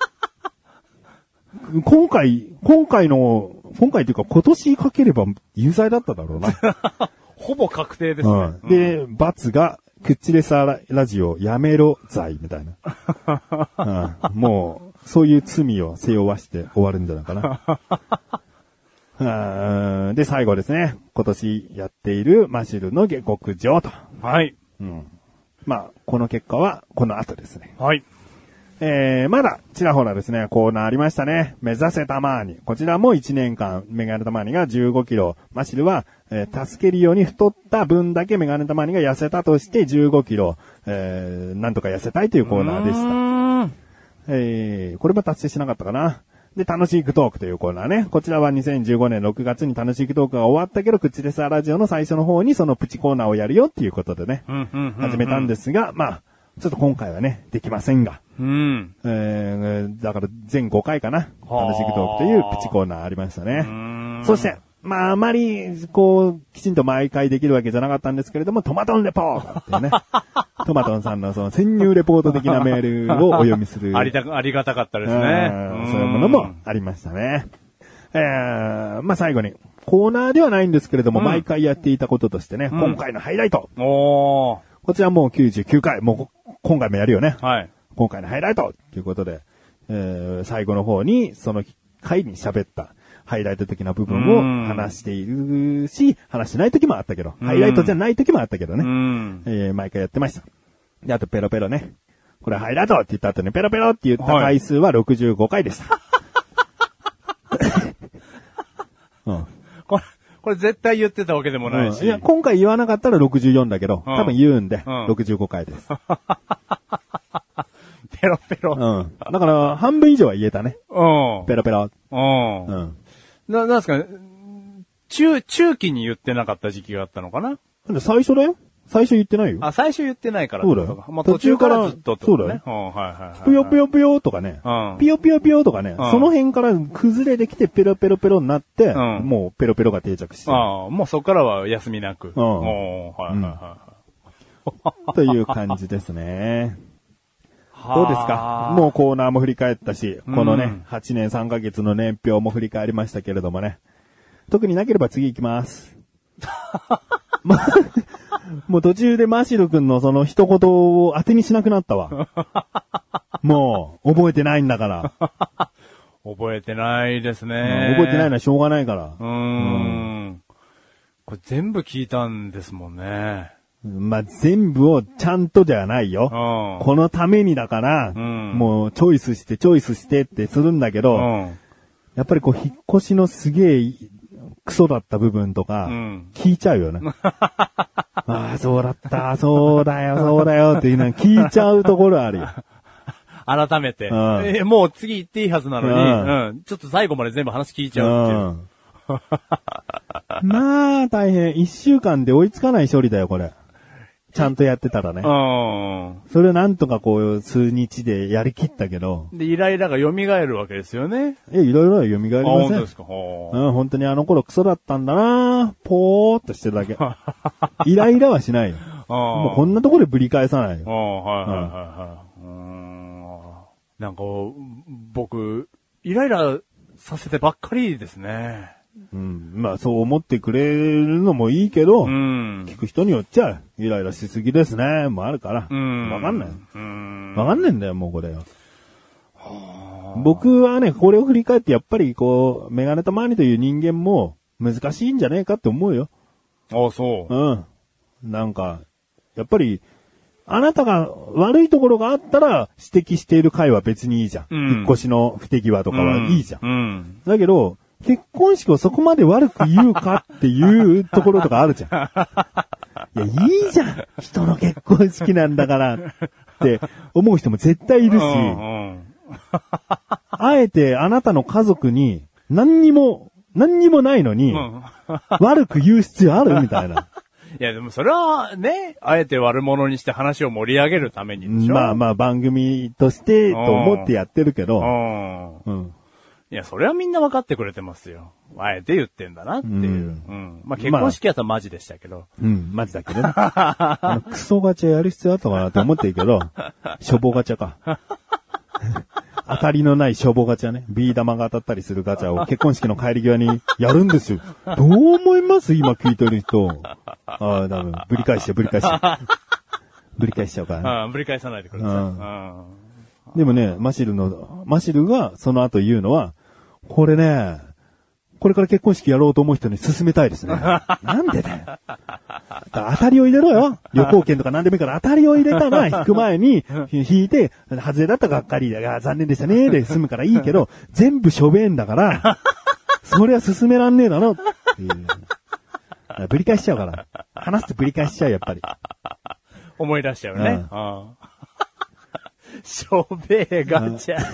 今回、今回の、今回というか今年かければ有罪だっただろうな。 ほぼ確定ですね。 うん、で、罰が、クッチレサーラジオやめろ罪みたいな、うん。もう、そういう罪を背負わして終わるんじゃないかな。で、最後ですね。今年やっているマシルの下克上と。 はい。 うん。まあ、この結果はこの後ですね。 はい。 えー、まだ、ちらほらですね、コーナーありましたね。目指せたまーに。こちらもいちねんかん、メガネたまーにがじゅうごキロ。マシルは、えー、助けるように太った分だけメガネたまーにが痩せたとしてじゅうごキロ、えー、なんとか痩せたいというコーナーでした。えー、これも達成しなかったかな。で、楽しいクトークというコーナーね。こちらはにせんじゅうごねんろくがつに楽しいクトークが終わったけど、クッチレスアラジオの最初の方にそのプチコーナーをやるよっていうことでね、始めたんですが、まあ、ちょっと今回はね、できませんが。 うん。 えー、だから全ごかいかな。楽しいクトークというプチコーナーありましたね。そして、まああまり、こう、きちんと毎回できるわけじゃなかったんですけれども、トマトンレポートっていうね。トマトンさんのその潜入レポート的なメールをお読みする。 ありた、ありがたかったですね。 そういうものもありましたね。えー、まあ最後に、コーナーではないんですけれども、うん、毎回やっていたこととしてね、うん、今回のハイライト。 おー。 こちらもうきゅうじゅうきゅうかい、もう今回もやるよね。 はい。 今回のハイライトということで、えー、最後の方にその回に喋ったハイライト的な部分を話しているし、話してない時もあったけど、ハイライトじゃない時もあったけどね。えー、毎回やってました。で、あとペロペロね。これハイライトって言った後にペロペロって言った回数はろくじゅうごかいでした。 うん、これこれ絶対言ってたわけでもないし。 うん、いや、今回言わなかったらろくじゅうよんだけど、うん、多分言うんで、うん、ろくじゅうごかいです。 ペロペロ。 うん。だから、半分以上は言えたね。 うん。 ペロペロ。 うん。うん。な、なんすかね、中、中期に言ってなかった時期があったのかな？ 最初だよ。最初言ってないよ。 あ、最初言ってないから。 そうだよ。 まあ、途中からずっと、ね。 そうだよ。 うん、はいはいはい。 ぷよぷよぷよとかね。うん。ぴよぴよぴよとかね。うん。その辺から崩れてきてペロペロペロになって、うん。もうペロペロが定着して。 ああ、もうそこからは休みなく。うん。おー、はいはいはい。 うん、という感じですね。どうですか？もうコーナーも振り返ったし、このね、うん、はちねんさんかげつの年表も振り返りましたけれどもね。特になければ次行きます。もう途中でマシル君のその一言を当てにしなくなったわ。もう、覚えてないんだから。 覚えてないですね、 うん。覚えてないのはしょうがないから。 うーん。うん、これ全部聞いたんですもんね。 まあ、全部をちゃんとではないよ。うん、このためにだから、うん、もうチョイスしてチョイスしてってするんだけど、うん、やっぱりこう引っ越しのすげえクソだった部分とか、聞いちゃうよね。ああ、そうだった、そうだよ、そうだよっていうのは聞いちゃうところあるよ。 改めて、うん、えー。もう次行っていいはずなのに、うんうん、ちょっと最後まで全部話聞いちゃうっていう。 うん、まあ、大変。一週間で追いつかない処理だよ、これ。ちゃんとやってたらね。うん。それをなんとかこう、数日でやりきったけど。 で、イライラが蘇るわけですよね。 え、いろいろは蘇りません。あ、 本当ですか。 うん、本当にあの頃クソだったんだなぽーっとしてるだけ。イライラはしないよ。もうこんなところでぶり返さないよ。 ああ、はいはいはいはい。うん。なんか、僕、イライラさせてばっかりですね。 うん。まあそう思ってくれるのもいいけど、 うん。 聞く人によっちゃ、イライラしすぎですね、もあるから。 うん。 わかんない。 うん。 わかんないんだよ、もうこれは。僕はね、これを振り返ってやっぱりこう、メガネたまわりという人間も難しいんじゃねえかって思うよ。 ああ、そう。 うん。なんか、やっぱり、あなたが悪いところがあったら指摘している回は別にいいじゃん。うん、引っ越しの不手際とかはいいじゃん。うんうん、だけど、結婚式をそこまで悪く言うかっていうところとかあるじゃん。いや、いいじゃん。人の結婚式なんだからって思う人も絶対いるし、うんうん、あえてあなたの家族に何にも、何にもないのに、うん、悪く言う必要あるみたいな。 いや、でもそれはね、あえて悪者にして話を盛り上げるためにでしょ。 まあまあ番組としてと思ってやってるけど、 うん、いや、それはみんな分かってくれてますよ。あえて言ってんだなっていう。うん。うん、まあ結婚式やったらマジでしたけど。 まあ、うん、マジだけどね。あのクソガチャやる必要あったかなって思ってるけど、しょぼガチャか。当たりのないしょぼガチャね。ビー玉が当たったりするガチャを結婚式の帰り際にやるんですよ。どう思います今聞いてる人。ああ、多分、ぶり返して、ぶり返して。ぶり返しちゃうからね。 ああ、ぶり返さないでください。うん、 でもね、マシルの、マシルがその後言うのは、これね、これから結婚式やろうと思う人に勧めたいですね。なんでだよ。当たりを入れろよ。旅行券とか何でもいいから当たりを入れたら引く前に引いて、外れだったらがっかりだが残念でしたねで済むからいいけど、全部しょべんだから、それは勧めらんねえだろっていう。ぶり返しちゃうから。話すとぶり返しちゃう、やっぱり。 思い出しちゃうね。うん。しょべえガチャ。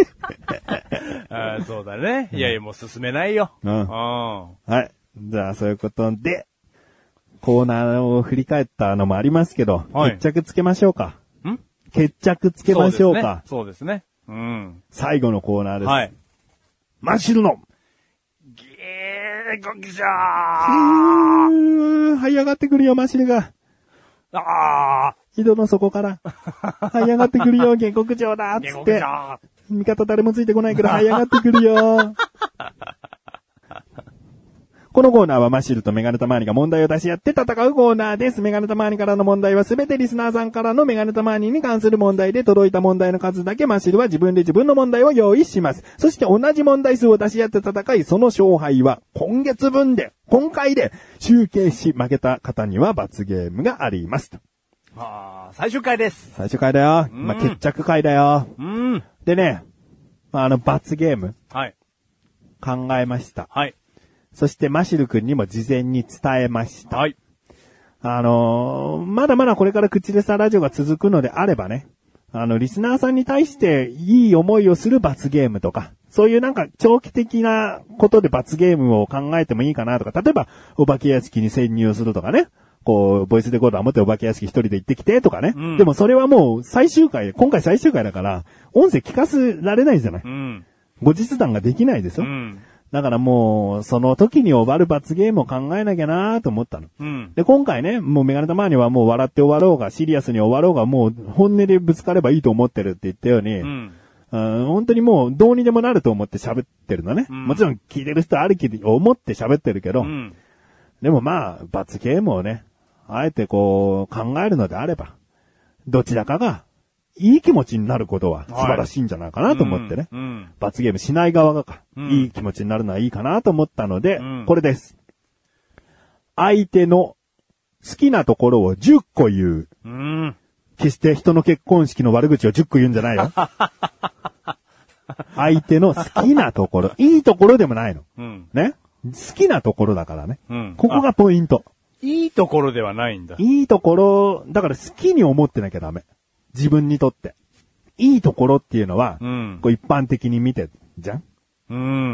あそうだね。いやいや、もう進めないよ。うん。うん、 はい。じゃあ、そういうことで、コーナーを振り返ったのもありますけど、はい、決着つけましょうか。ん決着つけましょうか。 そうですね。そうですね。うん。 最後のコーナーです。はい。マシルの、 ゲーゴキジャー這い上がってくるよ、マシルが。 ああ井戸の底から、這い上がってくるよ、下克上だっつって。味方誰もついてこないから這い上がってくるよ。このコーナーはマシルとメガネたまわりが問題を出し合って戦うコーナーです。メガネたまわりからの問題はすべてリスナーさんからのメガネたまわりに関する問題で、届いた問題の数だけマシルは自分で自分の問題を用意します。そして同じ問題数を出し合って戦い、その勝敗は今月分で、今回で集計し、負けた方には罰ゲームがあります。 ああ、最終回です。 最終回だよ。まあ、決着回だよ。 うん。 でね、あの、罰ゲーム。 はい。 考えました。 はい。 そしてマシル君にも事前に伝えました。 はい。 あのー、まだまだこれから口レサラジオが続くのであればね、あの、リスナーさんに対していい思いをする罰ゲームとか、そういうなんか長期的なことで罰ゲームを考えてもいいかなとか、例えば、お化け屋敷に潜入するとかね、こう、ボイスレコーダー持ってお化け屋敷一人で行ってきてとかね、うん。でもそれはもう最終回、今回最終回だから、音声聞かせられないじゃない。 うん、 後日談ができないですよ。 うんだからもう、その時に終わる罰ゲームを考えなきゃなと思ったの。 うん、 で、今回ね、もうメガネたまわりはもう笑って終わろうが、シリアスに終わろうが、もう本音でぶつかればいいと思ってるって言ったように、 うんうん、本当にもうどうにでもなると思って喋ってるのね。うん、もちろん聞いてる人ありきで思って喋ってるけど、 うん、 でもまあ、罰ゲームをね、あえてこう考えるのであれば、どちらかが、いい気持ちになることは素晴らしいんじゃないかなと思ってね。 はいうんうん、 罰ゲームしない側がか、 うん、 いい気持ちになるのはいいかなと思ったので、 うん、 これです。相手の好きなところをじゅっこ言う。 うん、 決して人の結婚式の悪口をじゅっこ言うんじゃないよ。相手の好きなところ、いいところでもないの。 うん、 ね。好きなところだからね。 うん、 ここがポイント。 いいところではないんだ。 いいところ、だから好きに思ってなきゃダメ。自分にとって。いいところっていうのは、 うん、 こう一般的に見てじゃん、 うん、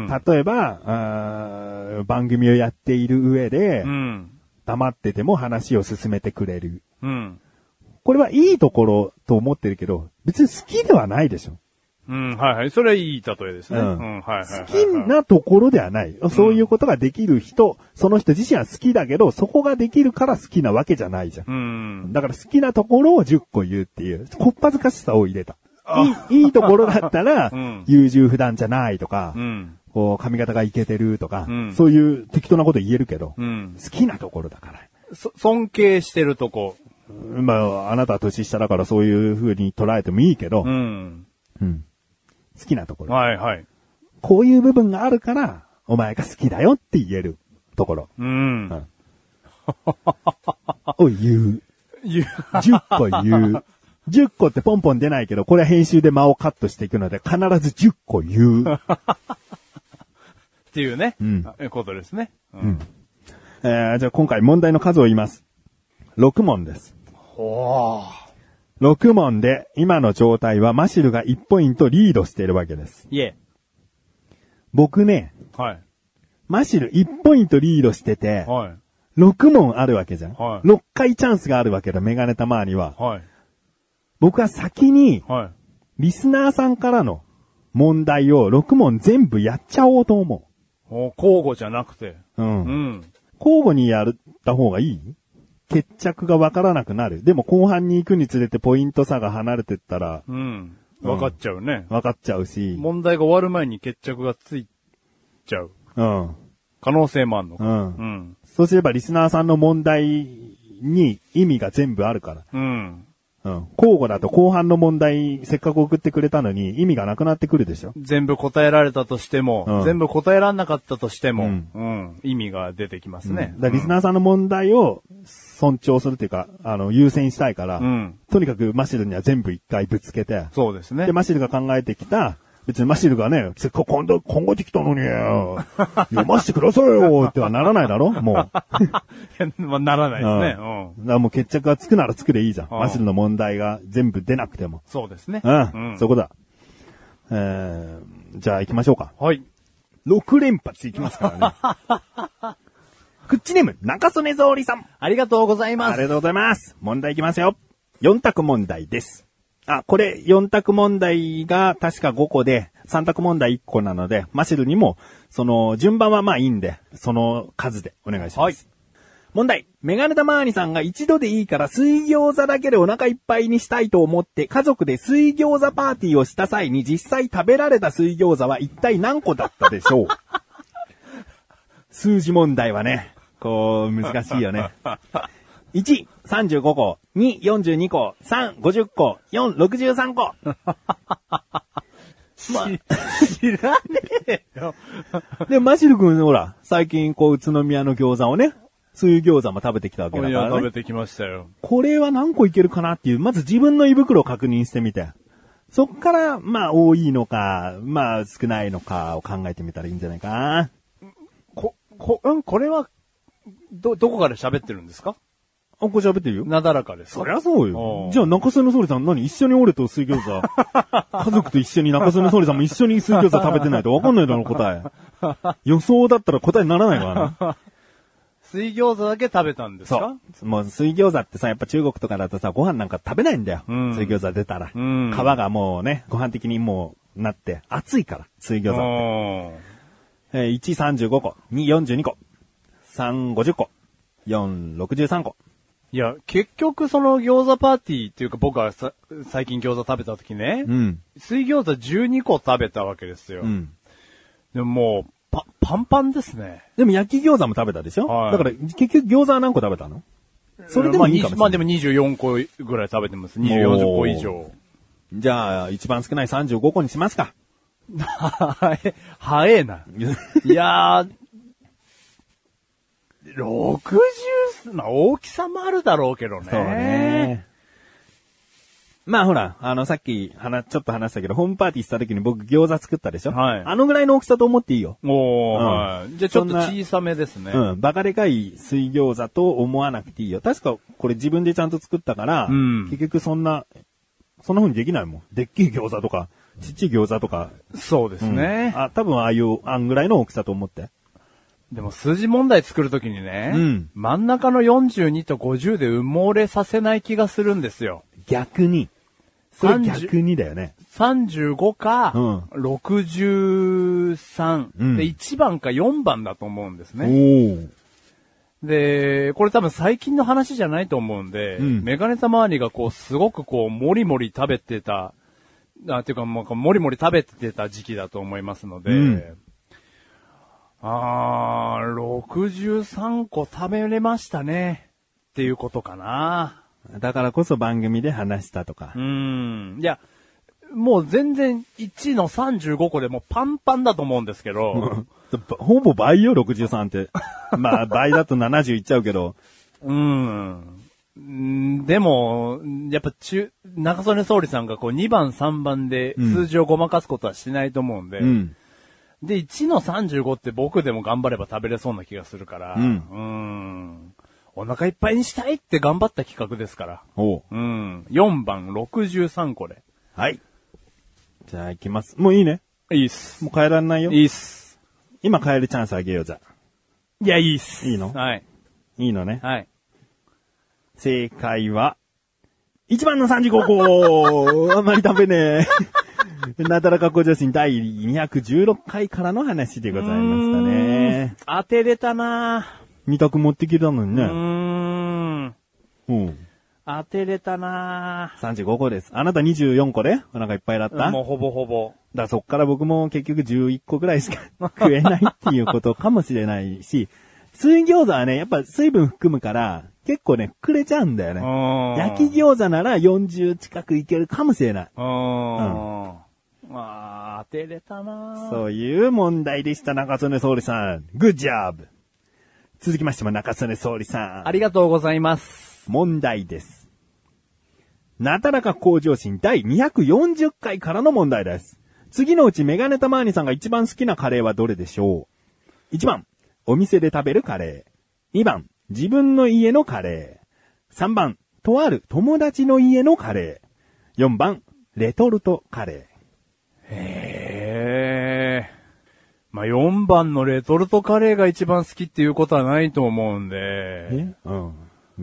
例えばあ、番組をやっている上で、 うん、 黙ってても話を進めてくれる、 うん。 これはいいところと思ってるけど、別に好きではないでしょ。 うん、はいはい。それはいい例えですね。 うんうん、はいはいはいはい、 好きなところではない。そういうことができる人、その人自身は好きだけど、そこができるから好きなわけじゃないじゃん。 うん、 だから好きなところをじゅっこ言うっていう、こっぱずかしさを入れた。いい、いいところだったら、うん、優柔不断じゃないとか、 うん、 こう髪型がイケてるとか、 うん、 そういう適当なこと言えるけど、 うん、 好きなところだから。 そ尊敬してるとこ。 まあ、あなたは年下だからそういう風に捉えてもいいけど、 うん。 うん。好きなところ。 はいはい。 こういう部分があるから、お前が好きだよって言えるところ。 うん。うん、 を言う。 言う。 じゅっこ言う。じゅっこってポンポン出ないけど、これは編集で間をカットしていくので、必ずじゅっこ言う。 っていうね。 うん。 ことですね。 うん。うん、えー、じゃあ今回問題の数を言います。ろく問です。 おー。 ろく問で、今の状態はマシルがいちポイントリードしているわけです。 いえ。 僕ね、 はい。 マシルいちポイントリードしてて、 はい。 ろく問あるわけじゃん。 はい。 ろっかいチャンスがあるわけだ、メガネたまーには。 はい。 僕は先に、 はい。 リスナーさんからの問題をろく問全部やっちゃおうと思う。お、交互じゃなくて。 う。うん。 うん。 交互にやった方がいい？決着がわからなくなる。でも後半に行くにつれてポイント差が離れてったら、 うん。分かっちゃうね。 分かっちゃうし。 問題が終わる前に決着がついちゃう。 うん。 可能性もあるのか。 うん。 うん。 そうすればリスナーさんの問題に意味が全部あるから。 うん。 うん。交互だと後半の問題せっかく送ってくれたのに意味がなくなってくるでしょ。 全部答えられたとしても、うん、全部答えられなかったとしても、うん、うん、意味が出てきますね。 うん、だからリスナーさんの問題を尊重するというか、あの、優先したいから、うん、とにかくマシルには全部一回ぶつけて、 そうですね。 で、マシルが考えてきた、別にマシルがね、せっかく今度考えてきたのに、読ませてくださいよってはならないだろもう。まあ、ならないですね。 うん。だからもう決着がつくならつくでいいじゃん。マシルの問題が全部出なくても。 そうですね。 うん。うん、そこだ。えー、じゃあ行きましょうか。 はい。 ろく連発いきますからね。クッチネーム、中曽根ぞうりさん。 ありがとうございます。 ありがとうございます。問題いきますよ。よん択問題です。あ、これ、よん択問題が確かごこで、さん択問題いっこなので、マシルにも、その、順番はまあいいんで、その数でお願いします。はい。問題。メガネタマーニさんが一度でいいから水餃子だけでお腹いっぱいにしたいと思って家族で水餃子パーティーをした際に実際食べられた水餃子は一体何個だったでしょう？数字問題はね、こう、難しいよね。いち、さんじゅうごこ。に、よんじゅうにこ。さん、ごじゅっこ。よん、ろくじゅうさんこ。まあ、 知らねえよ。 で、マシル君ほら、最近こう、宇都宮の餃子をね、水餃子も食べてきたわけだからね。 いや、食べてきましたよ。 これは何個いけるかなっていう、まず自分の胃袋を確認してみて。そっから、まあ、多いのか、まあ、少ないのかを考えてみたらいいんじゃないかな。 こ、こ、うん、これは、ど、どこから喋ってるんですか？ あ、これ喋ってるよ。 なだらかです。 そりゃそうよ。じゃあ中曽根総理さん何一緒に俺と水餃子。家族と一緒に中曽根総理さんも一緒に水餃子食べてないと分かんないだろ、答え。予想だったら答えにならないからね。 水餃子だけ食べたんですか？ そう。もう水餃子ってさ、やっぱ中国とかだとさ、ご飯なんか食べないんだよ。うん、水餃子出たら、うん。皮がもうね、ご飯的にもうなって、熱いから、水餃子って。えー、いち、さんじゅうごこ。に、よんじゅうにこ。さん、ごじゅっこ。よん、ろくじゅうさんこ。 いや、結局その餃子パーティーっていうか僕はさ最近餃子食べた時ね、うん、水餃子じゅうにこ食べたわけですよ。うん、でももうパ、パンパンですね。 でも焼き餃子も食べたでしょ、はい、だから結局餃子は何個食べたの？それでもいいかもしれない。 まあでもにじゅうよんこぐらい食べてます。にじゅう、よんじゅっこ以上。 じゃあ、一番少ないさんじゅうごこにしますか。 はえ、早えな。いやー、ろくじゅう、まあ大きさもあるだろうけどね。 そうね。まあほら、あのさっき話、ちょっと話したけど、ホームパーティーした時に僕餃子作ったでしょ？はい。あのぐらいの大きさと思っていいよ。 おー、うん、はい。じゃあちょっと小さめですね。 うん。バカでかい水餃子と思わなくていいよ。確かこれ自分でちゃんと作ったから、うん、結局そんな、そんな風にできないもん。でっけえ餃子とか、ちっちゃい餃子とか。 そうですね。 うん、あ、多分ああいう、あんぐらいの大きさと思って。 でも数字問題作るときにね、うん、真ん中のよんじゅうにとごじゅうで埋もれさせない気がするんですよ。 逆に。それ逆にだよね。 さんじゅうごか、うん、ろくじゅうさん、うん、でいちばんかよんばんだと思うんですね。おで、これ多分最近の話じゃないと思うんで、うん、メガネた周りがこうすごくこうもりもり食べてた、あ、ていうかもうもりもり食べてた時期だと思いますので、うんあー、ろくじゅうさんこ食べれましたね。っていうことかな。 だからこそ番組で話したとか。 うーん。いや、もう全然いちのさんじゅうごこでもうパンパンだと思うんですけど。 ほぼ倍よ、ろくじゅうさんって。まあ、倍だとななじゅういっちゃうけど。 うーん。でも、やっぱ中、中曽根総理さんがこうにばんさんばんで数字をごまかすことはしないと思うんで。うん、で、いちのさんじゅうごって僕でも頑張れば食べれそうな気がするから。うん。うーん。お腹いっぱいにしたいって頑張った企画ですから。 おう。 うん。よんばんろくじゅうさんこで。 はい。じゃあ行きます。もういいね。 いいっす。 もう帰らんないよ。 いいっす。 今帰るチャンスあげようじゃ。 いや、いいっす。 いいの？ はい。 いいのね。 はい。 正解は、いちばんのさんじゅうごこあんまり食べねえ。なだらか向上心だいにひゃくじゅうろっかいからの話でございましたね。 当てれたな二択持ってきたのにね。 うーん。 うん。 当てれたなさんじゅうごこです。あなたにじゅうよんこでお腹いっぱいだった？ もうほぼほぼ。 だからそっから僕も結局じゅういっこぐらいしか食えないっていうことかもしれないし、水餃子はね、やっぱ水分含むから、結構ね、くれちゃうんだよね。焼き餃子ならよんじゅう近くいけるかもしれない。うん。 ああ、当てれたなそういう問題でした、中曽根総理さん。グッジョブ。続きましても中曽根総理さん。 ありがとうございます。 問題です。なだらか向上心だいにひゃくよんじゅっかいからの問題です。次のうちメガネタマーニさんが一番好きなカレーはどれでしょう？ いち 番、お店で食べるカレー。にばん、自分の家のカレー。さんばん、とある友達の家のカレー。よんばん、レトルトカレー。へー。まあ、よんばんのレトルトカレーが一番好きっていうことはないと思うんで。 え？うん。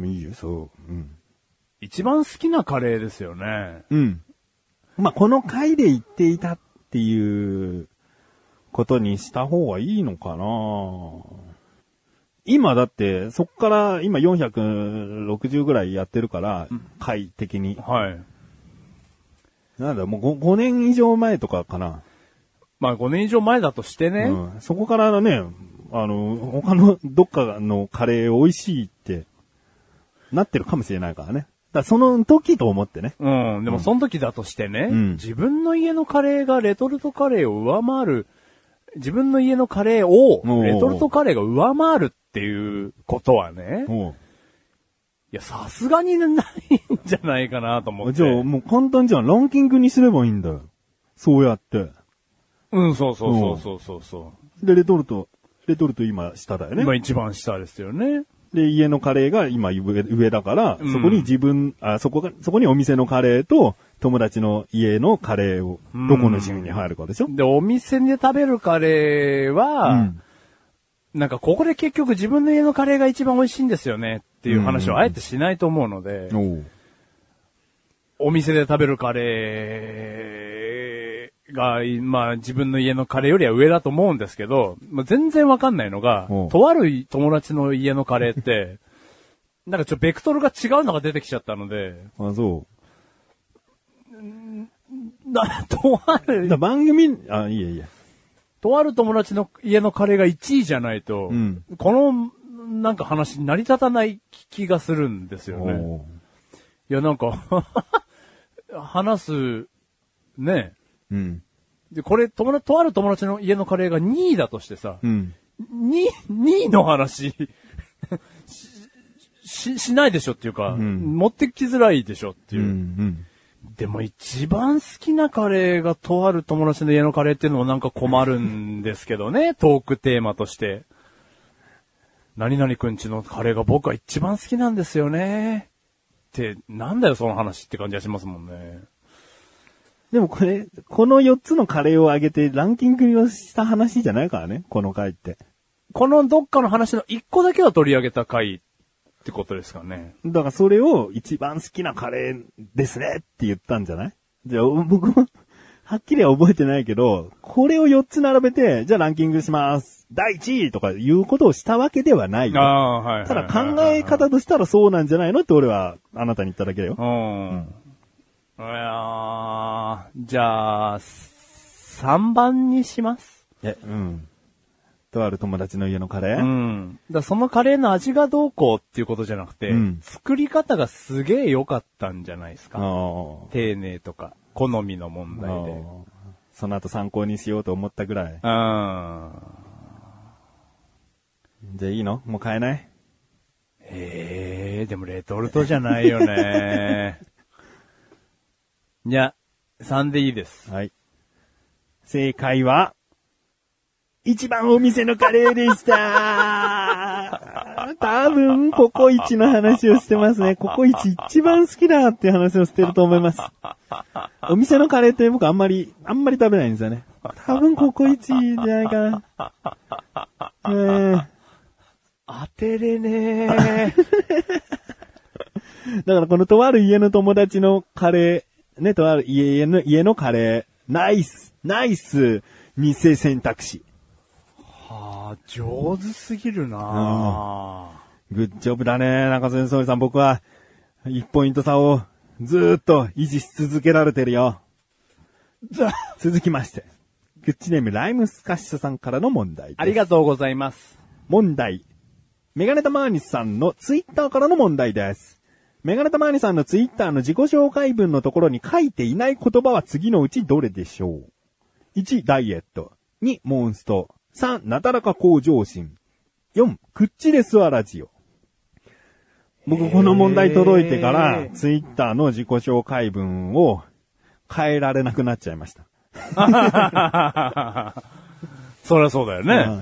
いいよ、そう。うん。 一番好きなカレーですよね。 うん。まあ、この回で言っていたっていうことにした方がいいのかな。今だって、そっから今よんひゃくろくじゅうぐらいやってるから、うん、回的に。 はい。 なんだ、もう 5, ごねん以上前とかかな。 まあごねん以上前だとしてね。 うん、そこからね、あの、他のどっかのカレー美味しいってなってるかもしれないからね。だからその時と思ってね。 うん。でもその時だとしてね、うん、自分の家のカレーがレトルトカレーを上回る、自分の家のカレーをレトルトカレーが上回るっていうことはね、 おうおういや、さすがにないんじゃないかなと思って。 じゃあもう簡単じゃん。ランキングにすればいいんだよ。そうやって。 うん、そうそうそうそうそうそう。 で、レトルト、レトルト今下だよね。 今一番下ですよね。 で、家のカレーが今上、上だから、うん、そこに自分、あ、そこが、そこにお店のカレーと友達の家のカレーを、どこの順位に入るかでしょ、うん、 で、お店で食べるカレーは、うん、なんかここで結局自分の家のカレーが一番美味しいんですよねっていう話をあえてしないと思うので、うん、お店で食べるカレーが、まあ自分の家のカレーよりは上だと思うんですけど、まあ、全然わかんないのが、とある友達の家のカレーって、なんかちょっとベクトルが違うのが出てきちゃったので。 あ、そう。 な、とある。 だ番組、あ、いいやいいや。 とある友達の家のカレーがいちいじゃないと、うん、この、なんか話成り立たない気がするんですよね。いや、なんか、話す、ね。 うん。 で、これ、友達、とある友達の家のカレーがにいだとしてさ、 うん。 に、にいの話し、しないでしょっていうか、うん、持ってきづらいでしょっていう。 うんうんでも一番好きなカレーがとある友達の家のカレーっていうのもなんか困るんですけどね、トークテーマとして。何々くんちのカレーが僕は一番好きなんですよね。って、なんだよその話って感じがしますもんね。 でもこれ、このよっつのカレーを上げてランキングをした話じゃないからね、この回って。 このどっかの話のいっこだけを取り上げた回ってことですかね。 だからそれを一番好きなカレーですねって言ったんじゃない？じゃあ僕もはっきりは覚えてないけど、これをよっつ並べて、じゃあランキングします。だいいちいとかいうことをしたわけではないよ。 あ、はいはい、 ただ考え方としたらそうなんじゃないのって俺はあなたに言っただけだよ。 うん。うん、いやじゃあ、さんばんにします。 え、うん。 とある友達の家のカレー、 うん。だそのカレーの味がどうこうっていうことじゃなくて、うん、作り方がすげえ良かったんじゃないですか。丁寧とか、好みの問題で。 その後参考にしようと思ったぐらい。 あじゃあいいの？もう買えない？ ええー、でもレトルトじゃないよね。いや、さんでいいです。 はい。正解は、一番お店のカレーでした。多分、ココイチの話をしてますね。ココイチ一番好きだっていう話をしてると思います。お店のカレーって僕あんまり、あんまり食べないんですよね。多分ココイチじゃないかな。えー、 当てれねー。 だからこのとある家の友達のカレー、ね、とある家の、家のカレー、ナイス、ナイス、店選択肢。 はあ、上手すぎるなぁ、 うん。グッジョブだね、中曽根総理さん。僕はいちポイント差をずーっと維持し続けられてるよ。続きまして、グッチネームライムスカッシュさんからの問題です。 ありがとうございます。 問題。メガネタマーニスさんのツイッターからの問題です。メガネタマーニさんのツイッターの自己紹介文のところに書いていない言葉は次のうちどれでしょう？ いち. ダイエット。に. モンスト。さん. なだらか向上心。よん. クッチレスアラジオ。僕この問題届いてからツイッターの自己紹介文を変えられなくなっちゃいました。 そりゃそうだよね。うん、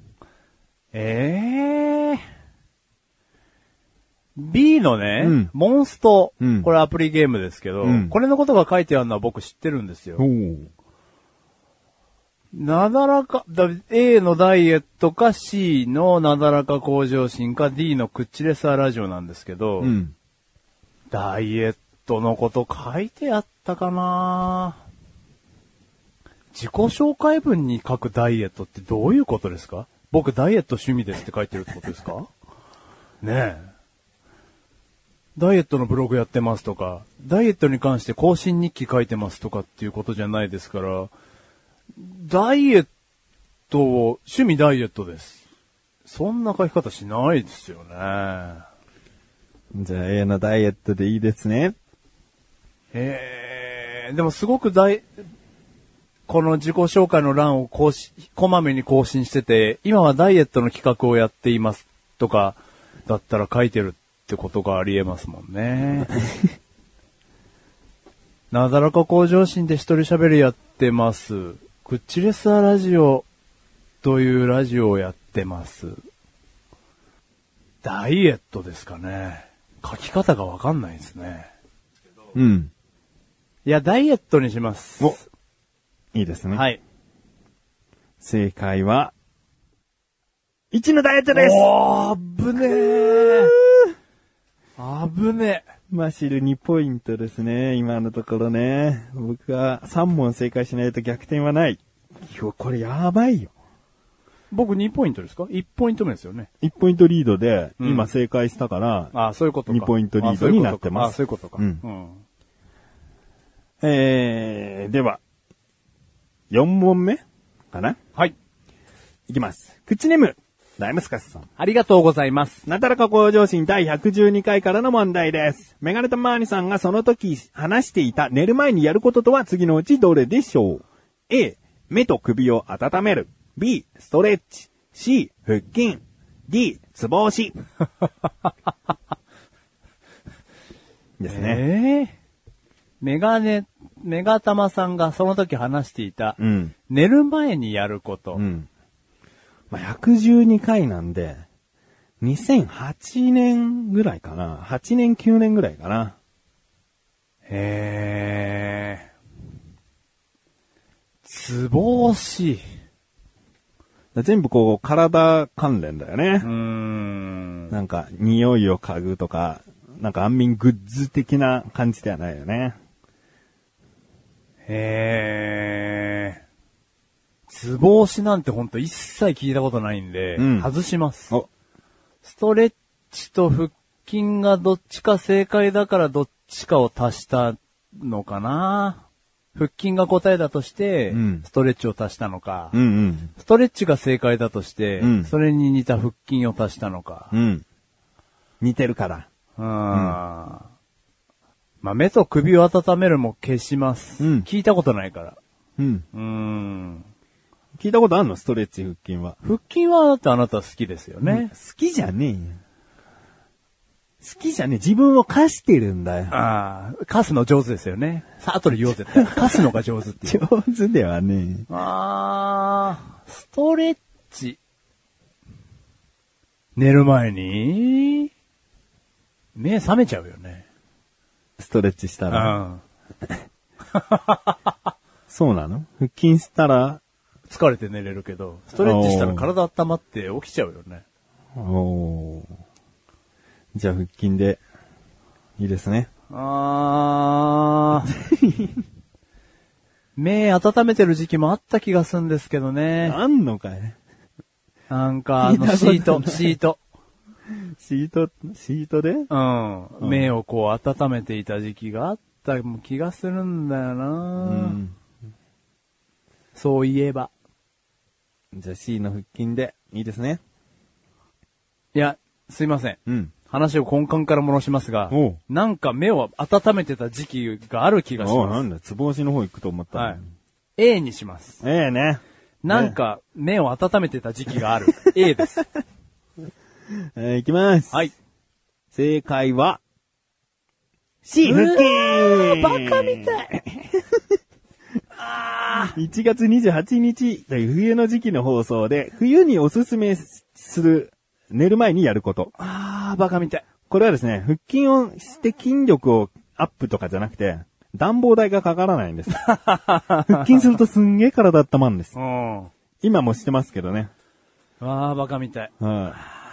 えー。B のね、うん、モンスト、うん、これアプリゲームですけど、うん、これのことが書いてあるのは僕知ってるんですよ。なだらか、A のダイエットか C のなだらか向上心か D のクッチレスアラジオなんですけど、うん、ダイエットのこと書いてあったかな？自己紹介文に書くダイエットってどういうことですか？僕ダイエット趣味ですって書いてるってことですか？ねえ。ダイエットのブログやってますとか、ダイエットに関して更新日記書いてますとかっていうことじゃないですから、ダイエットを、趣味ダイエットです。そんな書き方しないですよね。 じゃあ A のダイエットでいいですね。 えー、でもすごく大、この自己紹介の欄を更新、こまめに更新してて、今はダイエットの企画をやっていますとか、だったら書いてるってことがありえますもんね。なだらか向上心で一人喋りやってます。クッチレスアラジオというラジオをやってます。ダイエットですかね。書き方がわかんないですね。 うん。 いや、ダイエットにします。 お、いいですね。 はい。 正解は、いちのダイエットです。 おー、ぶねー。あぶねえ。 マシルにポイントですね、今のところね。僕はさん問正解しないと逆転はない。いや、これやばいよ。 僕にポイントですか ?いち ポイント目ですよね。 いちポイントリードで、今正解したから、 うん、ああ、そういうことか。 にポイントリードになってます。 ああ、そういうことか。 うん。うん、えー、では、よん問目かな？ はい。 いきます。口ネム。ライムスカスさん。 ありがとうございます。 なだらか向上心だいひゃくじゅうにかいからの問題です。メガネタマーニさんがその時話していた寝る前にやることとは次のうちどれでしょう？ A、目と首を温める。B、ストレッチ。C、腹筋。D、つぼ押し。ですね。 えー、メガネ、メガタマさんがその時話していた、 うん、 寝る前にやること。 うんまあ、ひゃくじゅうにかいなんで、にせんはちねんぐらいかな。はちねんきゅうねんぐらいかな。 へー。つぼ押し。 全部こう、体関連だよね。 うーん。 なんか、匂いを嗅ぐとか、なんか安眠グッズ的な感じではないよね。 へー。つぼ押しなんてほんと一切聞いたことないんで、うん、外します。ストレッチと腹筋がどっちか正解だからどっちかを足したのかな。 腹筋が答えだとして、 うん、 ストレッチを足したのか、 うんうん、 ストレッチが正解だとして、 うん、 それに似た腹筋を足したのか。 うん、似てるから。 うん。まあ、目と首を温めるも消します。うん、聞いたことないから。 うん。 うん。 聞いたことあるの？ストレッチ、腹筋は。 腹筋はだってあなた好きですよね。うん、 好きじゃねえよ。好きじゃねえ。自分を課してるんだよ。 ああ、課すの上手ですよね。さあ、後で言おう絶対。課すのが上手っていう。 上手ではねえ。 ああ、ストレッチ。寝る前に目覚めちゃうよね。 ストレッチしたら。 うん。 そうなの？腹筋したら疲れて寝れるけど、ストレッチしたら体温まって起きちゃうよね。 おー。じゃあ腹筋でいいですね。 あー。目温めてる時期もあった気がするんですけどね。 あんのかい？ なんかあのシート、シート。 シート、シートで？ うん。うん、目をこう温めていた時期があった気がするんだよな、うん、そういえば。 じゃあ C の腹筋でいいですね。 いや、すいません。 うん。 話を根幹から戻しますが、なんか目を温めてた時期がある気がします。 おなんだ、つぼ押しの方行くと思ったの。はい。 A にします。 A ね。 なんか目を温めてた時期がある。A です。 えー、いきます。 はい。 正解は、C 腹筋。 バカみたい。あいちがつにじゅうはちにちという冬の時期の放送で、冬におすすめする寝る前にやること。 あー、バカみたい。 これはですね、腹筋をして筋力をアップとかじゃなくて、暖房代がかからないんです。腹筋するとすんげえ体温まるんです。うん、今もしてますけどね。 あー、バカみたい。 うん、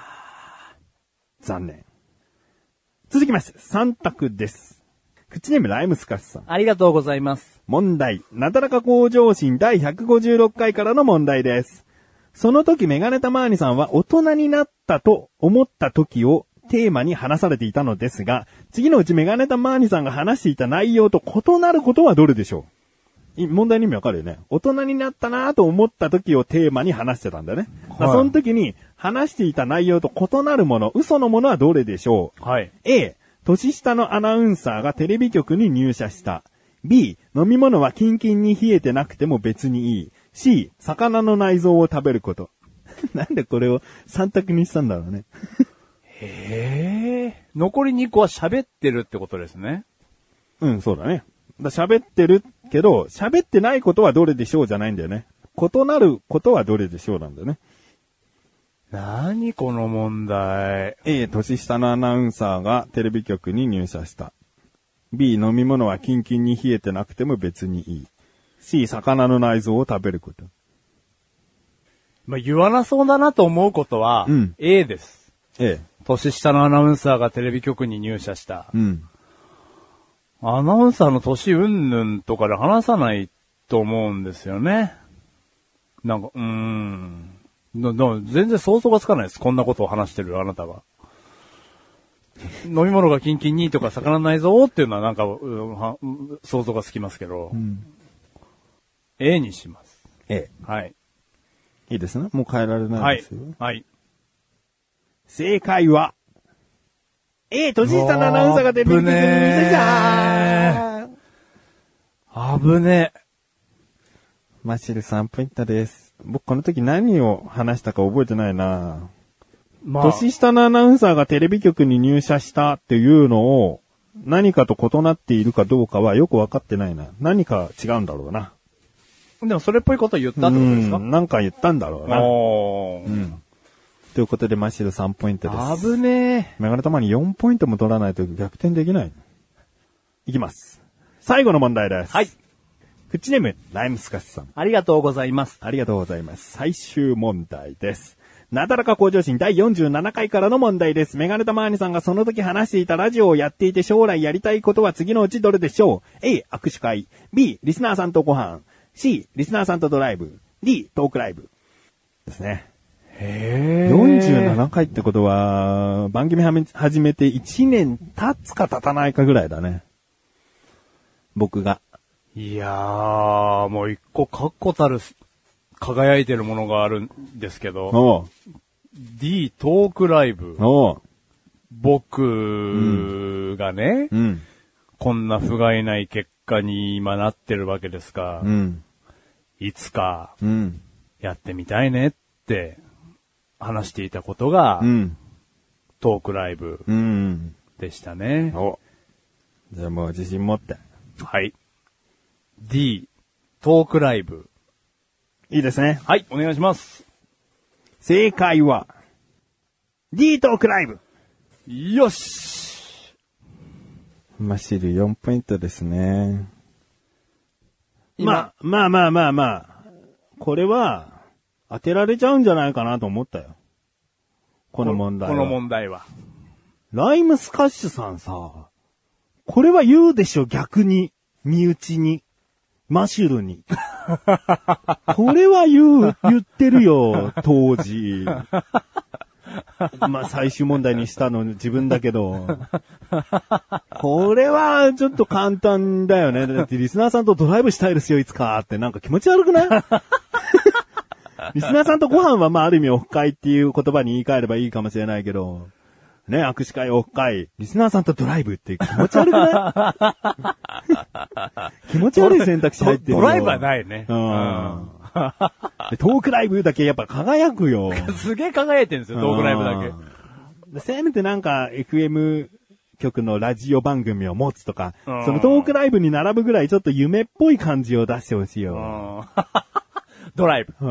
残念。続きまして、さん択です。口ネームライムスカスさん。 ありがとうございます。 問題。なだらか向上心だいひゃくごじゅうろっかいからの問題です。その時メガネタマーニさんは大人になったと思った時をテーマに話されていたのですが、次のうちメガネタマーニさんが話していた内容と異なることはどれでしょう？問題の意味わかるよね。大人になったなと思った時をテーマに話してたんだね。はい、その時に話していた内容と異なるもの、嘘のものはどれでしょう？ はい。 A、年下のアナウンサーがテレビ局に入社した。B、飲み物はキンキンに冷えてなくても別にいい。C、魚の内臓を食べること。なんでこれをさん択にしたんだろうね。 へえ。残りにこは喋ってるってことですね。 うん、そうだね。だ喋ってるけど、喋ってないことはどれでしょうじゃないんだよね。異なることはどれでしょうなんだよね。 なにこの問題。 A、年下のアナウンサーがテレビ局に入社した。B、飲み物はキンキンに冷えてなくても別にいい。C、魚の内臓を食べること。 まあ、言わなそうだなと思うことは、うん、A です。 A。 年下のアナウンサーがテレビ局に入社した。 うん。 アナウンサーの年云々とかで話さないと思うんですよね。なんか、うーん。のの全然想像がつかないです。こんなことを話してるあなたが。飲み物がキンキンにとか魚ないぞっていうのはなんか、うん、は想像がつきますけど、うん、A にします。 A。 はい。 いいですね。もう変えられないですよ。 はい。はい、 正解は、A、年下のアナウンサーがテレビ局に入社した。 危ねえ。 マシルさんポイントです。僕この時何を話したか覚えてないな。まあ、年下のアナウンサーがテレビ局に入社したっていうのを何かと異なっているかどうかはよくわかってないな。何か違うんだろうな。 でもそれっぽいこと言ったってことですか？ うん、なんか言ったんだろうな。 おー。 うん。ということでマシルさんポイントです。 危ねえ。 メガネたまによんポイントも取らないと逆転できない。いきます。最後の問題です。 はい。 口ネーム、ライムスカスさん。 ありがとうございます。 ありがとうございます。最終問題です。なだらか向上心だいよんじゅうななかいからの問題です。メガネたまーにさんがその時話していたラジオをやっていて将来やりたいことは次のうちどれでしょう？ A、握手会。B、リスナーさんとご飯。C、リスナーさんとドライブ。D、トークライブ。ですね。 へー。 よんじゅうななかいってことは、番組始めていちねん経つか経たないかぐらいだね。僕が。 いやー、もう一個確固たる輝いてるものがあるんですけど、 おう D トークライブ。 おう僕がね、 うん。 こんな不甲斐ない結果に今なってるわけですが、 うん。 いつかうん。 やってみたいねって話していたことが、 うん。 トークライブうん。 でしたね。 お。じゃあもう自信持って。 はい。D、トークライブ。 いいですね。 はい、お願いします。 正解は、D トークライブ。 よし。 マシルよんポイントですね。まあ、まあまあまあまあ。これは、当てられちゃうんじゃないかなと思ったよ。この問題は。 この問題は。 ライムスカッシュさんさ、これは言うでしょ、逆に。身内に。マシュルに。これは言う、言ってるよ、当時。まあ、最終問題にしたの自分だけど。これはちょっと簡単だよね。だってリスナーさんとドライブしたいですよ、いつかってなんか気持ち悪くないリスナーさんとご飯はまあある意味オフ会っていう言葉に言い換えればいいかもしれないけど、ね、握手会、オフ会、リスナーさんとドライブって気持ち悪くない気持ち悪い選択肢入ってるよ。 ドライブはないね。 うん。でトークライブだけやっぱ輝くよ。 すげえ輝いてるんですよ、トークライブだけ。 せめてなんか エフエム 局のラジオ番組を持つとか、そのトークライブに並ぶぐらいちょっと夢っぽい感じを出してほしいよ。 ドライブ。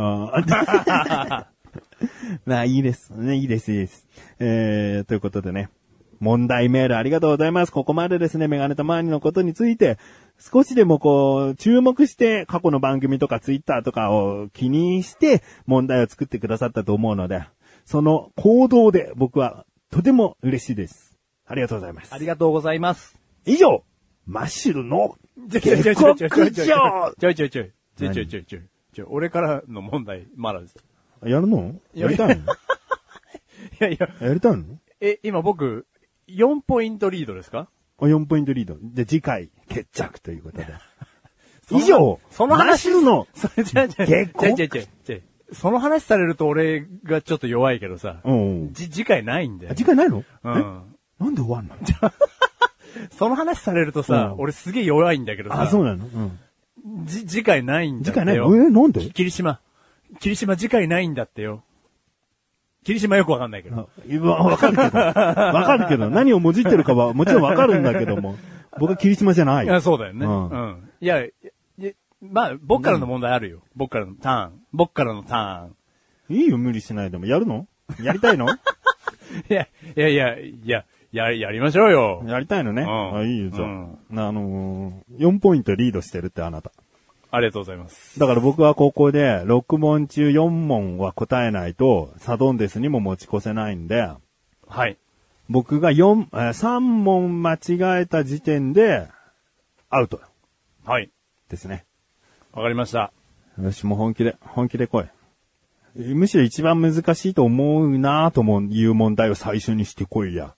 まあいいですね、いいです、いいです。えー、ということでね。問題メールありがとうございます。ここまでですね、メガネたまわりのことについて、少しでもこう、注目して過去の番組とかツイッターとかを気にして問題を作ってくださったと思うので、その行動で僕はとても嬉しいです。ありがとうございます。 ありがとうございます。 以上、マッシュルの下克上ちょいちょいちょいちょいちょいちょいちょいちょいちょいちょいちょい俺からの問題まだです。 やるのやりたいのいやいや。 やりたいのえ、今僕、よんポイントリードですか？ よんポイントリード。で、次回、決着ということで。以上、 その話するの、 それじゃじゃじゃじゃじゃその話されると俺がちょっと弱いけどさ、 うん、 じ、次回ないんだよ。 次回ないの？ うん。 なんで終わんの？ その話されるとさ、うん、俺すげえ弱いんだけどさ。 あ、そうなの？うん。 じ、次回ないんだってよ。 次回ないの？え、なんで？ 霧島。霧島次回ないんだってよ。霧島よくわかんないけど。 わかるけど。わかるけど。何をもじってるかはもちろんわかるんだけども。僕は霧島じゃない。 いや、そうだよね。 うん。うん、いや、いや、まあ、僕からの問題あるよ。僕からのターン。僕からのターン。いいよ、無理しないでも。やるの？やりたいの？ いや、いやいや、いや、や、やりましょうよ。 やりたいのね。 うん、 あ、いいよ、じゃあ。うん、あのー、よんポイントリードしてるってあなた。 ありがとうございます。 だから僕はここでろく問中よん問は答えないとサドンデスにも持ち越せないんで、 はい。 僕がよん、さん問間違えた時点でアウト。 はい。 ですね。 わかりました。 よし、もう本気で、本気で来い。むしろ一番難しいと思うなぁともいう問題を最初にしてこいや。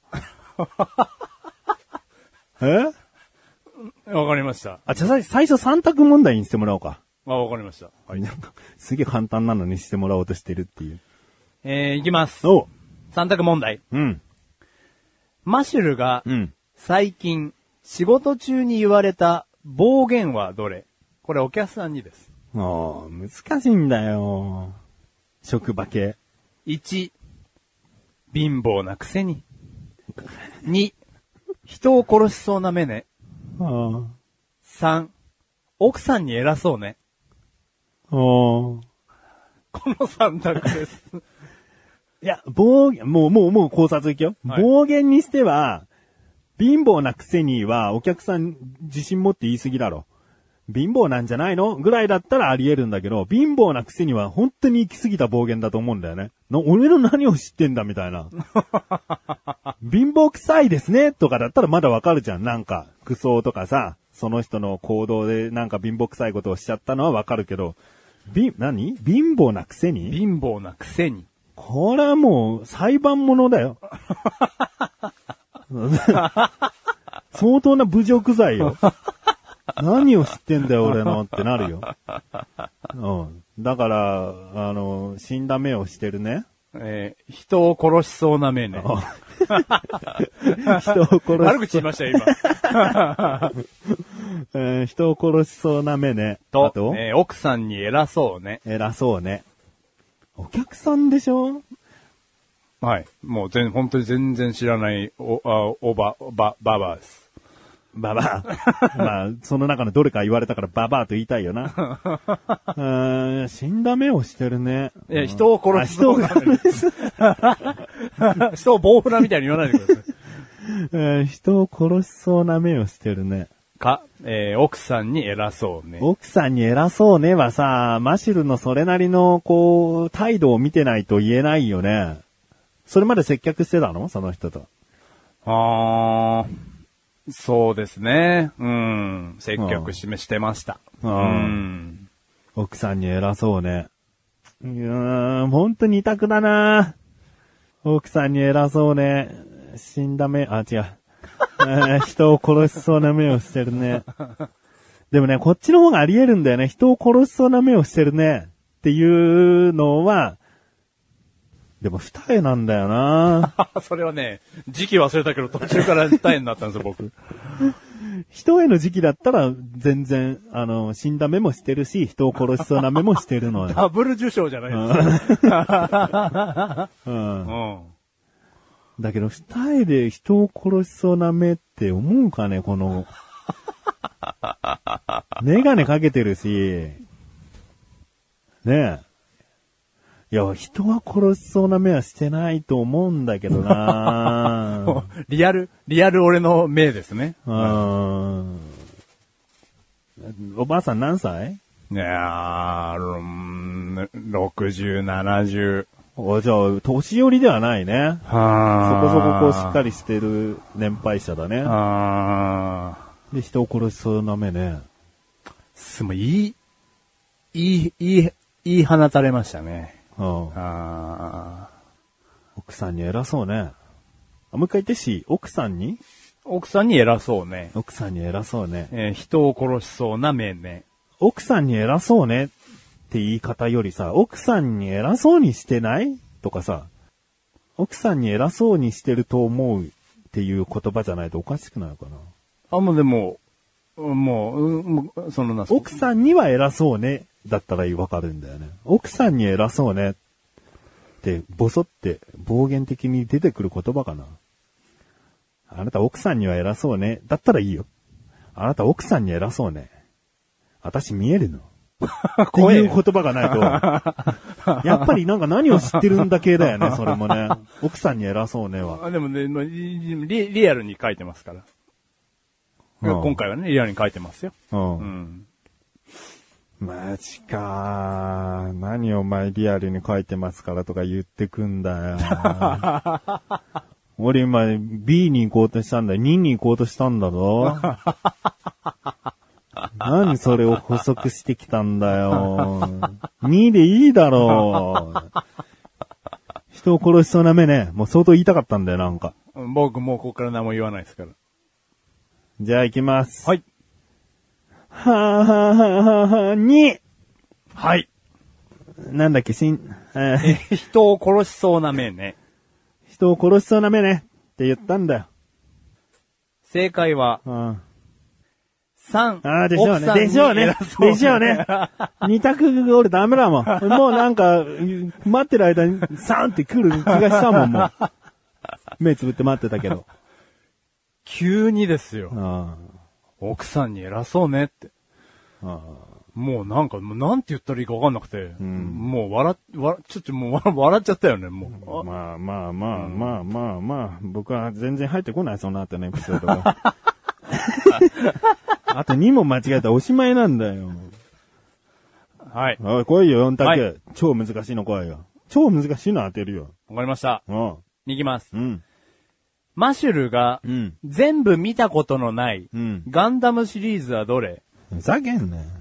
え？ わかりました。 あ、じゃあ最初さん択問題にしてもらおうか。 あ、わかりました。 はい。なんか、すげえ簡単なのにしてもらおうとしてるっていう。 えー、いきます。 おう。 さん択問題。 うん。 マシュルが、 うん。 最近、仕事中に言われた暴言はどれ？これお客さんにです。 ああ、難しいんだよ。職場系。 いち、貧乏なくせに。に、人を殺しそうな目ね。 ああ。 さん、奥さんに偉そうね。 ああ。 このさん択です。 いや、暴言、もう、もう、もう考察いくよ。はい、暴言にしては、貧乏なくせにはお客さん自信持って言い過ぎだろ。貧乏なんじゃないのぐらいだったらあり得るんだけど、貧乏なくせには本当に行き過ぎた暴言だと思うんだよね。な俺の何を知ってんだみたいな。貧乏臭いですねとかだったらまだわかるじゃん。なんか、服装とかさ、その人の行動でなんか貧乏臭いことをしちゃったのはわかるけど、び、何？貧乏なくせに？ 貧乏なくせに。 これはもう裁判物だよ。相当な侮辱罪よ。 何を知ってんだよ、俺のってなるよ。うん。だから、あの、死んだ目をしてるね。 えー、人を殺しそうな目ね。 人を殺しそう。 悪口言いましたよ、今。 えー、人を殺しそうな目ね。 と、 あと、 えー、奥さんに偉そうね。 偉そうね。お客さんでしょ？ はい。もう全、本当に全然知らないお、あおば、ば、ばばです。 ババア。まあ、その中のどれか言われたからババアと言いたいよな。うーん、死んだ目をしてるね。 いや、人を殺しそうな目です。人を棒フラみたいに言わないでください。 えー、人を殺しそうな目をしてるね。 か、えー、奥さんに偉そうね。 奥さんに偉そうねはさ、マシュルのそれなりの、こう、態度を見てないと言えないよね。それまで接客してたの？その人と。 あー。そうですね。うん。接客示してました。 うん。 うん。 奥さんに偉そうね。いやー、ほんと二択だな。奥さんに偉そうね。死んだ目、あ、違う。人を殺しそうな目をしてるね。でもね、こっちの方があり得るんだよね。人を殺しそうな目をしてるね。っていうのは、でも二重なんだよな。 それはね、時期忘れたけど途中から二重になったんですよ、僕。 一重の時期だったら全然、あの、死んだ目もしてるし、人を殺しそうな目もしてるのよ。 ダブル受賞じゃないですか。 うん。 うん。 だけど二重で人を殺しそうな目って思うかね、この。メガネかけてるし、ねえ。いや、人は殺しそうな目はしてないと思うんだけどなリアル、リアル俺の目ですね。 うん。おばあさん何歳？ いやー、ろくじゅう、ななじゅう。 お、じゃあ、年寄りではないね。そこそここうしっかりしてる年配者だね。 あで、人を殺しそうな目ね。 すもいい、いい、いい、いい放たれましたね。 うん、 あ奥さんに偉そうね。あ、もう一回言ってし、奥さんに奥さんに偉そうね。 奥さんに偉そうね。 えー、人を殺しそうな目ね。 奥さんに偉そうねって言い方よりさ、奥さんに偉そうにしてないとかさ、奥さんに偉そうにしてると思うっていう言葉じゃないとおかしくないのかな。 あ、もうでも、もう、うん、そのな、 奥さんには偉そうねだったらわかるんだよね。奥さんに偉そうねって、ボソって暴言的に出てくる言葉かな。あなた奥さんには偉そうねだったらいいよ。あなた奥さんに偉そうね。私見えるのっていう言葉がないと、やっぱりなんか何を知ってるんだ系だよね、それもね。奥さんに偉そうねは。 あでもね、リ、リアルに書いてますから。うん、今回はね、リアルに書いてますよ。 うん。 うん、 マジかー。何お前リアルに書いてますからとか言ってくんだよ。俺今 B に行こうとしたんだよ。にに行こうとしたんだぞ。何それを補足してきたんだよ。にでいいだろう。人を殺しそうな目ね。もう相当言いたかったんだよ、なんか。 僕もうここから何も言わないですから。 じゃあ行きます。 はい。 はぁはぁはぁはぁに。 はい。 なんだっけ、しん、えー、人を殺しそうな目ね。 人を殺しそうな目ね。って言ったんだよ。 正解は、 うん、 さん。 ああ、でしょうね。でしょうね。でしょうね。二択が俺ダメだもん。もうなんか、待ってる間にさんって来る気がしたもん、もう。目つぶって待ってたけど。 急にですよ。 あ奥さんに偉そうねって。 あもうなんか、もうなんて言ったらいいかわかんなくて。 うん、 もう笑っ、笑、ちょっともう笑っちゃったよね、もう。 まあまあまあまあまあまあ、僕は全然入ってこない、その後のエピソードが。あとに問間違えたらおしまいなんだよ。 はい。 おい、来いよ、よん択、 はい。 超難しいの来いよ。超難しいの当てるよ。 わかりました。 うん。 いきます。 うん。 マシュルが、全部見たことのない、ガンダムシリーズはどれ？ ふざけんなよ。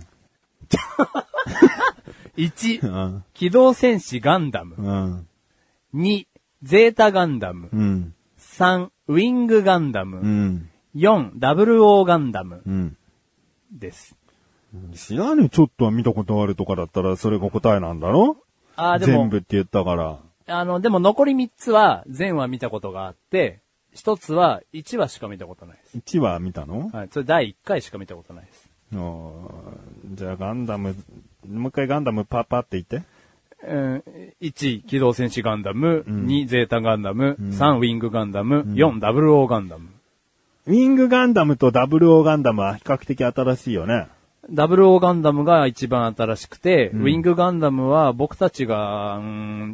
いち、うん、機動戦士ガンダム。うん、に、ゼータガンダム。うん、さん、ウィングガンダム。うん、よん、ダブルオーガンダム。うん、 です。 知らぬちょっとは見たことあるとかだったらそれが答えなんだろ？あ、でも。全部って言ったから。 あの、でも残りみっつは全話見たことがあって、ひとつはいちわしか見たことないです。 いちわ見たの？ はい。それだいいっかいしか見たことないです。 じゃあガンダム、もう一回ガンダムパパって言って。 うん、いち、機動戦士ガンダム、うん、に、ゼータガンダム、うん、さん、ウィングガンダム、うん、よん、ダブルオーガンダム。 ウィングガンダムとダブルオーガンダムは比較的新しいよね。 ダブルオーガンダムが一番新しくて、うん、ウィングガンダムは僕たちが、うん、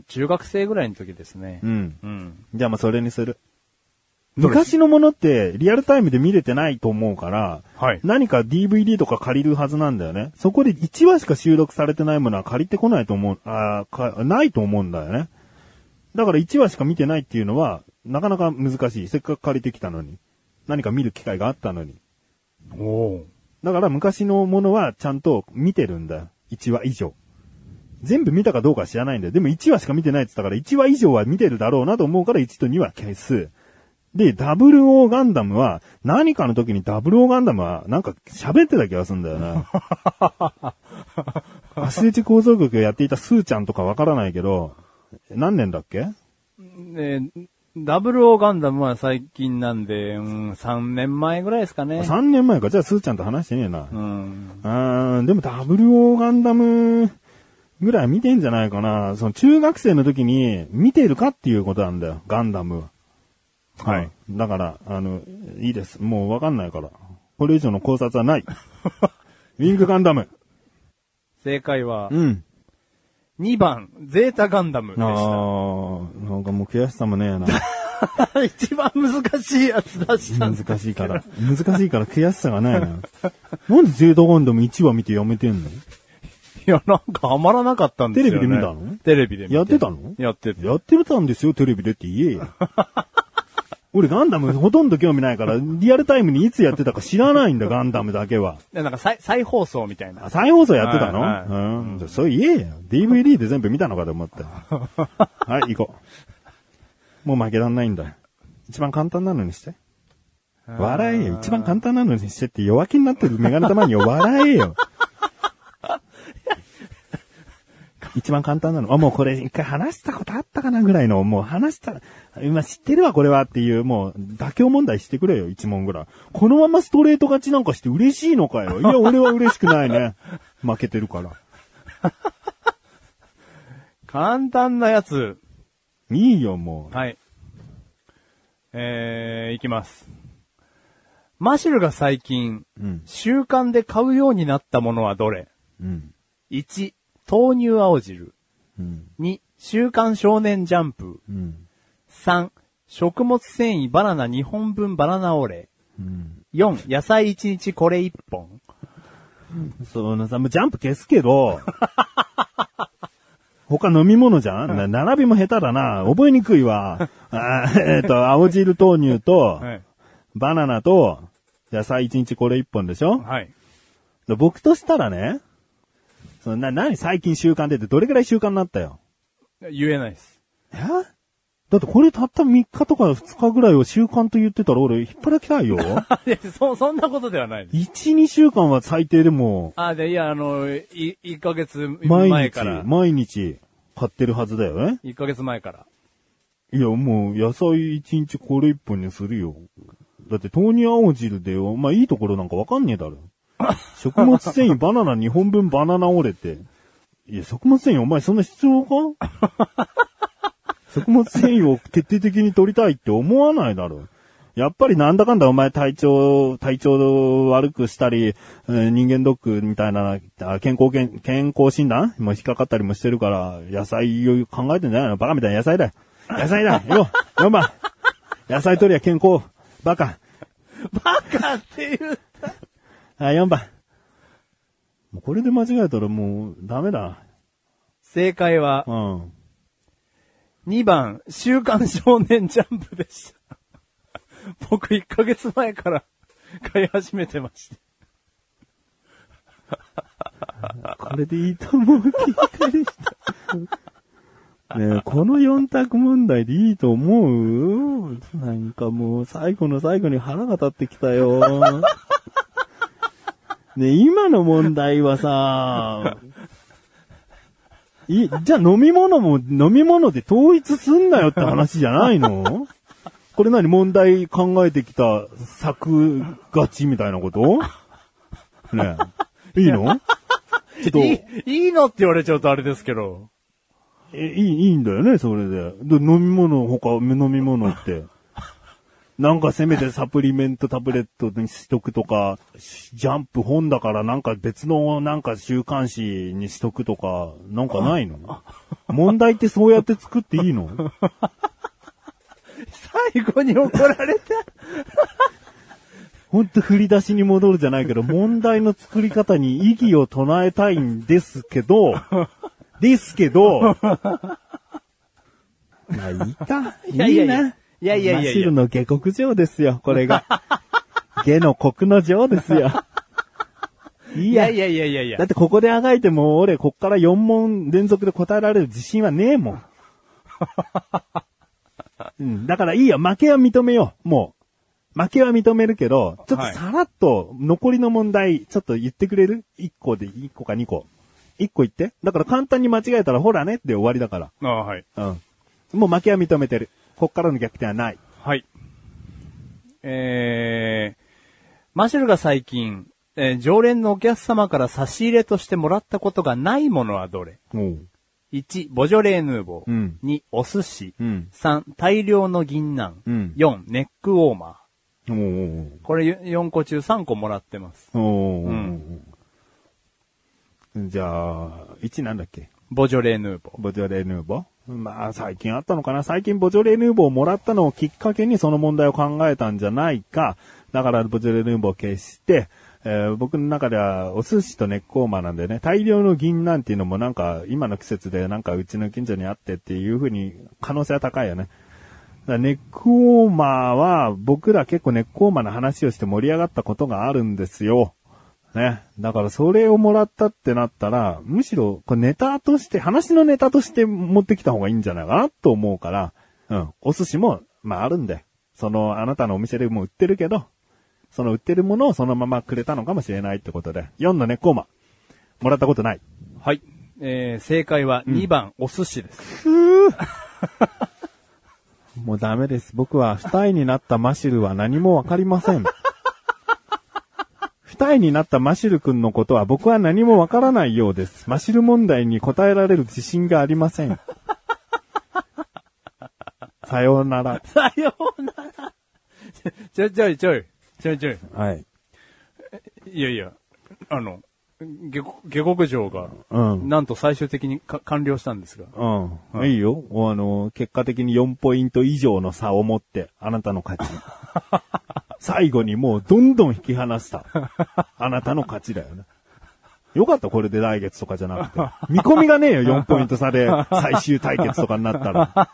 中学生ぐらいの時ですね。 うん。うん。じゃあまあそれにする。昔のものってリアルタイムで見れてないと思うから、はい、何か ディーブイディー とか借りるはずなんだよね。そこでいちわしか収録されてないものは借りてこないと思う、あかないと思うんだよね。だからいちわしか見てないっていうのはなかなか難しい。せっかく借りてきたのに。何か見る機会があったのに。 おー。 だから昔のものはちゃんと見てるんだよ。いちわ以上。全部見たかどうかは知らないんだよ。でもいちわしか見てないって言ったからいちわ以上は見てるだろうなと思うからいちとには消す。で、ダブルオーガンダムは、何かの時にダブルオーガンダムは、なんか喋ってた気がするんだよな。アスレチ構造局をやっていたスーちゃんとかわからないけど、何年だっけ？ ね、ダブルオーガンダムは最近なんで、うん、さんねんまえぐらいですかね。 さんねんまえか。じゃあスーちゃんと話してねえな。うん。あー、でもダブルオーガンダムぐらい見てんじゃないかな。その中学生の時に見てるかっていうことなんだよ。ガンダムは。はい。だから、あの、いいです。もうわかんないから。これ以上の考察はない。ウィングガンダム。 正解は、 うん。 にばん、ゼータガンダムでした。ああ、 なんかもう悔しさもねえな。 一番難しいやつ出したん難しいから。難しいから悔しさがないな。なんでゼータガンダムいちわ見てやめてんの？ いや、なんかハマらなかったんですよね。 テレビで見たの？ テレビで見た。 やってたの？ やってた。 やってたんですよ、テレビでって言えよ。俺ガンダムほとんど興味ないから、リアルタイムにいつやってたか知らないんだ、ガンダムだけは。 なんか再、再放送みたいな。 再放送やってたの？はいはい、うん。うん、そう言えよ。ディーブイディー で全部見たのかと思った。はい、行こう。もう負けらんないんだ。一番簡単なのにして。笑えよ。一番簡単なのにしてって弱気になってるメガネ玉に笑えよ。一番簡単なの。あ、もうこれ一回話したことあったかなぐらいの、もう話した、今知ってるわこれはっていう、もう妥協問題してくれよ、一問ぐらい。このままストレート勝ちなんかして嬉しいのかよ。いや、俺は嬉しくないね。負けてるから。 簡単なやつ。 いいよ、もう。 はい。えー、いきます。マシュルが最近、うん、習慣で買うようになったものはどれ？うん、いち、豆乳青汁。うん、に、週刊少年ジャンプ。うん、さん、食物繊維バナナにほんぶんバナナオレ。うん、よん、野菜いちにちこれいっぽん。 そのさ、もうジャンプ消すけど、他飲み物じゃん、うん、並びも下手だな。覚えにくいわ。あえっと、青汁豆乳と、はい、バナナと、野菜いちにちこれいっぽんでしょ？はい。僕としたらね、そのな、何最近習慣でってどれくらい習慣になったよ？ 言えないです。 え？だってこれたったみっかとかふつかぐらいを習慣と言ってたら俺引っ張らきたいよ。いや、そ、そんなことではないです。 いち、にしゅうかんは最低でも。 あ、で、いや、あの、い、いっかげつ前から。 毎日、毎日買ってるはずだよね。 いっかげつまえから。 いや、もう野菜いちにちこれいっぽんにするよ。だって豆乳青汁でよ、まあいいところなんかわかんねえだろ。食物繊維バナナにほんぶんバナナオレって。いや、食物繊維お前そんな必要か？食物繊維を徹底的に取りたいって思わないだろ。やっぱりなんだかんだお前体調、体調悪くしたり、えー、人間ドックみたいな、健康健、健康診断も引っかかったりもしてるから、野菜を考えてんじゃないの？バカみたいな野菜だよ。野菜だよ。よんばん。野菜取りゃ健康。バカ。 バカって言った。 はい、よんばん。もうこれで間違えたらもうダメだ。 正解は、うん、にばん、週刊少年ジャンプでした。僕いっかげつまえから買い始めてました。 これでいいと思う。きっかりした。ねえ、このよん択問題でいいと思う？なんかもう最後の最後に腹が立ってきたよ。 ね、今の問題はさ、い、じゃあ飲み物も飲み物で統一すんなよって話じゃないの？これ何問題考えてきた作がちみたいなことねえ。いいのちょっといい、いいのって言われちゃうとあれですけど。 え、いい、いいんだよね、それで。で飲み物、他、飲み物って。なんかせめてサプリメントタブレットにしとくとか、ジャンプ本だからなんか別のなんか週刊誌にしとくとか、なんかないの？問題ってそうやって作っていいの？ 最後に怒られた。 ほんと振り出しに戻るじゃないけど、問題の作り方に意義を唱えたいんですけど、ですけど、まあいいか。いいな。 いやいやいやいやいやいや。 マシルの下克上ですよ、これが。下の国の上ですよ。いやいやいやいやいや。 だってここであがいても俺こっからよん問連続で答えられる自信はねえもん。うん、だからいいよ、負けは認めよう。もう。負けは認めるけど、ちょっとさらっと残りの問題、ちょっと言ってくれる？ いっ 個でいっこかにこ。いっこ言って。だから簡単に間違えたらほらねって終わりだから。 ああ、はい。 うん。もう負けは認めてる。こっからの逆転はない。 はい。えー、マシュルが最近、えー、常連のお客様から差し入れとしてもらったことがないものはどれ？ おう。 いち、ボジョレーヌーボー。 うん、 に、お寿司。 うん、 さん、大量の銀杏。 うん、 よん、ネックウォーマー。 おうおうこれよんこ中さんこもらってます。 おうおう、 うん、 じゃあ、いちなんだっけ？ ボジョレーヌーボー。 ボジョレーヌーボー？まあ、最近あったのかな？最近ボジョレーヌーボーをもらったのをきっかけにその問題を考えたんじゃないか。だからボジョレーヌーボーを消して、えー、僕の中ではお寿司とネックウォーマーなんでね、大量の銀なんていうのもなんか今の季節でなんかうちの近所にあってっていう風に可能性は高いよね。だからネックウォーマーは僕ら結構ネックウォーマーの話をして盛り上がったことがあるんですよ。ね。だからそれをもらったってなったら、むしろこれネタとして、話のネタとして持ってきた方がいいんじゃないかなと思うから、うん。お寿司も、まああるんで、そのあなたのお店でも売ってるけど、その売ってるものをそのままくれたのかもしれないってことで、よんのネックウォーマー、もらったことない。 はい。えー、正解はにばん、うん、お寿司です。 ふーもうダメです。僕は二重になったマシルは何もわかりません。二重になったマシル君のことは僕は何もわからないようです。マシル問題に答えられる自信がありません。さようなら。 さようなら。ちょいちょいちょい。ちょいちょい。 はい。 いやいや、あの、下下克上が、うん、なんと最終的にか完了したんですが。 うん。うん、いいよ。あの、結果的によんポイント以上の差を持って、あなたの勝ち。最後にもうどんどん引き離した。あなたの勝ちだよね。よかった、これで来月とかじゃなくて。見込みがねえよ、よんポイント差で最終対決とかになったら。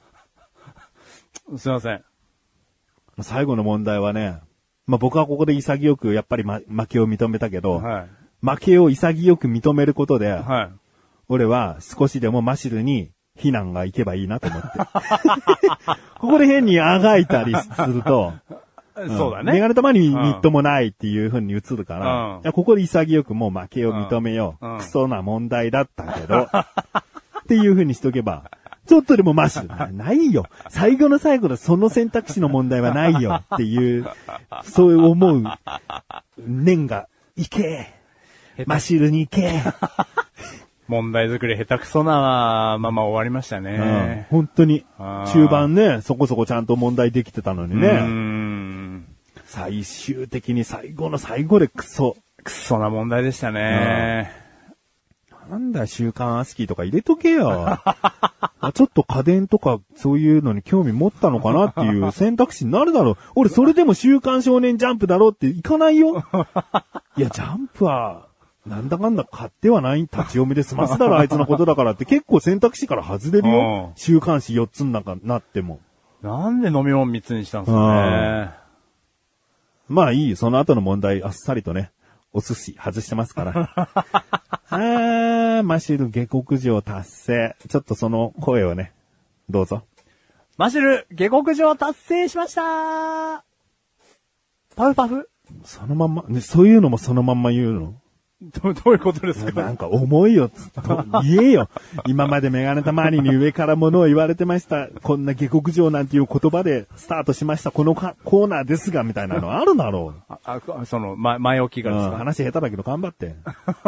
すいません。 最後の問題はね、まあ、僕はここで潔くやっぱり、ま、負けを認めたけど、はい、負けを潔く認めることで、はい、俺は少しでもマシルに非難がいけばいいなと思って。ここで変にあがいたりすると、 うん、そうだね。 メガネ玉にみっともないっていう風に映るから、うん、いやここで潔くもう負けを認めよう。うん、クソな問題だったけど、っていう風にしとけば、ちょっとでもマシルな。ないよ。最後の最後でその選択肢の問題はないよっていう、そういう思う念が、いけマシルに行け問題作り下手くそなまま終わりましたね。 うん、本当に。中盤ね、そこそこちゃんと問題できてたのにね。うーん最終的に最後の最後でクソ。 クソな問題でしたね。 なんだ週刊アスキーとか入れとけよ。ちょっと家電とかそういうのに興味持ったのかなっていう選択肢になるだろう。俺それでも週刊少年ジャンプだろうっていかないよ。いや、ジャンプは、なんだかんだ買ってはない立ち読みで済ますだろ、あいつのことだからって結構選択肢から外れるよ。週刊誌よっつの中になっても。 なんで飲み物みっつにしたんですかね。 まあいい、その後の問題あっさりとね、お寿司外してますから。あー、マシル下克上達成。ちょっとその声をね、どうぞ。 マシル下克上達成しましたー。パフパフそのまんま、ね、そういうのもそのまんま言うの？ ど, どういうことですか？ なんか重いよ、と言えよ。今までメガネたまわりに上からものを言われてました。こんな下克上なんていう言葉でスタートしました。このコーナーですが、みたいなのあるだろう。 あ、あその、ま、前置きがですか、 うん、話下手だけど頑張って。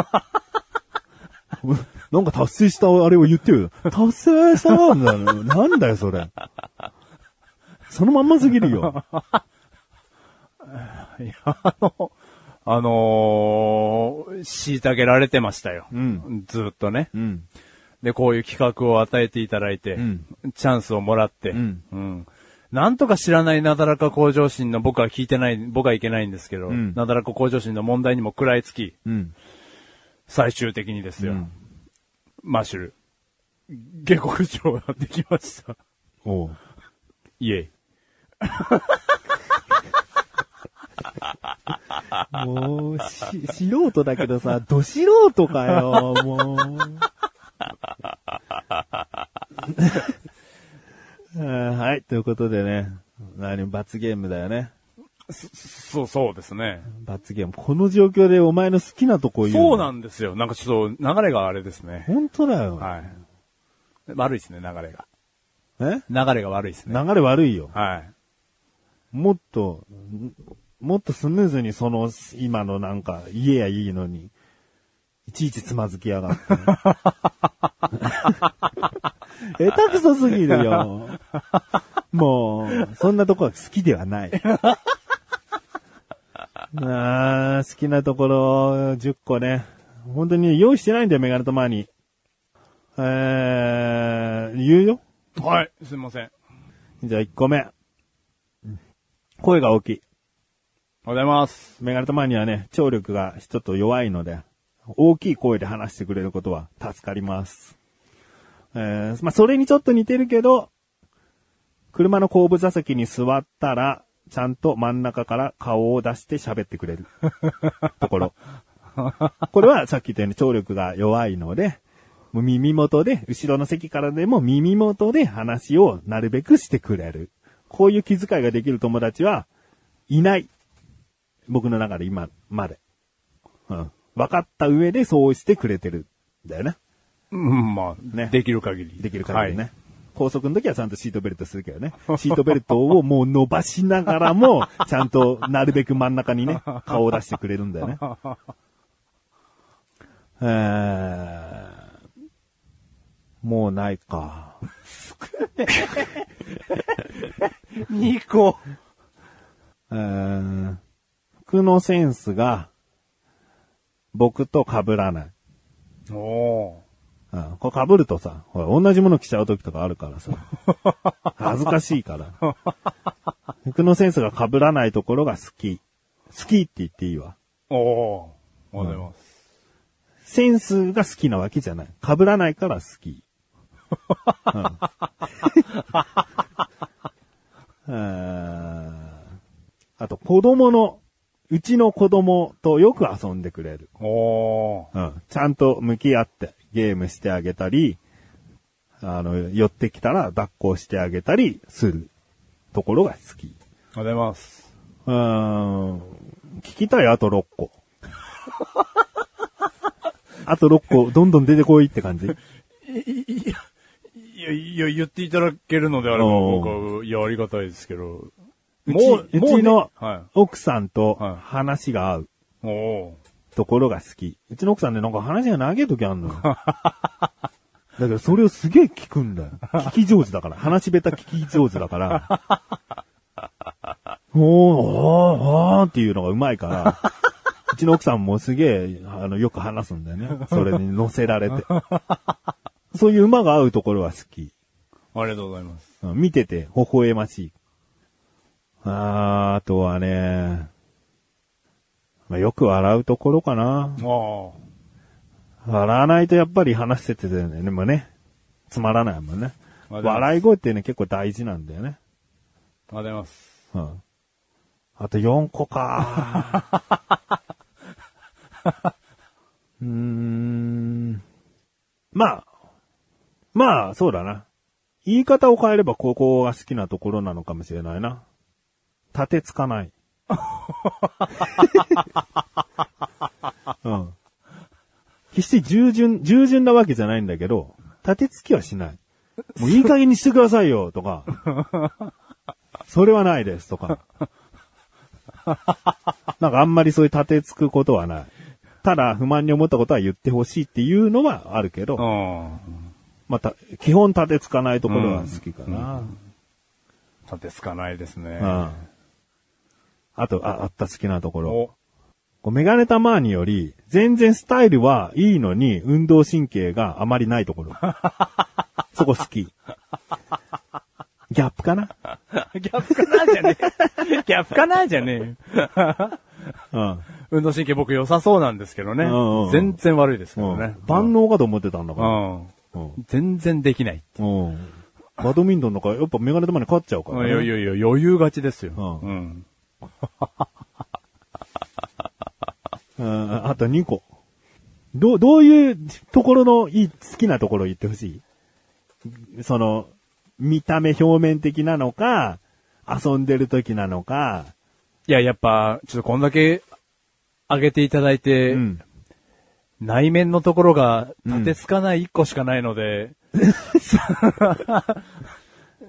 なんか達成したあれを言ってよ。達成したんだよ。なんだよ、それ。そのまんますぎるよ。 いや、あの、あのー、虐げられてましたよ。 うん、 ずっとね、 うん。 で、こういう企画を与えていただいて、うん、チャンスをもらって、 うんうん、なんとか知らないなだらか向上心の僕は聞いてない、僕はいけないんですけど、うん、なだらか向上心の問題にも食らいつき、うん、最終的にですよ、うん、マッシュル、下克上ができました。 おう。 イエイ。 もう、し、素人だけどさ、ど素人かよ、もう。はい、ということでね、何、罰ゲームだよね。 そう、そうですね。 罰ゲーム。この状況でお前の好きなとこ言う。 そうなんですよ。なんかちょっと流れがあれですね。 本当だよ。 はい。悪いですね、流れが。 え？ 流れが悪いですね。 流れ悪いよ。 はい。 もっと、もっとスムーズにその、今のなんか、言えやいいのに、いちいちつまずきやがって。下手くそすぎるよ。もう、そんなとこは好きではない。あ好きなところじゅっこね。本当に用意してないんだよ、メガネとマーに。えー、言うよ。 はい、すいません。 じゃあいっこめ。声が大きい。 おはようございます。 メガネとマーにはね、聴力がちょっと弱いので、大きい声で話してくれることは助かります。えー、まあ、それにちょっと似てるけど、車の後部座席に座ったら、ちゃんと真ん中から顔を出して喋ってくれるところ。これはさっき言ったように聴力が弱いので、もう耳元で、後ろの席からでも耳元で話をなるべくしてくれる。こういう気遣いができる友達はいない。僕の中で今まで。うん。分かった上でそうしてくれてる。だよね。 うん、まあ、ね。できる限り。 できる限りね。はい、高速の時はちゃんとシートベルトするけどね。シートベルトをもう伸ばしながらも、ちゃんとなるべく真ん中にね、顔を出してくれるんだよね。えー、もうないか。 にこ。 えー、服のセンスが、僕と被らない。 おー。 うん、これ被るとさ、ほら、同じもの着ちゃう時とかあるからさ。恥ずかしいから。服のセンスが被らないところが好き。好きって言っていいわ。 おー。おはようございます。 センスが好きなわけじゃない。被らないから好き。うん、あと、子供の、うちの子供とよく遊んでくれる。 おー。 うん。ちゃんと向き合ってゲームしてあげたり、あの、寄ってきたら抱っこしてあげたりするところが好き。 ありがとうございます。 うーん。聞きたい、あとろっこ。あとろっこ、どんどん出てこいって感じ。 いや、いや、いや、言っていただけるのであれば、僕は、いや、ありがたいですけど。 もう、うちの奥さんと話が合うところが好き。うちの奥さんね、なんか話が長い時あんのよ。だけどそれをすげえ聞くんだよ。聞き上手だから。話下手聞き上手だから。おー、おー、おーっていうのがうまいから。うちの奥さんもすげえ、あの、よく話すんだよね。それに乗せられて。そういう馬が合うところは好き。 ありがとうございます。 見てて、微笑ましい。あー、あとはね、まあ、よく笑うところかな。笑わないとやっぱり話しててね、でもね、つまらないもんね。笑い声ってね、結構大事なんだよね。 ありがとうございます。 うん。あとよんこか。うーん。まあ、まあ、そうだな。言い方を変えればここが好きなところなのかもしれないな。立てつかない。 うん。決して従順、従順なわけじゃないんだけど、立てつきはしない。もういい加減にしてくださいよ、とか。それはないです、とか。なんかあんまりそういう立てつくことはない。ただ不満に思ったことは言ってほしいっていうのはあるけど、また、基本立てつかないところは好きかな。うんうん、 立てつかないですね。 うん、あと、あ、あった好きなところ。こうメガネたまーにより、全然スタイルはいいのに、運動神経があまりないところ。そこ好き。ギャップかなギャップかなじゃねえ。ギャップかなじゃねえ。うん、運動神経僕良さそうなんですけどね。うんうん、全然悪いですけどね。 うん、万能かと思ってたんだから。 うんうん、全然できない。 うん、バドミントンなんかやっぱメガネたまに勝っちゃうからね。 いやいやいや、余裕勝ちですよ。うんうんうん、あとにこ。どう、どういうところのいい、好きなところを言ってほしい？その、見た目表面的なのか、遊んでる時なのか。 いや、やっぱ、ちょっとこんだけ上げていただいて、うん、内面のところが立てつかない一個しかないので、うん、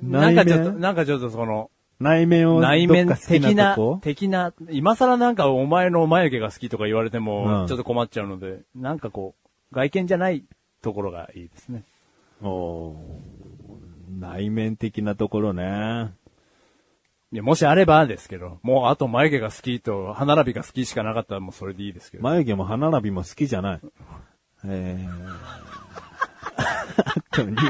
なんかちょっと、なんかちょっとその、 内面を内面的な、的な、今更なんかお前の眉毛が好きとか言われても、ちょっと困っちゃうので、うん、なんかこう、外見じゃないところがいいですね。 お内面的なところね。 いや、もしあればですけど、もうあと眉毛が好きと歯並びが好きしかなかったらもうそれでいいですけど。 眉毛も歯並びも好きじゃない。えー、あとに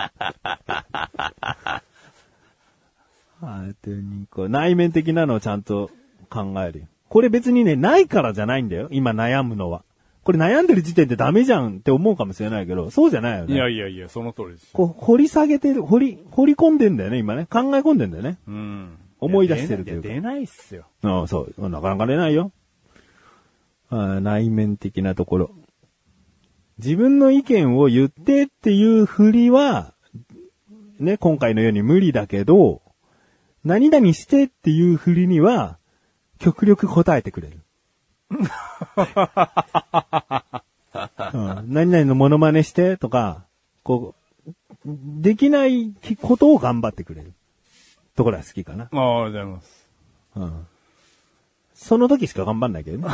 あとにこ内面的なのをちゃんと考えるよ。これ別にね、ないからじゃないんだよ。今悩むのは。これ悩んでる時点でダメじゃんって思うかもしれないけど、そうじゃないよね。 いやいやいや、その通りです。 こう、掘り下げてる、掘り、掘り込んでんだよね、今ね。考え込んでんだよね。うん。思い出してるというか。 出ないっすよ。 ああ、そう。なかなか出ないよ。あ内面的なところ。自分の意見を言ってっていう振りは、ね、今回のように無理だけど、何々してっていう振りには、極力答えてくれる。うん、何々のモノマネしてとか、こう、できないことを頑張ってくれる。ところは好きかな。 ああ、ありがとうございます。 うん。その時しか頑張んないけどね。うん、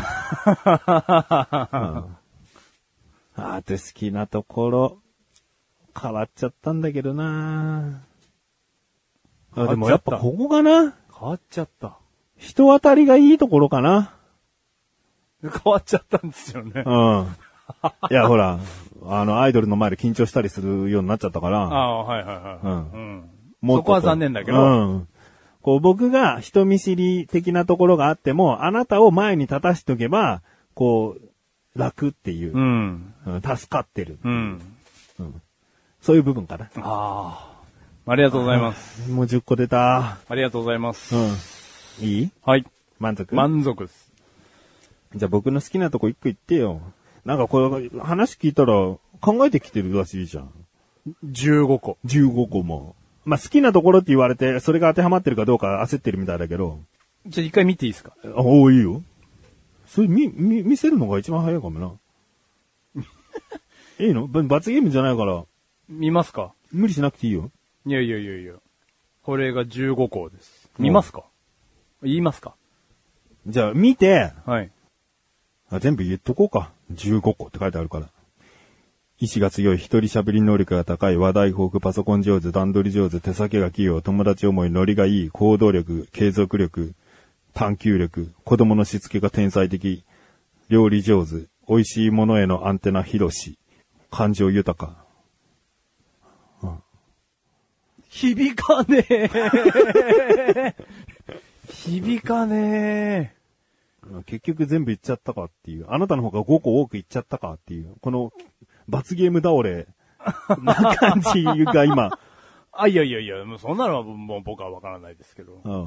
あと好きなところ、変わっちゃったんだけどなあ。でもやっぱここかな。 変わっちゃった。 人当たりがいいところかな。 変わっちゃったんですよね。 うん。いや、ほら、あの、アイドルの前で緊張したりするようになっちゃったから。 ああ、はいはいはい。うん。うんもそこは残念だけど。 うん。こう僕が人見知り的なところがあっても、あなたを前に立たしておけば、こう、楽っていう。うん。助かってる。うん。うん。そういう部分かな。 ああ。ありがとうございます。 もうじゅっこ出た。 ありがとうございます。うん。 いい？ はい。 満足？ 満足です。 じゃあ僕の好きなとこ一個言ってよ。なんかこれ話聞いたら考えてきてるらしいじゃん。 じゅうごこ。 じゅうごこも。まあ、好きなところって言われて、それが当てはまってるかどうか焦ってるみたいだけど。 じゃあ一回見ていいですか？ あ、おいいよ。それ見、見、見せるのが一番早いかもな。いいの？罰ゲームじゃないから。 見ますか？ 無理しなくていいよ。 いやいやいやいや。これがじゅうごこです。見ますか？言いますか？ じゃあ見て。 はい。 あ、全部言っとこうか。じゅうごこって書いてあるから。意志が強い、一人喋り能力が高い、話題豊富、パソコン上手、段取り上手、手先が器用、友達思い、ノリがいい、行動力、継続力、探求力、子供のしつけが天才的、料理上手、美味しいものへのアンテナ広し、感情豊か。うん、 響かねえ。響かねえ。結局全部言っちゃったかっていう。あなたの方がごこ多く言っちゃったかっていう。この、罰ゲーム倒れな感じが今。 あ、いやいやいや、もうそんなのはもう僕はわからないですけど。うん。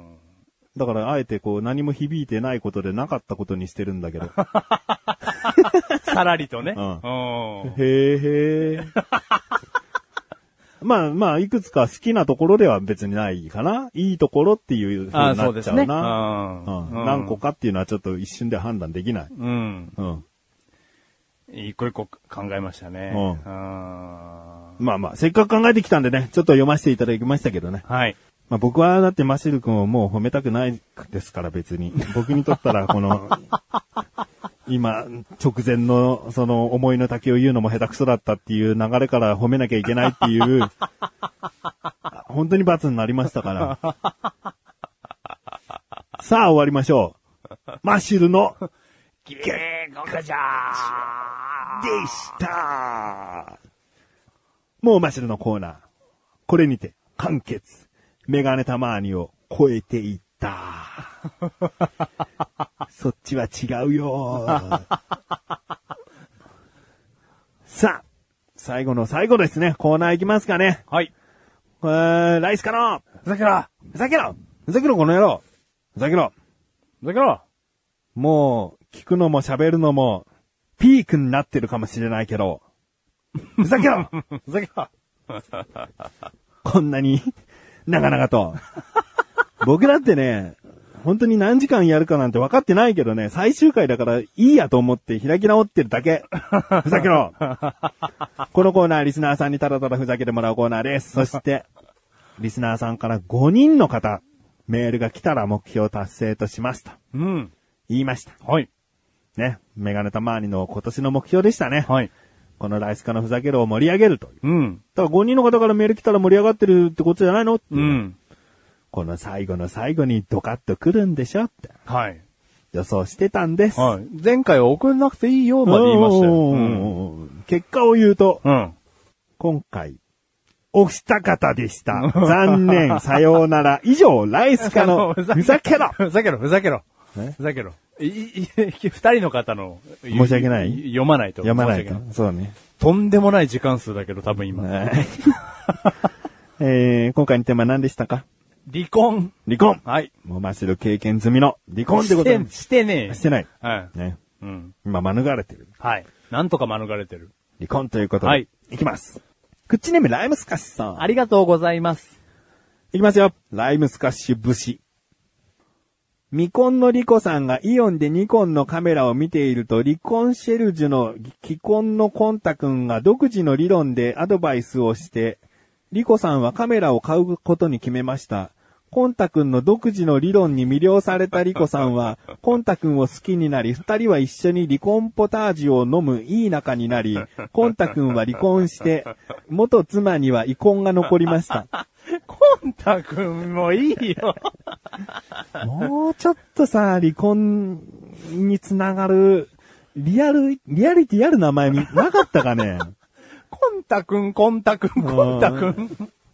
うん、だからあえてこう何も響いてないことでなかったことにしてるんだけど。 さらりとね。うん。 うん、へーへー。 まあまあ、いくつか好きなところでは別にないかな。いいところっていう風になっちゃうな。 あ、そうですね。うんうん、何個かっていうのはちょっと一瞬で判断できない。 うん。 うん。 一個一個考えましたね。 うん。 うん、 まあまあ、せっかく考えてきたんでね、ちょっと読ませていただきましたけどね。 はい。 まあ僕はだってマシル君をもう褒めたくないですから別に。僕にとったらこの、今、直前のその思いの丈を言うのも下手くそだったっていう流れから褒めなきゃいけないっていう、本当に罰になりましたから。さあ終わりましょう。マシルの、 ゲーゴカジャーでした。もうマシルのコーナー。これにて完結。メガネたまーにを超えていった。そっちは違うよ。さあ、最後の最後ですね。コーナー行きますかね。 はい。 えー、ライスカのふざけろふざけろふざけろこの野郎ふざけろふざけろもう、聞くのも喋るのも、ピークになってるかもしれないけど、ふざけろふざけろこんなに、長々と。僕だってね、本当に何時間やるかなんて分かってないけどね、最終回だからいいやと思って開き直ってるだけ。ふざけろこのコーナー、リスナーさんにただただふざけてもらうコーナーです。そして、リスナーさんからごにんの方、メールが来たら目標達成としますと。 うん。 言いました。 はい。 ね、メガネたまーにの今年の目標でしたね。 はい。 このライスカのふざけろを盛り上げるという。 うん。 だからごにんの方からメール来たら盛り上がってるってことじゃないのっていう。 うん。 この最後の最後にドカッと来るんでしょって。 はい。 予想してたんです。 はい。前回は送んなくていいよまで言いましたよ。うん、 結果を言うと、 うん、今回、お二方でした。残念、さようなら。以上、ライスカのふざけろふざけろ、ふざけろ。ふざけろ。い、い、二人の方の、 申し訳ない読まないと。 読まないと。そうね。 とんでもない時間数だけど、多分今。 えー、今回のテーマは何でしたか？ 離婚。 離婚。 はい。 もうマシル経験済みの離婚ってことして、してねえ。 してない。 はい。 ね。 うん。 今免れてる。 はい。なんとか免れてる。 離婚ということで。 はい。 いきます。クッチネームライムスカッシュさん。 ありがとうございます。 いきますよ。ライムスカッシュ節。未婚のリコさんがイオンでニコンのカメラを見ていると、離婚シェルジュの既婚のコンタ君が独自の理論でアドバイスをして、リコさんはカメラを買うことに決めました。コンタ君の独自の理論に魅了されたリコさんは、コンタ君を好きになり、二人は一緒に離婚ポタージュを飲むいい仲になり、コンタ君は離婚して、元妻には遺恨が残りました。 コンタ君もいいよ。 もうちょっとさ、離婚につながる、リアル、リアリティある名前なかったかね。 コンタ君、コンタ君、コンタ君。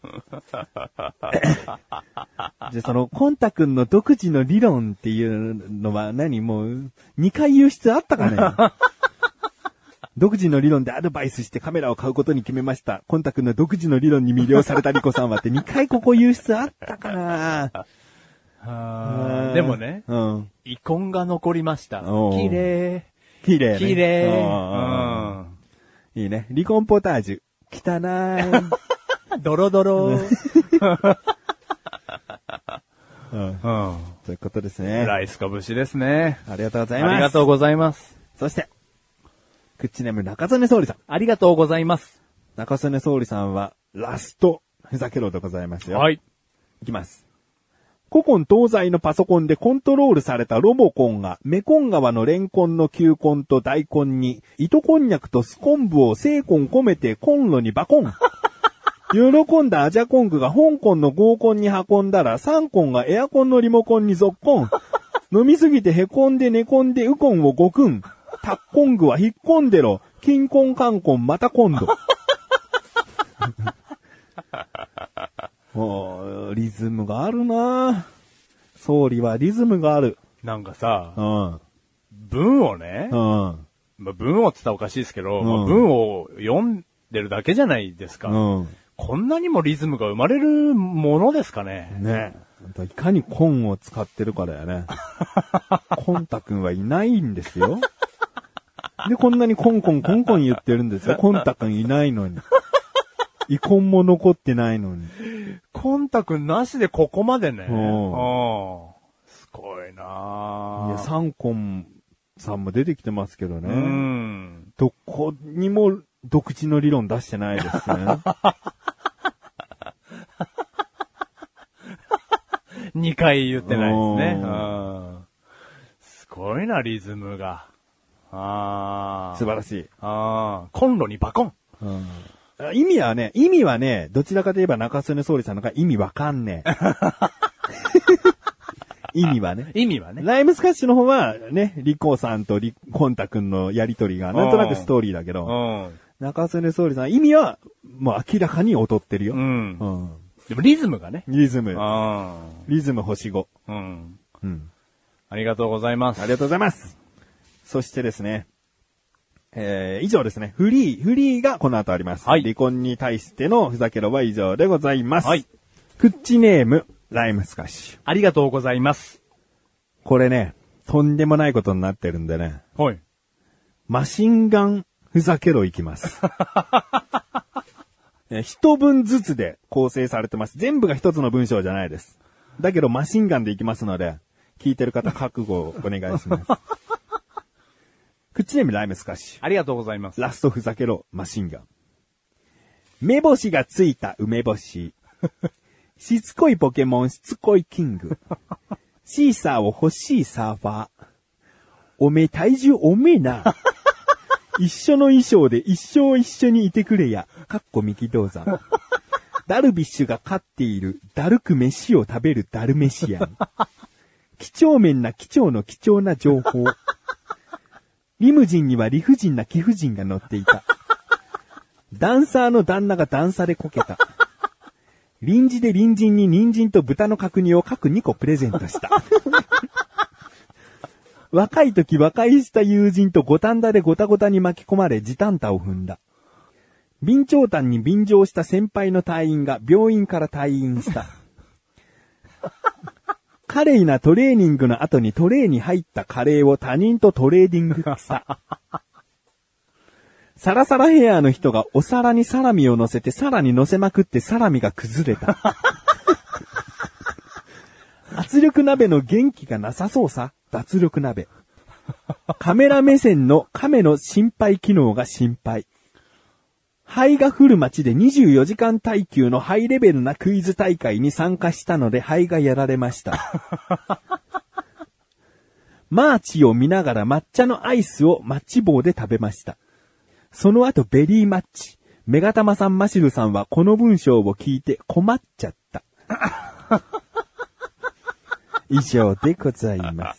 じゃその、コンタ君の独自の理論っていうのは何もう、にかい言う必要あったかね独自の理論でアドバイスしてカメラを買うことに決めました。コンタ君の独自の理論に魅了されたリコさんはってにかいここ言う必要あったかなあでもね、うん、遺恨が残りました。綺麗。 綺麗、ね。 綺麗。 いいね。離婚ポタージュ。汚い。 ドロドロ。 うん。うん。ということですね。 ライスカ節ですね。 ありがとうございます。 ありがとうございます。 そして、クッチネーム中曽根総理さん。 ありがとうございます。 中曽根総理さんは、ラスト、ふざけろでございますよ。 はい。 いきます。古今東西のパソコンでコントロールされたロボコンが、メコン川のレンコンの球根と大根に、糸こんにゃくとスコンブを精根込めてコンロにバコン。喜んだアジャコングが香港の合コンに運んだら、サンコンがエアコンのリモコンにゾッコン。飲みすぎてへこんで寝込んでウコンをゴクン。タッコングは引っ込んでろ。キンコンカンコンまた今度。もう、リズムがあるなぁ。総理はリズムがある。 なんかさ、 うん、 文をね、 うんまあ、文をって言ったらおかしいですけど、 うんまあ、文を読んでるだけじゃないですか、 うん。 こんなにもリズムが生まれるものですかね。 ねえ。いかにコンを使ってるからやね。コンタ君はいないんですよ。で、こんなにコンコンコンコン言ってるんですよ。コンタ君いないのに。 遺恨も残ってないのに。 コンタクなしでここまでね。 うんうんすごいなぁ。 いや、サンコンさんも出てきてますけどね。 うん。 どこにも独自の理論出してないですね。 にかい言ってないですね。 ううんすごいな、リズムが。あ素晴らしい。 あコンロにバコン。 うん意味はね、意味はね、どちらかといえば中曽根総理さんの方が意味わかんねえ。意味はね。 意味はね。 ライムスカッシュの方はね、リコさんとリコンタ君のやりとりがなんとなくストーリーだけど、 うん。 中曽根総理さん意味はもう明らかに劣ってるよ。 うん。 うんでもリズムがね。 リズム。 あリズム星ご。 あ。うん。 うん。 ありがとうございます。 ありがとうございます。そしてですね、えー、以上ですね。フリー、フリーがこの後あります。 はい離婚に対してのふざけろは以上でございます。 はい。 クッチネーム、ライムスカッシュ。 ありがとうございます。 これね、とんでもないことになってるんでね。 はい。 マシンガンふざけろいきます。一文ずつで構成されてます。全部が一つの文章じゃないです。だけどマシンガンでいきますので、聞いてる方覚悟をお願いします。口ネームライムスカッシュ。 ありがとうございます。 ラストふざけろマシンガン。目星がついた梅干し。しつこいポケモンしつこいキング。シーサーを欲しいサーファー。おめえ体重おめえな。一緒の衣装で一生一緒にいてくれや。かっこミキドーザ。ダルビッシュが飼っているダルク飯を食べるダルメシアン。几帳面な貴重の貴重な情報。リムジンには理不尽な貴婦人が乗っていた。ダンサーの旦那が段差でこけた。臨時で隣人に人参と豚の角煮を各にこプレゼントした。若い時和解した友人と五反田でごたごたに巻き込まれ地毯を踏んだ。備長炭に便乗した先輩の隊員が病院から退院した。華麗なトレーニングの後にトレーに入ったカレーを他人とトレーディングした。サラサラヘアの人がお皿にサラミを乗せてさらに乗せまくってサラミが崩れた。圧力鍋の元気がなさそうさ。脱力鍋。カメラ目線の亀の心配機能が心配。灰が降る街でにじゅうよじかん耐久のハイレベルなクイズ大会に参加したので灰がやられました。マーチを見ながら抹茶のアイスをマッチ棒で食べました。その後ベリーマッチ。メガタマさんマシルさんはこの文章を聞いて困っちゃった。以上でございます。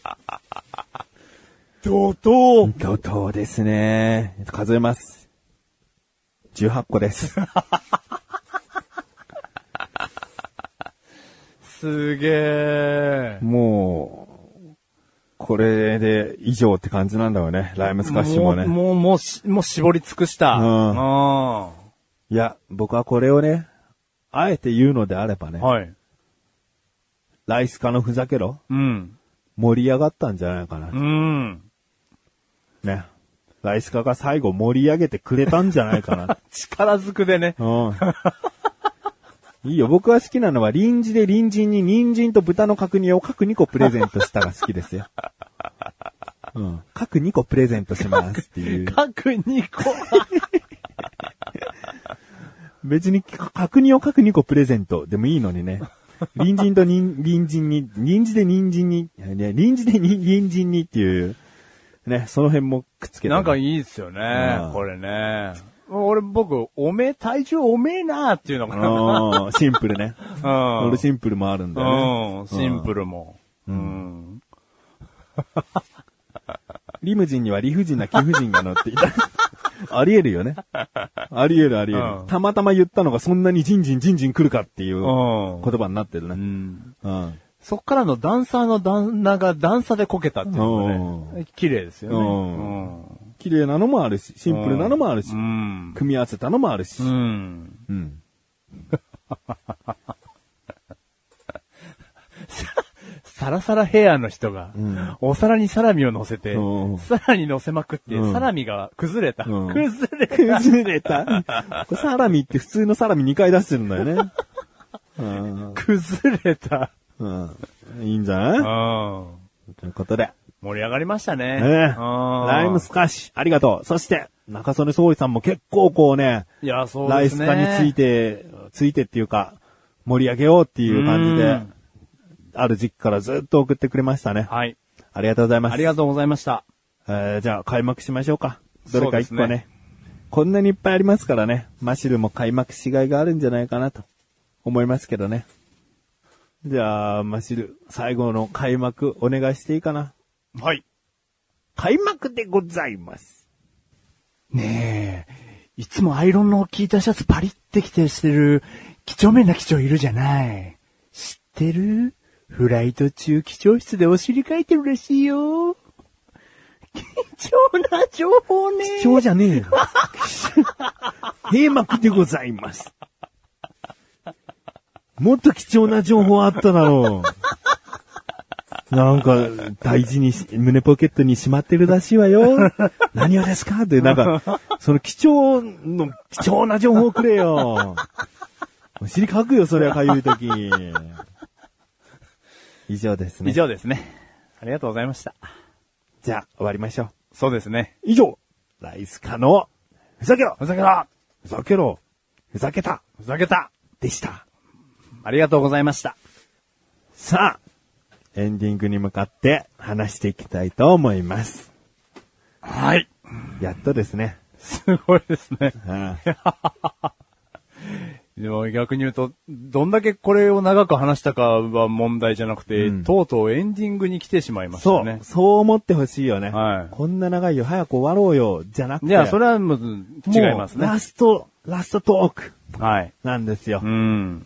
怒涛怒涛ですね。数えます。じゅうはっこです。 すげえ。 もう、これで以上って感じなんだろうね。ライムスカッシュもね。 もう、もう、もうし、もう絞り尽くした。 うん。 あいや、僕はこれをね、あえて言うのであればね。 はい。 ライスカのふざけろうん。 盛り上がったんじゃないかな。 うん。 ね。ライスカが最後盛り上げてくれたんじゃないかな。 力ずくでね。 うん。いいよ。僕は好きなのは、臨時で隣人に人参と豚の角煮を各にこプレゼントしたが好きですよ。うん。各にこプレゼントしますっていう。 各にこ別に角煮を各にこプレゼントでもいいのにね。隣人と隣人に、臨時で人参に、ね、臨時で隣人にっていう、ね、その辺もくっつけて、ね。 なんかいいですよね、これね。俺、僕、おめえ、体重おめえなーっていうのかな。 シンプルね。 うん。 俺シンプルもあるんだよね。 うん、シンプルも。うん。うんリムジンには理不尽な貴婦人が乗っていた。あり得るよね。あり得るあり得る、うん。たまたま言ったのがそんなにジンジンジンジン来るかっていう言葉になってるね。うんうん、そっからのダンサーの旦那が段差でこけたっていうのがね、綺麗ですよね。 うんうん、綺麗なのもあるし、シンプルなのもあるし、うん、組み合わせたのもあるし。うんうん、 サラサラヘアの人が、うん、お皿にサラミを乗せて、うん、さらに乗せまくって、うん、サラミが崩れた。うん、崩れた。 崩れた。サラミって普通のサラミにかい出してるんだよね。うん、 崩れた。 うん、いいんじゃない？うん。ということで。 盛り上がりましたね。 ねえ。ライムスカッシュ、ありがとう。そして、中曽根総理さんも結構こうね、 いや、そうですね。 ライスカについて、ついてっていうか、盛り上げようっていう感じで、ある時期からずっと送ってくれましたね。 はい。 ありがとうございます。 ありがとうございました。 えー、じゃあ開幕しましょうか。どれか一個ね。ねこんなにいっぱいありますからね。マシルも開幕しがいがあるんじゃないかなと思いますけどね。じゃあ、マシル、最後の開幕お願いしていいかな。 はい。 開幕でございます。 ねえ、いつもアイロンの効いたシャツパリってきてしてる、几帳面な機長いるじゃない。知ってる？フライト中機長室でお尻かいてるらしいよ。貴重な情報ね。 貴重じゃねえよ。閉幕でございます。もっと貴重な情報あっただろう。なんか、大事に胸ポケットにしまってるらしいわよ。何をですかって、なんか、その貴重の、貴重な情報くれよ。お尻かくよ、それはかゆいとき。以上ですね。 以上ですね。ありがとうございました。 じゃあ、終わりましょう。 そうですね。 以上、ライスカの、ふざけろふざけろふざけろふざけたふざけたでした。 ありがとうございました。 さあ、エンディングに向かって話していきたいと思います。 はい。 やっとですね。 すごいですね。 はあ、でも逆に言うと、どんだけこれを長く話したかは問題じゃなくて、うん、とうとうエンディングに来てしまいましたね。 そう、そう思ってほしいよね。 はい。 こんな長いよ、早く終わろうよ、じゃなくて。 いや、それはもう違いますね。 ラスト、ラストトーク。 はい。 なんですよ。 うん。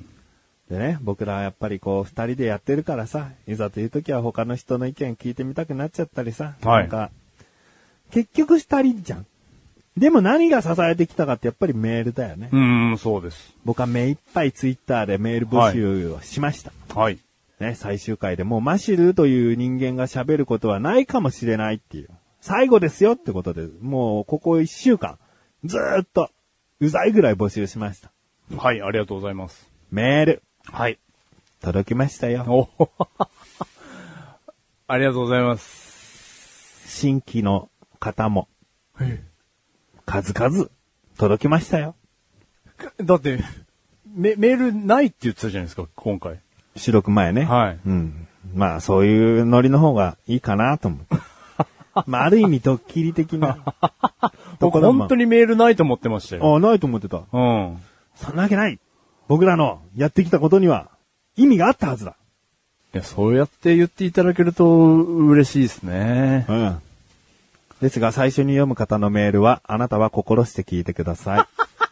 でね、僕らはやっぱりこう、二人でやってるからさ、いざという時は他の人の意見聞いてみたくなっちゃったりさ、 はい。 なんか、結局二人じゃん。でも何が支えてきたかってやっぱりメールだよね。 うーん、そうです。 僕は目いっぱいツイッターでメール募集をしました。 はい。 ね、最終回でもうマシルという人間が喋ることはないかもしれないっていう。最後ですよってことで、もうここ一週間、ずーっと、うざいぐらい募集しました。 はい、ありがとうございます。 メール。 はい。 届きましたよ。 おありがとうございます。 新規の方も、数々届きましたよ。 だって、メ、メールないって言ってたじゃないですか、今回。 収録前ね。 はい。 うん。まあ、そういうノリの方がいいかなと思って。まあ、ある意味ドッキリ的な。 僕本当にメールないと思ってましたよ。 ああ、ないと思ってた。 うん。 そんなわけない。僕らのやってきたことには意味があったはずだ。 いや、そうやって言っていただけると嬉しいですね。 うん。ですが、最初に読む方のメールは、あなたは心して聞いてください。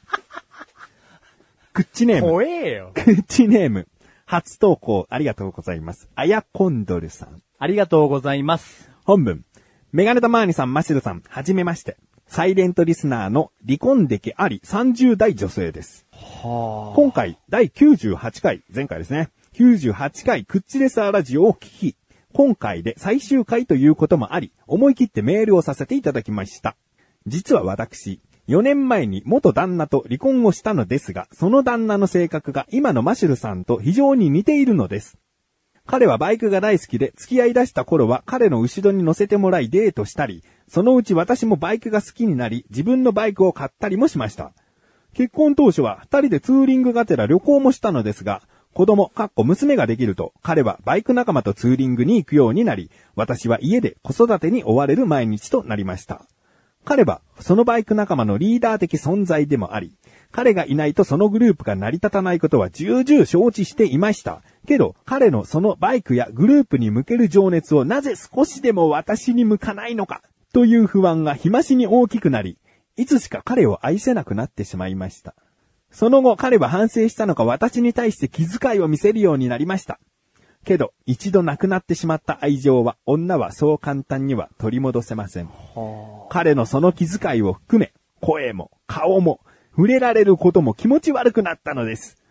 クッチネーム。 怖えよ。 クッチネーム。初投稿ありがとうございます。あやコンドルさん。 ありがとうございます。 本文。メガネタマーニさん、マシルさん、はじめまして。サイレントリスナーの離婚歴ありさんじゅう代女性です。 はあ、 今回、だいきゅうじゅうはちかい、前回ですね。きゅうじゅうはちかいクッチレスアラジオを聞き、今回で最終回ということもあり、思い切ってメールをさせていただきました。実は私、よねんまえに元旦那と離婚をしたのですが、その旦那の性格が今のマシュルさんと非常に似ているのです。彼はバイクが大好きで、付き合い出した頃は彼の後ろに乗せてもらいデートしたり、そのうち私もバイクが好きになり、自分のバイクを買ったりもしました。結婚当初は二人でツーリングがてら旅行もしたのですが、子供、かっこ娘ができると、彼はバイク仲間とツーリングに行くようになり、私は家で子育てに追われる毎日となりました。彼はそのバイク仲間のリーダー的存在でもあり、彼がいないとそのグループが成り立たないことは重々承知していました。けど、彼のそのバイクやグループに向ける情熱をなぜ少しでも私に向かないのか、という不安が日増しに大きくなり、いつしか彼を愛せなくなってしまいました。その後、彼は反省したのか私に対して気遣いを見せるようになりました。けど、一度亡くなってしまった愛情は、女はそう簡単には取り戻せません。彼のその気遣いを含め、声も顔も触れられることも気持ち悪くなったのです。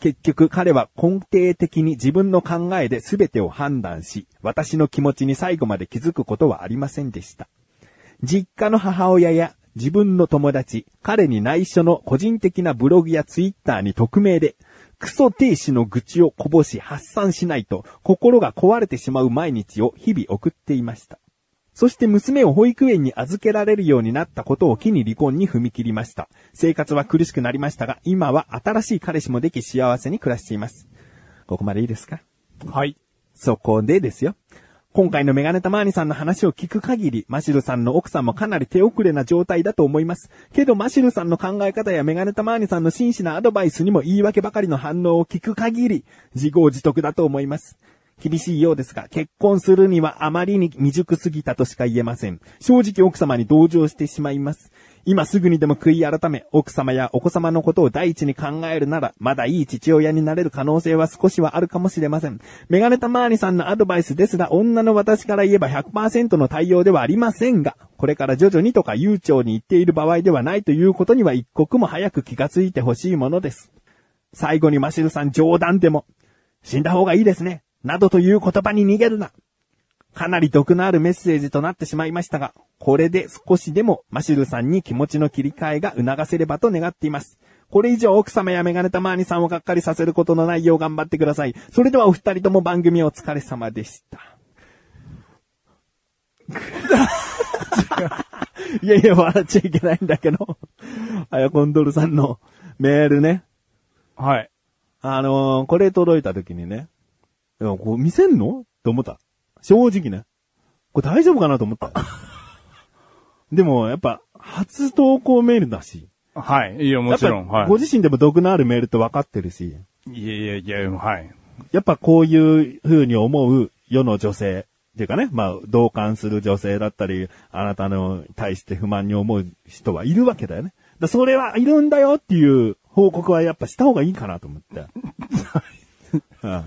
結局彼は根底的に自分の考えで全てを判断し、私の気持ちに最後まで気づくことはありませんでした。実家の母親や自分の友達、彼に内緒の個人的なブログやツイッターに匿名で、クソ停止の愚痴をこぼし発散しないと心が壊れてしまう毎日を日々送っていました。そして娘を保育園に預けられるようになったことを機に離婚に踏み切りました。生活は苦しくなりましたが、今は新しい彼氏もでき幸せに暮らしています。ここまでいいですか？ はい。 そこでですよ。今回のメガネタマーニさんの話を聞く限り、マシルさんの奥さんもかなり手遅れな状態だと思います。けどマシルさんの考え方やメガネタマーニさんの真摯なアドバイスにも言い訳ばかりの反応を聞く限り、自業自得だと思います。厳しいようですが、結婚するにはあまりに未熟すぎたとしか言えません。正直奥様に同情してしまいます。今すぐにでも悔い改め、奥様やお子様のことを第一に考えるなら、まだいい父親になれる可能性は少しはあるかもしれません。メガネタマーニさんのアドバイスですが、女の私から言えば ひゃくパーセント の対応ではありませんが、これから徐々にとか悠長に言っている場合ではないということには一刻も早く気がついてほしいものです。最後にマシルさん冗談でも、死んだ方がいいですね。などという言葉に逃げるな。かなり毒のあるメッセージとなってしまいましたが、これで少しでもマシルさんに気持ちの切り替えが促せればと願っています。これ以上奥様やメガネタマーニさんをがっかりさせることのないよう頑張ってください。それではお二人とも番組お疲れ様でした。いやいや、笑っちゃいけないんだけど。あやこんどるさんのメールね。 はい。 あのー、これ届いた時にね、いやこう見せんのと思った。正直ね。これ大丈夫かなと思った。でも、やっぱ、初投稿メールだし。 はい。いや、もちろん。はい。 ご自身でも毒のあるメールって分かってるし。 いやいやいや、はい。 やっぱこういう風に思う世の女性っていうかね、まあ、同感する女性だったり、あなたの対して不満に思う人はいるわけだよね。だそれはいるんだよっていう報告はやっぱした方がいいかなと思って。うん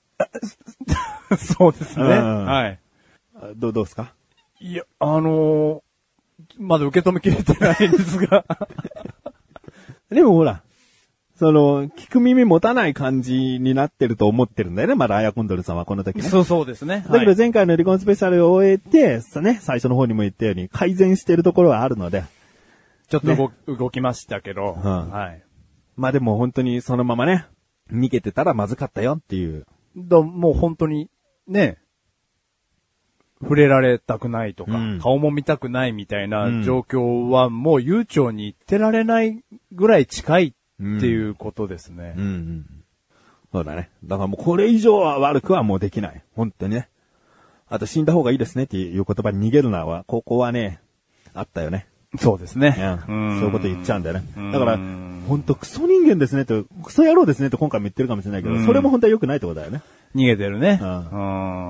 そうですね。はい。 どう、どうですか？ いや、あのー、まだ受け止めきれてないんですが。 でもほら、その、聞く耳持たない感じになってると思ってるんだよね。まだアヤコンドルさんはこの時ね。 そうそうですね。 だけど前回の離婚スペシャルを終えて、ね、最初の方にも言ったように改善してるところはあるので。 ちょっと動、ね、動きましたけど、 うん。 はい。 まあでも本当にそのままね、逃げてたらまずかったよっていう。 だもう本当に、ね、触れられたくないとか、うん、顔も見たくないみたいな状況はもう悠長に言ってられないぐらい近いっていうことですね。 うんうんうん、そうだね。だからもうこれ以上は悪くはもうできない。本当にね。あと死んだ方がいいですねっていう言葉に逃げるのは、ここはね、あったよね。 そうですね。 うん、そういうこと言っちゃうんだよね。だから、本当クソ人間ですねって、クソ野郎ですねって今回も言ってるかもしれないけど、それも本当は良くないってことだよね。 逃げてるね。 うん。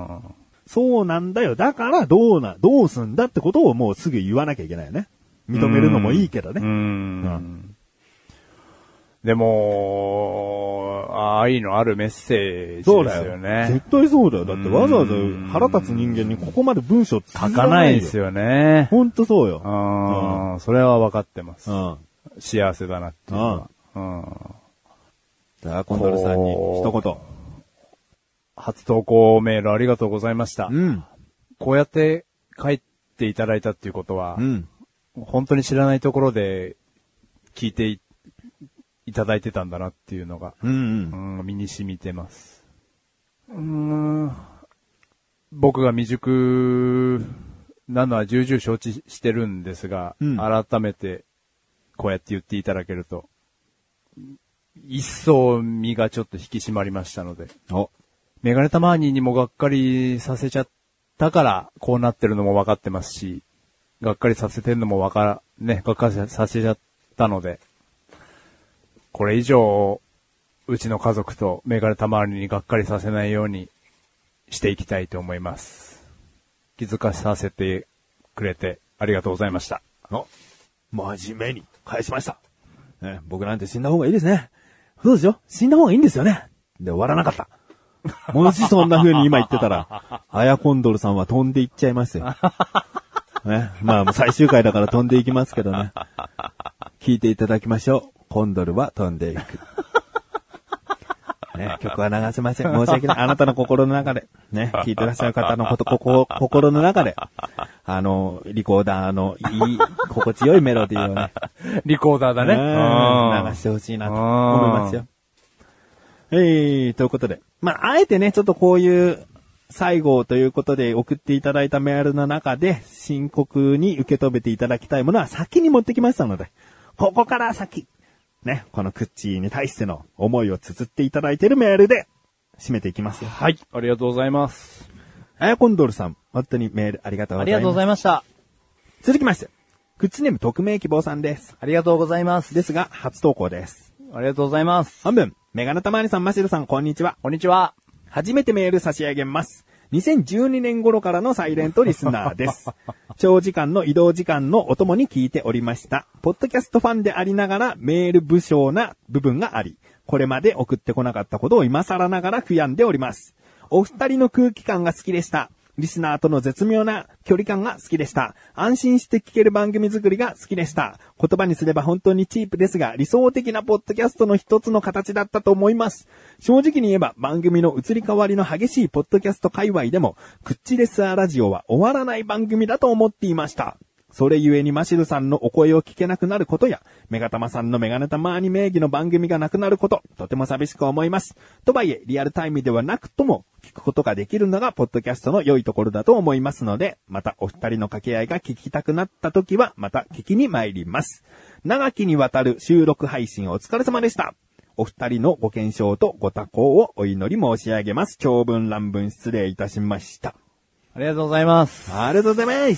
うんそうなんだよ。だからどうな、どうすんだってことをもうすぐ言わなきゃいけないよね。認めるのもいいけどね。 うん。うんでも、愛のあるメッセージですよね。そうだよ。 絶対そうだよ。だってわざわざ腹立つ人間にここまで文章書かないですよね。 ほんとそうよ。 うん。それは分かってます。うん。幸せだなっていうのは。うん。 じゃあ、コンドルさんに一言。 初投稿メールありがとうございました。 うん。 こうやって書いていただいたっていうことは、うん、本当に知らないところで聞いて い, いただいてたんだなっていうのが、 うんうんうん、身に染みてます。うーん僕が未熟なのは重々承知してるんですが、うん、改めてこうやって言っていただけると、一層身がちょっと引き締まりましたので。 おメガネタマーニーにもがっかりさせちゃったから、こうなってるのも分かってますし、がっかりさせてるのも分から、ね、がっかりさせちゃったので、これ以上、うちの家族とメガネタマーニーにがっかりさせないようにしていきたいと思います。気づかさせてくれてありがとうございました。 お、真面目に返しました。ね、僕なんて死んだ方がいいですね。そうですよ。死んだ方がいいんですよね。で、終わらなかった。もしそんな風に今言ってたら、アヤコンドルさんは飛んでいっちゃいますよ。ね、まあ最終回だから飛んでいきますけどね。聞いていただきましょう。コンドルは飛んでいく。 ね、曲は流せません。申し訳ない。あなたの心の中で、ね、聴いてらっしゃる方のこと、ここ、心の中で、あの、リコーダーのいい、心地よいメロディーをね、 リコーダーだね。 流してほしいなと思いますよ。えー、ということで。まあ、あえてね、ちょっとこういう最後ということで送っていただいたメールの中で深刻に受け止めていただきたいものは先に持ってきましたので、ここから先、ね、このクッチーに対しての思いを綴っていただいているメールで締めていきますよ。 はい、ありがとうございます。 あやこんどるさん、本当にメールありがとうございます。 ありがとうございました。 続きまして、クッチネーム匿名希望さんです。 ありがとうございます。 ですが、初投稿です。 ありがとうございます。 本文、メガネたまにさん、マシルさん、こんにちは。 こんにちは。 初めてメール差し上げます。にせんじゅうにねん頃からのサイレントリスナーです。長時間の移動時間のお供に聞いておりました。ポッドキャストファンでありながらメール不詳な部分があり、これまで送ってこなかったことを今更ながら悔やんでおります。お二人の空気感が好きでした。リスナーとの絶妙な距離感が好きでした。安心して聞ける番組作りが好きでした。言葉にすれば本当にチープですが、理想的なポッドキャストの一つの形だったと思います。正直に言えば番組の移り変わりの激しいポッドキャスト界隈でも、クッチレスアラジオは終わらない番組だと思っていました。それゆえにマシルさんのお声を聞けなくなることや、メガタマさんのメガネタマーニ名義の番組がなくなること、とても寂しく思います。とはいえ、リアルタイムではなくとも、聞くことができるのが、ポッドキャストの良いところだと思いますので、またお二人の掛け合いが聞きたくなった時は、また聞きに参ります。長きにわたる収録配信お疲れ様でした。お二人のご健勝とご多幸をお祈り申し上げます。長文乱文失礼いたしました。 ありがとうございます。 ありがとうございます。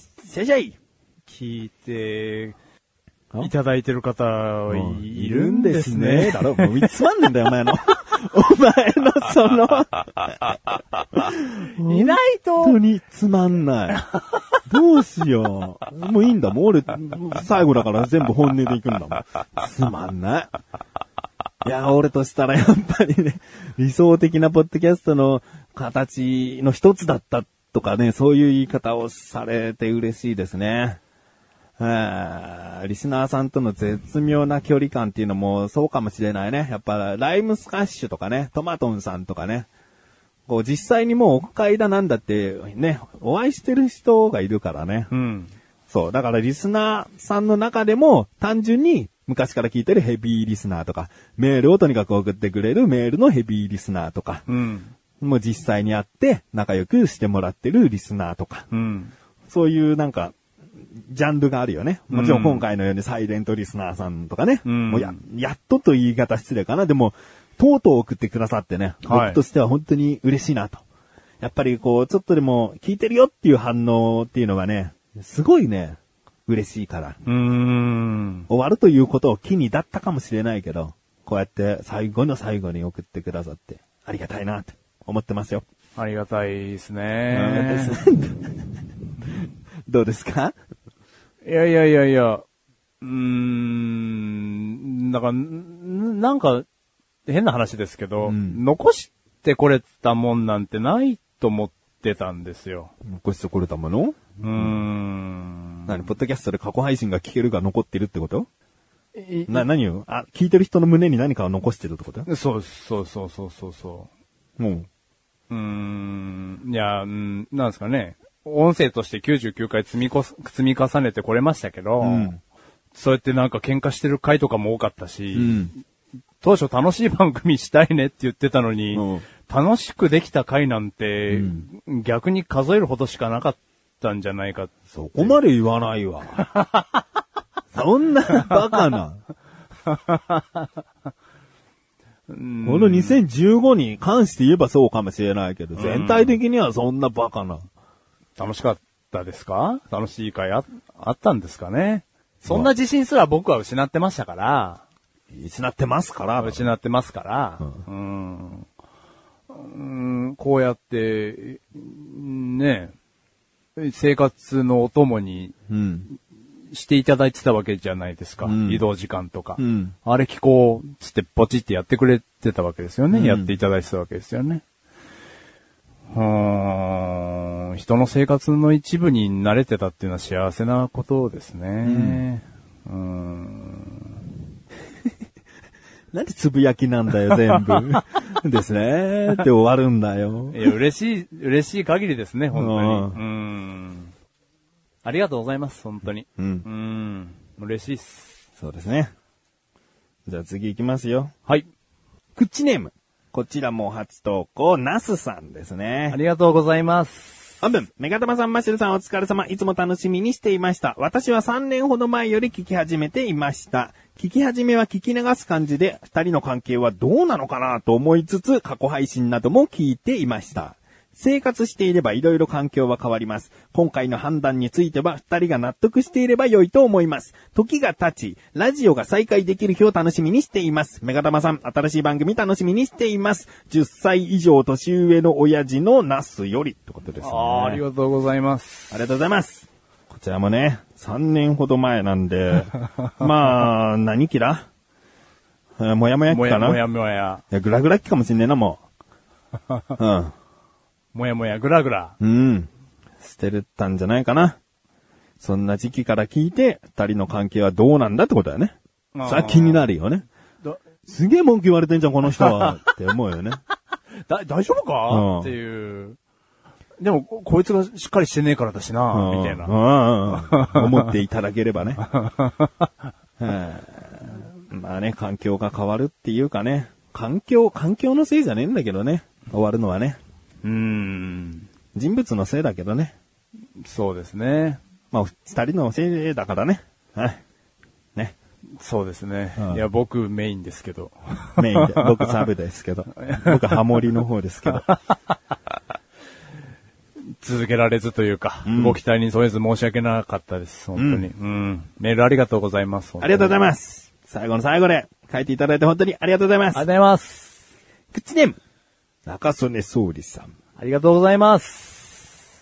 シェイシェイ。 聞いて、いただいてる方いるんですね。 だろ、もうつまんねんだよ、お前の。お前のその、 いないと。 本当につまんない。どうしよう。もういいんだもん。俺、最後だから全部本音で行くんだもん。つまんない。いや、俺としたらやっぱりね、理想的なポッドキャストの形の一つだったとかね、そういう言い方をされて嬉しいですね。リスナーさんとの絶妙な距離感っていうのもそうかもしれないね。やっぱライムスカッシュとかね、トマトンさんとかね、こう実際にもうオフ会だなんだってね、お会いしてる人がいるからね。 うん。 そう。だからリスナーさんの中でも単純に昔から聞いてるヘビーリスナーとか、メールをとにかく送ってくれるメールのヘビーリスナーとか、 うん。 もう実際に会って仲良くしてもらってるリスナーとか、 うん。そういうなんか、ジャンルがあるよね。もちろん今回のようにサイレントリスナーさんとかね。うん、もうや、やっとと言い方失礼かな。でも、とうとう送ってくださってね。はい、僕としては本当に嬉しいなと。やっぱりこう、ちょっとでも聞いてるよっていう反応っていうのがね、すごいね、嬉しいから。 うーん。 終わるということを機にだったかもしれないけど、こうやって最後の最後に送ってくださって、ありがたいなって思ってますよ。 ありがたいですね。 どうですか？ いやいやいやいや、うーん、だから、なんか、変な話ですけど、うん、残してこれたもんなんてないと思ってたんですよ。 残してこれたもの？ うーん。 何、ポッドキャストで過去配信が聞けるが残ってるってこと？な、何をあ、聞いてる人の胸に何かを残してるってこと？ そうそうそうそうそうそう。 もう。 うーん、いや、うん、なんですかね。音声としてきゅうじゅうきゅうかい積みこす、積み重ねてこれましたけど、うん、そうやってなんか喧嘩してる回とかも多かったし、うん、当初楽しい番組したいねって言ってたのに、うん、楽しくできた回なんて、うん、逆に数えるほどしかなかったんじゃないかって。 そこまで言わないわ。そんなバカな。このにせんじゅうごに関して言えばそうかもしれないけど、全体的にはそんなバカな。 楽しかったですか？楽しい回あ、あったんですかね？そんな自信すら僕は失ってましたから。 失ってますから。 失ってますから。うん。うん、こうやって、ね、生活のお供にしていただいてたわけじゃないですか。うん、移動時間とか。うん、あれ聞こう、つってポチってやってくれてたわけですよね。うん、やっていただいてたわけですよね。うーん、人の生活の一部に慣れてたっていうのは幸せなことですね。うん。うーんなんでつぶやきなんだよ、全部。ですね。って終わるんだよ。 いや、嬉しい、嬉しい限りですね、本当に。うん。うんありがとうございます、本当に。うん。うん。嬉しいっす。 そうですね。じゃあ次行きますよ。 はい。 クッチネーム。こちらも初投稿、ナスさんですね。 ありがとうございます。 本文、メガタマさん、マシュルさんお疲れ様。いつも楽しみにしていました。私はさんねんほど前より聞き始めていました。聞き始めは聞き流す感じで、二人の関係はどうなのかなと思いつつ、過去配信なども聞いていました。生活していれば色々環境は変わります。今回の判断については二人が納得していれば良いと思います。時が経ち、ラジオが再開できる日を楽しみにしています。メガタマさん、新しい番組楽しみにしています。じゅっさい以上年上の親父のナスよりってことですね。 あ, ありがとうございます。 ありがとうございます。こちらもね、さんねんほど前なんで、まあ、何期だもやもや期かなもやもや。 いや、グラグラ期かもしんねえな、もう。うん。 もやもやぐらぐら。 うん。捨てれたんじゃないかな。そんな時期から聞いて、二人の関係はどうなんだってことだよね。さあ気になるよね。すげえ文句言われてんじゃん、この人は。って思うよね。 だ、大丈夫か、うん、っていう。でも、こいつがしっかりしてねえからだしな、うん、みたいな、 うん。思っていただければね。まあね、環境が変わるっていうかね。環境、環境のせいじゃねえんだけどね。終わるのはね。 うーん。 人物のせいだけどね。 そうですね。 まあ、二人のせいだからね。はい。ね。 そうですね。うん、いや、僕メインですけど。 メインで。僕サブですけど。僕ハモリの方ですけど。 続けられずというか、うん、ご期待に添えず申し訳なかったです。本当に。うん。うん、メールありがとうございます。 ありがとうございます。最後の最後で書いていただいて本当にありがとうございます。 ありがとうございます。 クッチネーム。中曽根総理さん。 ありがとうございます。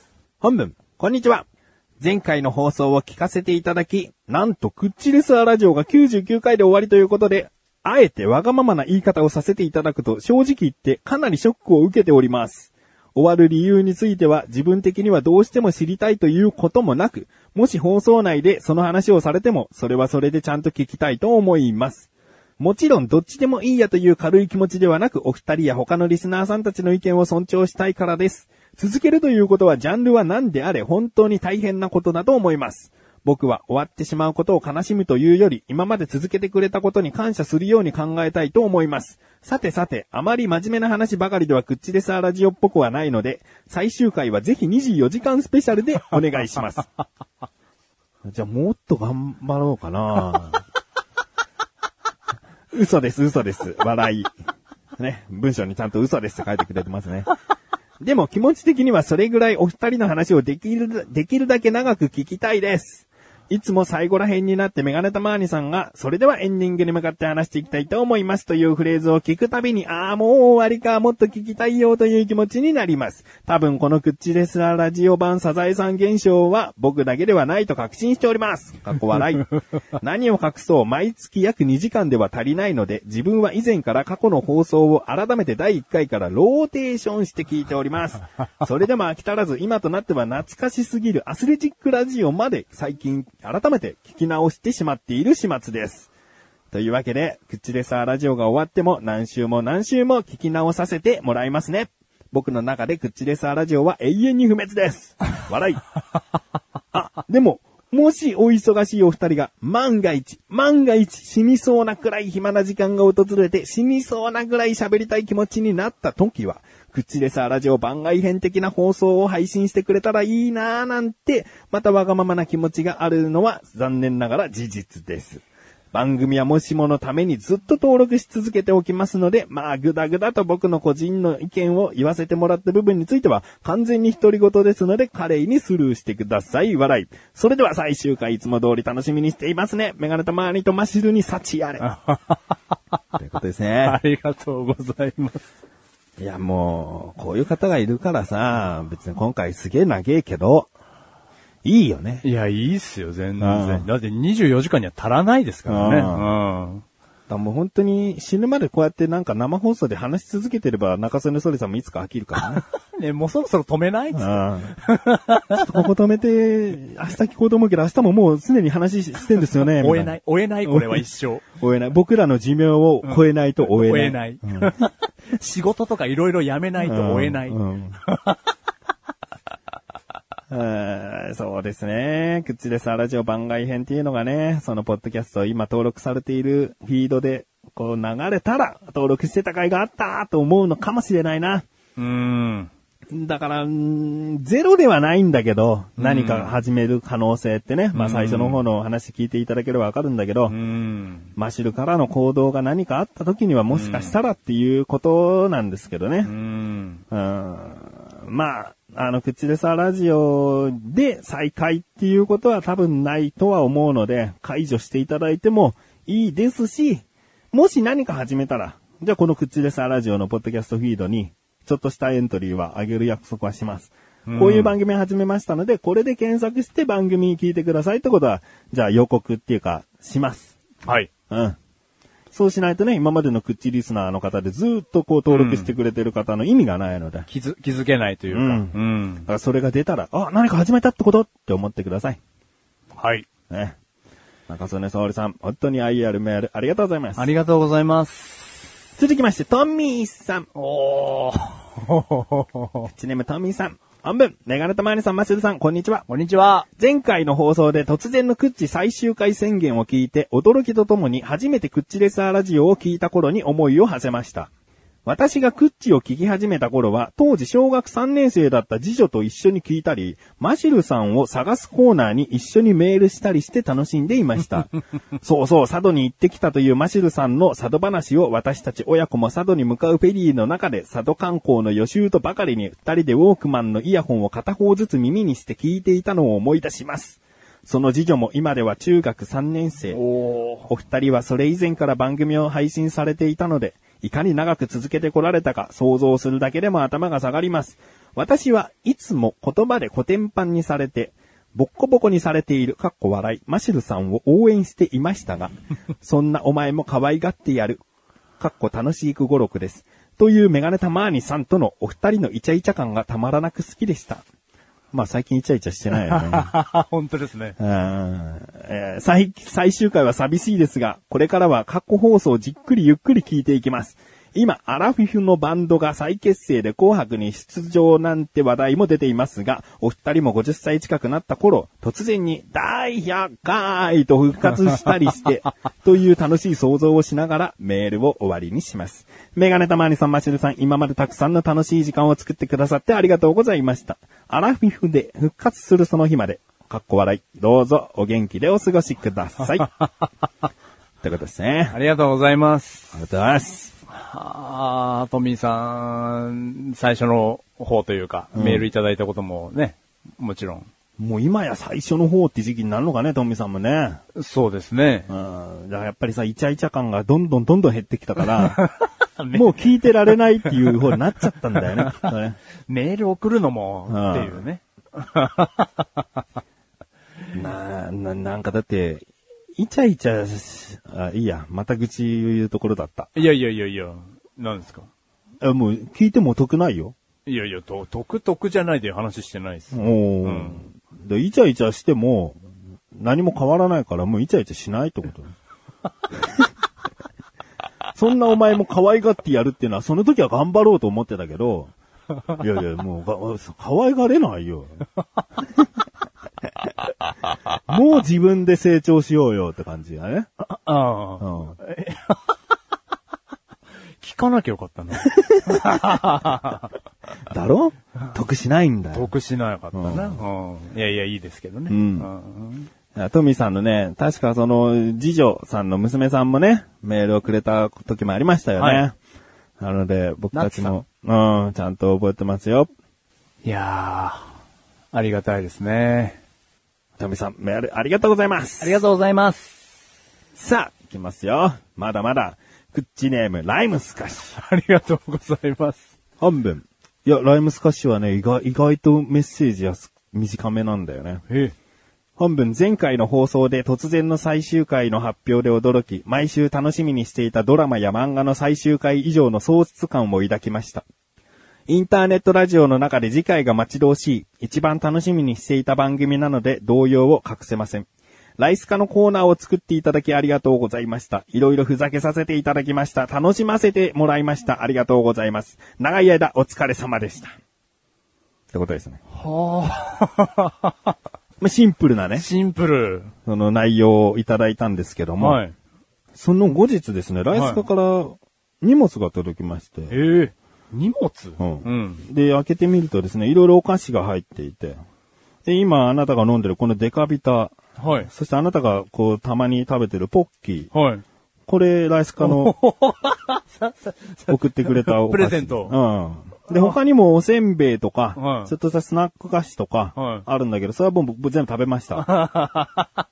本文、こんにちは。前回の放送を聞かせていただき、なんとクッチレスアラジオがきゅうじゅうきゅうかいで終わりということで、あえてわがままな言い方をさせていただくと正直言ってかなりショックを受けております。終わる理由については自分的にはどうしても知りたいということもなく、もし放送内でその話をされても、それはそれでちゃんと聞きたいと思います。もちろんどっちでもいいやという軽い気持ちではなく、お二人や他のリスナーさんたちの意見を尊重したいからです。続けるということはジャンルは何であれ本当に大変なことだと思います。僕は終わってしまうことを悲しむというより、今まで続けてくれたことに感謝するように考えたいと思います。さてさて、あまり真面目な話ばかりではクッチレスアラジオっぽくはないので、最終回はぜひにじゅうよじかんスペシャルでお願いします。じゃあもっと頑張ろうかな。嘘です、嘘です。笑い。ね、文章にちゃんと嘘ですって書いてくれてますね。でも気持ち的にはそれぐらいお二人の話をできる、できるだけ長く聞きたいです。いつも最後ら辺になってメガネタマーニさんが、それではエンディングに向かって話していきたいと思いますというフレーズを聞くたびに、ああ、もう終わりか、もっと聞きたいよという気持ちになります。多分このクッチレスラジオ版サザエさん現象は僕だけではないと確信しております。かっこ笑い。何を隠そう、毎月約にじかんでは足りないので、自分は以前から過去の放送を改めてだいいっかいからローテーションして聞いております。それでも飽き足らず、今となっては懐かしすぎるアスレチックラジオまで最近改めて聞き直してしまっている始末です。というわけで、クッチレサーラジオが終わっても何週も何週も聞き直させてもらいますね。僕の中でクッチレサーラジオは永遠に不滅です。笑い。あ、でも、もしお忙しいお二人が万が一、万が一死にそうなくらい暇な時間が訪れて死にそうなくらい喋りたい気持ちになった時は、クッチレサーラジオ番外編的な放送を配信してくれたらいいなーなんて、またわがままな気持ちがあるのは残念ながら事実です。番組はもしものためにずっと登録し続けておきますので、まあぐだぐだと僕の個人の意見を言わせてもらった部分については完全に独り言ですので華麗にスルーしてください。笑い。それでは最終回いつも通り楽しみにしていますね。メガネとマーニとマシルに幸あれ。ということですね。 ありがとうございます。 いやもう、こういう方がいるからさ、別に今回すげえ長えけど、いいよね。 いや、いいっすよ、全然。だってにじゅうよじかんには足らないですからね。うん。 だもう本当に死ぬまでこうやってなんか生放送で話し続けてれば中曽根総理さんもいつか飽きるからね。 ね、もうそろそろ止めないっつって。 あちょっとここ止めて、明日聞こうと思うけど、明日ももうすでに話してんですよね。 追えない、追えない、これは一生。 追えない。僕らの寿命を超えないと追えない。 追えない。うん、仕事とかいろいろやめないと追えない。うんうんそうですね。クッチレスラジオ番外編っていうのがね、そのポッドキャスト今登録されているフィードでこう流れたら登録してた回があったと思うのかもしれないな。 うーん。 だから、ゼロではないんだけど、何か始める可能性ってね、まあ最初の方の話聞いていただければわかるんだけど、マシルからの行動が何かあった時にはもしかしたらっていうことなんですけどね。うんうんまあ、あの、クチレサラジオで再開っていうことは多分ないとは思うので、解除していただいてもいいですし、もし何か始めたら、じゃあこのクチレサラジオのポッドキャストフィードに、ちょっとしたエントリーは上げる約束はします。うん、こういう番組始めましたので、これで検索して番組聞いてくださいってことは、じゃあ予告っていうか、します。 はい。 うん。そうしないとね、今までのクッチリスナーの方でずっとこう登録してくれてる方の意味がないので。うん、 気づ、気づけないというか。うん。 うん、だからそれが出たら、あ、何か始めたってことって思ってください。 はい。 ね。中曽根沙織さん、本当に アイアール メールありがとうございます。 ありがとうございます。 続きまして、トミーさん。 おー。 クッチネームトミーさん。本文、メガネたまわりさん、マシルさん、こんにちは。 こんにちは。 前回の放送で突然のクッチ最終回宣言を聞いて、驚きとともに初めてクッチレスアーラジオを聞いた頃に思いを馳せました。私がクッチを聞き始めた頃は、当時小学さんねん生だった次女と一緒に聞いたり、マシルさんを探すコーナーに一緒にメールしたりして楽しんでいました。そうそう、佐渡に行ってきたというマシルさんの佐渡話を私たち親子も佐渡に向かうフェリーの中で佐渡観光の予習とばかりに二人でウォークマンのイヤホンを片方ずつ耳にして聞いていたのを思い出します。その次女も今では中学さんねん生。お, お二人はそれ以前から番組を配信されていたので、いかに長く続けてこられたか想像するだけでも頭が下がります。私はいつも言葉でコテンパンにされて、ボッコボコにされている、かっこ笑い、マシルさんを応援していましたが、そんなお前も可愛がってやる、かっこ楽しいく語録です。というメガネたまーにさんとのお二人のイチャイチャ感がたまらなく好きでした。まあ最近イチャイチャしてないよね。 本当ですね。 うん、えー、最、最終回は寂しいですが、これからは過去放送をじっくりゆっくり聞いていきます。今、アラフィフのバンドが再結成で紅白に出場なんて話題も出ていますが、お二人もごじゅっさい近くなった頃、突然にだいひゃっかいと復活したりして、という楽しい想像をしながらメールを終わりにします。メガネたまーにさん、マシルさん、今までたくさんの楽しい時間を作ってくださってありがとうございました。アラフィフで復活するその日まで、かっこ笑い、どうぞお元気でお過ごしください。ということですね。 ありがとうございます。 ありがとうございます。 あー、トミーさん、最初の方というか、うん、メールいただいたこともね、もちろん。もう今や最初の方って時期になるのかね、トミーさんもね。 そうですね。 うん。だからやっぱりさ、イチャイチャ感がどんどんどんどん減ってきたから、もう聞いてられないっていう方になっちゃったんだよね、きっとね。 メール送るのも、っていうね。 な、な、なんかだって、イチャイチャ、あ、いいや、また愚痴言うところだった。 いやいやいやいや、何ですか？ あ、もう聞いても得ないよ。 いやいや、と、得得じゃないで話してないです。 おー。うん、でイチャイチャしても、何も変わらないから、もうイチャイチャしないってこと。そんなお前も可愛がってやるっていうのは、その時は頑張ろうと思ってたけど、いやいや、もう、可愛がれないよ。もう自分で成長しようよって感じだね。ああ、うん。 聞かなきゃよかったな。 だろ？得しないんだよ。 得しなかったな、うんうん。いやいや、いいですけどね。うんうん、トミーさんのね、確かその、次女さんの娘さんもね、メールをくれた時もありましたよね。はい、なので、僕たちも、うん、ちゃんと覚えてますよ。 いやー、ありがたいですね。 トミーさん、メールありがとうございます。 ありがとうございます。 さあ、いきますよ。まだまだ、クッチネーム、ライムスカッシュ。 ありがとうございます。 本文。いや、ライムスカッシュはね、意外、意外とメッセージや短めなんだよね。 ええ。 本文、前回の放送で突然の最終回の発表で驚き、毎週楽しみにしていたドラマや漫画の最終回以上の喪失感を抱きました。 インターネットラジオの中で次回が待ち遠しい、一番楽しみにしていた番組なので動揺を隠せません。ライスカのコーナーを作っていただきありがとうございました。いろいろふざけさせていただきました。楽しませてもらいました。ありがとうございます。長い間お疲れ様でした。ってことですね。 はあ。シンプルなね。 シンプル。 その内容をいただいたんですけども。はい。その後日ですね、ライスカから荷物が届きまして。はい、 えー、荷物、 うん、うん。で、開けてみるとですね、いろいろお菓子が入っていて。で、今あなたが飲んでるこのデカビタ。はい。そしてあなたがこうたまに食べてるポッキー。はい。これライスカの送ってくれたお菓子。 プレゼント。 うん。で、他にもおせんべいとか、はい、ちょっとしたスナック菓子とか、あるんだけど、それはもう僕全部食べました。はい。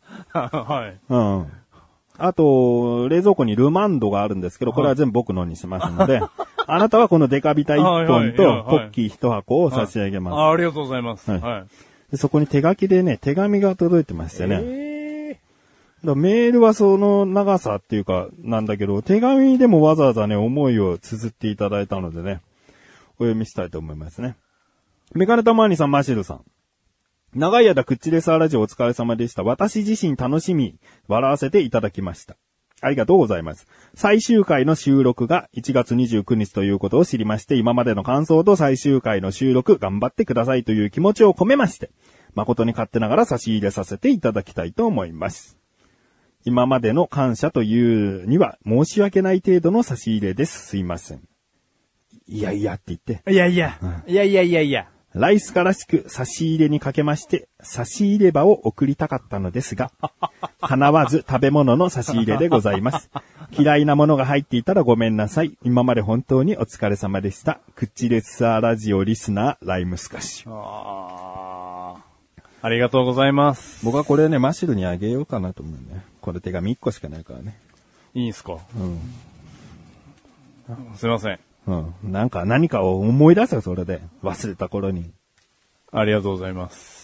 うん。あと、冷蔵庫にルマンドがあるんですけど、これは全部僕のにしますので、はい、あなたはこのデカビタいっぽんとポッキーいち箱を差し上げます。 はいはい、あ, ありがとうございます。はい。はい、 でそこに手書きでね、手紙が届いてましてね。えー、だメールはその長さっていうかなんだけど、手紙でもわざわざね、思いを綴っていただいたのでね、お読みしたいと思いますね。メガネタマーニさん、マシルさん。長い間クッチレスアラジオお疲れ様でした。私自身楽しみ、笑わせていただきました。ありがとうございます。最終回の収録がいちがつにじゅうくにちということを知りまして、今までの感想と最終回の収録頑張ってくださいという気持ちを込めまして、誠に勝手ながら差し入れさせていただきたいと思います。今までの感謝というには申し訳ない程度の差し入れです。すいません。いやいやって言って。 いやいや。うん、いやいやいやいや。 ライスカらしく差し入れにかけまして、差し入れ場を送りたかったのですが、叶わず食べ物の差し入れでございます。嫌いなものが入っていたらごめんなさい。今まで本当にお疲れ様でした。クッチレッサーラジオリスナー、ライムスカシ。 あありがとうございます。 僕はこれね、マシルにあげようかなと思うね。これ手紙いっこしかないからね。 いいんすか？ うん。 すいません。 うん。なんか何かを思い出すよ、それで。忘れた頃に。 ありがとうございます。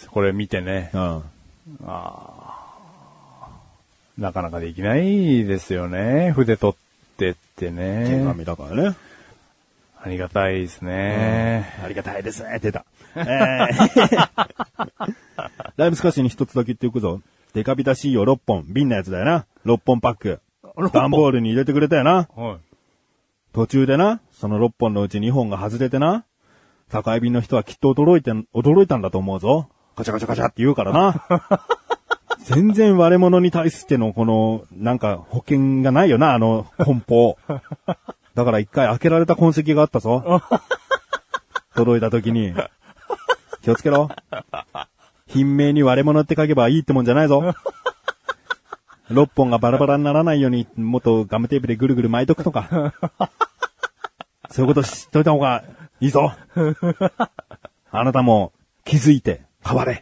これ見てね。 うん。 あなかなかできないですよね。筆取ってってね。 手紙だからね。 ありがたいですね。 うん、ありがたいですね。出た。えー、ライブスカッシュに一つだけ言っておくぞ。デカビタシーをろっぽん。瓶のやつだよな。ろっぽんパック。段ボールに入れてくれたよな。はい。途中でな、そのろっぽんのうちにほんが外れてな、宅配便の人はきっと驚いて、驚いたんだと思うぞ。カチャカチャカチャって言うからな。全然割れ物に対してのこの、なんか保険がないよな、あの梱包。だから一回開けられた痕跡があったぞ。届いた時に。気をつけろ。品名に割れ物って書けばいいってもんじゃないぞ。ろっぽんがバラバラにならないように、もっとガムテープでぐるぐる巻いとくとか。そういうこと知っといた方がいいぞ。あなたも気づいて変われ。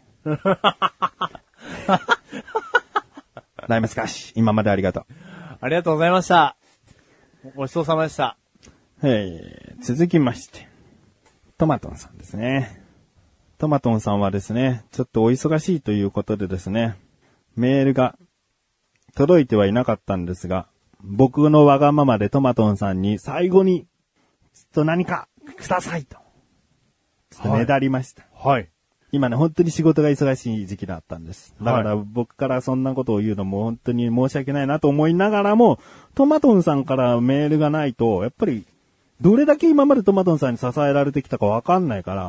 ライムスカッシュ、今までありがとう。 ありがとうございました。ごちそうさまでした。 えー、続きまして、トマトンさんですね。トマトンさんはですね、ちょっとお忙しいということでですね、メールが届いてはいなかったんですが、僕のわがままでトマトンさんに最後に、ちょっと何かくださいと。ちょっとねだりました。 はい。はい、 今ね、本当に仕事が忙しい時期だったんです。だから僕からそんなことを言うのも本当に申し訳ないなと思いながらも、トマトンさんからメールがないと、やっぱり、どれだけ今までトマトンさんに支えられてきたかわかんないから、うん、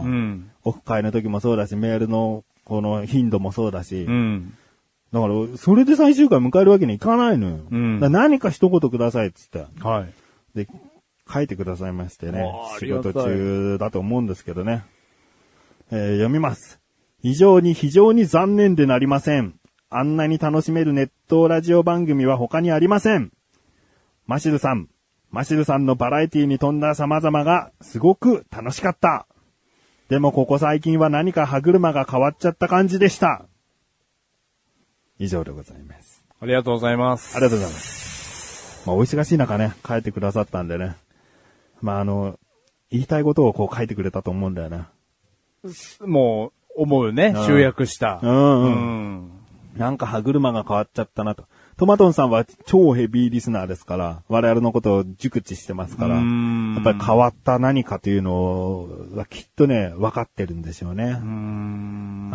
オフ会の時もそうだし、メールのこの頻度もそうだし、うんだから、それで最終回迎えるわけにいかないのよ。うん、だ何か一言くださいっつって。 はい。 で、書いてくださいましてね。仕事中だと思うんですけどね。えー、読みます。非常に非常に残念でなりません。あんなに楽しめるネットラジオ番組は他にありません。マシルさん、マシルさんのバラエティに富んだ様々がすごく楽しかった。でもここ最近は何か歯車が変わっちゃった感じでした。以上でございます。 ありがとうございます。 ありがとうございます。まあ、お忙しい中ね、書いてくださったんでね。まあ、あの、言いたいことをこう書いてくれたと思うんだよね。 もう、思うね、うん、集約した。 うんうん。うん、なんか歯車が変わっちゃったなと。 トマトンさんは超ヘビーリスナーですから、我々のことを熟知してますから、やっぱり変わった何かというのはきっとね、分かってるんでしょうね。うーん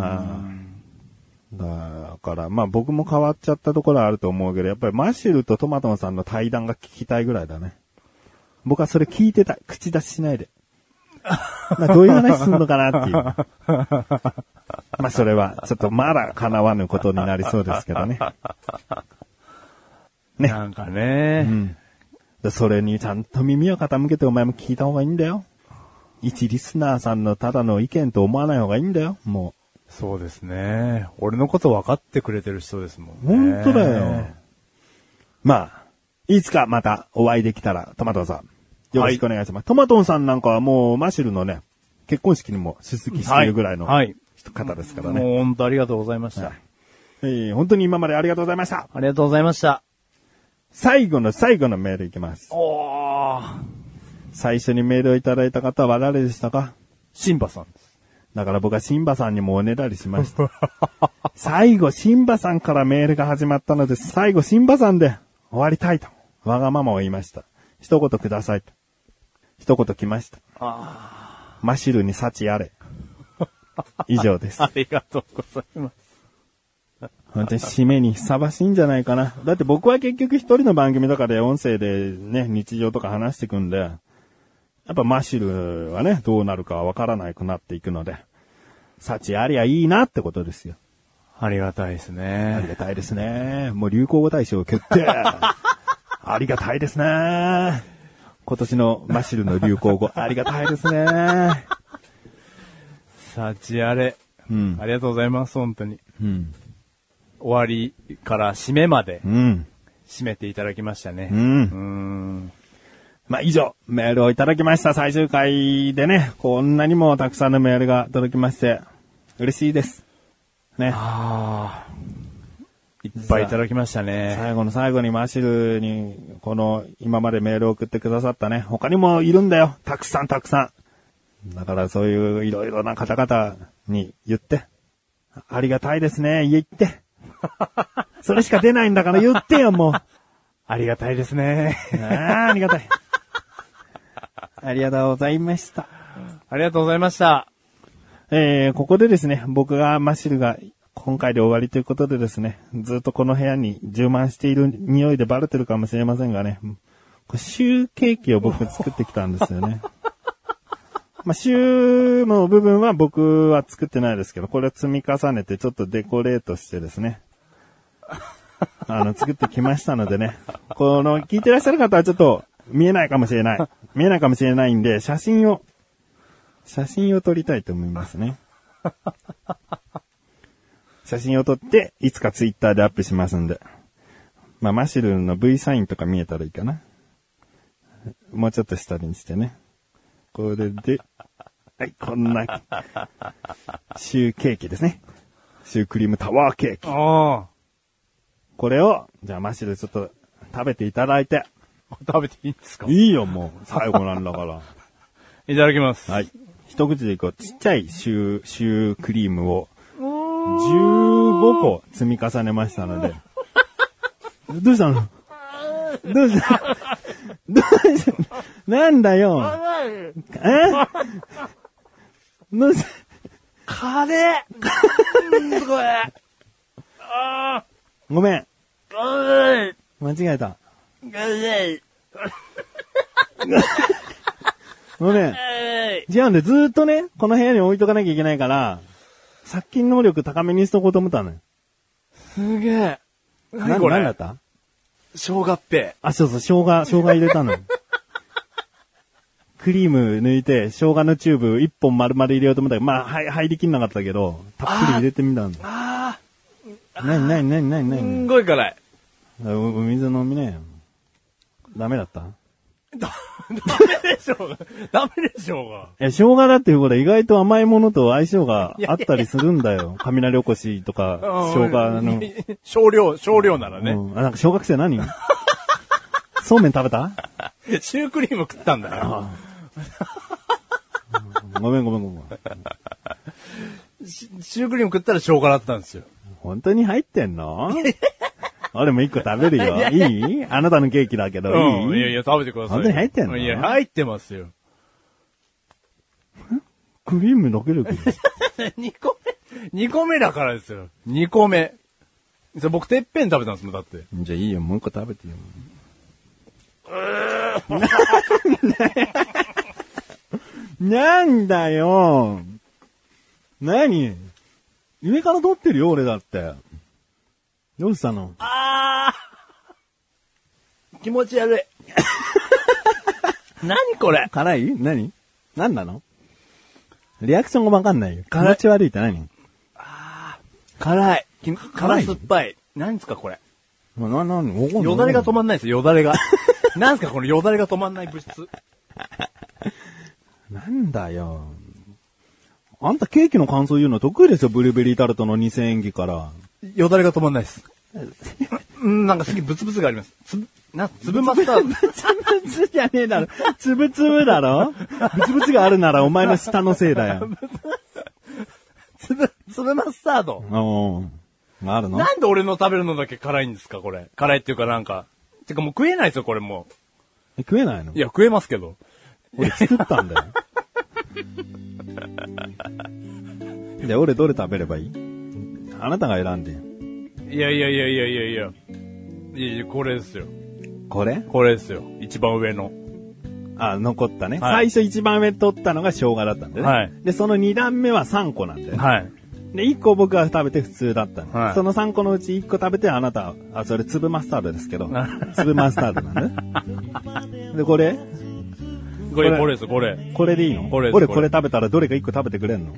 だから、まあ僕も変わっちゃったところはあると思うけど、やっぱりマッシュルとトマトンさんの対談が聞きたいぐらいだね。僕はそれ聞いてた。口出ししないで。まあどういう話するのかなっていう。まあそれはちょっとまだ叶わぬことになりそうですけどね。 ね。なんかね。 うん。それにちゃんと耳を傾けてお前も聞いた方がいいんだよ。一リスナーさんのただの意見と思わない方がいいんだよ。もう。そうですね。俺のこと分かってくれてる人ですもんね。 本当だよ。まあ、いつかまたお会いできたらトマトンさん。よろしくお願いします。はい、トマトンさんなんかはもうマシュルのね、結婚式にも出席しているぐらいの方ですからね。 はいはい、もう本当ありがとうございました、はいえー。本当に今までありがとうございました。 ありがとうございました。 最後の最後のメールいきます。 おー。 最初にメールをいただいた方は誰でしたか？ シンバさんです。 だから僕はシンバさんにもおねだりしました。最後シンバさんからメールが始まったので、最後シンバさんで終わりたいと。わがままを言いました。一言くださいと。一言来ました。 あマシルに幸あれ。以上です。 ありがとうございます。 本当に締めにふさわしいんじゃないかな。だって僕は結局一人の番組とかで音声でね、日常とか話していくんで、やっぱマシルはね、どうなるかわからなくなっていくので、幸ありゃいいなってことですよ。 ありがたいですね。 ありがたいですね。もう流行語大賞決定。ありがたいですね。今年のマシルの流行語、ありがたいですね。 幸あれ。 うん。 ありがとうございます、本当に。 うん。 終わりから締めまで、 うん。 締めていただきましたね。 うん。 うーん。 まあ、以上、メールをいただきました。最終回でね、こんなにもたくさんのメールが届きまして、嬉しいです。ね。 ああ。いっぱいいただきましたね。 最後の最後にマシルに、この、今までメールを送ってくださったね。他にもいるんだよ。たくさんたくさん。だからそういういろいろな方々に言って。ありがたいですね。言って。それしか出ないんだから言ってよ、もう。 ありがたいですね。 ああ、ありがたい。ありがとうございました。 ありがとうございました。 えー、ここでですね、僕がマシルが今回で終わりということでですね、ずっとこの部屋に充満している匂いでバレてるかもしれませんがね、これシューケーキを僕作ってきたんですよね。まあ、シューの部分は僕は作ってないですけど、これを積み重ねてちょっとデコレートしてですね、あの、作ってきましたのでね、この聞いてらっしゃる方はちょっと見えないかもしれない。見えないかもしれないんで、写真を、写真を撮りたいと思いますね。写真を撮って、いつかツイッターでアップしますんで。まあ、マシルの V サインとか見えたらいいかな。もうちょっと下にしてね。これで、はい、こんな、シューケーキですね。シュークリームタワーケーキ。 ああ。 これを、じゃあマシルちょっと食べていただいて。 食べていいんですか？ いいよ、もう。最後なんだから。 いただきます。 はい。一口でいこう。ちっちゃいシュー、シュークリームを、じゅうごこ積み重ねましたので。どうしたの？どうしたどうしたなんだよ。えどうしたカレーこれ。あごめん。 ー間違えた。 ーごめん。違うんで、ずーっとね、この部屋に置いとかなきゃいけないから、殺菌能力高めにしとこうと思ったのよ。 すげえ。 何これ何だった生姜っぺ。 あ、そうそう、生姜、生姜入れたのよ。クリーム抜いて、生姜のチューブ一本丸々入れようと思ったけど、まあ、はい、入りきんなかったけど、たっぷり入れてみたんだ。 ああ。 なになになになになにすんごい辛い。 お水飲みねよ。ダメだったダメでしょうが。ダメでしょうが。 いや、生姜だっていうことは意外と甘いものと相性があったりするんだよ。雷おこしとか、生姜の。 少量、少量ならね。 うん、あ、なんか小学生何そうめん食べたシュークリーム食ったんだよ。 ごめんごめんごめん。 シュークリーム食ったら生姜だったんですよ。 本当に入ってんの俺も一個食べるよ。いいあなたのケーキだけど、 うん。 いいいやいや、食べてください。 本当に入ってんの？ いや、入ってますよ。 クリームだけでくる。 にこめ、にこめだからですよ。にこめ。それ僕てっぺん食べたんですもん、だって。 じゃあいいよ、もう一個食べてよ。なんだよ。何？上から取ってるよ、俺だって。どうしたの？ あー気持ち悪い。何これ？ 辛い？何？何なの？リアクションがわかんないよ。気持ち悪いって何？ あー辛い。辛酸っぱい。何ですかこれ？ な、な、な、 よだれが止まんないですよ、よだれが。何ですかこのよだれが止まんない物質。 なんだよ。あんたケーキの感想言うの得意ですよ、ブルーベリータルトのにせんえんぎから。 よだれが止まんないです。うん、なんかすげえブツブツがあります。つぶ、な、粒マスタード。 ブツブツじゃねえだろ。つぶつぶだろ。ブツブツがあるならお前の下のせいだよ。 つぶ、つぶマスタード。 うん。あるの？ なんで俺の食べるのだけ辛いんですかこれ。辛いっていうかなんか。てかもう食えないですよ、これもう。 え、食えないの？ いや、食えますけど。 俺作ったんだよ。で、俺どれ食べればいい？あなたが選んで。 いやいやいやいやいやいや。いやいや、これですよ。 これ？ これですよ。一番上の。 あ、残ったね。 はい、 最初一番上取ったのが生姜だったんだよね。 はい。 で、その二段目は三個なんだよね。 はい。 で、一個僕が食べて普通だったの。 はい。 その三個のうち一個食べてあなた、あ、それ粒マスタードですけど、粒マスタードなんだ。で、これこれ、これです、これ。 これでいいの？ これです。 俺これ食べたらどれか一個食べてくれんの？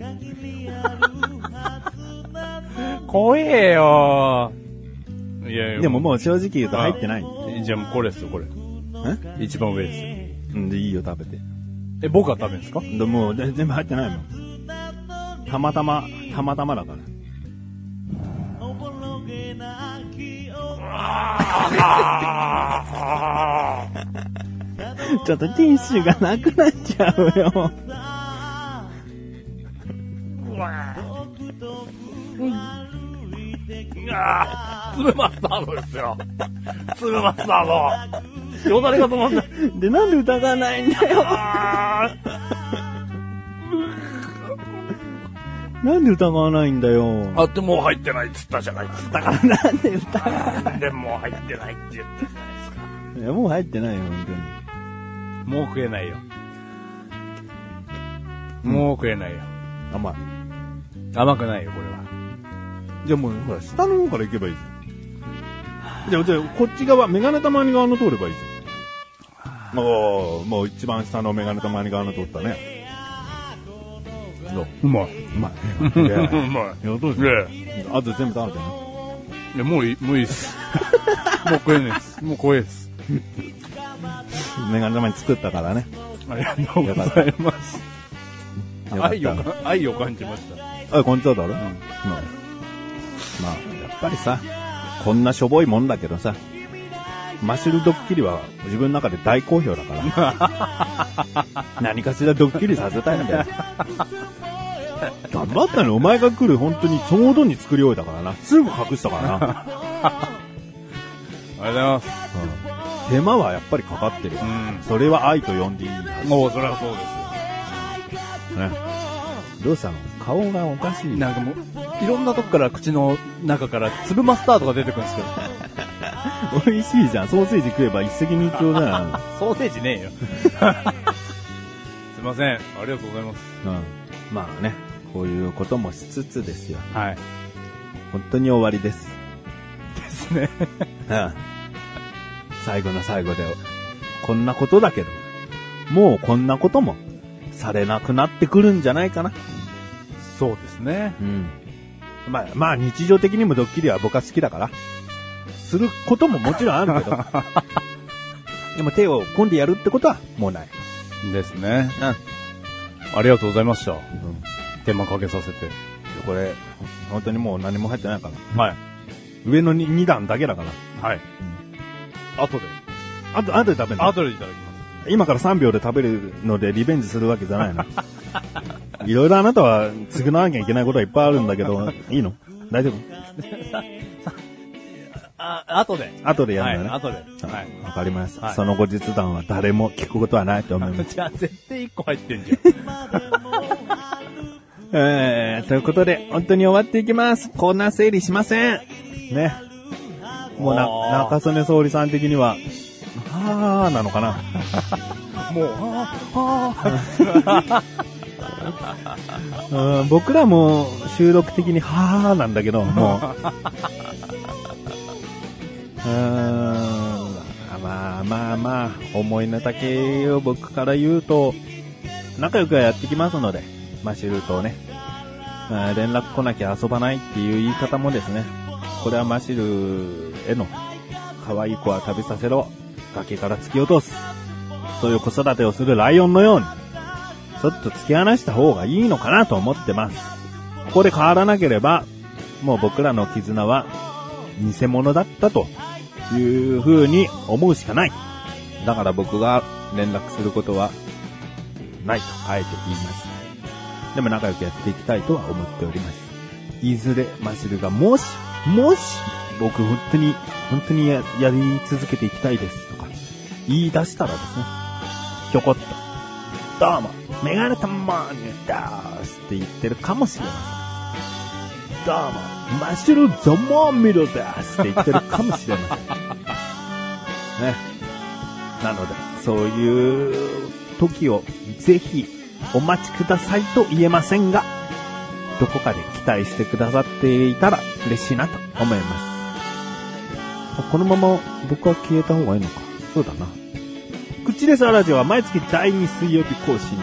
怖えよー。いやいや。 でももう正直言うと入ってない。 じゃあもうこれですよ、これ。え？一番上ですよ。 うんでいいよ、食べて。 え、僕が食べるんですか？ でもう全部入ってないもん。たまたま、たまたまだから。ちょっとティッシュがなくなっちゃうよ。 粒マスタードですよ。粒マスタード。よだれが止まんない。 で、なんで疑わないんだよ。なんで疑わないんだよ。 あってもう入ってないっつったじゃないですか。 だからなんで疑わない。 なんでもう入ってないって言ってるじゃないですか。 いや、もう入ってないよ、本当に。 もう食えないよ。もう食えないよ。 甘い。 甘くないよ、これは。 じゃあもう、ほら、下の方から行けばいいじゃん。じゃあ、じゃあ、こっち側、メガネたまに側の通ればいいじゃん。おー、もう一番下のメガネたまに側の通ったね。どう？ うまい。 うまい。 うまい。 いや、どうぞ。あと全部食べてね。 いや、もういい、もういいっす。もう食えないっす。もう怖いっす。 メガネたまに作ったからね。 ありがとうございます。愛を、愛を感じました。 あ、こんにちはだろ？うん。まあ、やっぱりさ、こんなしょぼいもんだけどさ、マッシュルドッキリは自分の中で大好評だから。何かしらドッキリさせたいんだよ。頑張ったのお前が来る本当にちょうどに作り終えたからな。すぐ隠したからな。 ありがとうございます。 うん、手間はやっぱりかかってる。うん、それは愛と呼んでいいはず。 もうそれはそうですよ。 ね。どうしたの？顔がおかしい。 なんかもう、いろんなとこから口の中から粒マスタードが出てくるんですけど。 美味しいじゃん。ソーセージ食えば一石二鳥だよ。 ソーセージねえよ。すいません。ありがとうございます。 うん。まあね、こういうこともしつつですよ。 はい。 本当に終わりです。 ですね。 うん。最後の最後で、こんなことだけど、もうこんなこともされなくなってくるんじゃないかな。 そうですね。 うん。まあ、まあ日常的にもドッキリは僕は好きだから。することももちろんあるけど。でも手を込んでやるってことはもうない。 ですね。 うん。 ありがとうございました。うん。手間かけさせて。 これ、本当にもう何も入ってないから。 はい。 上の 2, に段だけだから。 はい。うん、後で。 あと、後で食べるの？ 後でいただきます。 今からさんびょうで食べるのでリベンジするわけじゃないの。いろいろあなたは償わなきゃいけないことはいっぱいあるんだけど、いいの？大丈夫？ あ、後で。 後でやるんだね。 はい、後で。 はい。わかりました、 はい。 その後日談は誰も聞くことはないと思います。 じゃあ絶対いっこ入ってんじゃん。 えー、ということで、本当に終わっていきます。コーナー整理しません。ね。もうな、中曽根総理さん的には、はーなのかな。 もう、はー、はー。うん、僕らも収録的にはーなんだけど、もう。うーん、まあまあまあ、思いの丈を僕から言うと、仲良くはやってきますので、マシルとね、連絡来なきゃ遊ばないっていう言い方もですね、これはマシルへの可愛い子は食べさせろ、崖から突き落とす、そういう子育てをするライオンのように、ちょっと突き放した方がいいのかなと思ってます。ここで変わらなければ、もう僕らの絆は偽物だったという風に思うしかない。だから僕が連絡することはないとあえて言います。でも仲良くやっていきたいとは思っております。いずれマシルがもし、もし、僕本当に、本当に や, やり続けていきたいですとか、言い出したらですね、ひょこっと、どうも、メガネタマーニュダースって言ってるかもしれません。どうも、マシルザマーミルダースって言ってるかもしれません。ね。なので、そういう時をぜひ、お待ちくださいと言えませんが、どこかで期待してくださっていたら嬉しいなと思います。このまま僕は消えた方がいいのか。そうだな。口レスラジオは毎月だいに水曜日更新でした。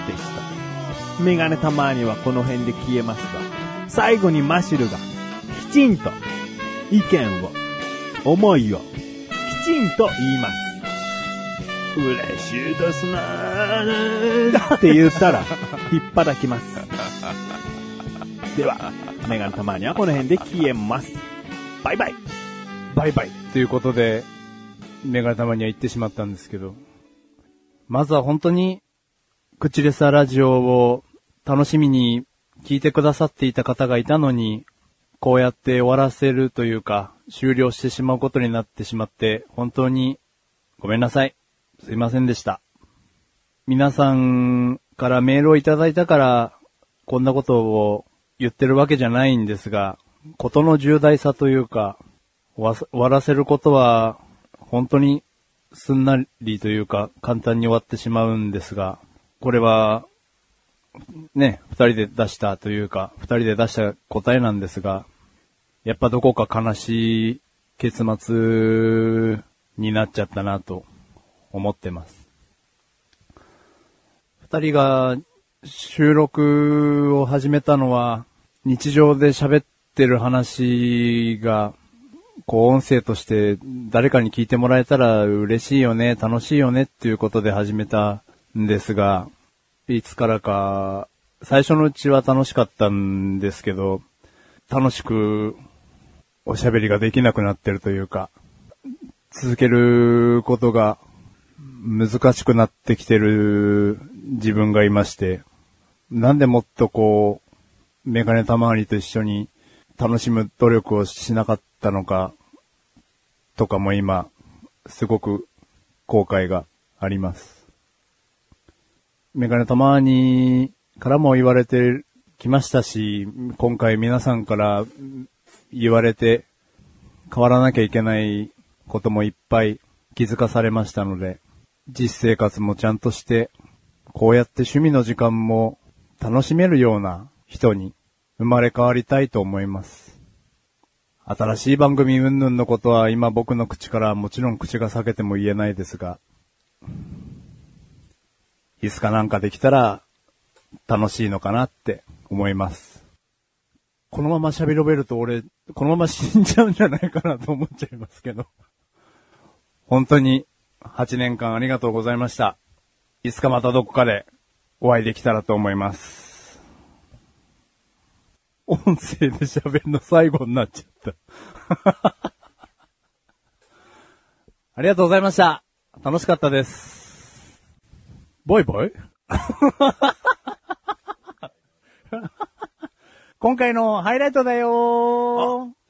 メガネたまにはこの辺で消えますが、最後にマシルがきちんと意見を、思いをきちんと言います。嬉しいですねーって言ったら引っ張きます。ではメガネたまにはこの辺で消えます。バイバイバイバイということでメガネたまには言ってしまったんですけど、まずは本当に口レサラジオを楽しみに聞いてくださっていた方がいたのに、こうやって終わらせるというか終了してしまうことになってしまって本当にごめんなさい。すいませんでした。皆さんからメールをいただいたからこんなことを言ってるわけじゃないんですが、ことの重大さというか終わらせることは本当にすんなりというか簡単に終わってしまうんですが、これはね、二人で出したというか二人で出した答えなんですが、やっぱどこか悲しい結末になっちゃったなと思ってます。二人が収録を始めたのは日常で喋ってる話がこう音声として誰かに聞いてもらえたら嬉しいよね、楽しいよねっていうことで始めたんですが、いつからか最初のうちは楽しかったんですけど、楽しくおしゃべりができなくなってるというか、続けることが難しくなってきてる自分がいまして、なんでもっとこうメガネたまわりと一緒に楽しむ努力をしなかったのかとかも今すごく後悔があります。メガネたまわりからも言われてきましたし、今回皆さんから言われて変わらなきゃいけないこともいっぱい気づかされましたので、実生活もちゃんとしてこうやって趣味の時間も楽しめるような人に生まれ変わりたいと思います。新しい番組云々のことは今僕の口からもちろん口が裂けても言えないですが、いつかなんかできたら楽しいのかなって思います。このまま喋べると俺このまま死んじゃうんじゃないかなと思っちゃいますけど、本当にはちねんかんありがとうございました。いつかまたどこかでお会いできたらと思います。音声で喋るの最後になっちゃったありがとうございました。楽しかったです。バイバイ今回のハイライトだよー。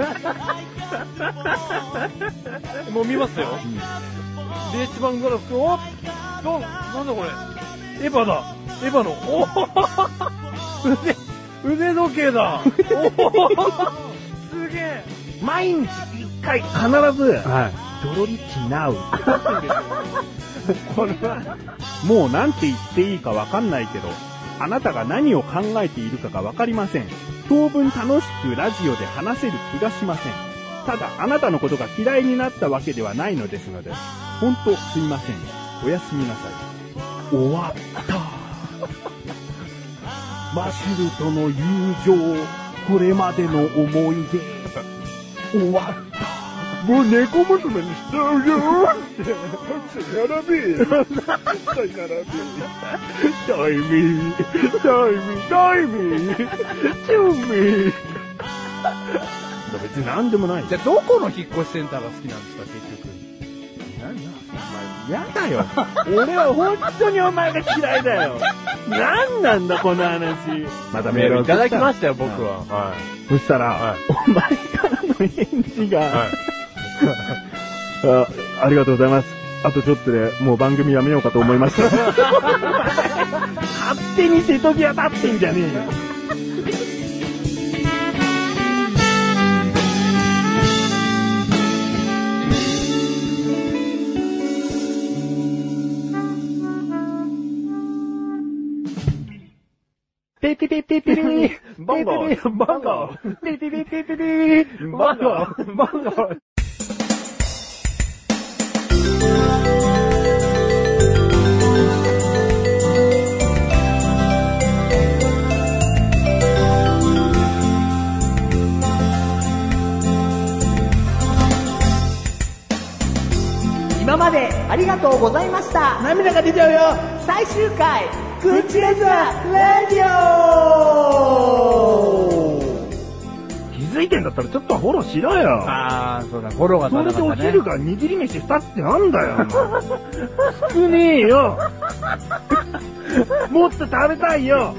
もう見ますよ。 うんビレッジヴァンガラクト、おどん、なんだこれ。エヴァだ。エヴァの、お腕、腕時計だ。おすげえ。 毎日一回必ず、 はい。 ドロリッチナウって書くんですよ。これは、 もうなんて言っていいかわかんないけど、あなたが何を考えているかがわかりません。当分楽しくラジオで話せる気がしません。ただ、あなたのことが嫌いになったわけではないのですので、ほんとすいません。おやすみなさい。終わった。マシュルとの友情、これまでの思い出、終わった。 もう猫娘にしちゃうよって。やらべえ。だからべえ。タイミー、タイミー、タイミー、チューミー。 別に何でもない。 じゃあ、どこの引っ越しセンターが好きなんですか、結局。 やだよ。俺は本当にお前が嫌いだよ。なんなんだこの話。またメールをいただきましたよ、僕は。はそしたら、 はいお前からの返事が、 い。はい。 あ、ありがとうございます。あとちょっとで、もう番組やめようかと思いました。 勝手に瀬戸際立ってんじゃねえよ。 ピピピピピピーボンゴピピピボンゴピピピピピピーボンゴボンゴ今までありがとうございました。 涙が出ちゃうよ。 最終回口レザラジオ。 気づいてんだったらちょっとフォローしろよ。 あー、そうだ、フォローがそれとお足らなかったね。 昼が握り飯二つってなんだよ、お前少ねえよ。もっと食べたいよ。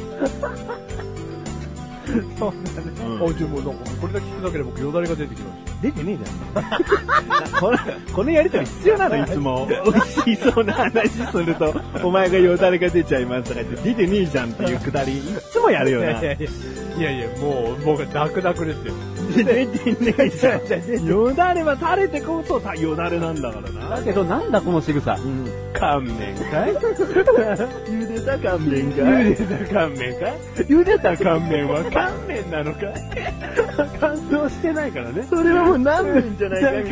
そうだね。あ、じゃあもうなんか、これだけ聞くだけで僕よだれが出てきました。 出てねえじゃん。この、このやりとり必要なの、いつも。美味しそうな話すると、お前がよだれが出ちゃいますとか言って、出てねえじゃんっていうくだり、いつもやるよな。 いやいやいや、いやいや、もう、僕はダクダクですよ。 出てねえじゃん。よだれは垂れてこそよだれなんだからな。 だけどなんだこの仕草。 乾麺かい茹でた乾麺かい茹でた乾麺かい茹でた乾麺は乾麺なのかい乾燥してないからね。それはもう何麺じゃないかい。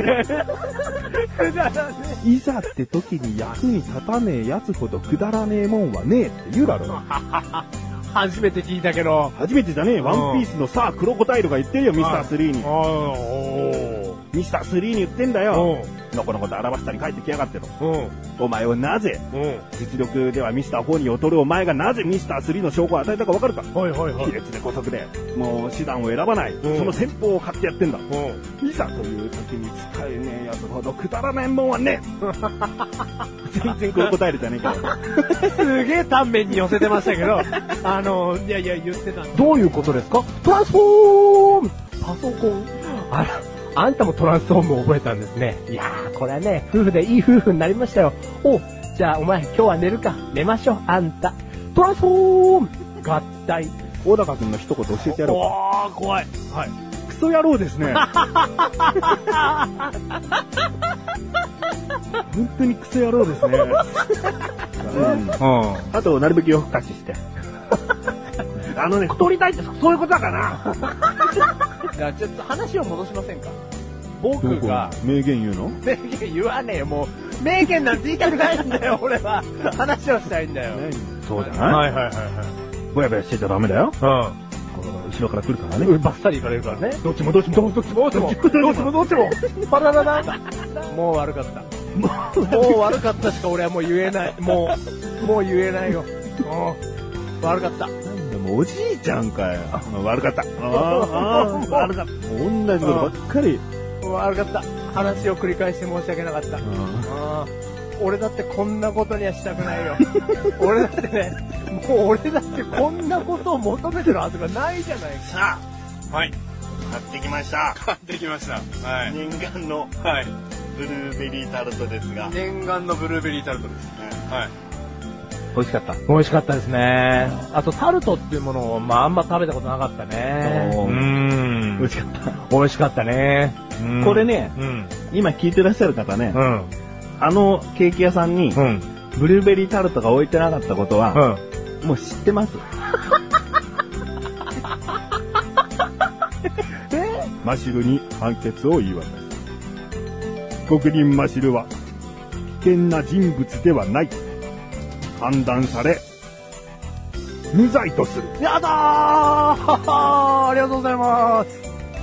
いざって時に役に立たねえやつほどくだらねえもんはねえって言うだろ。 初めて聞いたけど。 初めてじゃねえ。ワンピースのさあクロコダイルが言ってるよ、ミスタースリーに。 あー、おミスタースリーに言ってんだよ。 ー。 のこのことアラバスタに帰ってきやがっての。 うん。うん。 お前をなぜ、 うん。 実力ではミスターフォーに劣るお前がなぜミスタースリーの証拠を与えたか分かるか。 はいはいはい。 卑劣で姑息で、もう手段を選ばない。 うんその戦法を買ってやってんだ。 うん。 いざという時に使えねえやつほどくだらないもんはねえ。全然こう答えるじゃねえかよ。 すげえ短面に寄せてましたけど、あの、いやいや言ってたんだ。 どういうことですか？トランスフォームパソコン。あら、あんたもトランスフォームを覚えたんですね。いやー、これはね、夫婦でいい夫婦になりましたよ。お、じゃあお前今日は寝るか。寝ましょう、あんた。トランスフォーム合体。 小高くんの一言教えてやろうか。 おー、怖い。はい。 クソ野郎ですね。本当にクソ野郎ですね。うんうん。 あと、なるべく夜更かしして。あのね、太りたいってそういうことだからな。 じゃあちょっと話を戻しませんか。僕が、 名言言うの名言言わねえよ、もう。名言なんて言いたくないんだよ、俺は。話をしたいんだよ。 そうじゃない？ はいはいはいぼやぼやしてちゃダメだよ。 は後ろから来るからね。 い。うん。バッサリいかれるからね。 どっちもどっちも。どっちもどっちも。どっちもどっちも。 パラララ。もう悪かった。もう悪かったしか俺はもう言えない。もう、もう言えないよ。うん。悪かった。 なんだもうおじいちゃんかよ。悪かった。ああ、悪かった。同じことばっかり。 悪かった。話を繰り返して申し訳なかった。ああ、俺だってこんなことにはしたくないよ。俺だってね、もう俺だってこんなことを求めてるはずがないじゃないか。 さあ、 はい。 買ってきました。 買ってきました。はい。 念願のはい。 ブルーベリータルトですが。 念願のブルーベリータルトです。はい。はい。 美味しかった。 美味しかったですね。あとタルトっていうものを、まああんま食べたことなかったね。 うーん。 美味しかった。 美味しかったね。 これね、 うん。 今聞いてらっしゃる方ね、 うん。 あのケーキ屋さんに、 うん。 ブルーベリータルトが置いてなかったことは、 うん。 もう知ってます。マシルに判決を言い渡す。被告人マシルは危険な人物ではない。判断され、無罪とする。 やだーありがとうございます。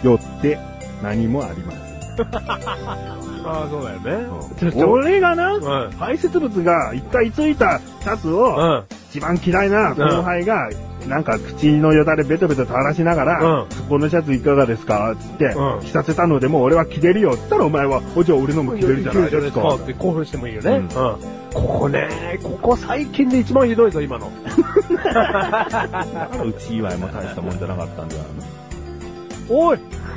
よって何もありません。 ああ、そうだよね。 俺がな、 うん、 排泄物が一回ついたシャツを、うん、一番嫌いな後輩が、うん、なんか口のよだれベトベト垂らしながら、うん、そこのシャツいかがですかつって、うん、着させたのでもう俺は着れるよって言ったらお前は、おじゃあ俺のも着れるじゃないですか。 って興奮してもいいよね。うんうん、ここね、ここ最近で一番ひどいぞ、今の。 だからうち祝いも大したもんじゃなかったんだよ。 おい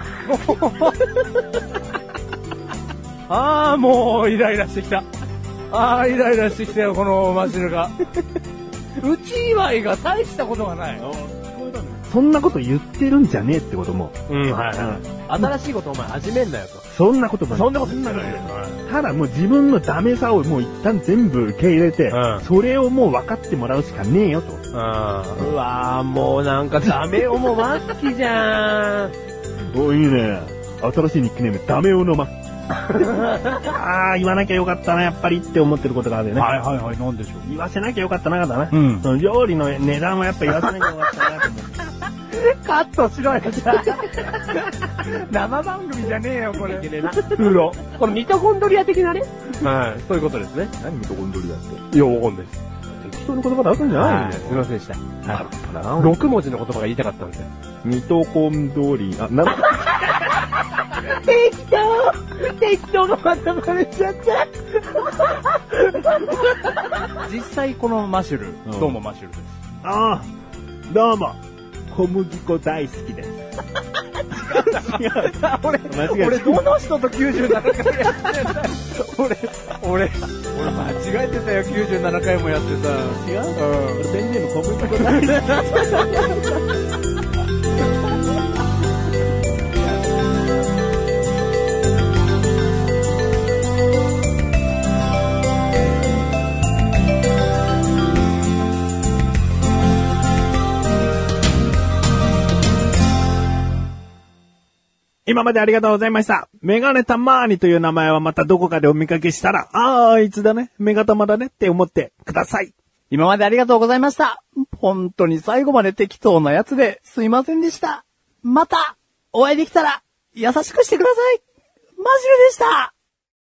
ああ、もうイライラしてきた。ああ、イライラしてきたよ、このマシルが。うち祝いが大したことがない。 そんなこと言ってるんじゃねえってことも。 うん、はい、はい。新しいことお前始めんなよと。 そんなこともそんなこと言ってないよ。 ただもう自分のダメさをもう一旦全部受け入れて、うん、それをもう分かってもらうしかねえよと。うん、 うわー、もうなんかダメをも末期じゃん。 お、いいね。新しいニックネーム、ダメをのま。ああ、言わなきゃよかったな、やっぱりって思ってることがあるよね。 はいはいはい、なんでしょう。 言わせなきゃよかったな、だな。 うん。 その料理の値段はやっぱ言わせなきゃよかったなと思って。 カットしろよ、じゃあ。生番組じゃねえよ、これ。いけねえな。プロ。このミトコンドリア的なね。はい、そういうことですね。 何ミトコンドリアって。 いや、わかんないです。 適当な言葉出すんじゃないんだよ。 すみませんでした。はい。ろく文字の言葉が言いたかったんですよ。 ミトコンドリア、なん適当適当がまたバレちゃった。 実際このマシュル、うん、どうもマシュルです。 ああ、どうも。小麦粉大好きです。 違う。俺、俺どの人ときゅうじゅうななかいやってんだよ。俺、俺、俺間違えてたよ、きゅうじゅうななかいもやってさ。 違う？うん。俺全然の小麦粉大好き。今までありがとうございました。メガネたまーにという名前はまたどこかでお見かけしたら、ああ、いつだね、メガタマだねって思ってください。 今までありがとうございました。本当に最後まで適当なやつですいませんでした。また、お会いできたら優しくしてください。マジででした。